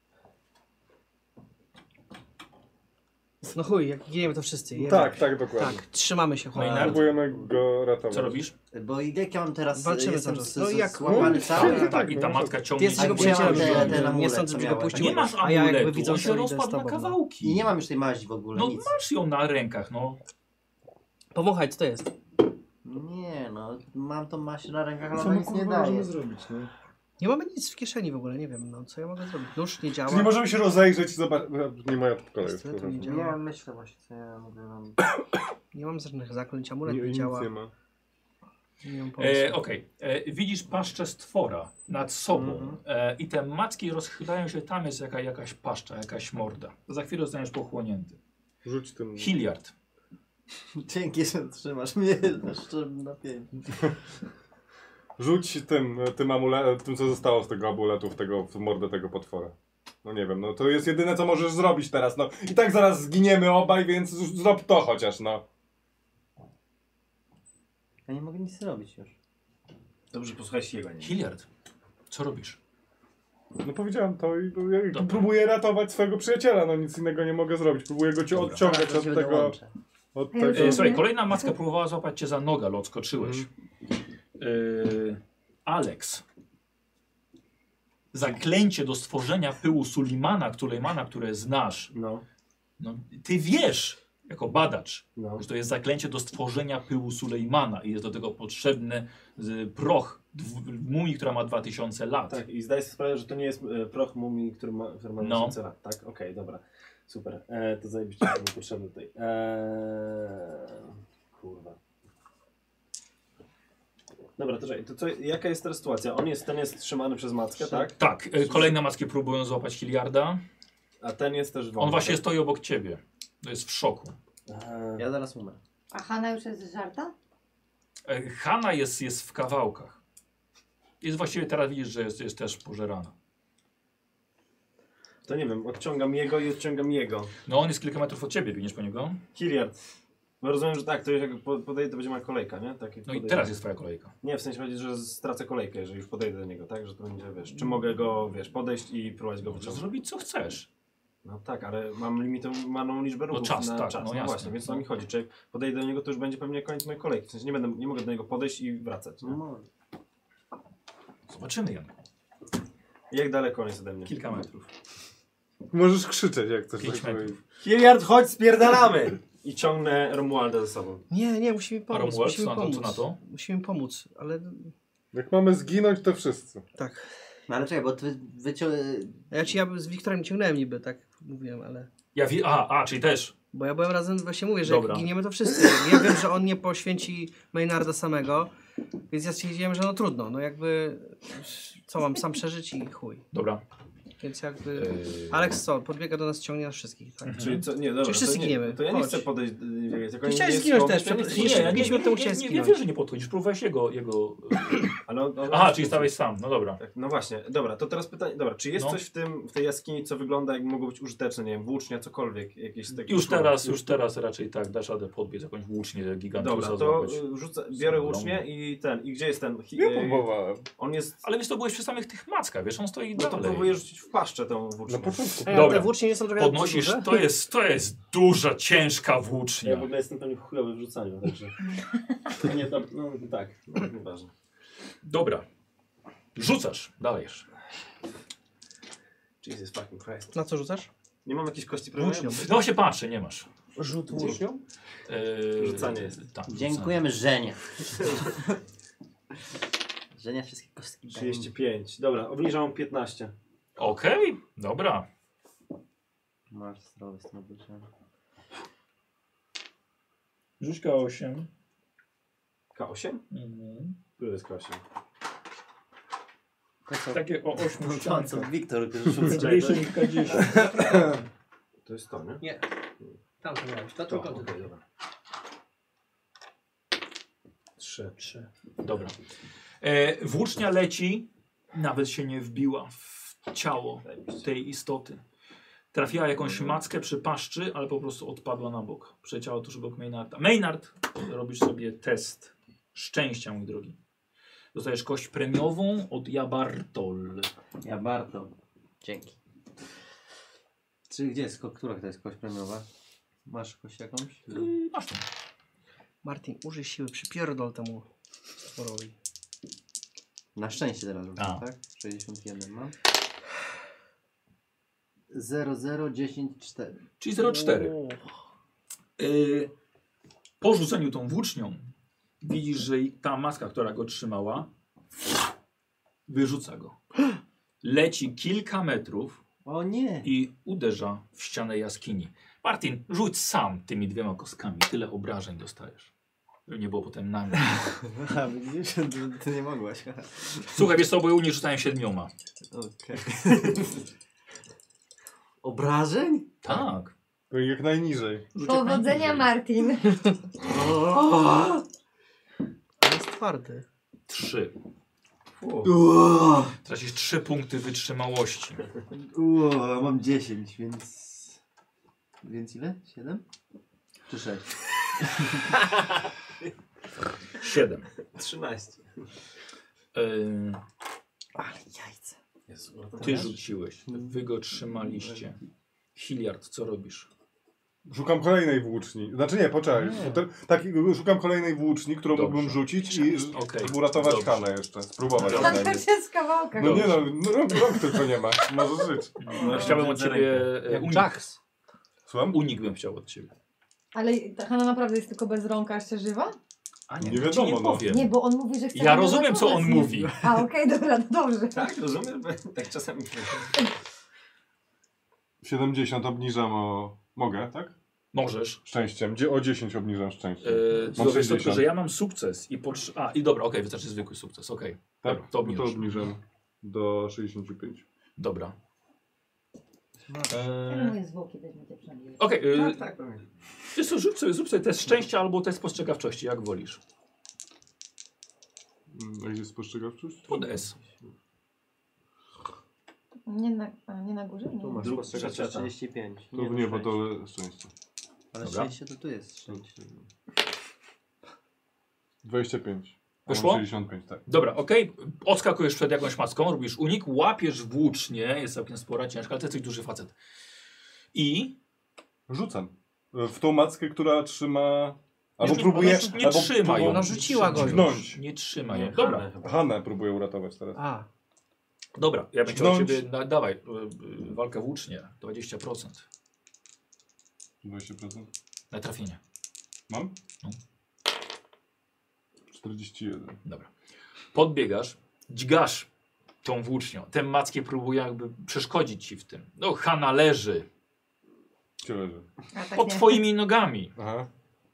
No chuj, jak giniemy to wszyscy. jemy. Tak, dokładnie. Tak, trzymamy się. Maynard? Maynard. Próbujemy go ratować. Co robisz? Bo jak ja mam teraz... Walczymy jestem cały czas. No jak- złapany cały. Tak, i ta matka Ty ciągnie jesteś jego cię. przyjacielem, przyjacielem, ten nie amulet, sądzę, żeby go co miałeś. puścił. Nie masz A ja jakby amuletu, widzę, on się że idę rozpadł z na tobą, no. kawałki. I nie mam już tej maździ w ogóle, No nic. masz ją na rękach, no. Powąchaj, co to jest? Nie no, mam tą maść na rękach, ale Co ona my nic nie kurwa daje. możemy zrobić, no? Nie mamy nic w kieszeni w ogóle, nie wiem, no co ja mogę zrobić. Nóż nie działa. Czyli możemy się rozejrzeć i zobaczyć... Nie moja kolej jest. Pistoletu nie przepraszam. działa. Nie myślę właśnie, co ja mogę robić. Nie mam żadnych zaklęć, amulet nie Nic działa. nie ma. Nie mam pomysłu. Okej. Widzisz paszczę stwora nad sobą Mhm. i te macki rozchylają się, tam jest jakaś paszcza, jakaś morda. Za chwilę zostaniesz pochłonięty. Rzuć tym... Hilliard. Dzięki, że trzymasz mnie na szczerym napięciu. Rzuć tym amuletem, tym co zostało z tego amuletu w mordę tego potwora. No nie wiem, no to jest jedyne co możesz zrobić teraz, no. I tak zaraz zginiemy obaj, więc zrób to chociaż, no. Ja nie mogę nic zrobić już. Dobrze, posłuchaj się jego, nie? Hilliard, co robisz? No powiedziałem to i ja Dobra. próbuję ratować swojego przyjaciela, no nic innego nie mogę zrobić. Próbuję go Dobra. odciągać Zaraz od się tego... dołączę. Od Ja tego... już- Słuchaj, kolejna macka próbowała złapać cię za nogę, ale odskoczyłeś. Alex. Zaklęcie do stworzenia pyłu Sulejmana, które znasz. No, No, ty wiesz, jako badacz, no. że to jest zaklęcie do stworzenia pyłu Sulejmana i jest do tego potrzebny proch mumii, która ma 2000 lat. Tak, i zdaję sobie sprawę, że to nie jest proch mumii, który ma No. 1000 lat, tak? Okej, dobra. Super. To zajebiście mi potrzebne tutaj. Kurwa. Dobra, to czekaj, to co, jaka jest teraz sytuacja? Ten jest trzymany przez mackę, tak? Tak, kolejne macki próbują złapać Hilliarda. A ten jest też wolny. On właśnie stoi obok ciebie. To jest w szoku. Ja zaraz umrę. A Hanna już jest żarta? Hanna jest w kawałkach. Jest właściwie, teraz widzisz, że jest też pożerana. To nie wiem, odciągam jego i odciągam jego. No on jest kilka metrów od ciebie, biegniesz po niego. Hilliard. Bo rozumiem, że tak, to jak podejdę, to będzie moja kolejka, nie? Tak jak No i podejdę. teraz jest twoja kolejka. Nie, w sensie chodzi, że stracę kolejkę, jeżeli już podejdę do niego, tak? Że to będzie, wiesz, czy mogę go, wiesz, podejść i próbować go Możesz wyciągnąć. zrobić co chcesz. No tak, ale mam limitowaną liczbę ruchów czas, na tak, czas. no No jasne. właśnie, więc o mi chodzi. Czy jak podejdę do niego, to już będzie pewnie koniec mojej kolejki. W sensie nie mogę do niego podejść i wracać. Nie? Zobaczymy, Janku. Jak daleko on jest ode mnie? Kilka metrów. Możesz krzyczeć, jak chcesz. 5 tak metrów. powiedzieć. Hilliard, chodź, spierdalamy! I ciągnę Romualda ze sobą. Nie, musimy A pomóc. Romuald, Musimy co na to? pomóc. Co na to? Musimy pomóc, ale Jak mamy zginąć, to wszyscy. tak. No ale czekaj, bo ty Ja z Wiktorem ciągnąłem niby, tak mówiłem, ale... Czyli też. Bo ja byłem razem, właśnie mówię, że Dobra. jak giniemy to wszyscy. Ja wiem, że on nie poświęci Maynarda samego, więc ja stwierdziłem, że no trudno, no jakby co mam sam przeżyć i chuj. Dobra. Więc jakby... Alex co, podbiega do nas, ciągnie nas wszystkich, tak? Czyli co? Nie, dobra. Czyli wszyscy to nie, giniemy. To ja nie Chodź. chcę podejść. Ty chciałeś zginąć też, Nie, 5 minut temu chciałeś ja zginąć. wiem, że nie podchodzisz. Próbowałeś jego... czyli stałeś sam. No dobra. Tak, no właśnie, dobra, to teraz pytanie, dobra, czy jest No. coś w tej jaskini, co wygląda jakby mogło być użyteczne, nie wiem, włócznia, cokolwiek, jakieś takie... Już teraz raczej tak, dasz radę podbiec jakąś włócznię gigantusa. Dobra, to złapać. biorę włócznię i gdzie jest ten... Ja próbowałem. On jest... Ale wiesz, to byłeś przy samych tych mackach, wiesz, on stoi No to dalej. próbuję rzucić w paszczę tą Na włócznię. początku. Ej, Dobra. te włócznie nie są trochę Podnosisz, za duże? to jest duża, ciężka Ja włócznia. w ogóle jestem pewnie chujowy w rzucaniu, także... nie, no tak, no, nieważne. Dobra. Rzucasz, dalejesz. Jesus fucking Christ. Na co rzucasz? Nie mam jakiejś kości Włócznią. premium? No się patrzę, nie masz. Rzut włócznią? Rzucanie jest. Tak, dziękujemy Żenie. Żenia wszystkie kostki daje. 35. Dobra, obniżam 15. Okej, dobra. Masz zdrowe stanowisko. Rzuć K8. K8? Mhm. Który jest K8? Takie o 8 No to ściankach. co Wiktor rzuca. Mniejsze niż K10. To jest to, nie? Nie. Tam to miałeś, to To, okej, dobra. 3. Dobra. Włócznia leci, nawet się nie wbiła w ciało tej istoty. Trafiła jakąś mackę przy paszczy, ale po prostu odpadła na bok. Przeleciała tuż obok Maynarda. Maynard, robisz sobie test szczęścia, mój drogi. Dostajesz kość premiową od Jabartol. Ja bardzo. Dzięki. Czy gdzie jest, która to jest kość premiowa? Masz kość jakąś? Masz to. Martin, użyj siły, przypierdol temu stworowi. Na szczęście teraz rzucę, A. tak? 61 mam. 10, 4. Czyli 0,4. Po rzuceniu tą włócznią widzisz, że ta maska, która go trzymała, wyrzuca go. Leci kilka metrów O nie! i uderza w ścianę jaskini. Martin, rzuć sam tymi 2 kostkami. Tyle obrażeń dostajesz. Żeby nie było potem na mnie. A, widzisz? Ty nie mogłaś. Słuchaj, wiesz co, bo u nich rzucałem 7. Okej. Obrażeń? Tak. To jak najniżej. Rzuć jak Powodzenia, najniżej. Martin. On jest twardy. 3. Tracisz 3 punkty wytrzymałości. Mam 10, więc... Więc ile? 7? Czy 6? 7. 13. Ale jajce. Jezu, Ty rzuciłeś. Wy go trzymaliście. Hilliard, co robisz? Szukam kolejnej włóczni. Znaczy nie, poczekaj. Tak, szukam kolejnej włóczni, którą Dobrze. mógłbym rzucić i Okej. uratować Dobrze. Hanę jeszcze. Spróbować. Dobrze. Tam też jest w kawałkach. No nie no, rąk tylko nie ma. Możesz żyć. Chciałbym od ciebie unik. Jax. Słucham? Unik bym chciał od ciebie. Ale ta Hanna naprawdę jest tylko bez rąka, jeszcze żywa? A Nie to ci wiadomo, nie no. powiem. Nie, bo on mówi, że chce... Ja Hannę rozumiem, co on uratować, nie? mówi. A, okej, dobra, no dobrze. Tak, rozumiem, tak czasami... 70 obniżam o... Mogę, tak? Możesz. Szczęściem. O 10 obniżam szczęście. To Mam wiesz tylko, 60. że ja mam sukces i i dobra, okej, wystarczy zwykły sukces, okej. Tak, Dobra, to to obniżasz. obniżam do 65. Dobra. Moje zwłoki weźmiecie przynajmniej. Okej, Tak, pewnie. wiesz co, zrób sobie test szczęścia albo test spostrzegawczości, jak wolisz. A gdzie jest spostrzegawczość? Pod S. Nie na górze? Tu Nie. masz Druk spostrzegawczość trzecia. 35. To nie, bo to szczęście. Ale Dobra. szczęście to tu jest szczęście. 25. Wyszło? 65, tak. Dobra, okej. Odskakujesz przed jakąś maską, robisz unik, łapiesz włócznie, jest całkiem spora, ciężka, ale to jesteś duży facet. I... Rzucam. W tą mackę, która trzyma... Albo Nie, próbuje... ona nie albo trzyma ją. próbuje Ona rzuciła go już. dźgnąć. Nie trzyma ją. Dobra, Hanę próbuje uratować teraz. A, dobra. Ja bym chciał od Dźgnąć. ciebie... Dawaj, walka włócznie. 20%. 20%. Na trafienie. Mam? No. 41. Dobra. Podbiegasz, dźgasz tą włócznią. Te mackie próbuje jakby przeszkodzić ci w tym. No, Hanna leży Gdzie leży? A, tak pod nie. twoimi nogami. Aha.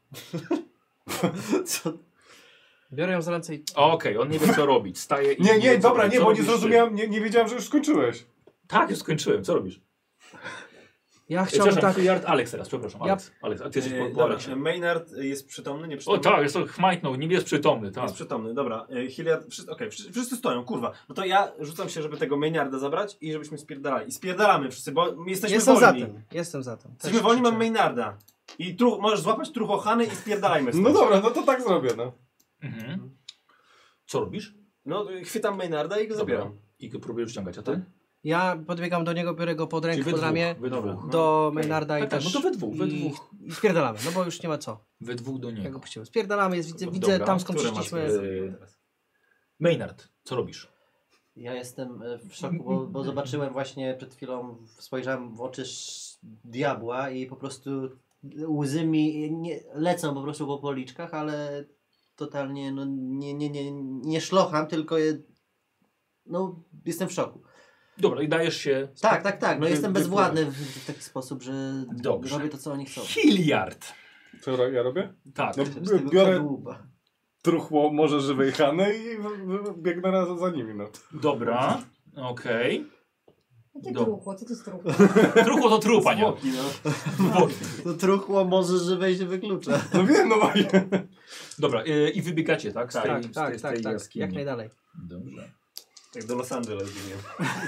Co? biorę ją za ręce i... Okej, on nie wie co robić. Staje i Nie, wie, co dobra, robić. nie, Co bo nie robisz ty? zrozumiałem, nie wiedziałem, że już skończyłeś. Tak, już skończyłem. Co robisz? Ja chciałbym Przepraszam, tak... Yard Alex teraz, przepraszam. Ja- Alex, a ty jesteś po Dobra, Aleksie. Maynard jest przytomny, nie O przytomny? tak, jest to chmajtnął, nie jest przytomny, tak. Jest przytomny, dobra. Hilliard, okej, wszyscy stoją, kurwa. No to ja rzucam się, żeby tego Maynarda zabrać i żebyśmy spierdalali. I spierdalamy wszyscy, bo my jesteśmy Jestem za wolni. tym. Jestem za tym. Jesteśmy wolni, mamy Maynarda. I możesz złapać trucho Hany i spierdalajmy stąd. No dobra, no to tak zrobię, no. Mhm. Co robisz? No, chwytam Maynarda i go zabieram. I go próbujesz ściągać, a ty? Ja podbiegam do niego, biorę go pod rękę, pod ramię, wy Dobra. dwóch. do Maynarda i Tak, tak, też... no to we dwóch, we i- dwóch. I spierdalamy, no bo już nie ma co. Wy dwóch do Ja go niego. puściłem. Spierdalamy, widzę Dobra, tam skąd Które przyszliśmy. maski zrobimy teraz? Maynard, co robisz? Ja jestem w szoku, bo zobaczyłem właśnie przed chwilą, spojrzałem w oczy diabła i po prostu łzy mi lecą po prostu po policzkach, ale totalnie no, nie szlocham, tylko no, jestem w szoku. Dobra, i dajesz się... Tak, no jestem bezwładny w taki sposób, że Dobrze. robię to, co oni chcą. Hilliard. Co ja robię? Tak. No, Z tego biorę kadłuba. truchło może żywej Hany i biegnę razem za nimi, no. Dobra, okej. Jakie Dobra. truchło? Co to jest truchło? Truchło to trupa, nie? Zwłoki, no. Zwłoki. To truchło może żywej się wyklucza. No wiem, no właśnie. Dobra, i wybiegacie, tak? Z tej, Tak, z tej, tak, z tej tak, tak. jaskini. Jak najdalej. Dobrze. Tak do Los Angeles biegniemy.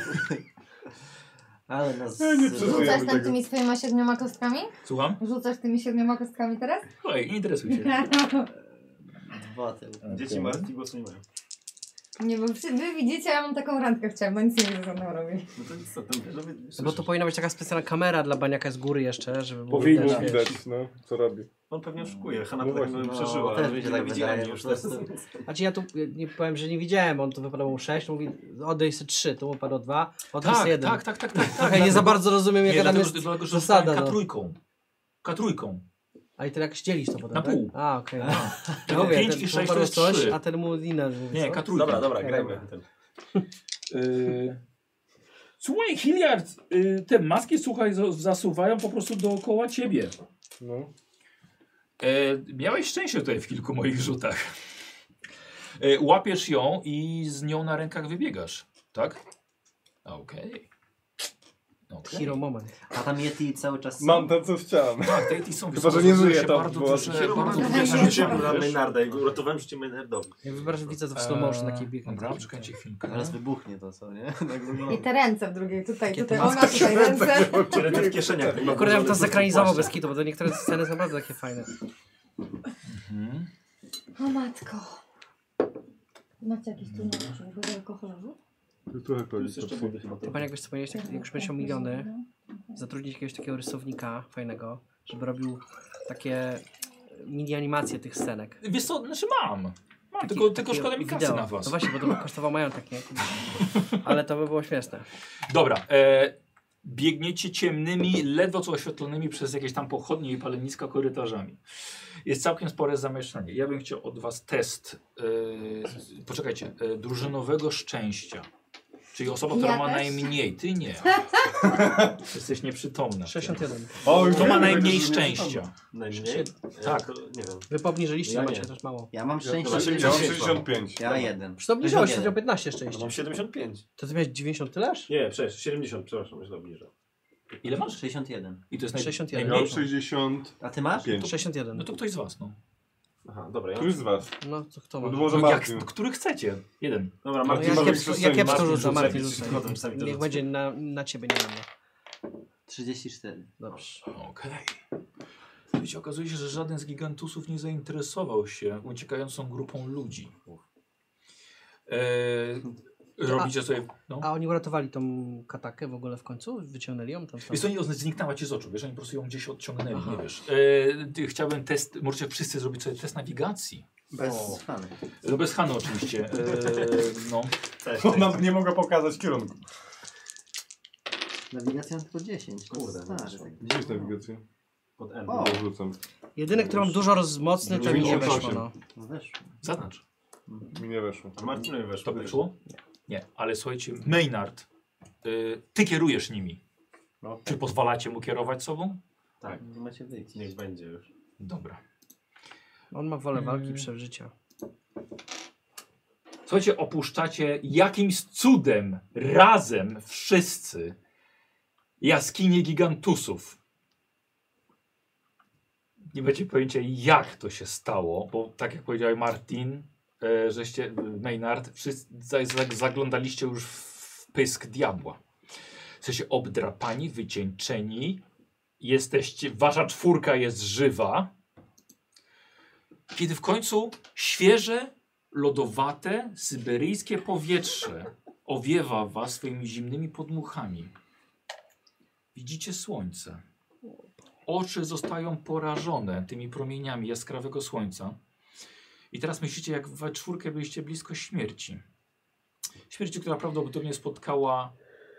Ale nas... Ja nie przeżyję. Rzucasz tam tymi swoimi 7 kostkami? Słucham? Rzucasz tymi 7 kostkami teraz? Słuchaj, nie interesuj się. Dwa tyły. Dzieci martwi głosu nie mają. Nie, bo wy widzicie, a ja mam taką randkę chciałam, no nic nie widzę, co tam robi. No to nic, co tam, żeby... No bo to powinna być taka specjalna kamera dla baniaka z góry jeszcze, żeby było Powinno widać, wiesz. widać, no, co robi. On pewnie oszukuje, Hanna No no tak właśnie. przeżyła. też mi się tak widziałem wydaje, już po prostu. Znaczy ja tu nie powiem, że nie widziałem, on to wypadło mu 6, mówi oddaj sobie 3, to mu padło 2, oddaj sobie 1. Tak. Trochę nie za bardzo rozumiem, jaka tam jest dlatego, że zasada. No. K3. K3. A i ty jak dzielisz to potem, Na tak? pół. A, okej. To No mówię, 5 ten i 6 to padło jest coś, 3. a ten mu inne. Nie, co? K3. Dobra, Dobra. grajmy. Słuchaj, Hilliard, te maski, słuchaj, zasuwają po prostu dookoła ciebie. No. Miałeś szczęście tutaj w kilku moich rzutach. Łapiesz ją i z nią na rękach wybiegasz, tak? Okej. Hero moment. A tam Yeti cały czas... Mam ten, co chciałem. Tak, te Yeti są Chyba, że nie żyje tam, bardzo bo- duże, bardzo Ja duże nie rzeczy. wiem. Na Maynarda i go uratowałem życie Maynardowi. Ja wybrałem, widzę to w slow motion, taki bieg. Dobra, czekajcie chwilkę. Zaraz wybuchnie to, co nie? Tak I wygląda. te ręce w drugiej, tutaj Jakie ona, maski. tutaj ręce. Czyli te w kieszeniach. Akurat ja bym to zekranizował bez kitu, bo to niektóre sceny są naprawdę takie fajne. Mhm. O matko. Macie jakieś tłumaczenie do alkoholowy? Trochę to jest Jeszcze młody chyba. To pan jak wspomniałeś, jak już będziesz miał miliony, zatrudnić jakiegoś takiego rysownika fajnego, żeby robił takie mini animacje tych scenek. Wiesz co, znaczy mam. Taki- Tylko takie szkoda mi kasy wideo. na was. No właśnie, bo to by kosztowało majątek, nie? Ale to by było śmieszne. Dobra, biegniecie ciemnymi, ledwo co oświetlonymi przez jakieś tam pochodnie i paleniska korytarzami. Jest całkiem spore zamieszanie. Ja bym chciał od was test, poczekajcie, drużynowego szczęścia. Czyli osoba, która Ja ma też? najmniej, ty nie. Jesteś nieprzytomna. 61. O, Kto ma wiem, najmniej że- szczęścia? Najmniej? Tak. To nie wiem. Wy obniżyliście, Ja macie nie. też mało. Ja mam Ja szczęście. mam Ja mam 65. 65. Ja jeden. Przecież to obniżyłeś, to 61. miał 15 No szczęście. mam 75. To ty miałeś 90 tyleż? Nie, przecież 70, przepraszam, źle obniżę. Ile masz? 61. I to jest 61. Ja mam najmniejszy? 65. A ty masz? 61. No to ktoś z was, no. Aha, dobra. Ja Któryś z was? No to kto No ma? może No jak, Martin. który chcecie? Jeden. Dobra, No, Martin, ja może kiepsko, być ja kiepsko Martin rzucam, rzucaj, Martin rzucaj. rzucaj. Potem sami to Niech rzucą. będzie na ciebie, nie na mnie. 34. Dobrze. Okej. Wiecie, okazuje się, że żaden z gigantusów nie zainteresował się uciekającą grupą ludzi. Robicie sobie... No. A oni uratowali tą katakę w ogóle w końcu? Wyciągnęli ją? Tam Wiesz, to nie zniknęła ci z oczu, wiesz, oni po prostu ją gdzieś odciągnęli, Aha. nie wiesz. Chciałbym test, możecie wszyscy zrobić sobie test nawigacji. Bez O. Hany. No bez Hany oczywiście. No. Ona nie mogła pokazać kierunku. Nawigacja mam tylko 10. Kurde, no stary. wyszło. Gdzie jest nawigacja? Pod M. O. Rzucam. Jedyny, który mam dużo mocny, to mi nie weszło, no. Weszło. Zaznacz. Mi nie weszło. A Martinowi weszło. To wyszło? Nie, ale słuchajcie, Maynard, ty kierujesz nimi. No, Czy pozwalacie mu kierować sobą? tak, Nie macie wyjść. niech będzie już. Dobra. On ma wolę walki, przeżycia. Słuchajcie, opuszczacie jakimś cudem razem wszyscy jaskinię gigantusów. Nie macie pojęcia, jak to się stało, bo tak jak powiedział Martin, żeście, Maynard, wszyscy zaglądaliście już w pysk diabła. Jesteście obdrapani, wycieńczeni, jesteście, wasza czwórka jest żywa, kiedy w końcu świeże, lodowate, syberyjskie powietrze owiewa was swoimi zimnymi podmuchami. Widzicie słońce. Oczy zostają porażone tymi promieniami jaskrawego słońca. I teraz myślicie, jak we czwórkę byliście blisko śmierci. Śmierci, która prawdopodobnie spotkała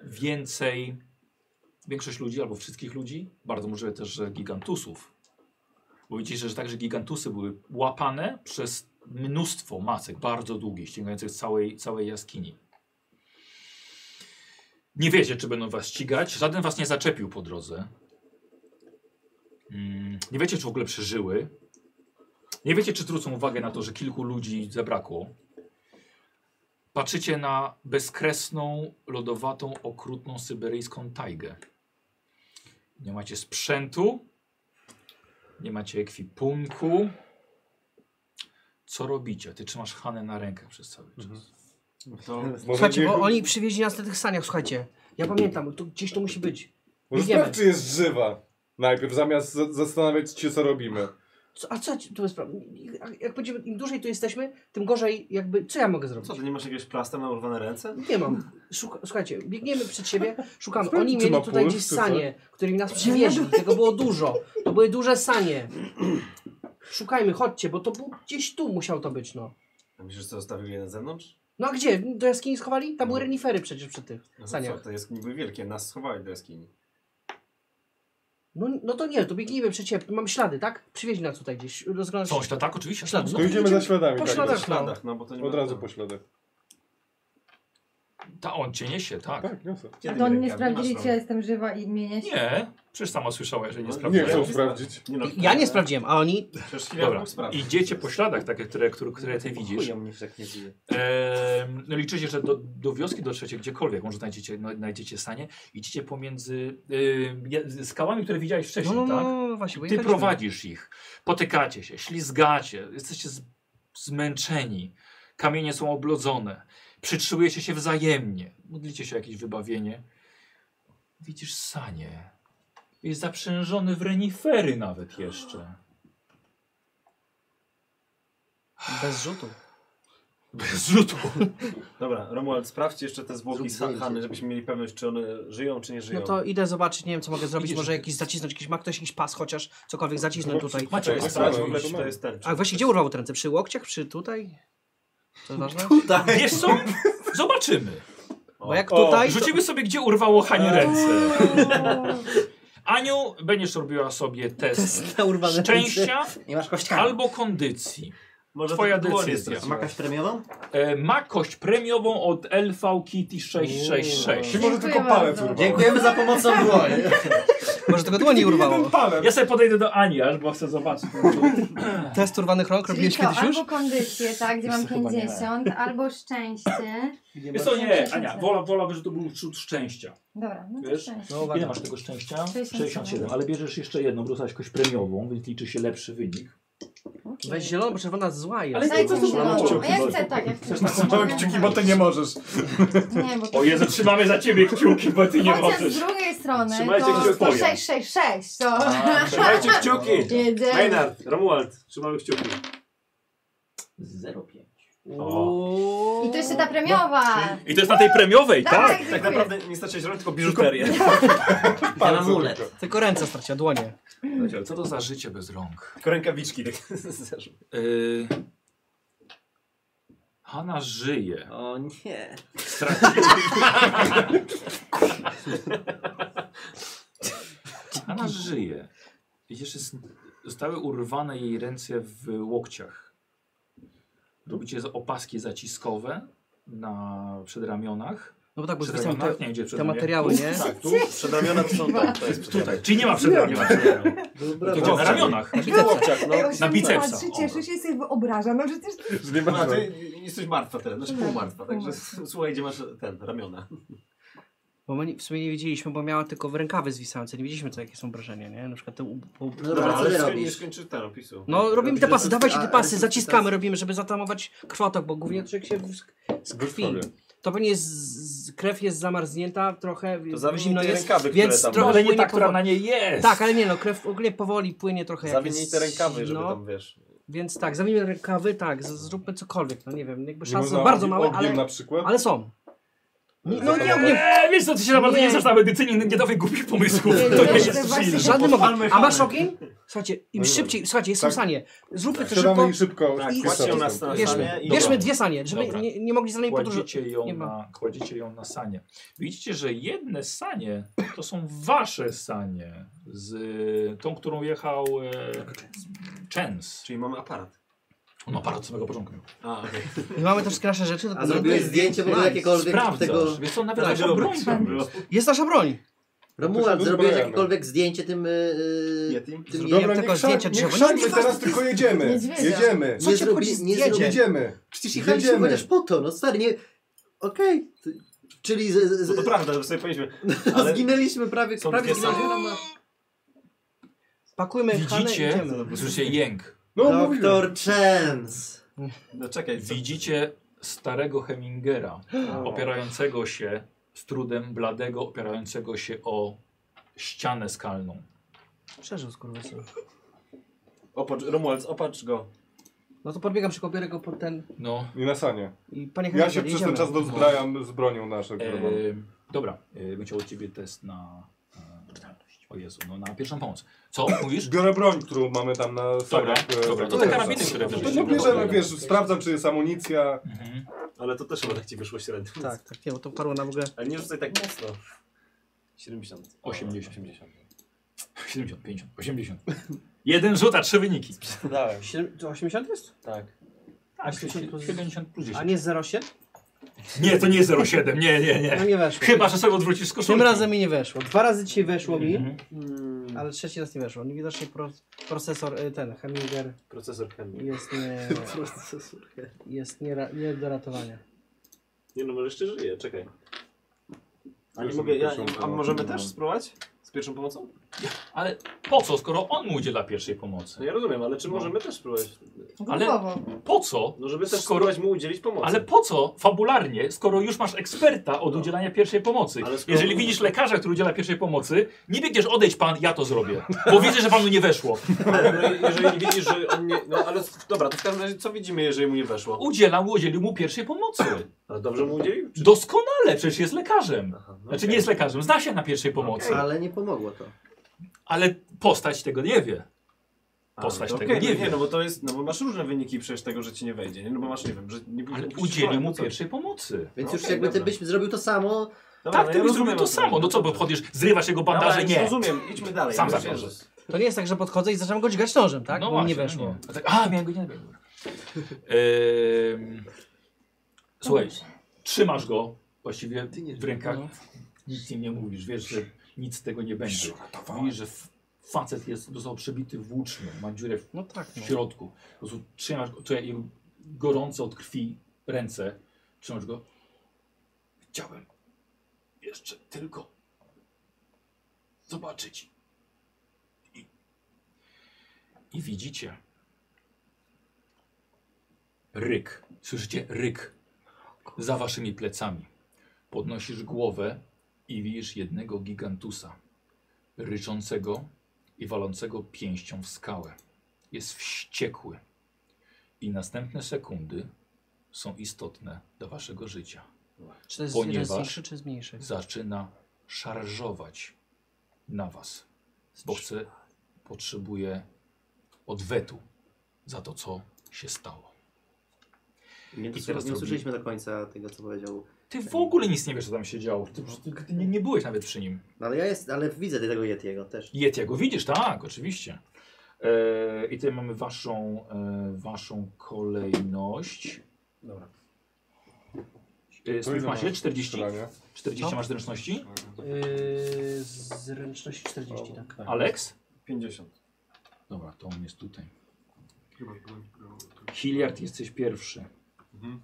większość ludzi, albo wszystkich ludzi. Bardzo możliwe też, że gigantusów. Bo widzicie, że także gigantusy były łapane przez mnóstwo masek, bardzo długich, sięgających całej jaskini. Nie wiecie, czy będą was ścigać. Żaden was nie zaczepił po drodze. Nie wiecie, czy w ogóle przeżyły. Nie wiecie, czy zwrócą uwagę na to, że kilku ludzi zabrakło. Patrzycie na bezkresną, lodowatą, okrutną syberyjską tajgę. Nie macie sprzętu. Nie macie ekwipunku. Co robicie? Ty trzymasz Hanę na rękach przez cały czas. To Słuchajcie, bo oni przywieźli nas na tych saniach, słuchajcie. Ja pamiętam, tu, gdzieś to musi być. Może Biegniemy. sprawdź, czy jest żywa. Najpierw, zamiast zastanawiać się, co robimy. A co tu jest sprawa? Jak będziemy, im dłużej tu jesteśmy, tym gorzej jakby, co ja mogę zrobić? co, ty nie masz jakiegoś plastra na urwane ręce? Nie mam. Słuchajcie, biegniemy przed siebie, szukamy. Sprawdź, Oni czy ma mieli tutaj puls, gdzieś czy sanie, którymi nas przywieźli. Tego było dużo. To były duże sanie. Szukajmy, chodźcie, bo to był, gdzieś tu musiał to być, no. A myślisz, że zostawili je na zewnątrz? No a gdzie? Do jaskini schowali? Tam były renifery przecież przy tych No to saniach. co, te jaskini były wielkie, nas schowali do jaskini. No to nie, to biegnijmy przecież. Mam ślady, tak? Przywieźli nas tutaj gdzieś. Rozglądać Są się. to tak, oczywiście. Ślady. są. To idziemy za śladami. Po tak śladach. jest. W śladach, no bo to nie Od ma- razu no. po śladach. On cię niesie, tak. Tak, niosę. A Kiedy to oni nie rękami? sprawdzili, Masz czy ja jestem żywa i mnie nie Nie, przecież sama słyszała, że nie No, Nie sprawdziłem. chcą sprawdzić. Nie no, Ja nie sprawdziłem, a oni... Przecież chwilę Dobra, mógł sprawdzić. idziecie po śladach, takie, które ty widzisz. Chuja mnie tak nie bije. No liczycie, że do wioski dotrzecie gdziekolwiek, może znajdziecie sanie. Idziecie pomiędzy skałami, które widziałeś wcześniej, tak? No, właśnie, bo Ty jechaliśmy. prowadzisz ich, potykacie się, ślizgacie, jesteście zmęczeni, kamienie są oblodzone, przytrzymujecie się wzajemnie, modlicie się o jakieś wybawienie. Widzisz sanie, jest zaprzężony w renifery nawet jeszcze. Bez rzutu. Bez rzutu. Dobra, Romuald, sprawdź jeszcze te zwłoki Zrób zdjęcie. Hany, żebyśmy mieli pewność, czy one żyją, czy nie żyją. No to idę zobaczyć, nie wiem co mogę zrobić, Idziesz, może ty- jakiś zacisnąć, ma ktoś jakiś pas chociaż, cokolwiek zacisnąć tutaj. Macie Czekaj, pas. sprawdź w ogóle, to czy to mamy. jest ten. A właśnie, gdzie urwało te ręce? Przy łokciach? Przy tutaj? To jest ważne? Wiesz co? Zobaczymy. Bo jak tutaj... to- Rzucimy sobie, gdzie urwało Hanie ręce. Aniu, będziesz robiła sobie test Na urwane szczęścia Nie masz kościana. albo kondycji. Może Twoja to dłonie decyzja. A ma jakaś premiową? Ma kość premiową od LV Kitty 666. Czy może Dziękuję tylko palec bardzo. urwał? Dziękujemy za pomocą w dłonie. Może tego dłoni urwało. Jeden palec. Ja sobie podejdę do Ani, aż bo chcę zobaczyć. Test urwanych rąk Czyli robiłeś co, kiedyś już? albo kondycję, tak, gdzie Wiesz mam co, chyba nie. 50, albo szczęście. Wiesz co, nie, Ania, wolałbym, że to był wśród szczęścia. Dobra, no to Wiesz? szczęście. No Ile uwaga. masz tego szczęścia? 67. 67, ale bierzesz jeszcze jedną, bo dostałeś kość premiową, więc liczy się lepszy wynik. Weź zieloną, bo czerwona zła jest. Ale Dajcie to mi są zieloną. kciuki, A ja bo- chcę tak, jak chcesz. Małe kciuki, bo ty nie możesz. Nie, bo to... O Jezu, trzymamy za ciebie kciuki, bo ty nie Chociaż możesz. z drugiej strony Trzymajcie to kciuki. 666, to... Trzymajcie kciuki! Jedziemy. Maynard, Romuald, trzymamy kciuki. 0,5. I to jeszcze ta premiowa. I to jest na tej premiowej, tak? Tak, Tak dziękuję. naprawdę nie straciłeś rąk, tylko biżuterię. Ten amulet. Tylko ręce straciła, dłonie. Słuchajcie, co to za życie bez rąk? Tylko rękawiczki. Tak. Hanna żyje. O nie. Hanna żyje. Widzisz, zostały urwane jej ręce w łokciach. Robicie opaski zaciskowe na przedramionach. No bo tak, bo Przed zwisam ramionach? Nie, gdzie te przed ramię? materiały, nie? Tak, tu przedramiona to są to jest Tutaj. Czyli nie ma przedramiona. To gdzie? Na ramionach. Na bicepsach, no. Na bicepsach. Patrzy, cieszy się, sobie wyobraża. No przecież... Że nie masz A, rąk. ty jesteś martwa teraz, znaczy półmartwa, także słuchaj, gdzie masz ramiona. Bo my w sumie nie wiedzieliśmy, bo miała tylko w rękawy zwisające. Nie wiedzieliśmy, co jakie są obrażenia, nie? Na przykład te... No Dobra, dobra, co ale ty nie robisz? skończy ten opisu. No robimy te pasy, dawajcie te pasy, a zaciskamy, resuscytacja? robimy, żeby zatamować krwotok, bo głównie człowiek się z krwi. To pewnie krew jest zamarznięta trochę, To zawinij zimno te jest, rękawy, więc które tam trochę Ale nie płynie ta, która powoli. na niej jest. Tak, ale nie no, krew ogólnie powoli płynie trochę jak Zawinij jest te rękawy, żeby zimno. tam, wiesz... Więc tak, zawinijmy rękawy, tak, zróbmy cokolwiek, no nie wiem, jakby Nie szanse można są bardzo małe, ogniem na przykład? ale są. No nie, Zapalować? nie, Wiesz co, ty się naprawdę nie Nie. znasz na medycynie, nie dawaj głupich pomysłów. Nie, To nie, nie to jest właśnie- silne. żadnym ogniem. Palmy A masz chamy. ogień? Słuchajcie, im No szybciej, słuchajcie, jest Tak. sanie. Zróbmy to Siadamy i szybko. szybko. Tak, I- kładźcie ją na sanie Bierzmy, i... bierzmy Dobra. dwie sanie, żeby Dobra. nie mogli za nami podróżować. Kładziecie ją na sanie. Widzicie, że jedne sanie to są wasze sanie. Z tą, którą jechał Chance. Czyli mamy aparat. On ma aparat od samego początku. A, okej. I mamy też nasze rzeczy. A dokumenty. zrobiłeś zdjęcie w ogóle jakiekolwiek Sprawdzasz. tego... Wiesz co, nawet Tak, nasza broń było. tam jest. Jest nasza broń. Romuald, To się zrobiłeś uzbrajamy. jakiekolwiek zdjęcie tym... Yeti? tym Dobra, tylko zdjęcia nie drzewa. krzakmy, Nie, nie, teraz tylko jedziemy. Niedźwiedzia. Jedziemy. Co cię obchodzi nie zdjęcie? Jedziemy. Przecież jechaliśmy Jedziemy. chociaż po to, no stary, nie... Okej. Czyli No to prawda, że sobie powinniśmy... Ale zginęliśmy prawie są prawie dwie sanie? zginęliśmy. Pakujmy Hanę i Widzicie, idziemy. słyszycie jęk. No mówiłem. Doktor Chance. No czekaj, co? Widzicie starego Hemingera, opierającego się z trudem, bladego, opierającego się o ścianę skalną. Przeżył skurwysyn. Romuald, opatrz go. No to podbiegam szybko, biorę go pod ten... No, I na sanie. I panie Ja Henryku, się przez ten jedziemy. czas dozbrajam z bronią naszą. którą mam. dobra, bym chciał od ciebie test na... o Jezu, no na pierwszą pomoc. Co mówisz? Biorę broń, którą mamy tam na Dobra, saniach. dobra, to te karabiny, które No wyżycie. bierzemy, wiesz, sprawdzam, czy jest amunicja. Mhm. Ale to też chyba tak ci wyszło średnio. Tak, tak, nie, bo to parło na w ogóle... Ale nie rzucaj tak mocno. 70. 80. 70, 50, 80. Jeden rzut, a 3 wyniki. Dałem. To 80 jest? Tak. Tak, 70 plus 10. A nie 0,7? Nie, to nie jest 0,7, nie, nie, No nie. nie weszło. Chyba, że sobie odwrócisz z koszulki. Tym razem mi nie weszło. 2 razy dzisiaj weszło mi, Mhm. ale trzeci raz nie weszło. Niewidocznie procesor, ten Heminger Procesor chemii. jest nie do ratowania. Nie no, może jeszcze żyje, czekaj. A, nie Wiesz, mogę, pierwszą a pomocą możemy mam. też spróbować? Z pierwszą pomocą? Ale po co, skoro on mu udziela pierwszej No pomocy? ja rozumiem, ale czy możemy też spróbować? Ale Grupowo. po co? No żeby też Skoro- spróbować mu udzielić pomocy. Ale po co fabularnie, skoro już masz eksperta od udzielania pierwszej pomocy? Ale skoro- Jeżeli widzisz lekarza, który udziela pierwszej pomocy, nie biegniesz, odejdź pan, ja to zrobię. Bo widzę, że panu nie weszło. Ale no, jeżeli widzisz, że on nie... No ale dobra, to w każdym razie co widzimy, jeżeli mu nie weszło? Udzielił mu pierwszej pomocy. Ale dobrze mu udzielił? Czy... Doskonale, przecież jest lekarzem. Aha, no Znaczy okej. nie jest lekarzem, zna się na pierwszej pomocy. Ale nie pomogło to. Ale postać tego nie wie. A, Postać to tego okej, nie no wie. no bo to jest, no bo masz różne wyniki przecież tego, że ci nie wejdzie, nie? No bo masz, nie wiem, że nie Ale puścisz udzielił broń, mu no co? pierwszej pomocy. Więc No już okej, jakby ty dobra. byś zrobił to samo. Dobra, Tak, no ty ja byś rozumiem, zrobił to o co samo. chodzi. No co, bo wchodzisz, zrywasz jego Dobra, bandaże? już Nie. rozumiem, idźmy dalej. Sam Ja zawiążę. wiem, że- To nie jest tak, że podchodzę i zaczynam go dźgać nożem, tak? No Bo mi nie właśnie, weszło. no nie. A, miałem go nie weszło. Słuchaj, trzymasz go właściwie w rękach. No. Nic im nie mówisz, wiesz, że nic z tego nie będzie. Widzisz, że facet został przebity włócznią, ma dziurę No tak, w środku. Po prostu trzymasz go, to jego gorące od krwi ręce, trzymasz go. Chciałem jeszcze tylko zobaczyć. I widzicie ryk. Słyszycie ryk za waszymi plecami. Podnosisz głowę i widzisz jednego gigantusa, ryczącego i walącego pięścią w skałę. Jest wściekły. I następne sekundy są istotne dla waszego życia. Czy to jest Ponieważ jeden z większy, czy z mniejszy? zaczyna szarżować na was, bo potrzebuje odwetu za to, co się stało. Nie teraz robi- usłyszeliśmy do końca tego, co powiedział. Ty w ogóle nic nie wiesz, co tam się działo. Ty nie byłeś nawet przy nim. No ale widzę tego Yetiego też. Yetiego widzisz, tak, oczywiście. I tutaj mamy waszą kolejność. Dobra. Skąd macie? 40? Strzelania. 40 masz zręczności? Zręczności 40, tak. Alex? 50. Dobra, to on jest tutaj. Chyba broń, Hilliard, jesteś pierwszy. Mhm.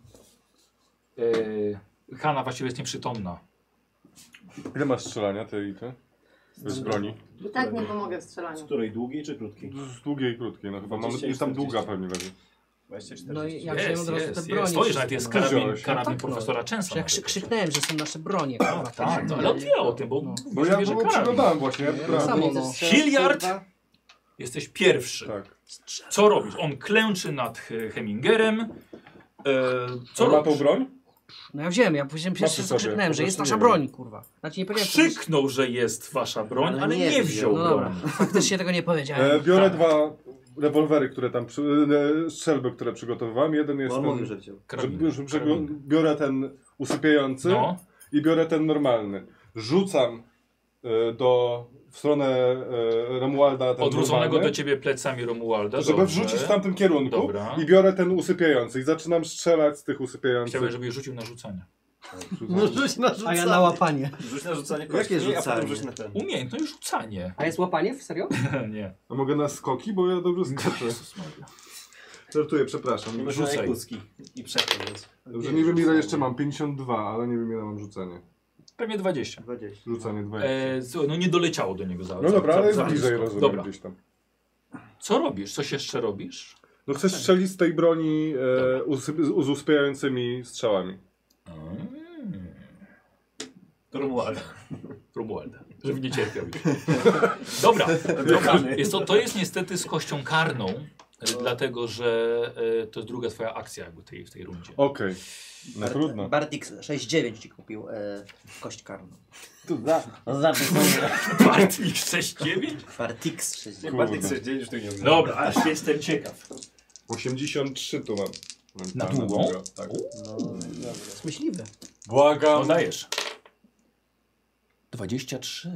Hanna właściwie jest nieprzytomna. Ile masz strzelania, ty i ty? Z broni? I tak nie pomogę w strzelaniu. Z której długiej czy krótkiej? Z długiej i krótkiej, no chyba mamy, 20 i jest tam 40. długa pewnie leży. 24. No i ja wziąłem od razu te broni. Stoisz, nawet jest wszystkie, no. karabin No tak, profesora no. Częsa. Ja krzyknąłem, że są nasze bronie. kurwa, Tak, też. no, ale on wie o tym, bo No. Bo ja bierze mu karabin. przyglądałem właśnie. Ja No, wybrałem. samo, no. Hilliard, jesteś pierwszy. Tak. Co robisz? On klęczy nad Hemingerem. Co On ma tą robisz? broń? No ja wziąłem, ja powiedziałem Ma pierwszy przy raz sobie, krzyknąłem, po że jest prostu nasza nie broń, kurwa. Znaczy nie powiedziałem, że Krzyknął, że jest wasza broń, Ale ale nie nie wziął. wziął No dobra, broni. faktycznie tego nie powiedziałem. Biorę tak. dwa rewolwery, które tam, strzelby, które przygotowywałem. Jeden jest Bo on ten, mówił, że wziął. biorę ten usypiający No, i biorę ten normalny. Rzucam w stronę Romualda ten odwróconego normalny, do ciebie plecami Romualda. żeby dobrze. wrzucić w tamtym kierunku Dobra. i biorę ten usypiający i zaczynam strzelać z tych usypiających. Chciałbym, żebyś rzucił na rzucanie. No rzuć na A rzucanie. ja na łapanie. Rzuć na rzucanie Jakie kości, a rzucanie? potem rzuć na ten. Umiejętność rzucanie. A jest łapanie? Serio? Nie. A mogę na skoki, bo ja dobrze skoczę. Jezus Maria. Żartuję, przepraszam. Nie masz Rzucaj. kucki i przekaz. Dobrze, nie wiem ile jeszcze mam. 52, ale nie wiem ile mam rzucenie. Pewnie 20. 20. Rzucanie 20. Słuchaj, no nie doleciało do niego za No dobra, ale jest za bliżej, blisko. rozumiem, Dobra. gdzieś tam. Co robisz? Coś jeszcze robisz? No chcę strzelić z tej broni z usypiającymi strzałami. To Romualda. Romualda. Żeby nie cierpiał już. Dobra. To jest niestety z kością karną, dlatego że to jest druga twoja akcja jakby w tej rundzie. Okej. No trudno. Bartix 6-9 ci kupił kość karną. Tu zapis sobie. Bartik 6-9? Bartix 6-9. Nie, Bartek coś dzieje, już tego nie ogląda. Dobra, aż jestem ciekaw. 83 tu mam. Na Tak, długą? Tak. Jest myśliwy. Błagam. No dajesz. 23.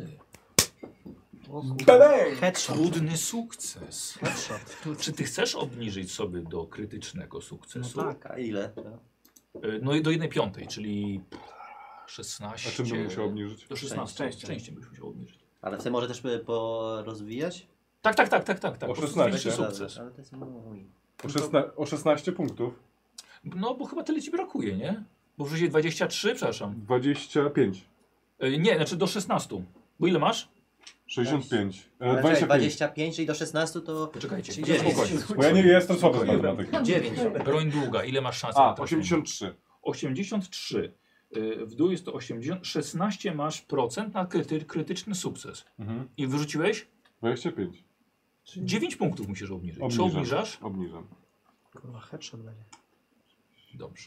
Headshot. Trudny sukces. Headshot. Czy ty chcesz obniżyć sobie do krytycznego sukcesu? No tak. A ile? No i do 1/5, czyli 16. A czym bym musiał obniżyć? Do 16. Szczęściem. Szczęściem byś musiał obniżyć. Ale chcę może też porozwijać? Tak. O Po prostu 16. zwiększy sukces. Ale to jest mój. O 16 punktów. No bo chyba tyle ci brakuje, nie? Bo wrzuciłeś 23, przepraszam. 25. Nie, znaczy do 16. Bo ile masz? 65. Ale 25. 25, czyli do 16 to... Poczekajcie. Czyli 9. Bo ja nie jestem słaby z matematyki. 9. Broń długa. Ile masz szansy na A, trafienie? 83. 83. W dół jest to 80. 16 masz procent na krytyczny sukces. Mhm. I wyrzuciłeś? 25. 9 punktów musisz obniżyć. Czy Obniżam. obniżasz? Obniżam. Kurwa, headshot będzie. Dobrze.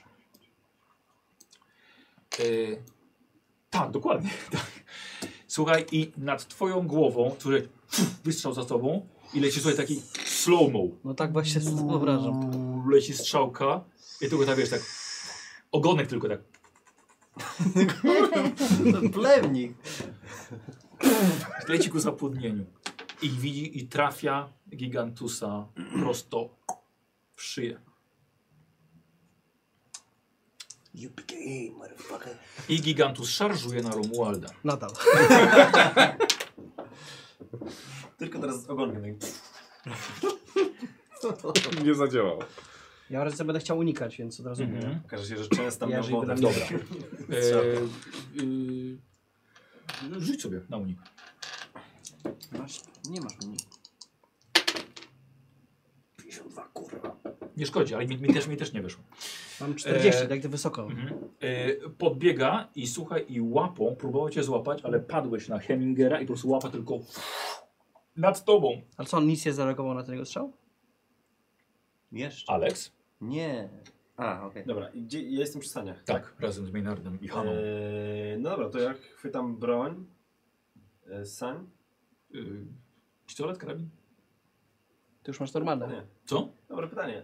Tak, dokładnie. Tak. Słuchaj, i nad twoją głową, który wystrzał za tobą i leci sobie taki slow-mo. No tak właśnie sobie wyobrażam. Leci strzałka i tylko tak wiesz, tak ogonek tylko tak. Plewnik. Leci ku zapłodnieniu. I widzi i trafia gigantusa prosto w szyję. I Gigantus szarżuje na Romualda. Nadal. Tylko teraz z ogonkiem. Nie zadziałało. Ja raczej będę chciał unikać, więc od razu mówię. Okaże się, że często miał Jeżeli wodę. będę Dobra. Rzuć sobie na unik. Masz, nie masz mnie. 52, kurwa. Nie szkodzi, ale mi też nie wyszło. Mam 40, tak to wysoko. Podbiega i słuchaj, i łapą próbował cię złapać, ale padłeś na Hemingera i po prostu łapa tylko nad tobą. Ale co, on nic nie zareagował na ten jego strzał? Jeszcze? Alex? Nie. A, okej. Dobra, i gdzie, ja jestem przy saniach. Tak, razem z Maynardem i Haną. No dobra, to jak chwytam broń, sań, Pistolet, karabin? Ty już masz normalne. nie. Co? Dobre pytanie.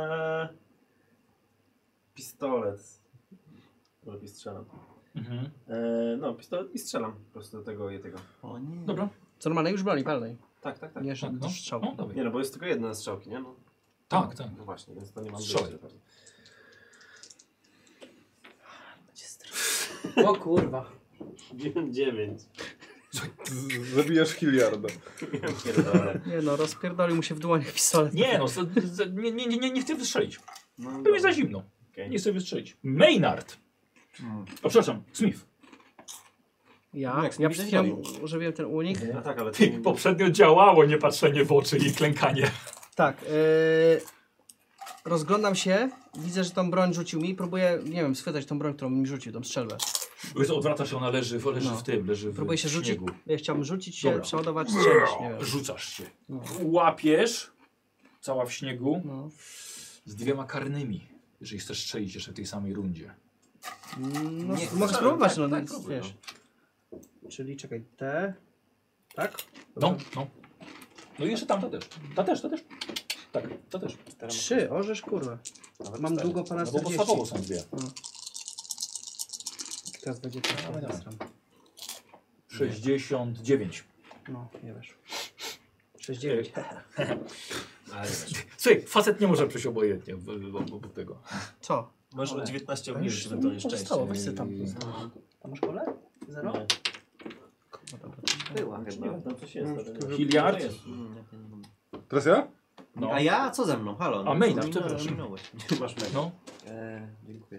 Pistolet. Lepiej strzelam. No, pistolet i strzelam po prostu do tego i tego. O nie. Dobra. Co normalne już broni palnej. Tak, tak, tak. Nie, Tak, że no. strzał. No, dawaj. Nie no, bo jest tylko jedna strzałki, nie? No, Tak, tak. no właśnie, więc to nie mam Strzelaj. wyjścia pewnie. O kurwa. 9. Zabijasz Hilliarda. Pierdolę. Nie no, rozpierdolił mu się w dłoniach pistolet. Nie no, nie chcę wystrzelić. No, To mi za dobra. zimno. Okej. Nie chcę wystrzelić. Maynard! O, przepraszam, Smith. Ja Jak przed mi chwilą zadziałał. użyłem ten unik. No tak, ale Ty, poprzednio działało nie patrzenie w oczy i klękanie. Tak. Rozglądam się, widzę, że tą broń rzucił mi i próbuję, nie wiem, schwytać tą broń, którą mi rzucił, tą strzelbę. Odwraca się, ona leży No. w tym, leży w Próbuję się rzucić, śniegu. ja chciałbym rzucić się, Dobra. przeładować, strzelić, nie wiem. Rzucasz się. No. Łapiesz, cała w śniegu, No. z 2 karnymi, jeżeli chcesz strzelić jeszcze w tej samej rundzie. No, Nie, mogę tak, spróbować, tak, no tak, więc, próbuj, wiesz. Czyli czekaj, te... Tak? No, no. No i jeszcze tam, ta też. Ta też. Tak, ta też. 3, orzesz kurwa. Mam długo pana No bo 40. podstawowo są 2. Teraz będzie to. Dawaj, dawaj. 69. No, nie wiesz. 69. Ale Słuchaj, facet nie może przejść obojętnie bo tego. Co? masz o Ale- 19 To obniżyć już ewentualnie zostało, szczęście. weź sobie tam. A masz kole? Zero? Nie. Była Nie chyba. wiem, tam coś jest. ale- Hilliard? Jest. Teraz ja? No. A ja? Co ze mną? Halo? A, Maynard, minąłeś. przepraszam. Minąłeś. Masz mecz. No. Dziękuję.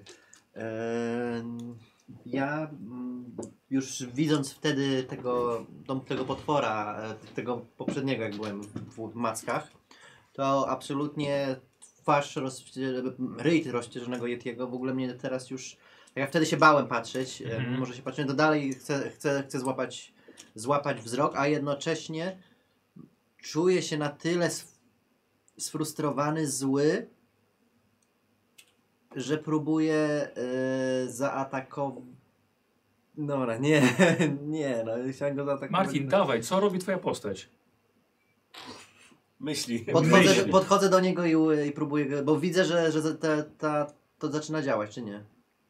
Ja już widząc wtedy tego potwora, tego poprzedniego jak byłem w mackach, to absolutnie ryj rozścierzonego Yetiego w ogóle mnie teraz już, jak ja wtedy się bałem patrzeć, mimo że się patrzyłem, to dalej chcę złapać wzrok, a jednocześnie czuję się na tyle sfrustrowany, zły, że próbuję zaatakować. Dobra, nie, no chciałem go zaatakować. Martin, dawaj, co robi twoja postać? Myśli. Podchodzę do niego i próbuję go, bo widzę, że to zaczyna działać, czy nie?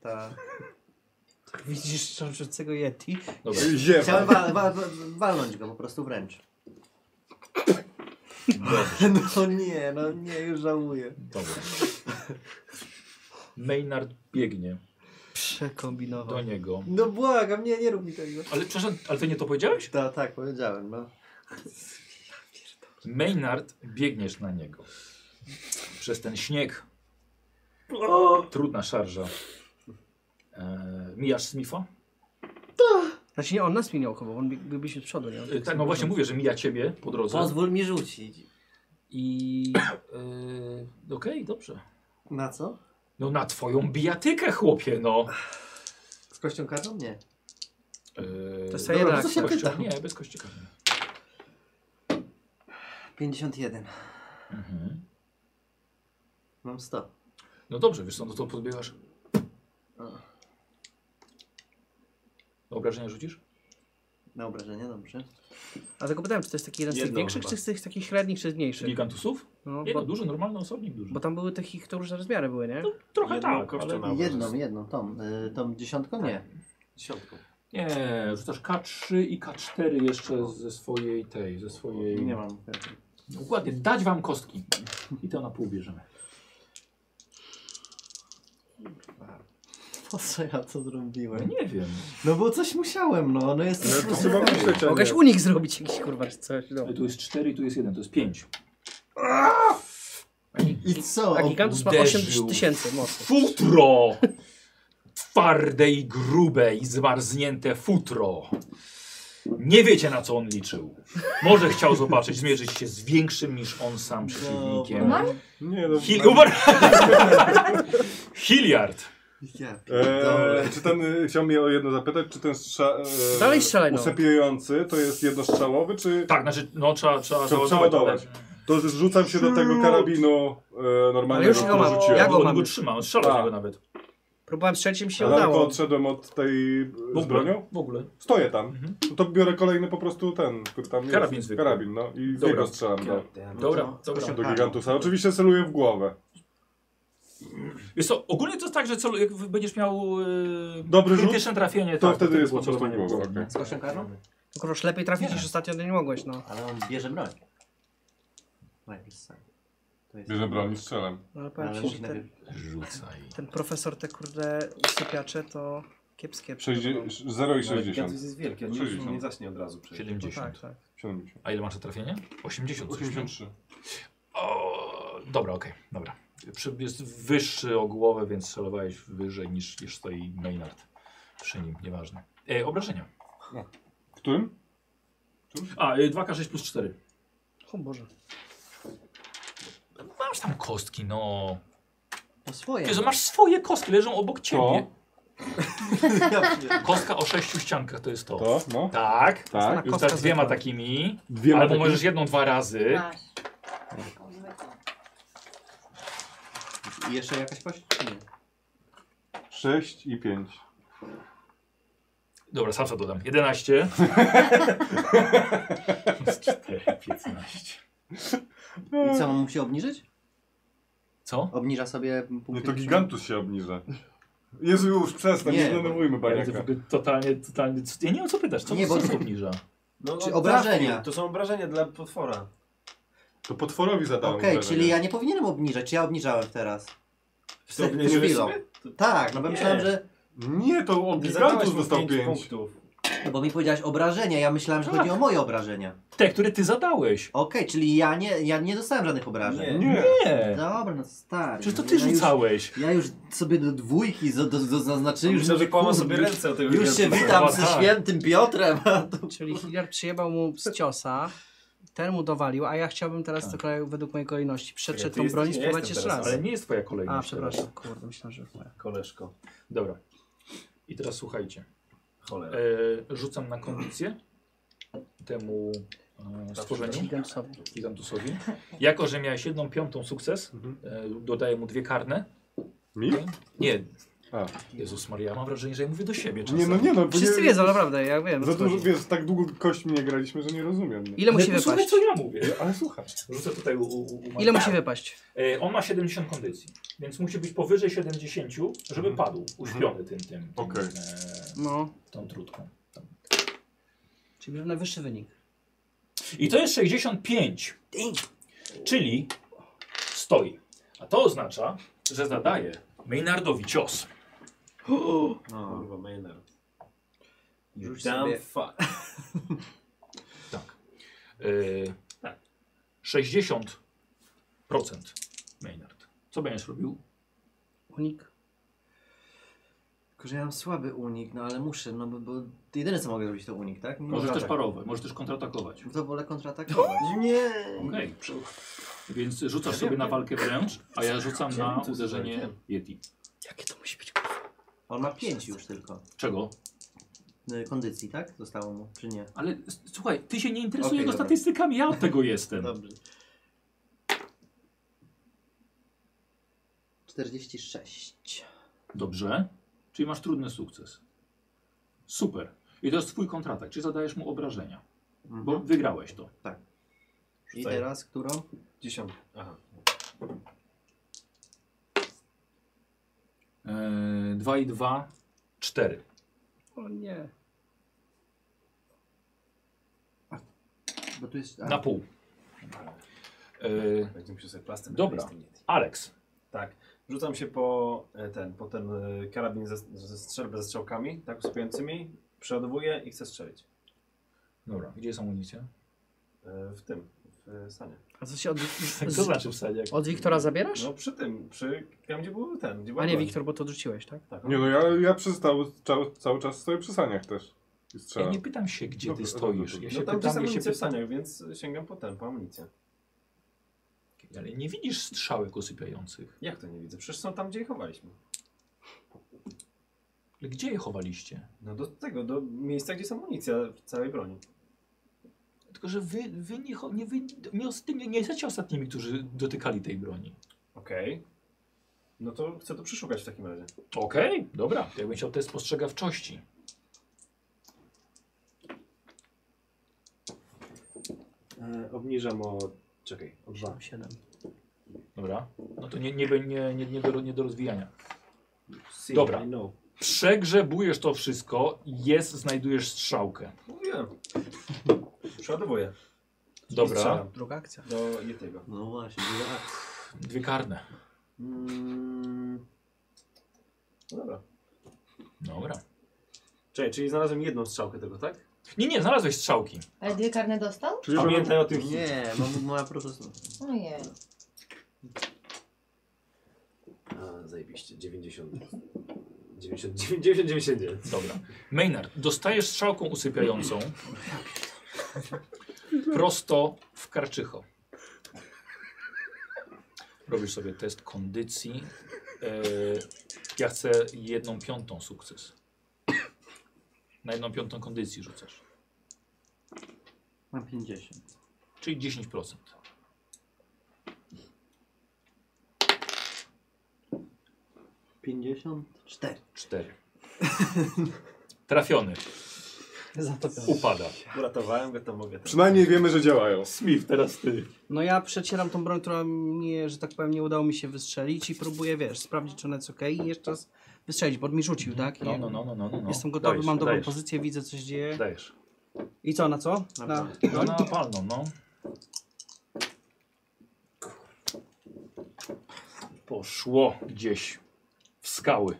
Widzisz szarżącego Yeti? Dobra. Ziewa. Chciałem walnąć go po prostu wręcz. No nie, już żałuję. Dobra. Maynard biegnie Przekombinował. do niego. No błagam, nie rób mi tego. Ale przepraszam, ale ty nie to powiedziałeś? Tak, powiedziałem, no. Maynard, biegniesz na niego. Przez ten śnieg. Trudna szarża. Mijasz Smitha? Znaczy nie, on nas minął chyba, on byliśmy z przodu, nie? Tak, no właśnie mówię, że mija ciebie po drodze. Pozwól mi rzucić. I... Okej, dobrze. Na co? No na twoją bijatykę, chłopie, no. Z kością karną? Nie. To jest dobra, jedna bez akcja. kości- Nie, bez kości karnej. 51. Mhm. Mam 100. No dobrze, wiesz co, no to podbiegasz. Obrażenia rzucisz? Na obrażenie, dobrze. A tylko pytałem, czy to jest taki jeden z tych Jedną większych, chyba. czy z tych takich średnich, czy mniejszych? Gigantusów? No, Nie, no bo, duży, normalny osobnik duży. bo tam były takich, to różne rozmiary były, nie? Trochę Jedną tak, kością ale... na obrażenie. Jedną, tą dziesiątką? Nie. Dziesiątką. Nie, rzucasz K3 i K4 jeszcze ze swojej Nie mam. Dokładnie, dać wam kostki. I to na pół bierzemy. Po co ja to zrobiłem? No nie wiem. No bo coś musiałem, no jest... No to trzeba myśleć, a Mogłeś nie. unik zrobić jakiś kurwa czy coś. No. Tu jest 4 i tu jest 1, to jest 5. I co? A Gigantus ma Uderzył. 8000 mocy. Futro! Twarde i grube i zmarznięte futro. Nie wiecie, na co on liczył. Może chciał zobaczyć, zmierzyć się z większym niż on sam przeciwnikiem. Umarł? Nie, no. Hilliard. Ja pierdolę. Czy ten, chciał mnie o jedno zapytać, czy ten Dalej strzelaj, no. usypiający to jest jednostrzałowy, czy... Tak, znaczy, no trzeba Przeładować. To rzucam się do tego karabinu Ale normalnego, już go który mam. rzuciłem. Ja go On mam go już. trzyma, on strzelał z A. niego nawet. Próbowałem strzelić, mi się A daleko udało. odszedłem od tej z bronią? W ogóle. Stoję tam. Mhm. No to biorę kolejny po prostu ten, który tam Karabin jest. zwykły. Karabin, no i w Dobra. niego strzelam Dobra. do Gigantusa. Oczywiście celuję w głowę. Wiesz co, ogólnie to jest tak, że jak będziesz miał Dobry rzut, krytyczne trafienie, to tak, wtedy jest było po prostu celowanie w głowa, głowę. okej. Z kością karną? Tylko już lepiej trafić niż ostatnio nie mogłeś, no. Ale on bierze broń. Najpierw sam. To jest... Bierze broń i strzelam. No ale powiem Ale ci, musi że najpierw... Rzucaj. ten profesor, te kurde usypiacze to kiepskie. 0 i 60. Gigantus jest wielki, on 60. nie zaśnie od razu przecież. 70. Tak, tak. 70. A ile masz na trafienie? 80. coś, nie? 83. O, dobra, okej, dobra. Jest wyższy o głowę, więc celowałeś wyżej niż stoi Maynard przy nim, nieważne. Obrażenia. Którym? A, 2K6 plus 4. O Boże. Masz tam kostki, no. To swoje. Jezu, masz swoje kostki, leżą obok ciebie. Ja Kostka o 6 ściankach to jest to. To? No. Tak. Tak. Już Kostka tak dwiema zwykła. takimi. Dwiema Albo takimi. możesz jedną, 2 razy. Masz. I jeszcze jakaś kość? Czy nie? 6 i 5. Dobra, sam sobie dodam. 11. 4, 15. I co, on musi obniżyć? Co? Obniża sobie Nie, punkty. to Gigantus się obniża. Jezu, już przestań, nie Nie, zdenerwujmy Ja baniaka. widzę w ogóle totalnie. Ja nie wiem, co pytasz. Co Nie, bo- co obniża? No, Czy no, obrażenia? trafił. To są obrażenia dla potwora. To potworowi zadałem Okej, obrażenia. czyli ja nie powinienem obniżać, czy ja obniżałem teraz? Przed obniżyłeś chwilą. sobie? Tak, no bo Nie. myślałem, że... Nie, to od Nie Gigantus zadałeś mu dostał 5 5. punktów. No bo mi powiedziałeś obrażenia, ja myślałem, że Tak. chodzi o moje obrażenia. Te, które ty zadałeś. Okej, czyli ja nie dostałem żadnych obrażeń. Nie. Nie. Nie. Dobra, no stary. Przecież to no ty ja rzucałeś. Ja już sobie do 2 zaznaczyłem, już Myślę, że mówię, połamał kurde, sobie ręce od tego już się Gigantusa. witam No ze tak. świętym Piotrem. A to... Czyli Hilliard przyjebał mu z ciosa, ten mu dowalił, a ja chciałbym teraz Tak. to kolej według mojej kolejności przetrzeć Ty tą broń i jesteś- spróbować ja jeszcze jestem raz. Ale nie jest twoja kolejność. A, przepraszam, kurde, myślałem, że już moja. Koleżko. Dobra. I teraz słuchajcie. Cholera. Rzucam na kondycję temu stworzeniu, Gigantusowi. Gigantusowi. Jako, że miałeś 1/5 sukces, Mhm. dodaję mu 2 karne. Mi? Nie. A. Jezus Maria, mam wrażenie, że ja mówię do siebie czasem. Nie, no nie, no. bo Wszyscy nie, wiedzą, naprawdę, ja wiem. o Za co dużo, chodzi. wiesz, tak długo kośćmi nie graliśmy, że nie rozumiem. No. Ile musi Ale posłuchaj, wypaść? co ja mówię. Ale słuchaj. Rzucę tutaj u Ile musi wypaść? On ma 70 kondycji, więc musi być powyżej 70, żeby Mhm. padł, uśpiony tym Okej. No, tą trutką. czyli najwyższy wynik. I to jest 65, czyli stoi. A to oznacza, że zadaje Maynardowi cios. No. Kurwa, Maynard. You Rzuć damn sobie- fuck. Tak. 60% Maynard. Co będziesz robił? Unik. Tylko, że ja mam słaby unik, no ale muszę, no bo jedyne co mogę zrobić to unik, tak? Nie Możesz mogę też parować, możesz też kontratakować. To wolę kontratakować. Nie. Okej. Więc rzucasz sobie na walkę wręcz, a ja rzucam na uderzenie Yeti. Jakie to musi być? On ma 5 już tylko. Czego? Kondycji, tak? Zostało mu, czy nie? Ale słuchaj, ty się nie interesujesz Okej, jego dobra. statystykami, ja od tego jestem. Dobrze. 46. Dobrze. Czyli masz trudny sukces. Super. I to jest twój kontratak, czyli zadajesz mu obrażenia. Bo wygrałeś to. I teraz którą? 10. Aha. 2 i 2, 4. O nie. Bo tu jest... Na pół. Będzie musiał sobie plastę Dobra. nakleić z tym Yeti. Alex. Tak. Rzucam się po ten karabin ze strzelbę ze strzałkami, tak, usypiającymi. Przeładowuję i chcę strzelić. Dobra, gdzie jest amunicja? W stanie. A co się od... Co znaczy w sadzie? Od Wiktora zabierasz? No tam gdzie był gdzie była A nie, broń. Wiktor, bo to odrzuciłeś, tak? Tak, Nie no, ja cały czas stoję przy saniach też. I Ja strzelam. nie pytam się, gdzie ty Dobra, stoisz. dobra, Ja się No tam pytam, jest ja się amunicja w pytam, staniach, więc sięgam po amunicję. ale nie widzisz strzałek usypiających. Jak to nie widzę? Przecież są tam, gdzie je chowaliśmy. Ale gdzie je chowaliście? No do miejsca, gdzie jest amunicja całej broni. Tylko, że wy nie jesteście ostatnimi, którzy dotykali tej broni. Okej. No to chcę to przeszukać w takim razie. Okej, dobra. To jakbym chciał test spostrzegawczości. Obniżam o 2. 7. Dobra. No to nie do rozwijania. Dobra. Przegrzebujesz to wszystko, znajdujesz strzałkę. Mówiłem. Przeładowuję. Dobra. Strzelam Druga akcja. do Yetiego. No właśnie, Dwie karne. No dobra. Dobra. Czekaj, czyli znalazłem jedną strzałkę tego, tak? Nie, znalazłeś strzałki. Ale 2 karne dostał? Czyli Pamiętaj o tym. Nie, moja profesor. Ojej. Zajebiście. 99. Dobra. Maynard, dostajesz strzałką usypiającą prosto w karczycho. Robisz sobie test kondycji. Ja chcę 1/5 sukces. Na 1/5 kondycji rzucasz. Mam 50. Czyli 10%. 54. 4. Trafiony. Zatopiony. Upada. Uratowałem go, to mogę. Przynajmniej wiemy, że działają. Smith, teraz ty. No ja przecieram tą broń, która mnie, że tak powiem, nie udało mi się wystrzelić i próbuję, wiesz, sprawdzić, czy ona jest okej i jeszcze raz wystrzelić, bo on mi rzucił, tak? I No. Jestem gotowy, Dajesz, mam dobrą dajesz. pozycję, widzę, co się dzieje. Dajesz. I co, na co? No na palną, no. Poszło gdzieś w skały.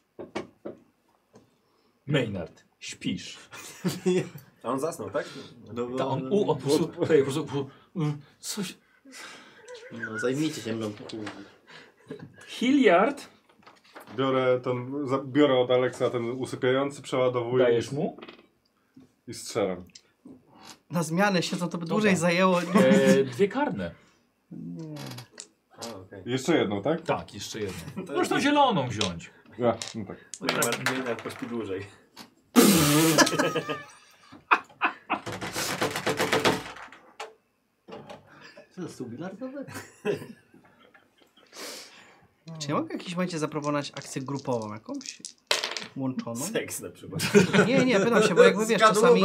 Maynard, śpisz. A on zasnął, tak? On po prostu coś... No zajmijcie się mną. Hilliard, Biorę od Aleksa ten usypiający, przeładowuję dajesz mu? i strzelam. Na zmianę siedzą, to by dłużej Dobra. zajęło. 2 karne. A, okej. Jeszcze jedną, tak? Tak, jeszcze jedną. Możesz tą zieloną wziąć. Ja, no tak. Maynard pośpi dłużej. Co to stół bilardowy? Czy ja mogę w jakimś momencie zaproponować akcję grupową jakąś? Łączoną? Seks na przykład. Nie, pytam się, bo jakby wiesz, czasami...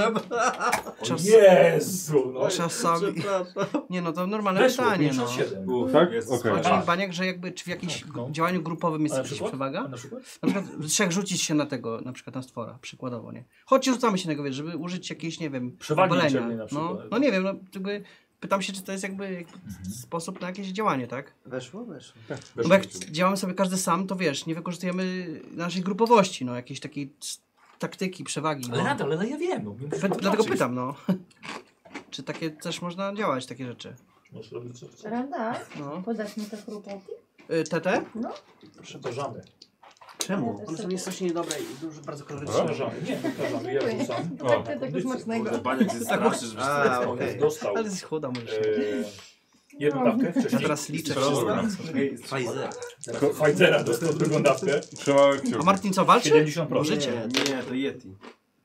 Jezu! No. Czasami... Nie no, to normalne Weszło, pytanie, no. 57. Tak? Jest Okej. Chodzi Tak. mi, Baniak, że jakby czy w jakimś No. działaniu grupowym jest A na jakaś przykład? przewaga? A na przykład? Na przykład 3 rzucić się na tego, na przykład na stwora, przykładowo, nie? Chodź, rzucamy się na niego, wiesz, żeby użyć jakiejś, nie wiem, Przewagi obalenia. liczebnej na No, przykład. no nie wiem, no jakby pytam się, czy to jest jakby sposób na jakieś działanie, tak? Weszło. No bo jak działamy sobie każdy sam, to wiesz, nie wykorzystujemy naszej grupowości, no, jakiejś takiej taktyki, przewagi. Ale No. nadal, ale ja wiem. No, Dlatego pytam, no. Czy takie też można działać, takie rzeczy? Możesz robić co chcesz. Randa, No. podasz mi te chrupoki? TT? Przekażamy. Czemu? Ja One też są strasznie niedobre i dużo, bardzo kaloryczne. Przekażamy. Nie, przekażamy. Ja rzucam. Tak, tego smacznego. Baniak jest straszny, żeby A, okej. Dostał. Ale jest chuda, mówisz. Jedną dawkę Ja wcześniej. teraz liczę Dobra. wszystko. Pfizer. Teraz Pfizera dostał drugą dawkę. Trzymałem kciuki. A Martin co, walczy? 70%. Życie. Nie, to Yeti.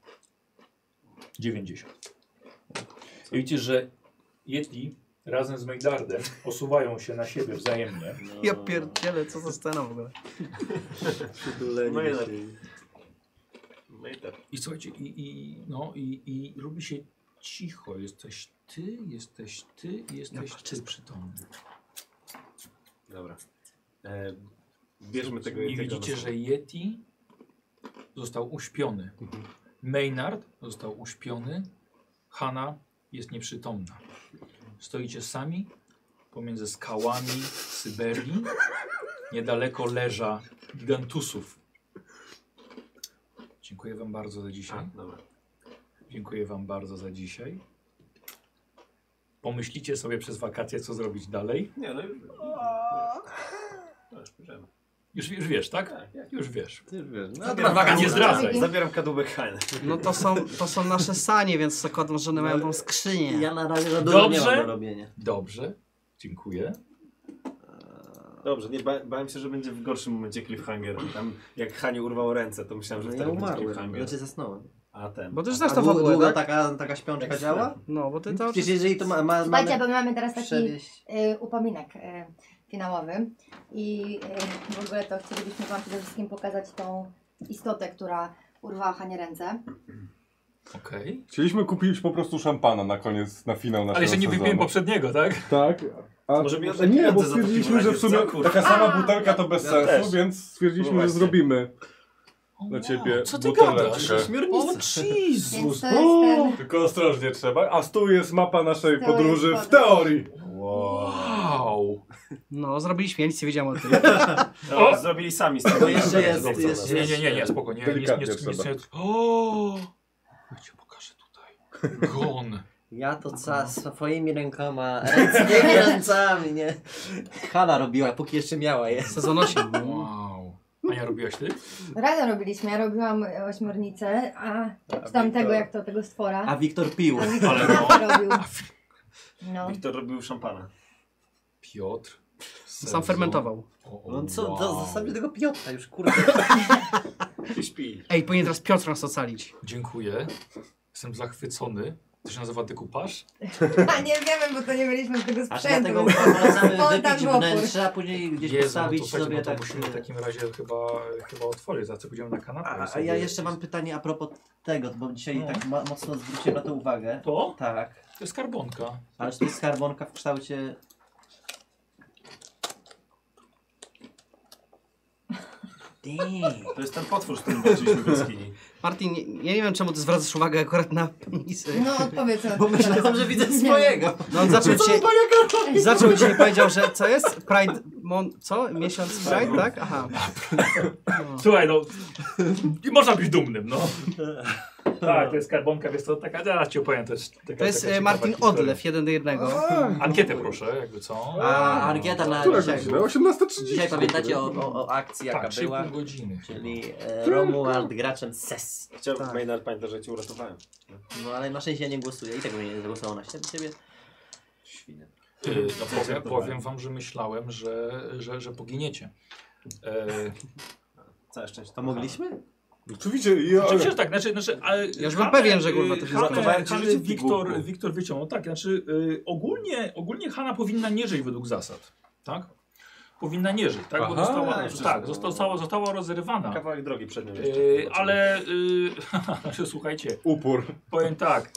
90. I widzicie, że Yeti razem z Maynardem osuwają się na siebie wzajemnie. Ja pierdzielę, co za scena w ogóle. Maynard. I słuchajcie, i robi się cicho. Jesteś ty przytomny. Dobra. Bierzmy tego I Yetiego. widzicie, że Yeti został uśpiony. Maynard został uśpiony. Hanna jest nieprzytomna. Stoicie sami pomiędzy skałami Syberii niedaleko leża gigantusów. Dziękuję wam bardzo za dzisiaj. Dobra. Dziękuję wam bardzo za dzisiaj. Pomyślicie sobie przez wakacje, co zrobić dalej. Nie, no już. No już bierzemy. Już wiesz, tak? Tak. Już wiesz. Ty wiesz, no, Zabieram Waga, nie kadłubek. zdradzaj. Zabieram kadłubek Hajny. No to są nasze sanie, więc zakładam, że one mają tą skrzynię. ja na razie za dużo nie mam Dobrze? do robienia. Dobrze. Dziękuję. Dobrze, nie bałem się, że będzie w gorszym momencie cliffhanger. Tam jak Hani urwał ręce, to myślałem, że No wtedy ja będzie umarłem, cliffhanger. znaczy zasnąłem. A ten. Bo ty już A znasz to fabułę, długa tak? taka śpiączka działa? No, bo ty to... Przecież jeżeli to ma Słuchajcie, bo mamy teraz taki przewieźć... upominek finałowy i w ogóle to chcielibyśmy wam przede wszystkim pokazać tą istotę, która urwała Hanie ręce. Okej. Chcieliśmy kupić po prostu szampana na koniec, na finał naszego Ale jeszcze nie sezonu. wypiłem poprzedniego, tak? Tak. A Może mi oddaj nie, bo pieniądze za to stwierdziliśmy, piwo, że w sumie co, kurwa? taka sama butelka to bez Ja sensu, też. więc stwierdziliśmy, No że właśnie. zrobimy O, dla wow, ciebie co ty buteleczkę. gadasz? O, Więc Jezus! to jest ten... Tylko ostrożnie trzeba. A tu jest mapa naszej To podróży jest w teorii. Wow! No, zrobiliśmy, ja nic nie wiedziałem o tym. O, zrobili sami z tego. To jeszcze jest, Dobrze, jeszcze- dobrze. Nie, spokojnie. Delikatnie trzeba. O! Ja ci pokażę tutaj. Gon. Ja to swoimi rękoma, ręcznymi ręcami, nie? Hanna robiła, póki jeszcze miała je. Sezon 8. Wow. Ania, robiłaś ty? Razem robiliśmy, ja robiłam ośmiornicę, czy tam tego, jak to, tego stwora. A Wiktor pił. A Wiktor Ale no. robił. No. Wiktor robił szampana. Piotr. Sam fermentował. No co, zostawmy tego Piotra już, kurde. Śpi. Ej, powinien teraz Piotr nas ocalić. Dziękuję. Jestem zachwycony. To się nazywa dekupaż? A nie wiemy, bo to nie mieliśmy tego Aż sprzętu. dlatego więc polecamy spontan wypić w opór. wnętrze, a później gdzieś Jezu, postawić no to, słuchajcie, sobie no to tak... musimy w takim razie chyba otworzyć. Za co pójdziemy na kanapę. i A sobie- ja jeszcze mam pytanie a propos tego, bo dzisiaj tak mocno zwróciłem na to uwagę. To? Tak. To jest skarbonka. Ale czy to jest skarbonka w kształcie... Damn. To jest ten potwór, z którym walczyliśmy w jaskini. Martin, ja nie wiem czemu ty zwracasz uwagę akurat na penisy. No odpowiedz na Bo myślałem, że widzę swojego. No on zaczął dzisiaj powiedział, że co jest? Pride, co? Miesiąc Pride, tak? Aha. No. Słuchaj, no. Nie można być dumnym, no. Tak, to jest skarbonka, wiesz co, taka, zaraz ci opowiem, to jest taka, To jest taka ciekawa Martin historia. Odlew, 1:1. Ankietę proszę, jakby co. A ankieta na Która dzisiaj. godzina? 18:30. Dzisiaj pamiętacie o akcji, jaka Tak, była? 3,5 godziny. Czyli Romuald graczem SES. Chciałem, Tak. Maynard, pamiętasz, że cię uratowałem. No ale na szczęście ja nie głosuję i tego nie zagłosowało na ciebie. Świnie. No, powiem wam, że myślałem, że poginiecie. Całe szczęście. A mogliśmy? Oczywiście, ja... Oczywiście, że tak, ale Ja już byłem pewien, że kurwa to się zgadzam. Hanę Wiktor wyciągnął, tak, znaczy ogólnie Hanna powinna nie żyć według zasad, tak? Powinna nie żyć, tak? Bo Aha. została rozerwana. Kawałek drogi przed nią Ale słuchajcie, Upór. powiem tak.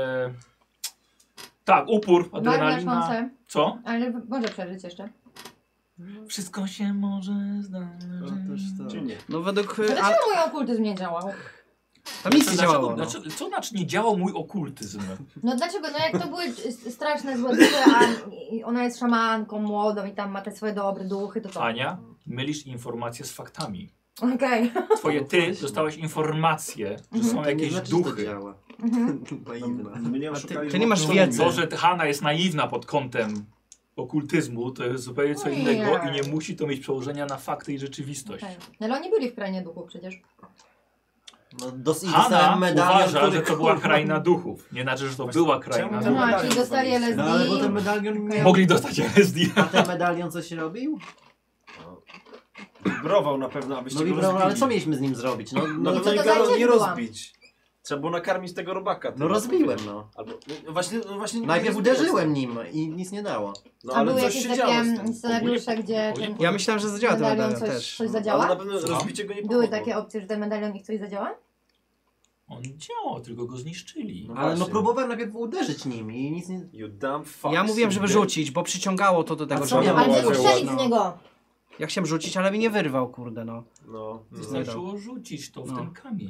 Tak, upór, Marna adrenalina. szansę, Co? ale może przeżyć jeszcze. Wszystko się może zdarzyć. Czy nie? No według... Dlaczego mój okultyzm nie działał? Tam nic nie działało. No. Co znaczy nie działał mój okultyzm? No dlaczego? No jak to były straszne złe duchy, a ona jest szamanką młodą i tam ma te swoje dobre duchy, to co? Ania, mylisz informacje z faktami. Okej. Ty dostałaś informację, że są To nie jakieś znaczy, że to duchy. działa. Naiwna. My nie A oszukali, ty nie masz wiedzy. To, że Hanna jest naiwna pod kątem okultyzmu, to jest zupełnie co Nie. innego i nie musi to mieć przełożenia na fakty i rzeczywistość. Okay. Ale oni byli w krainie duchów przecież. No Hanna dostałem medalion, uważa, który, że to była kraina duchów. Nie znaczy, że to była kraina czemu- duchów. Aha, czyli dostali LSD. No ale bo ten medalion nie... Mogli dostać LSD. A ten medalion coś robił? Wibrował na pewno, abyście No go wibrał, rozbili. ale co mieliśmy z nim zrobić? No, No I to co nie to za go nie cieć była? rozbić. Trzeba było nakarmić tego robaka. no rozbiłem no. Albo, no właśnie nie Najpierw rozbiłeś. uderzyłem nim i nic nie dało. No A ale były coś jakieś się działo z takie tym. scenariusze, gdzie ten Ja myślałem, że zadziała ten medalion medalion coś też. coś Ale zadziała? na pewno Słucham? rozbicie go nie Były pomogło. takie opcje, że ten medalion ich coś zadziała? On działał, tylko go zniszczyli. No Ale no właśnie. próbowałem najpierw uderzyć nim i nic nie... You dumb fuck. Ja mówiłem, żeby rzucić, bo przyciągało to do tego, A co że... miałem Ale Działało, nie strzelić z niego! Ja chciałem rzucić, ale mi nie wyrwał, kurde no. No. Wystarczyło rzucić to w No. ten kamień.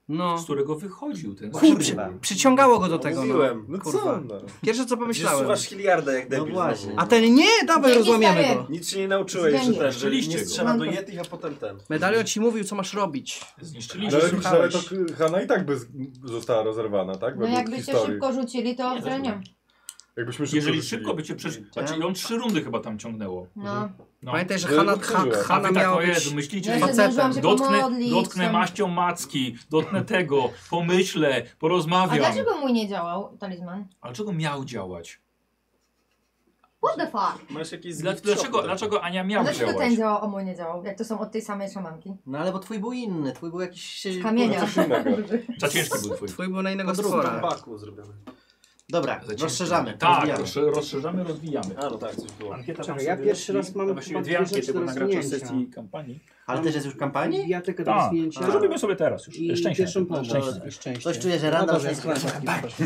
No. z którego wychodził ten Kurwa. Przyciągało go do tego, Mówiłem. No kurwa. co? No. Pierwsze co pomyślałem. Suwasz Hiliarda jak debil. No właśnie. znowu. A ten nie, dawaj Dzięki, rozłamiemy stary. go. Nic się nie nauczyłeś, że Zgięcie. ten, że nie Zniszczyliście strzela do go. Yeti, a potem ten. Medalion ci mówił, co masz robić. Zniszczyliście. Ale, słuchałeś. ale to Hanna i tak by została rozerwana, tak? No Według jakbyście historii. szybko rzucili, to wcale nie. Jakbyśmy szybko Jeżeli rzucili. szybko by cię przeszli. Znaczy on 3 rundy chyba tam ciągnęło. No. No. Pamiętaj, że No, Hanna, no, przeżyłem. A Hanna wy tak, miała o Jezu, być... myślicie, Ja że się zdążyłam się dotknę pomodlić. tam. maścią macki, dotknę tego, pomyślę, A porozmawiam. dlaczego mój nie działał, talizman? Ale czego miał działać? What the fuck? Masz jakiś Dlaczego Ania A miał dlaczego działać? ten działał, a mój nie działał? Jak to są od tej samej szamanki? No ale bo twój był inny, twój był jakiś... Z kamienia. Coś innego. Za ciężki był twój. Twój był na innego Podróbka. stwora. Baku zrobiony. Dobra, Za ciężki rozszerzamy. był. Tak, rozwijamy. rozszerzamy, rozwijamy. A no tak, coś było. Ankieta Czekaj, tam ja sobie pierwszy leci, raz mam a właściwie chyba dwie dwie ankiety, rzeczy bo do nagracza rozwinięcia. sesji kampanii. Ale też jest już w kampanii? Biblioteka do Tak, rozwinięcia. to robimy sobie teraz już. I Szczęście. pierwszą pomoc. Szczęście. I szczęście. Coś czuję, że Randall Dobrze, się jest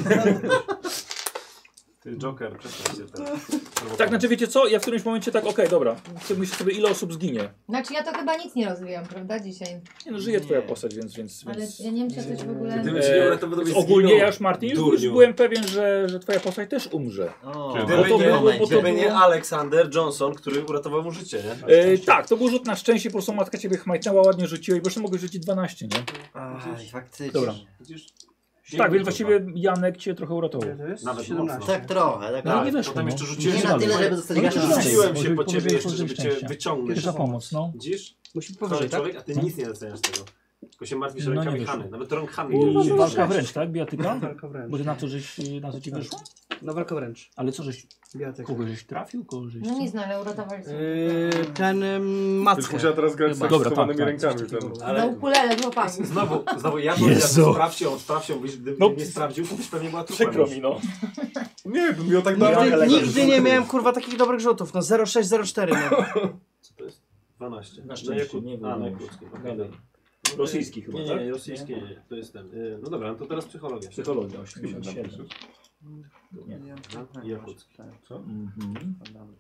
Ty Joker, przestań się teraz. Tak, znaczy wiecie co? Ja w którymś momencie tak, okej, dobra. Myślę sobie ile osób zginie. Znaczy ja to chyba nic nie rozwijam, prawda, dzisiaj? Nie no, żyje twoja postać, więc... Ale ja nie wiem, czy coś w ogóle... Gdyby ci nie uratował, to byś ogólnie zginął. ja już Martin, już Durniu. byłem pewien, że twoja postać też umrze. O, Kiedy? Bo to Gdyby było- nie, bo to gdyby nie było- Aleksander Johnson, który uratował mu życie, nie? Tak, to był rzut na szczęście, po prostu matka ciebie chmajtnęła, ładnie rzuciła i proszę mogę rzucić 12, nie? Aj, faktycznie. Dobra. Widzisz? Tak, więc właściwie Janek cię trochę uratował. To jest Nawet 17. Tak trochę, tak. No Tak, nie weszło, potem no. jeszcze rzuciłem Nie się na tyle, żeby dostać No, gaszę. rzuciłem. Rzuciłem się Może po ciebie powiedzieć, jeszcze, żeby że cię szczęścia. wyciągnąć. Za pomoc, no. Widzisz? Musi Chory powyżej, tak? człowiek, a ty nic nie dostaniesz z tego. Tylko się martwisz No nie rękami wyszło. Hany. Nawet rąk Hany I nie walka wziąłeś. wręcz, tak? Bijatyka? Walka wręcz. Bo ty na co ci wyszło? Na walkę wręcz. Ale co żeś, Bijatyka. kogoś żeś trafił? Kogoś żeś No nic, no ale uratowali sobie. Ten Ty Mackę. musiała teraz grać z Chyba. Dobra, schowanymi tak, rękami. coś Ten. takiego. Na Ale ukulele z łopami. znowu ja Jezu. powiedziałem, sprawdź ją, gdyby No. nie sprawdził, to byś pewnie była trupem Przykro już. mi, no. Nie, bym miał tak Nigdy, dalej. nigdy nie miałem kurwa takich dobrych rzutów. No 0,6, 0,4 no. Co to jest? 12. Na szczęście, nie A, było. na Jakuckiej. Dalej. Rosyjski chyba, tak? Nie, rosyjski nie. To jest ten. No dobra, no to teraz psychologia. Psychologia 87. Nie. I Jakucki. Mhm.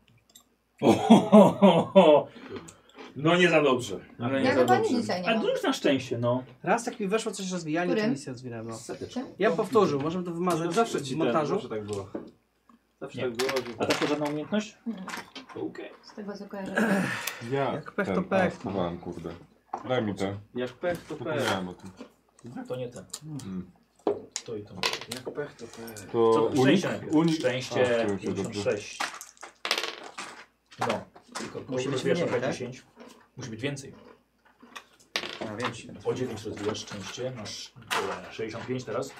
Ohohoho. No nie za dobrze. No nie Ja za chyba dobrze. nic dzisiaj nie Ale mam. to już na szczęście, no. Raz jak mi weszło coś rozwijanie, to Którym? nic nie rozwinąłem. No. Seteczką. Ja powtórzył, możemy to No wymazać zawsze ci w ten, montażu. zawsze tak było. Zawsze Nie. tak było, że... A taka żadna umiejętność? Okej. Z tego co kojarzę. Ja. Jak pech, to ten, pech. A, schowałem, kurde. Daj mi to. Jak pech to pech. Zapomniałem o tym. To nie ten. Mm. To i to. Jak pech to pech. To Co? unik? Szczęście najpierw. Unik. Szczęście A, dobrze. 56. No. Tylko Musi być rozwijasz mniej, na tak? 10. Musi być więcej. A wiem się. O 9 rozwijasz szczęście. Masz 65 teraz.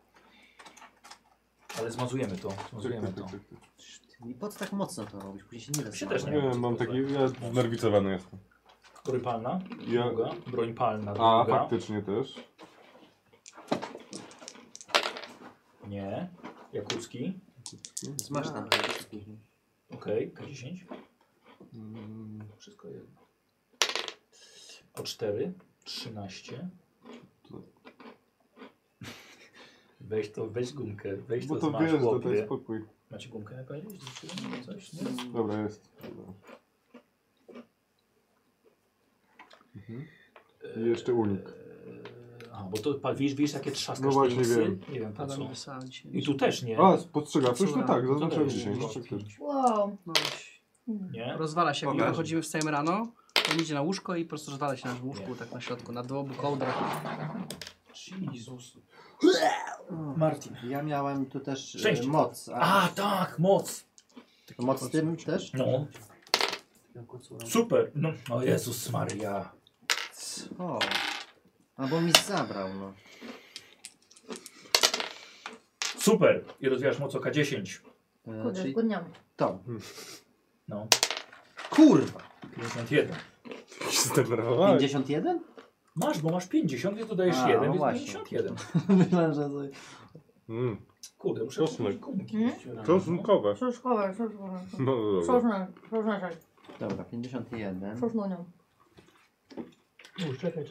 Ale zmazujemy to. Zmazujemy to. I po co tak mocno to robisz? Później się nie da Się też Nie wiem, mam taki... Ja znerwicowany jestem. Broń palna. Ja- Druga. Broń palna. A, Druga. faktycznie też. Nie. Jakucki. Smasz tam. Okej. K10. Wszystko jedno. O 4. 13. Weź gumkę. Weź Bo to to zmasz, wiesz, to chłopie. daj spokój. Macie gumkę jakąś? Coś? Nie? Dobra, jest. Dobra. Mhm. I jeszcze unik. A, bo to wiesz jakie trzaskasz No właśnie te insy? wiem. Nie wiem po co. Adam wysłałem ci. I tu też nie. A, postrzegawczość? No tak, To zaznaczyłem też 10. nie. Tak, tak. Wow. No, Nie? rozwala się, jak Pokaż. wychodzimy, wstajemy rano, on idzie na łóżko i po prostu rozwala się na łóżku, Nie. tak na środku, na dwóch kołdrach. Jezus. Martin. Ja miałem tu też Szczęście. moc. A, tak, moc. To moc z tym też? No. Super. No, o Jezus Maria. O. Albo mi zabrał, no. Super. I rozwijasz moc oka 10. Kurde, Czyli zgłodniamy. to. No. Kurwa! 51. Się zdenerwowałem. 51? Masz, bo masz 50, więc dodajesz A, 1, no więc właśnie. 51. Myślałem, że... Kurde, muszę Czosnek. kupić gumki. Czosnkowe. Szkołę, szkołę. No dobra. Szkołę, Dobra, 51. szkołę. Już, czekaj.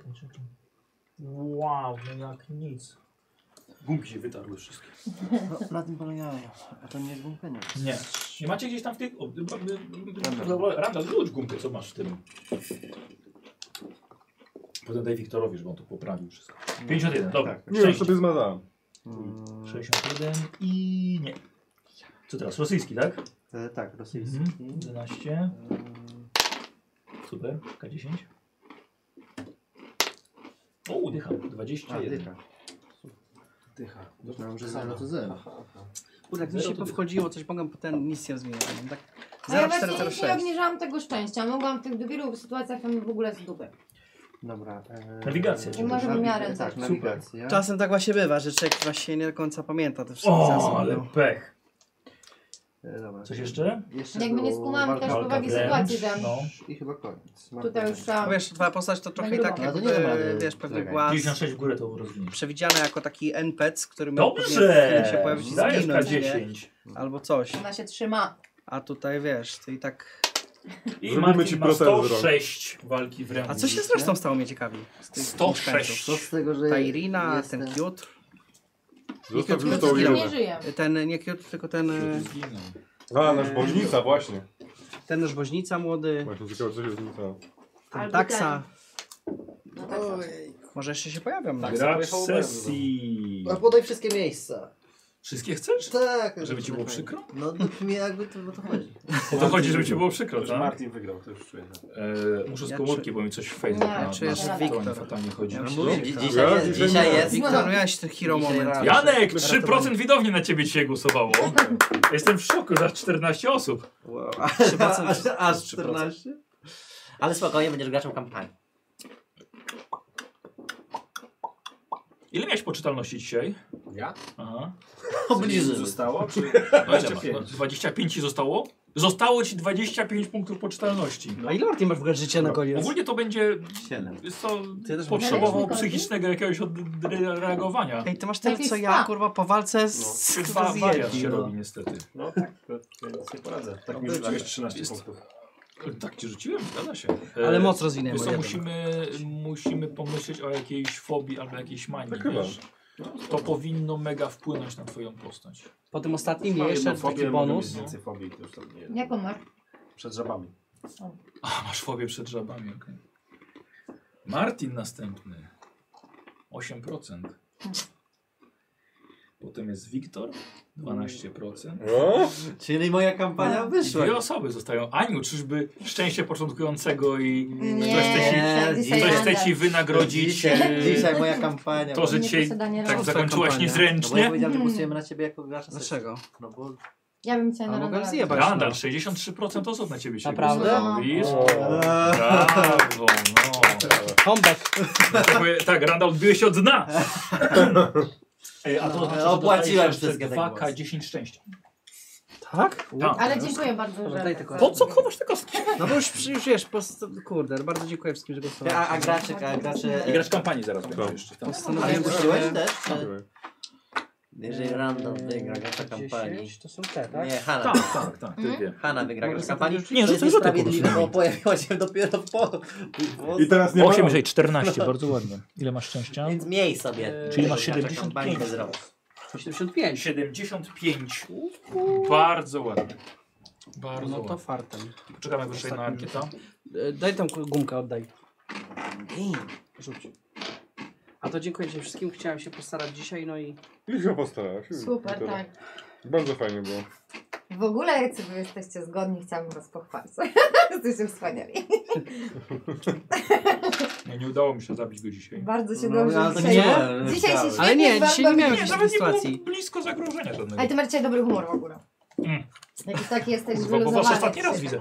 Wow, no jak nic. Gumki się wytarły wszystkie. No, na tym polegają. A to nie jest gumkanie. Nie. Nie macie gdzieś tam w tych... Randall, rzuć gumkę, co masz w tym. Potem daj Wiktorowi, żeby on to poprawił wszystko. 51, dobra. Nie, już sobie zmazałem. 61 i nie. Co teraz? Rosyjski, tak? Tak, rosyjski. 11. Super. K10. O, dycha. 21. Dycha. Myślałem, że 0 to 0. Kurde, jak mi się powchodziło, coś mogłem potem nic nie zmieniać. Tak A ja właśnie nie 0,406. obniżałam tego szczęścia. Mogłam w tych wielu sytuacjach tam w ogóle z dupy. Dobra. Nawigacja. I może bym miała ręce. Tak, nawigacja. Czasem tak właśnie bywa, że człowiek właśnie nie do końca pamięta te wszystkie O, zasoby. ale pech. Dobra. Coś jeszcze? Jakby nie skumałam też powagi sytuacji, że No. I chyba koniec. tutaj już trzeba... No wiesz, twoja postać to trochę Nagrywa. tak Ale to jakby, nie dam rady. wiesz, pewnie Czekaj. była 96 w górę to rozwiniesz. przewidziana jako taki NPC, który miał pewnie Dobrze! się pojawić i Dajesz zginąć, nie? K10. Albo coś. Ona się trzyma. A tutaj wiesz, ty i tak... I Zrobimy Martin ci ma protezę z rąk. 106 walki w ręku. A co się zresztą stało mnie ciekawi? Z tych 106. mieszkańców? Co z tego, że Ta Irina, jestem... ten Cute, Zostaw Nie, już to tą nie Nie Irenę. żyje. ten nie Cute, tylko ten A, nasz bożnica, właśnie. nasz woźnica młody, Właśnie, ciekawe co się z nim stało. ten Albo Taxa. No tak samo. Może jeszcze się pojawią. Tak. Gracz sesji. A podaj wszystkie miejsca. Wszystkie chcesz? Tak. Żeby ci było przykro? No to mi jakby to o to chodzi. O to chodzi, żeby ci było przykro, Już tak? Martin wygrał, to już czuję. Muszę z Ja komórki, bo mi coś w Facebook Nie, na czuję, że Wiktor. fatalnie chodzi. Ja No. mówię, Dzisiaj jest. Wiktor, miałeś ten hero Dzisiaj moment. rano. Janek, 3% widowni na ciebie dzisiaj głosowało. Jestem w szoku, za 14 osób. Wow. 3%. Aż 14? Ale spokojnie, będziesz graczem kampanii. Ile miałeś poczytalności dzisiaj? Ja? Aha. Obliżymy. Zostało? Czy... No ile masz? No, 25 ci zostało? Zostało ci 25 punktów poczytalności. A ile Martin masz w ogóle życia na koniec? Ogólnie to będzie 7. jest to Ty też potrzebował masz. psychicznego jakiegoś odreagowania. Ej, ty masz tyle Jakieś co ja, dwa. kurwa, po walce z Wariat Yeti, się no. robi niestety. No tak, więc nie poradzę. Tak mi rzuciłeś 13 punktów. Tak ci rzuciłem, zgadza się. Ale moc rozwinęła. Wiesz co, musimy pomyśleć o jakiejś fobii albo jakiejś manii, Tak chyba. wiesz? To powinno mega wpłynąć na twoją postać. Po tym ostatnim Mam jeszcze jedną fobię, taki mogę bonus. mieć więcej fobii, to już tam nie Jaką masz? Przed żabami. A, masz fobię przed żabami, okej. Martin następny. 8%. Potem jest Wiktor. 12%. O? Czyli moja kampania wyszła. Dwie osoby zostają. Aniu, czyżby szczęście początkującego i Nie, ktoś chce ci wynagrodzić Dzisiaj moja kampania. to, że Nie dzisiaj posiadanie tak rąk. zakończyłaś kampania. No bo ja niezręcznie? powiedziałem, że głosujemy na ciebie jako gracza sesji. Dlaczego? No bo... Ja bym cię A na mogę randę zjebać. Randall, 63% osób na ciebie się Naprawdę? głosowało, widzisz? O. Brawo, no. Comeback. Tak, Randall odbiłeś się od dna. A to znaczy, że Opłaciłem dostajesz wszystkie jeszcze te 2K10 szczęścia. Tak? Tak. Ale dziękuję bardzo, że... Daj tylko. Po co chowasz te kostki? No bo już wiesz, kurde, bardzo dziękuję wszystkim, że głosowali. A gracze... I grać kampanii zaraz będzie Tak. jeszcze. A Postanowiłem, głosiłeś że... też? Jeżeli Randall wygra gracza kampanii. 10 to są te, tak? Nie, Hanna. Tak, ty wie. Hanna wygra gracza kampanii. Nie, To rzucaj jest rzutek po niesprawiedliwe, prostu. bo pojawiła się dopiero po... I teraz nie ma... 8, 14, bardzo ładnie. Ile masz szczęścia? Więc miej sobie. Czyli masz gracza 75. kampanii bez rąk. 75. 75. Bardzo ładnie. Bardzo No to ładnie. fartem. Poczekamy wyżej na ankietę. Daj tą gumkę, oddaj. Rzuć. A to dziękuję ci wszystkim, chciałem się postarać dzisiaj, no i... I się postarałaś. Super, tak. Bardzo fajnie było. W ogóle, jak sobie jesteście zgodni, chciałabym was pochwalić. Jesteście wspaniali. Nie udało mi się zabić go dzisiaj. Bardzo się No, dobrze ale to dzisiaj... nie. Dzisiaj się świetnie Ale nie, wam dzisiaj nie miałem bawiliście. jakiejś Nawet nie sytuacji. było blisko zagrożenia żadnego. Ale ty masz dzisiaj dobry humor w ogóle. Mm. Jakiś taki jesteś Kurwa, bo was wyluzowany. ostatni raz widzę.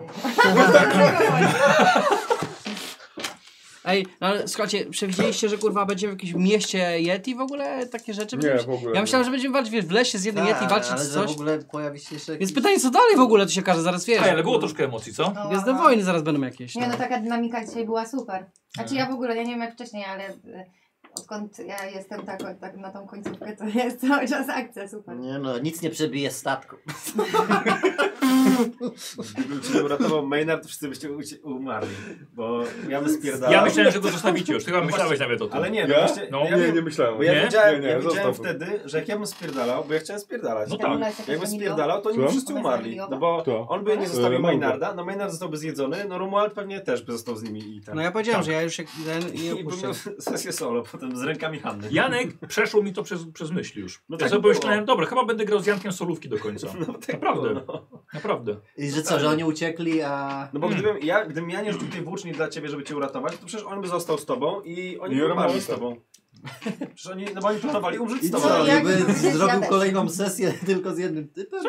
Ej, no ale słuchajcie, przewidzieliście, że kurwa będziemy w jakimś mieście Yeti w ogóle? Takie rzeczy? Nie, w ogóle. Ja myślałem, że będziemy walczyć wiesz, w lesie z jednym Yeti, walczyć ale z że w coś. ogóle pojawi się jeszcze Więc jakiś... pytanie, co dalej w ogóle to się okaże, zaraz wiesz. Ale było troszkę emocji, co? No, Gwiezdne no. wojny zaraz będą jakieś. Nie, No. no taka dynamika dzisiaj była super. Znaczy ja w ogóle, ja nie wiem jak wcześniej, ale odkąd ja jestem tak na tą końcówkę, to jest cały czas akcja, super. Nie no, nic nie przebije statku. Gdybym cię uratował Maynard, to wszyscy byście umarli. Bo ja bym spierdalał. Ja myślałem, że go zostawicie już. Ty chyba myślałeś nawet o tym. Ale nie, no Ja? właśnie... No. ja Nie, wiem, nie myślałem. Bo ja Nie? wiedziałem, Nie, ja wiedziałem zostawmy. wtedy, że jak ja bym spierdalał, bo ja chciałem spierdalać. No Ta rula tak. jest jakaś Jakbym waniliowa? spierdalał, to oni Co? wszyscy Ona jest umarli. waniliowa? No bo Kto? on by nie zostawił Małpa. Maynarda, no Maynard zostałby zjedzony, no Romuald pewnie też by został z nimi i tak. No ja powiedziałem, że ja już jak nie I bym opuszczę. miał sesję solo potem z rękami Hanny. Janek, przeszło mi to przez myśl już. No Ja tak sobie było. pomyślałem, dobra, chyba będę grał z Jankiem solówki do końca. No tak Naprawdę. było, no. Naprawdę. I że co, że oni uciekli, a... No bo gdybym ja nie rzucił tej włóczni dla ciebie, żeby cię uratować, to przecież on by został z tobą i oni I by umarli Romuald z tobą. Przecież oni, no bo oni planowali umrzeć I z tobą. co, jak jakby będziesz zrobił gadać? kolejną sesję tylko z jednym typem?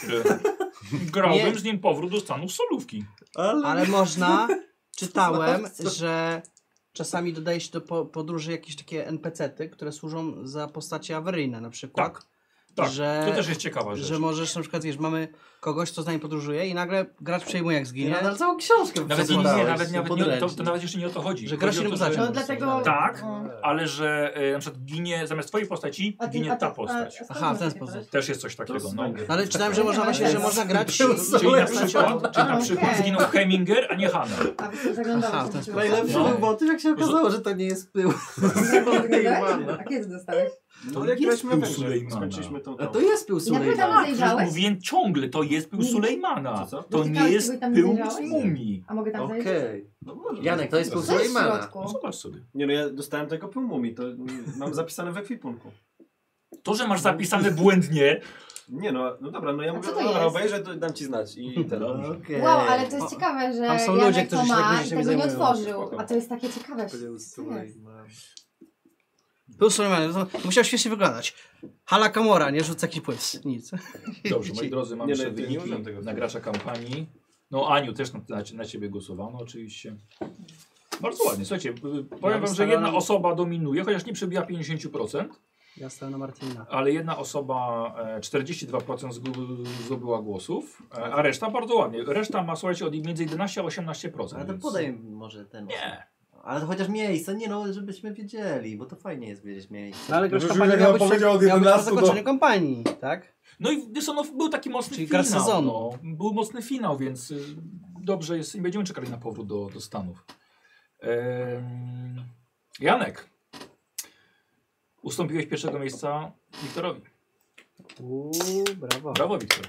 Grałbym Nie. z nim powrót do stanu solówki. Ale można, czytałem, że czasami dodaje się do podróży jakieś takie NPC-ty, które służą za postacie awaryjne na przykład. Tak. Tak, Że, to też jest ciekawa rzecz. że możesz na przykład, wiesz, mamy kogoś, co z nami podróżuje i nagle gracz przejmuje jak Nie, zginie. nadal całą książkę Nawet nie, przeczytałeś, to nawet jeszcze nie o to chodzi. Że gra się Chodzi o nie to, że- pozacznie. No dlatego... Tak, No. ale że na przykład ginie, zamiast twojej postaci, ginie ta postać. Aha, w ten sposób. Też jest coś takiego, no. No, ale czytałem, że można właśnie, że można grać... Czyli na przykład Okej. zginął Heminger, a nie Hanna. A wy zaglądałeś. Aha, w ten sposób. Najlepszy No. był motyw, jak się okazało, że to nie jest pył. A kiedy dostałeś? No jak jest graliśmy był w Węgrzech, Sulejmana. skończyliśmy tą A to jest pył Naprawdę Sulejmana. tam Przecież zajrzałeś? mówiłem ciągle, to jest pył Nie. Sulejmana. Co? To nie Dotykałeś jest tego i tam pył zajrzałeś? z mumii. A mogę tam zajrzeć? Okej. No może. Janek, to jest pył Co jest w Sulejmana. środku? No zobacz sobie. Nie no, ja dostałem tylko pył mumii, to mam zapisane w ekwipunku. To, że masz zapisane błędnie, Nie no, no dobra, no ja A mówię, co to no dobra, jest? obejrzę, to dam ci znać i ten. Okej. Wow, ale to jest ciekawe, że Tam są Janek ludzie, to którzy się ma tak i rzeczami tego nie zajmują. otworzył. A to jest takie ciekawe. Pył Co jest? Sulejmana. Pył Sulejmana, to musiał świetnie wyglądać. Hala Kamora, nie rzuca jakiś płys, nic. dobrze, moi drodzy, mamy Nie, jeszcze no, to nie wyniki użyłem tego. na gracza kampanii. No Aniu, też na ciebie głosowano oczywiście. Bardzo ładnie, słuchajcie, powiem wam, że jedna osoba dominuje, chociaż nie przebiła 50%, Ja stałem na Martina. ale jedna osoba 42% zdobyła głosów, a reszta bardzo ładnie. Reszta ma, słuchajcie, od między 11 a 18%. Ale to więc- podaj może ten. Nie. Ale to chociaż miejsce, nie no, żebyśmy wiedzieli, bo to fajnie jest wiedzieć miejsce. No ale grasz No, kampanii jak miał ja być, powiedział od miał być po 11 do- zakończeniu kampanii, tak? No i wiesz co, no, był taki mocny Czyli finał. gra sezonu. No. Był mocny finał, więc dobrze jest i będziemy czekali na powrót do Stanów. Janek, ustąpiłeś pierwszego miejsca Wiktorowi. Brawo. Brawo, Wiktor.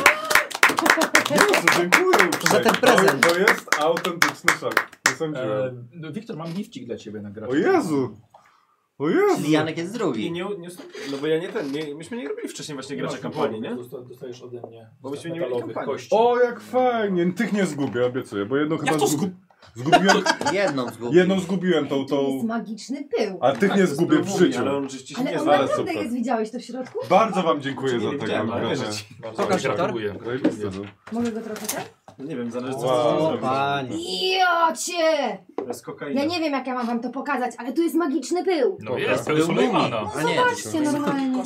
Jezu, dziękuję za ten prezent. To jest autentyczny szok. Nie sądziłem. No, Wiktor, mam gifcik dla ciebie na gracza. O Jezu! O Jezu! Czyli Janek jest I drugi. nie ustąpiłem, no bo ja nie ten, myśmy nie robili wcześniej właśnie gracza kampanii, nie? Dostajesz ode mnie Bo myśmy nie mieli metalowych kampanii. kości. O, jak fajnie! Tych nie zgubię, obiecuję, bo jedną chyba Jak to zgubiłem. Jedną zgubił. Zgubiłem tą. To jest magiczny pył. A tych nie zgubię w życiu. Ale on rzeczywiście Ale nie on zna. ale naprawdę super. jest, widziałeś to w środku? Bardzo wam dziękuję Nie za widziałem, tego. ale naprawdę. wierzę ci. Bardzo Pokaż, gratuluję. Zajebiste to. Mogę go trochę ten? No nie wiem, zależy co Wow. wow. O, panie. Jocie! To jest kokaina. Ja nie wiem, jak ja mam wam to pokazać, ale tu jest magiczny pył. No jest, Był pył Sulejmana. A nie, Zobaczcie normalnie.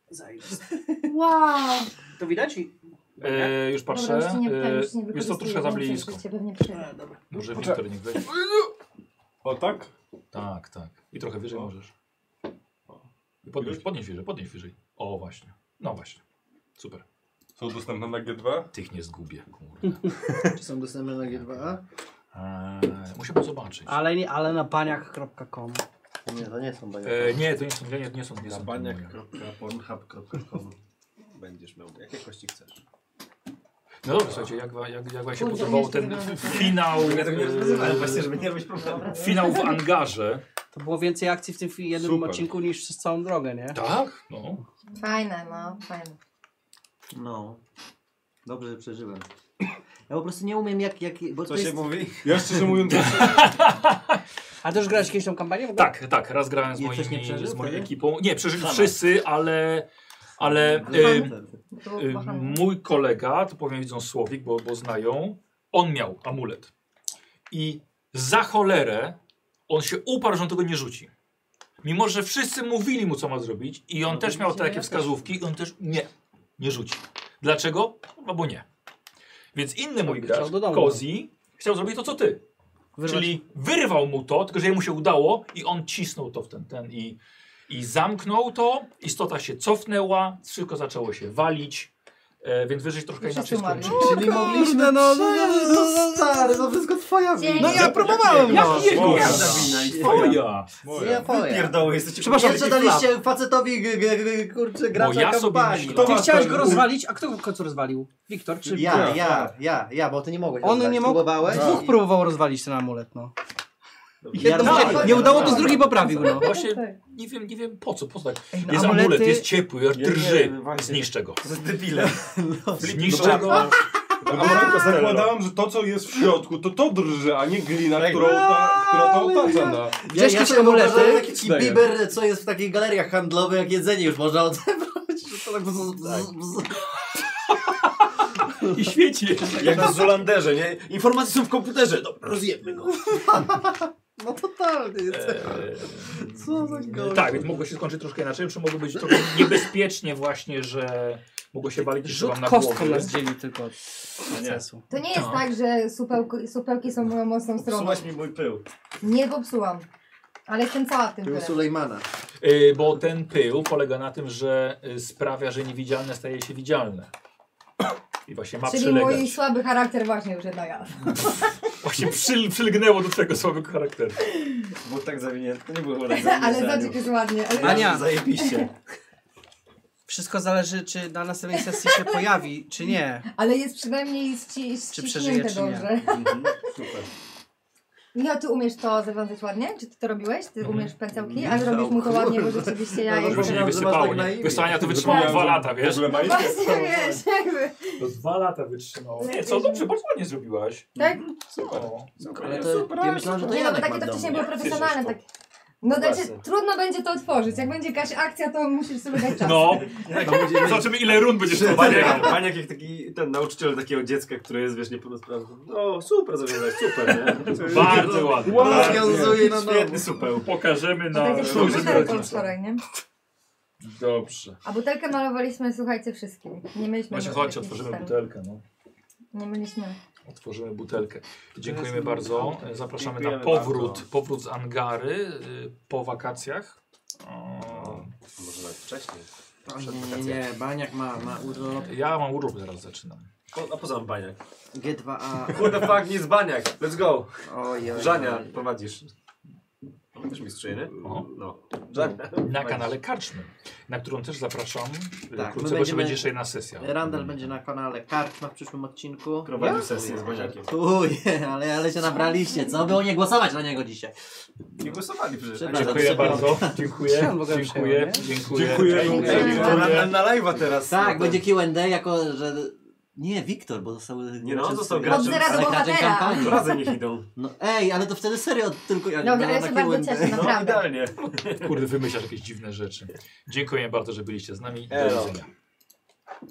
Wow. To widać? Już patrzę. Dobra, już ci nie, ten, już nie Jest to troszkę za blisko. Cię pewnie przyjdę. Może Wiktor niech weźmie. O tak? Tak, tak. I trochę wyżej możesz. I podnieś wyżej. O, właśnie. No właśnie. Super. Są dostępne na G2? Tych nie zgubię, kurde. Czy są dostępne na G2A? Musiałbym zobaczyć. Ale na baniach.com. Nie, to nie są baniaki. Nie, to nie są. Zabaniak.pornhub.com Będziesz miał, jakie kości chcesz. No dobrze, słuchajcie, jak wam się Kurde, podobał nie ten wiem, finał, Ale właśnie, żeby nie być problemu. finał w angarze. To było więcej akcji w tym jednym Super. odcinku niż przez całą drogę, nie? Tak? No. Fajne, no, fajne. No. Dobrze, że przeżyłem. Ja po prostu nie umiem bo Co to się jest... mówi? Ja szczerze mówiąc, A ty już grałeś kiedyś tą kampanię? w ogóle? Tak, raz grałem z, I ktoś nie przeżył z moją wtedy? ekipą. Nie, przeżyli Sama. wszyscy, ale Tu machamy. mój kolega, to powiem widząc Słowik, bo znają, on miał amulet. I za cholerę on się uparł, że on tego nie rzuci. Mimo, że wszyscy mówili mu, co ma zrobić i on też miał takie wskazówki i on też nie rzuci. Dlaczego? No bo nie. Więc inny mój Chciał gracz, do domu. Kozi, chciał zrobić to, co ty. Wyrwać- Czyli wyrwał mu to, tylko że jemu się udało i on cisnął to w ten i zamknął to, istota się cofnęła, wszystko zaczęło się walić. Więc wyżej troszkę Wszyscy inaczej umarli. skończyć. Czyli mogliśmy, no Stary, to wszystko twoja No wina. ja próbowałem, no. Moja. Twoja! Ja twoja. Pierdoły, jesteście Przepraszam, Jeszcze daliście facetowi, kurczę, Bo gracza ja sobie kampanii. myślę- Ty ma chciałeś ten- go rozwalić, a kto w końcu rozwalił? Wiktor czy... Ja, bo ty nie mogłeś. On rozwalić. nie mógł, Próbowałeś dwóch i- próbował rozwalić ten amulet, no. Ja Jedno mu się nie udało, to z drugi poprawił, no. Właśnie Tak. nie wiem po co tak. no Jest amulety- amulet, jest ciepły, aż Ja nie drży. wiem, właśnie. Zniszczę go. To jest debile. Zniszczę go. Zakładałem, że to co jest w środku, to drży, a nie glina, Ej, która to otacza. No. Widziałeś ja jakieś sobie amulety? wyobrażam taki Daję. biber, co jest w takich galeriach handlowych, jak jedzenie już można odebrać. Że to tak bzz. I świeci. Jak na Zolanderze, nie? Informacje są w komputerze. Dobra, rozjebmy go. No totalnie. Co za gość. Tak, więc mogło się skończyć troszkę inaczej, czy mogło być trochę niebezpiecznie właśnie, że mogło się walić jeszcze Rzut wam na kostką głowę. nas dzieli tylko od procesu. To nie jest tak, że supełki są moją mocną stroną. Psułaś mi mój pył. Nie popsułam. Ale jestem cała w tym Był tyle. Sulejmana. Bo ten pył polega na tym, że sprawia, że niewidzialne staje się widzialne. I właśnie ma Czyli przylegać. mój słaby charakter właśnie już jedna ja. Właśnie przylgnęło do twojego słabego charakteru. Było tak zawinięte. To nie było tak zawinięte. Ale zobacz jak jest ładnie. Ale... Ania. Zajebiście. Wszystko zależy, czy na następnej sesji się pojawi, czy nie. Ale jest przynajmniej Czy przeżyje, ściśnięte czy nie. dobrze. Super. Michał, ty umiesz to zawiązać ładnie? Czy ty to robiłeś? Ty umiesz pędzelki? Michał, Ale robisz mu to ładnie, bo rzeczywiście ja No, Żeby się nie Zapomniałem, że masz wysypało. tak na Nie? imię. Wiesz co, Ania to wytrzymało 2 lata, W wiesz? ogóle No majtkę? właśnie, wiesz, jakby. To 2 lata wytrzymało. Nie, co dobrze, bardzo ładnie zrobiłaś. Tak? O. Ale to ja myślałem, że to Nie no, bo Janek takie ma to w wcześniej domu. było profesjonalne. Tak. No znaczy, Właśnie. trudno będzie to otworzyć. Jak będzie jakaś akcja, to musisz sobie dać czas. No, zobaczymy ile rund będziesz to Paniak jak taki ten nauczyciel takiego dziecka, które jest, wiesz, niepełnosprawne. O, super zawiązać, super, nie? Bardzo ładnie. Rozwiązuje na nowo. Świetny supeł. Pokażemy To na... będzie Dobrze, butelkę od wczoraj, nie? Dobrze. A butelkę malowaliśmy, słuchajcie, wszystkim. Nie mieliśmy... Właśnie jakichś chodźcie, otworzymy ten- butelkę. No. Nie mieliśmy... Otworzymy butelkę. Dziękujemy bardzo. Zapraszamy na Dziękujemy powrót z Angary po wakacjach. Może nawet wcześniej. Nie, Baniak ma urlop Ja mam urlop, zaraz zaczynam. A poza mam baniak. G2A. Kurde fuck, nie jest baniak. Let's go. Oj. Żania, prowadzisz. Też mistrzynie, nie? O. No. Żania. Na kanale Karczmy, na którą też zapraszam. Tak, Wkrótce, my bo jeszcze będziemy- będzie jeszcze jedna sesja. Randall będzie na kanale Karczma w przyszłym odcinku. Prowadził sesję z baniakiem. Ale się nabraliście, co? Było nie głosować na niego dzisiaj. Nie głosowali przecież. Przepraszam. Dziękuję bardzo. Dziękuję. Ja mogę Dziękuję. przyjąć, Dziękuję. Dziękuję. Na live'a teraz. Tak, będzie Q&A jako, że... Nie, Wiktor, bo został... Nie no, on został Od graczem. zera do ale graczem bohatera. kampanii. To razem niech idą. No ej, ale to wtedy serio tylko ja Dobrze, ale ja na się bardzo Q&A. cieszę, No naprawdę. idealnie. Kurde, wymyślasz jakieś dziwne rzeczy. Dziękuję bardzo, że byliście z nami. Do Elo. widzenia.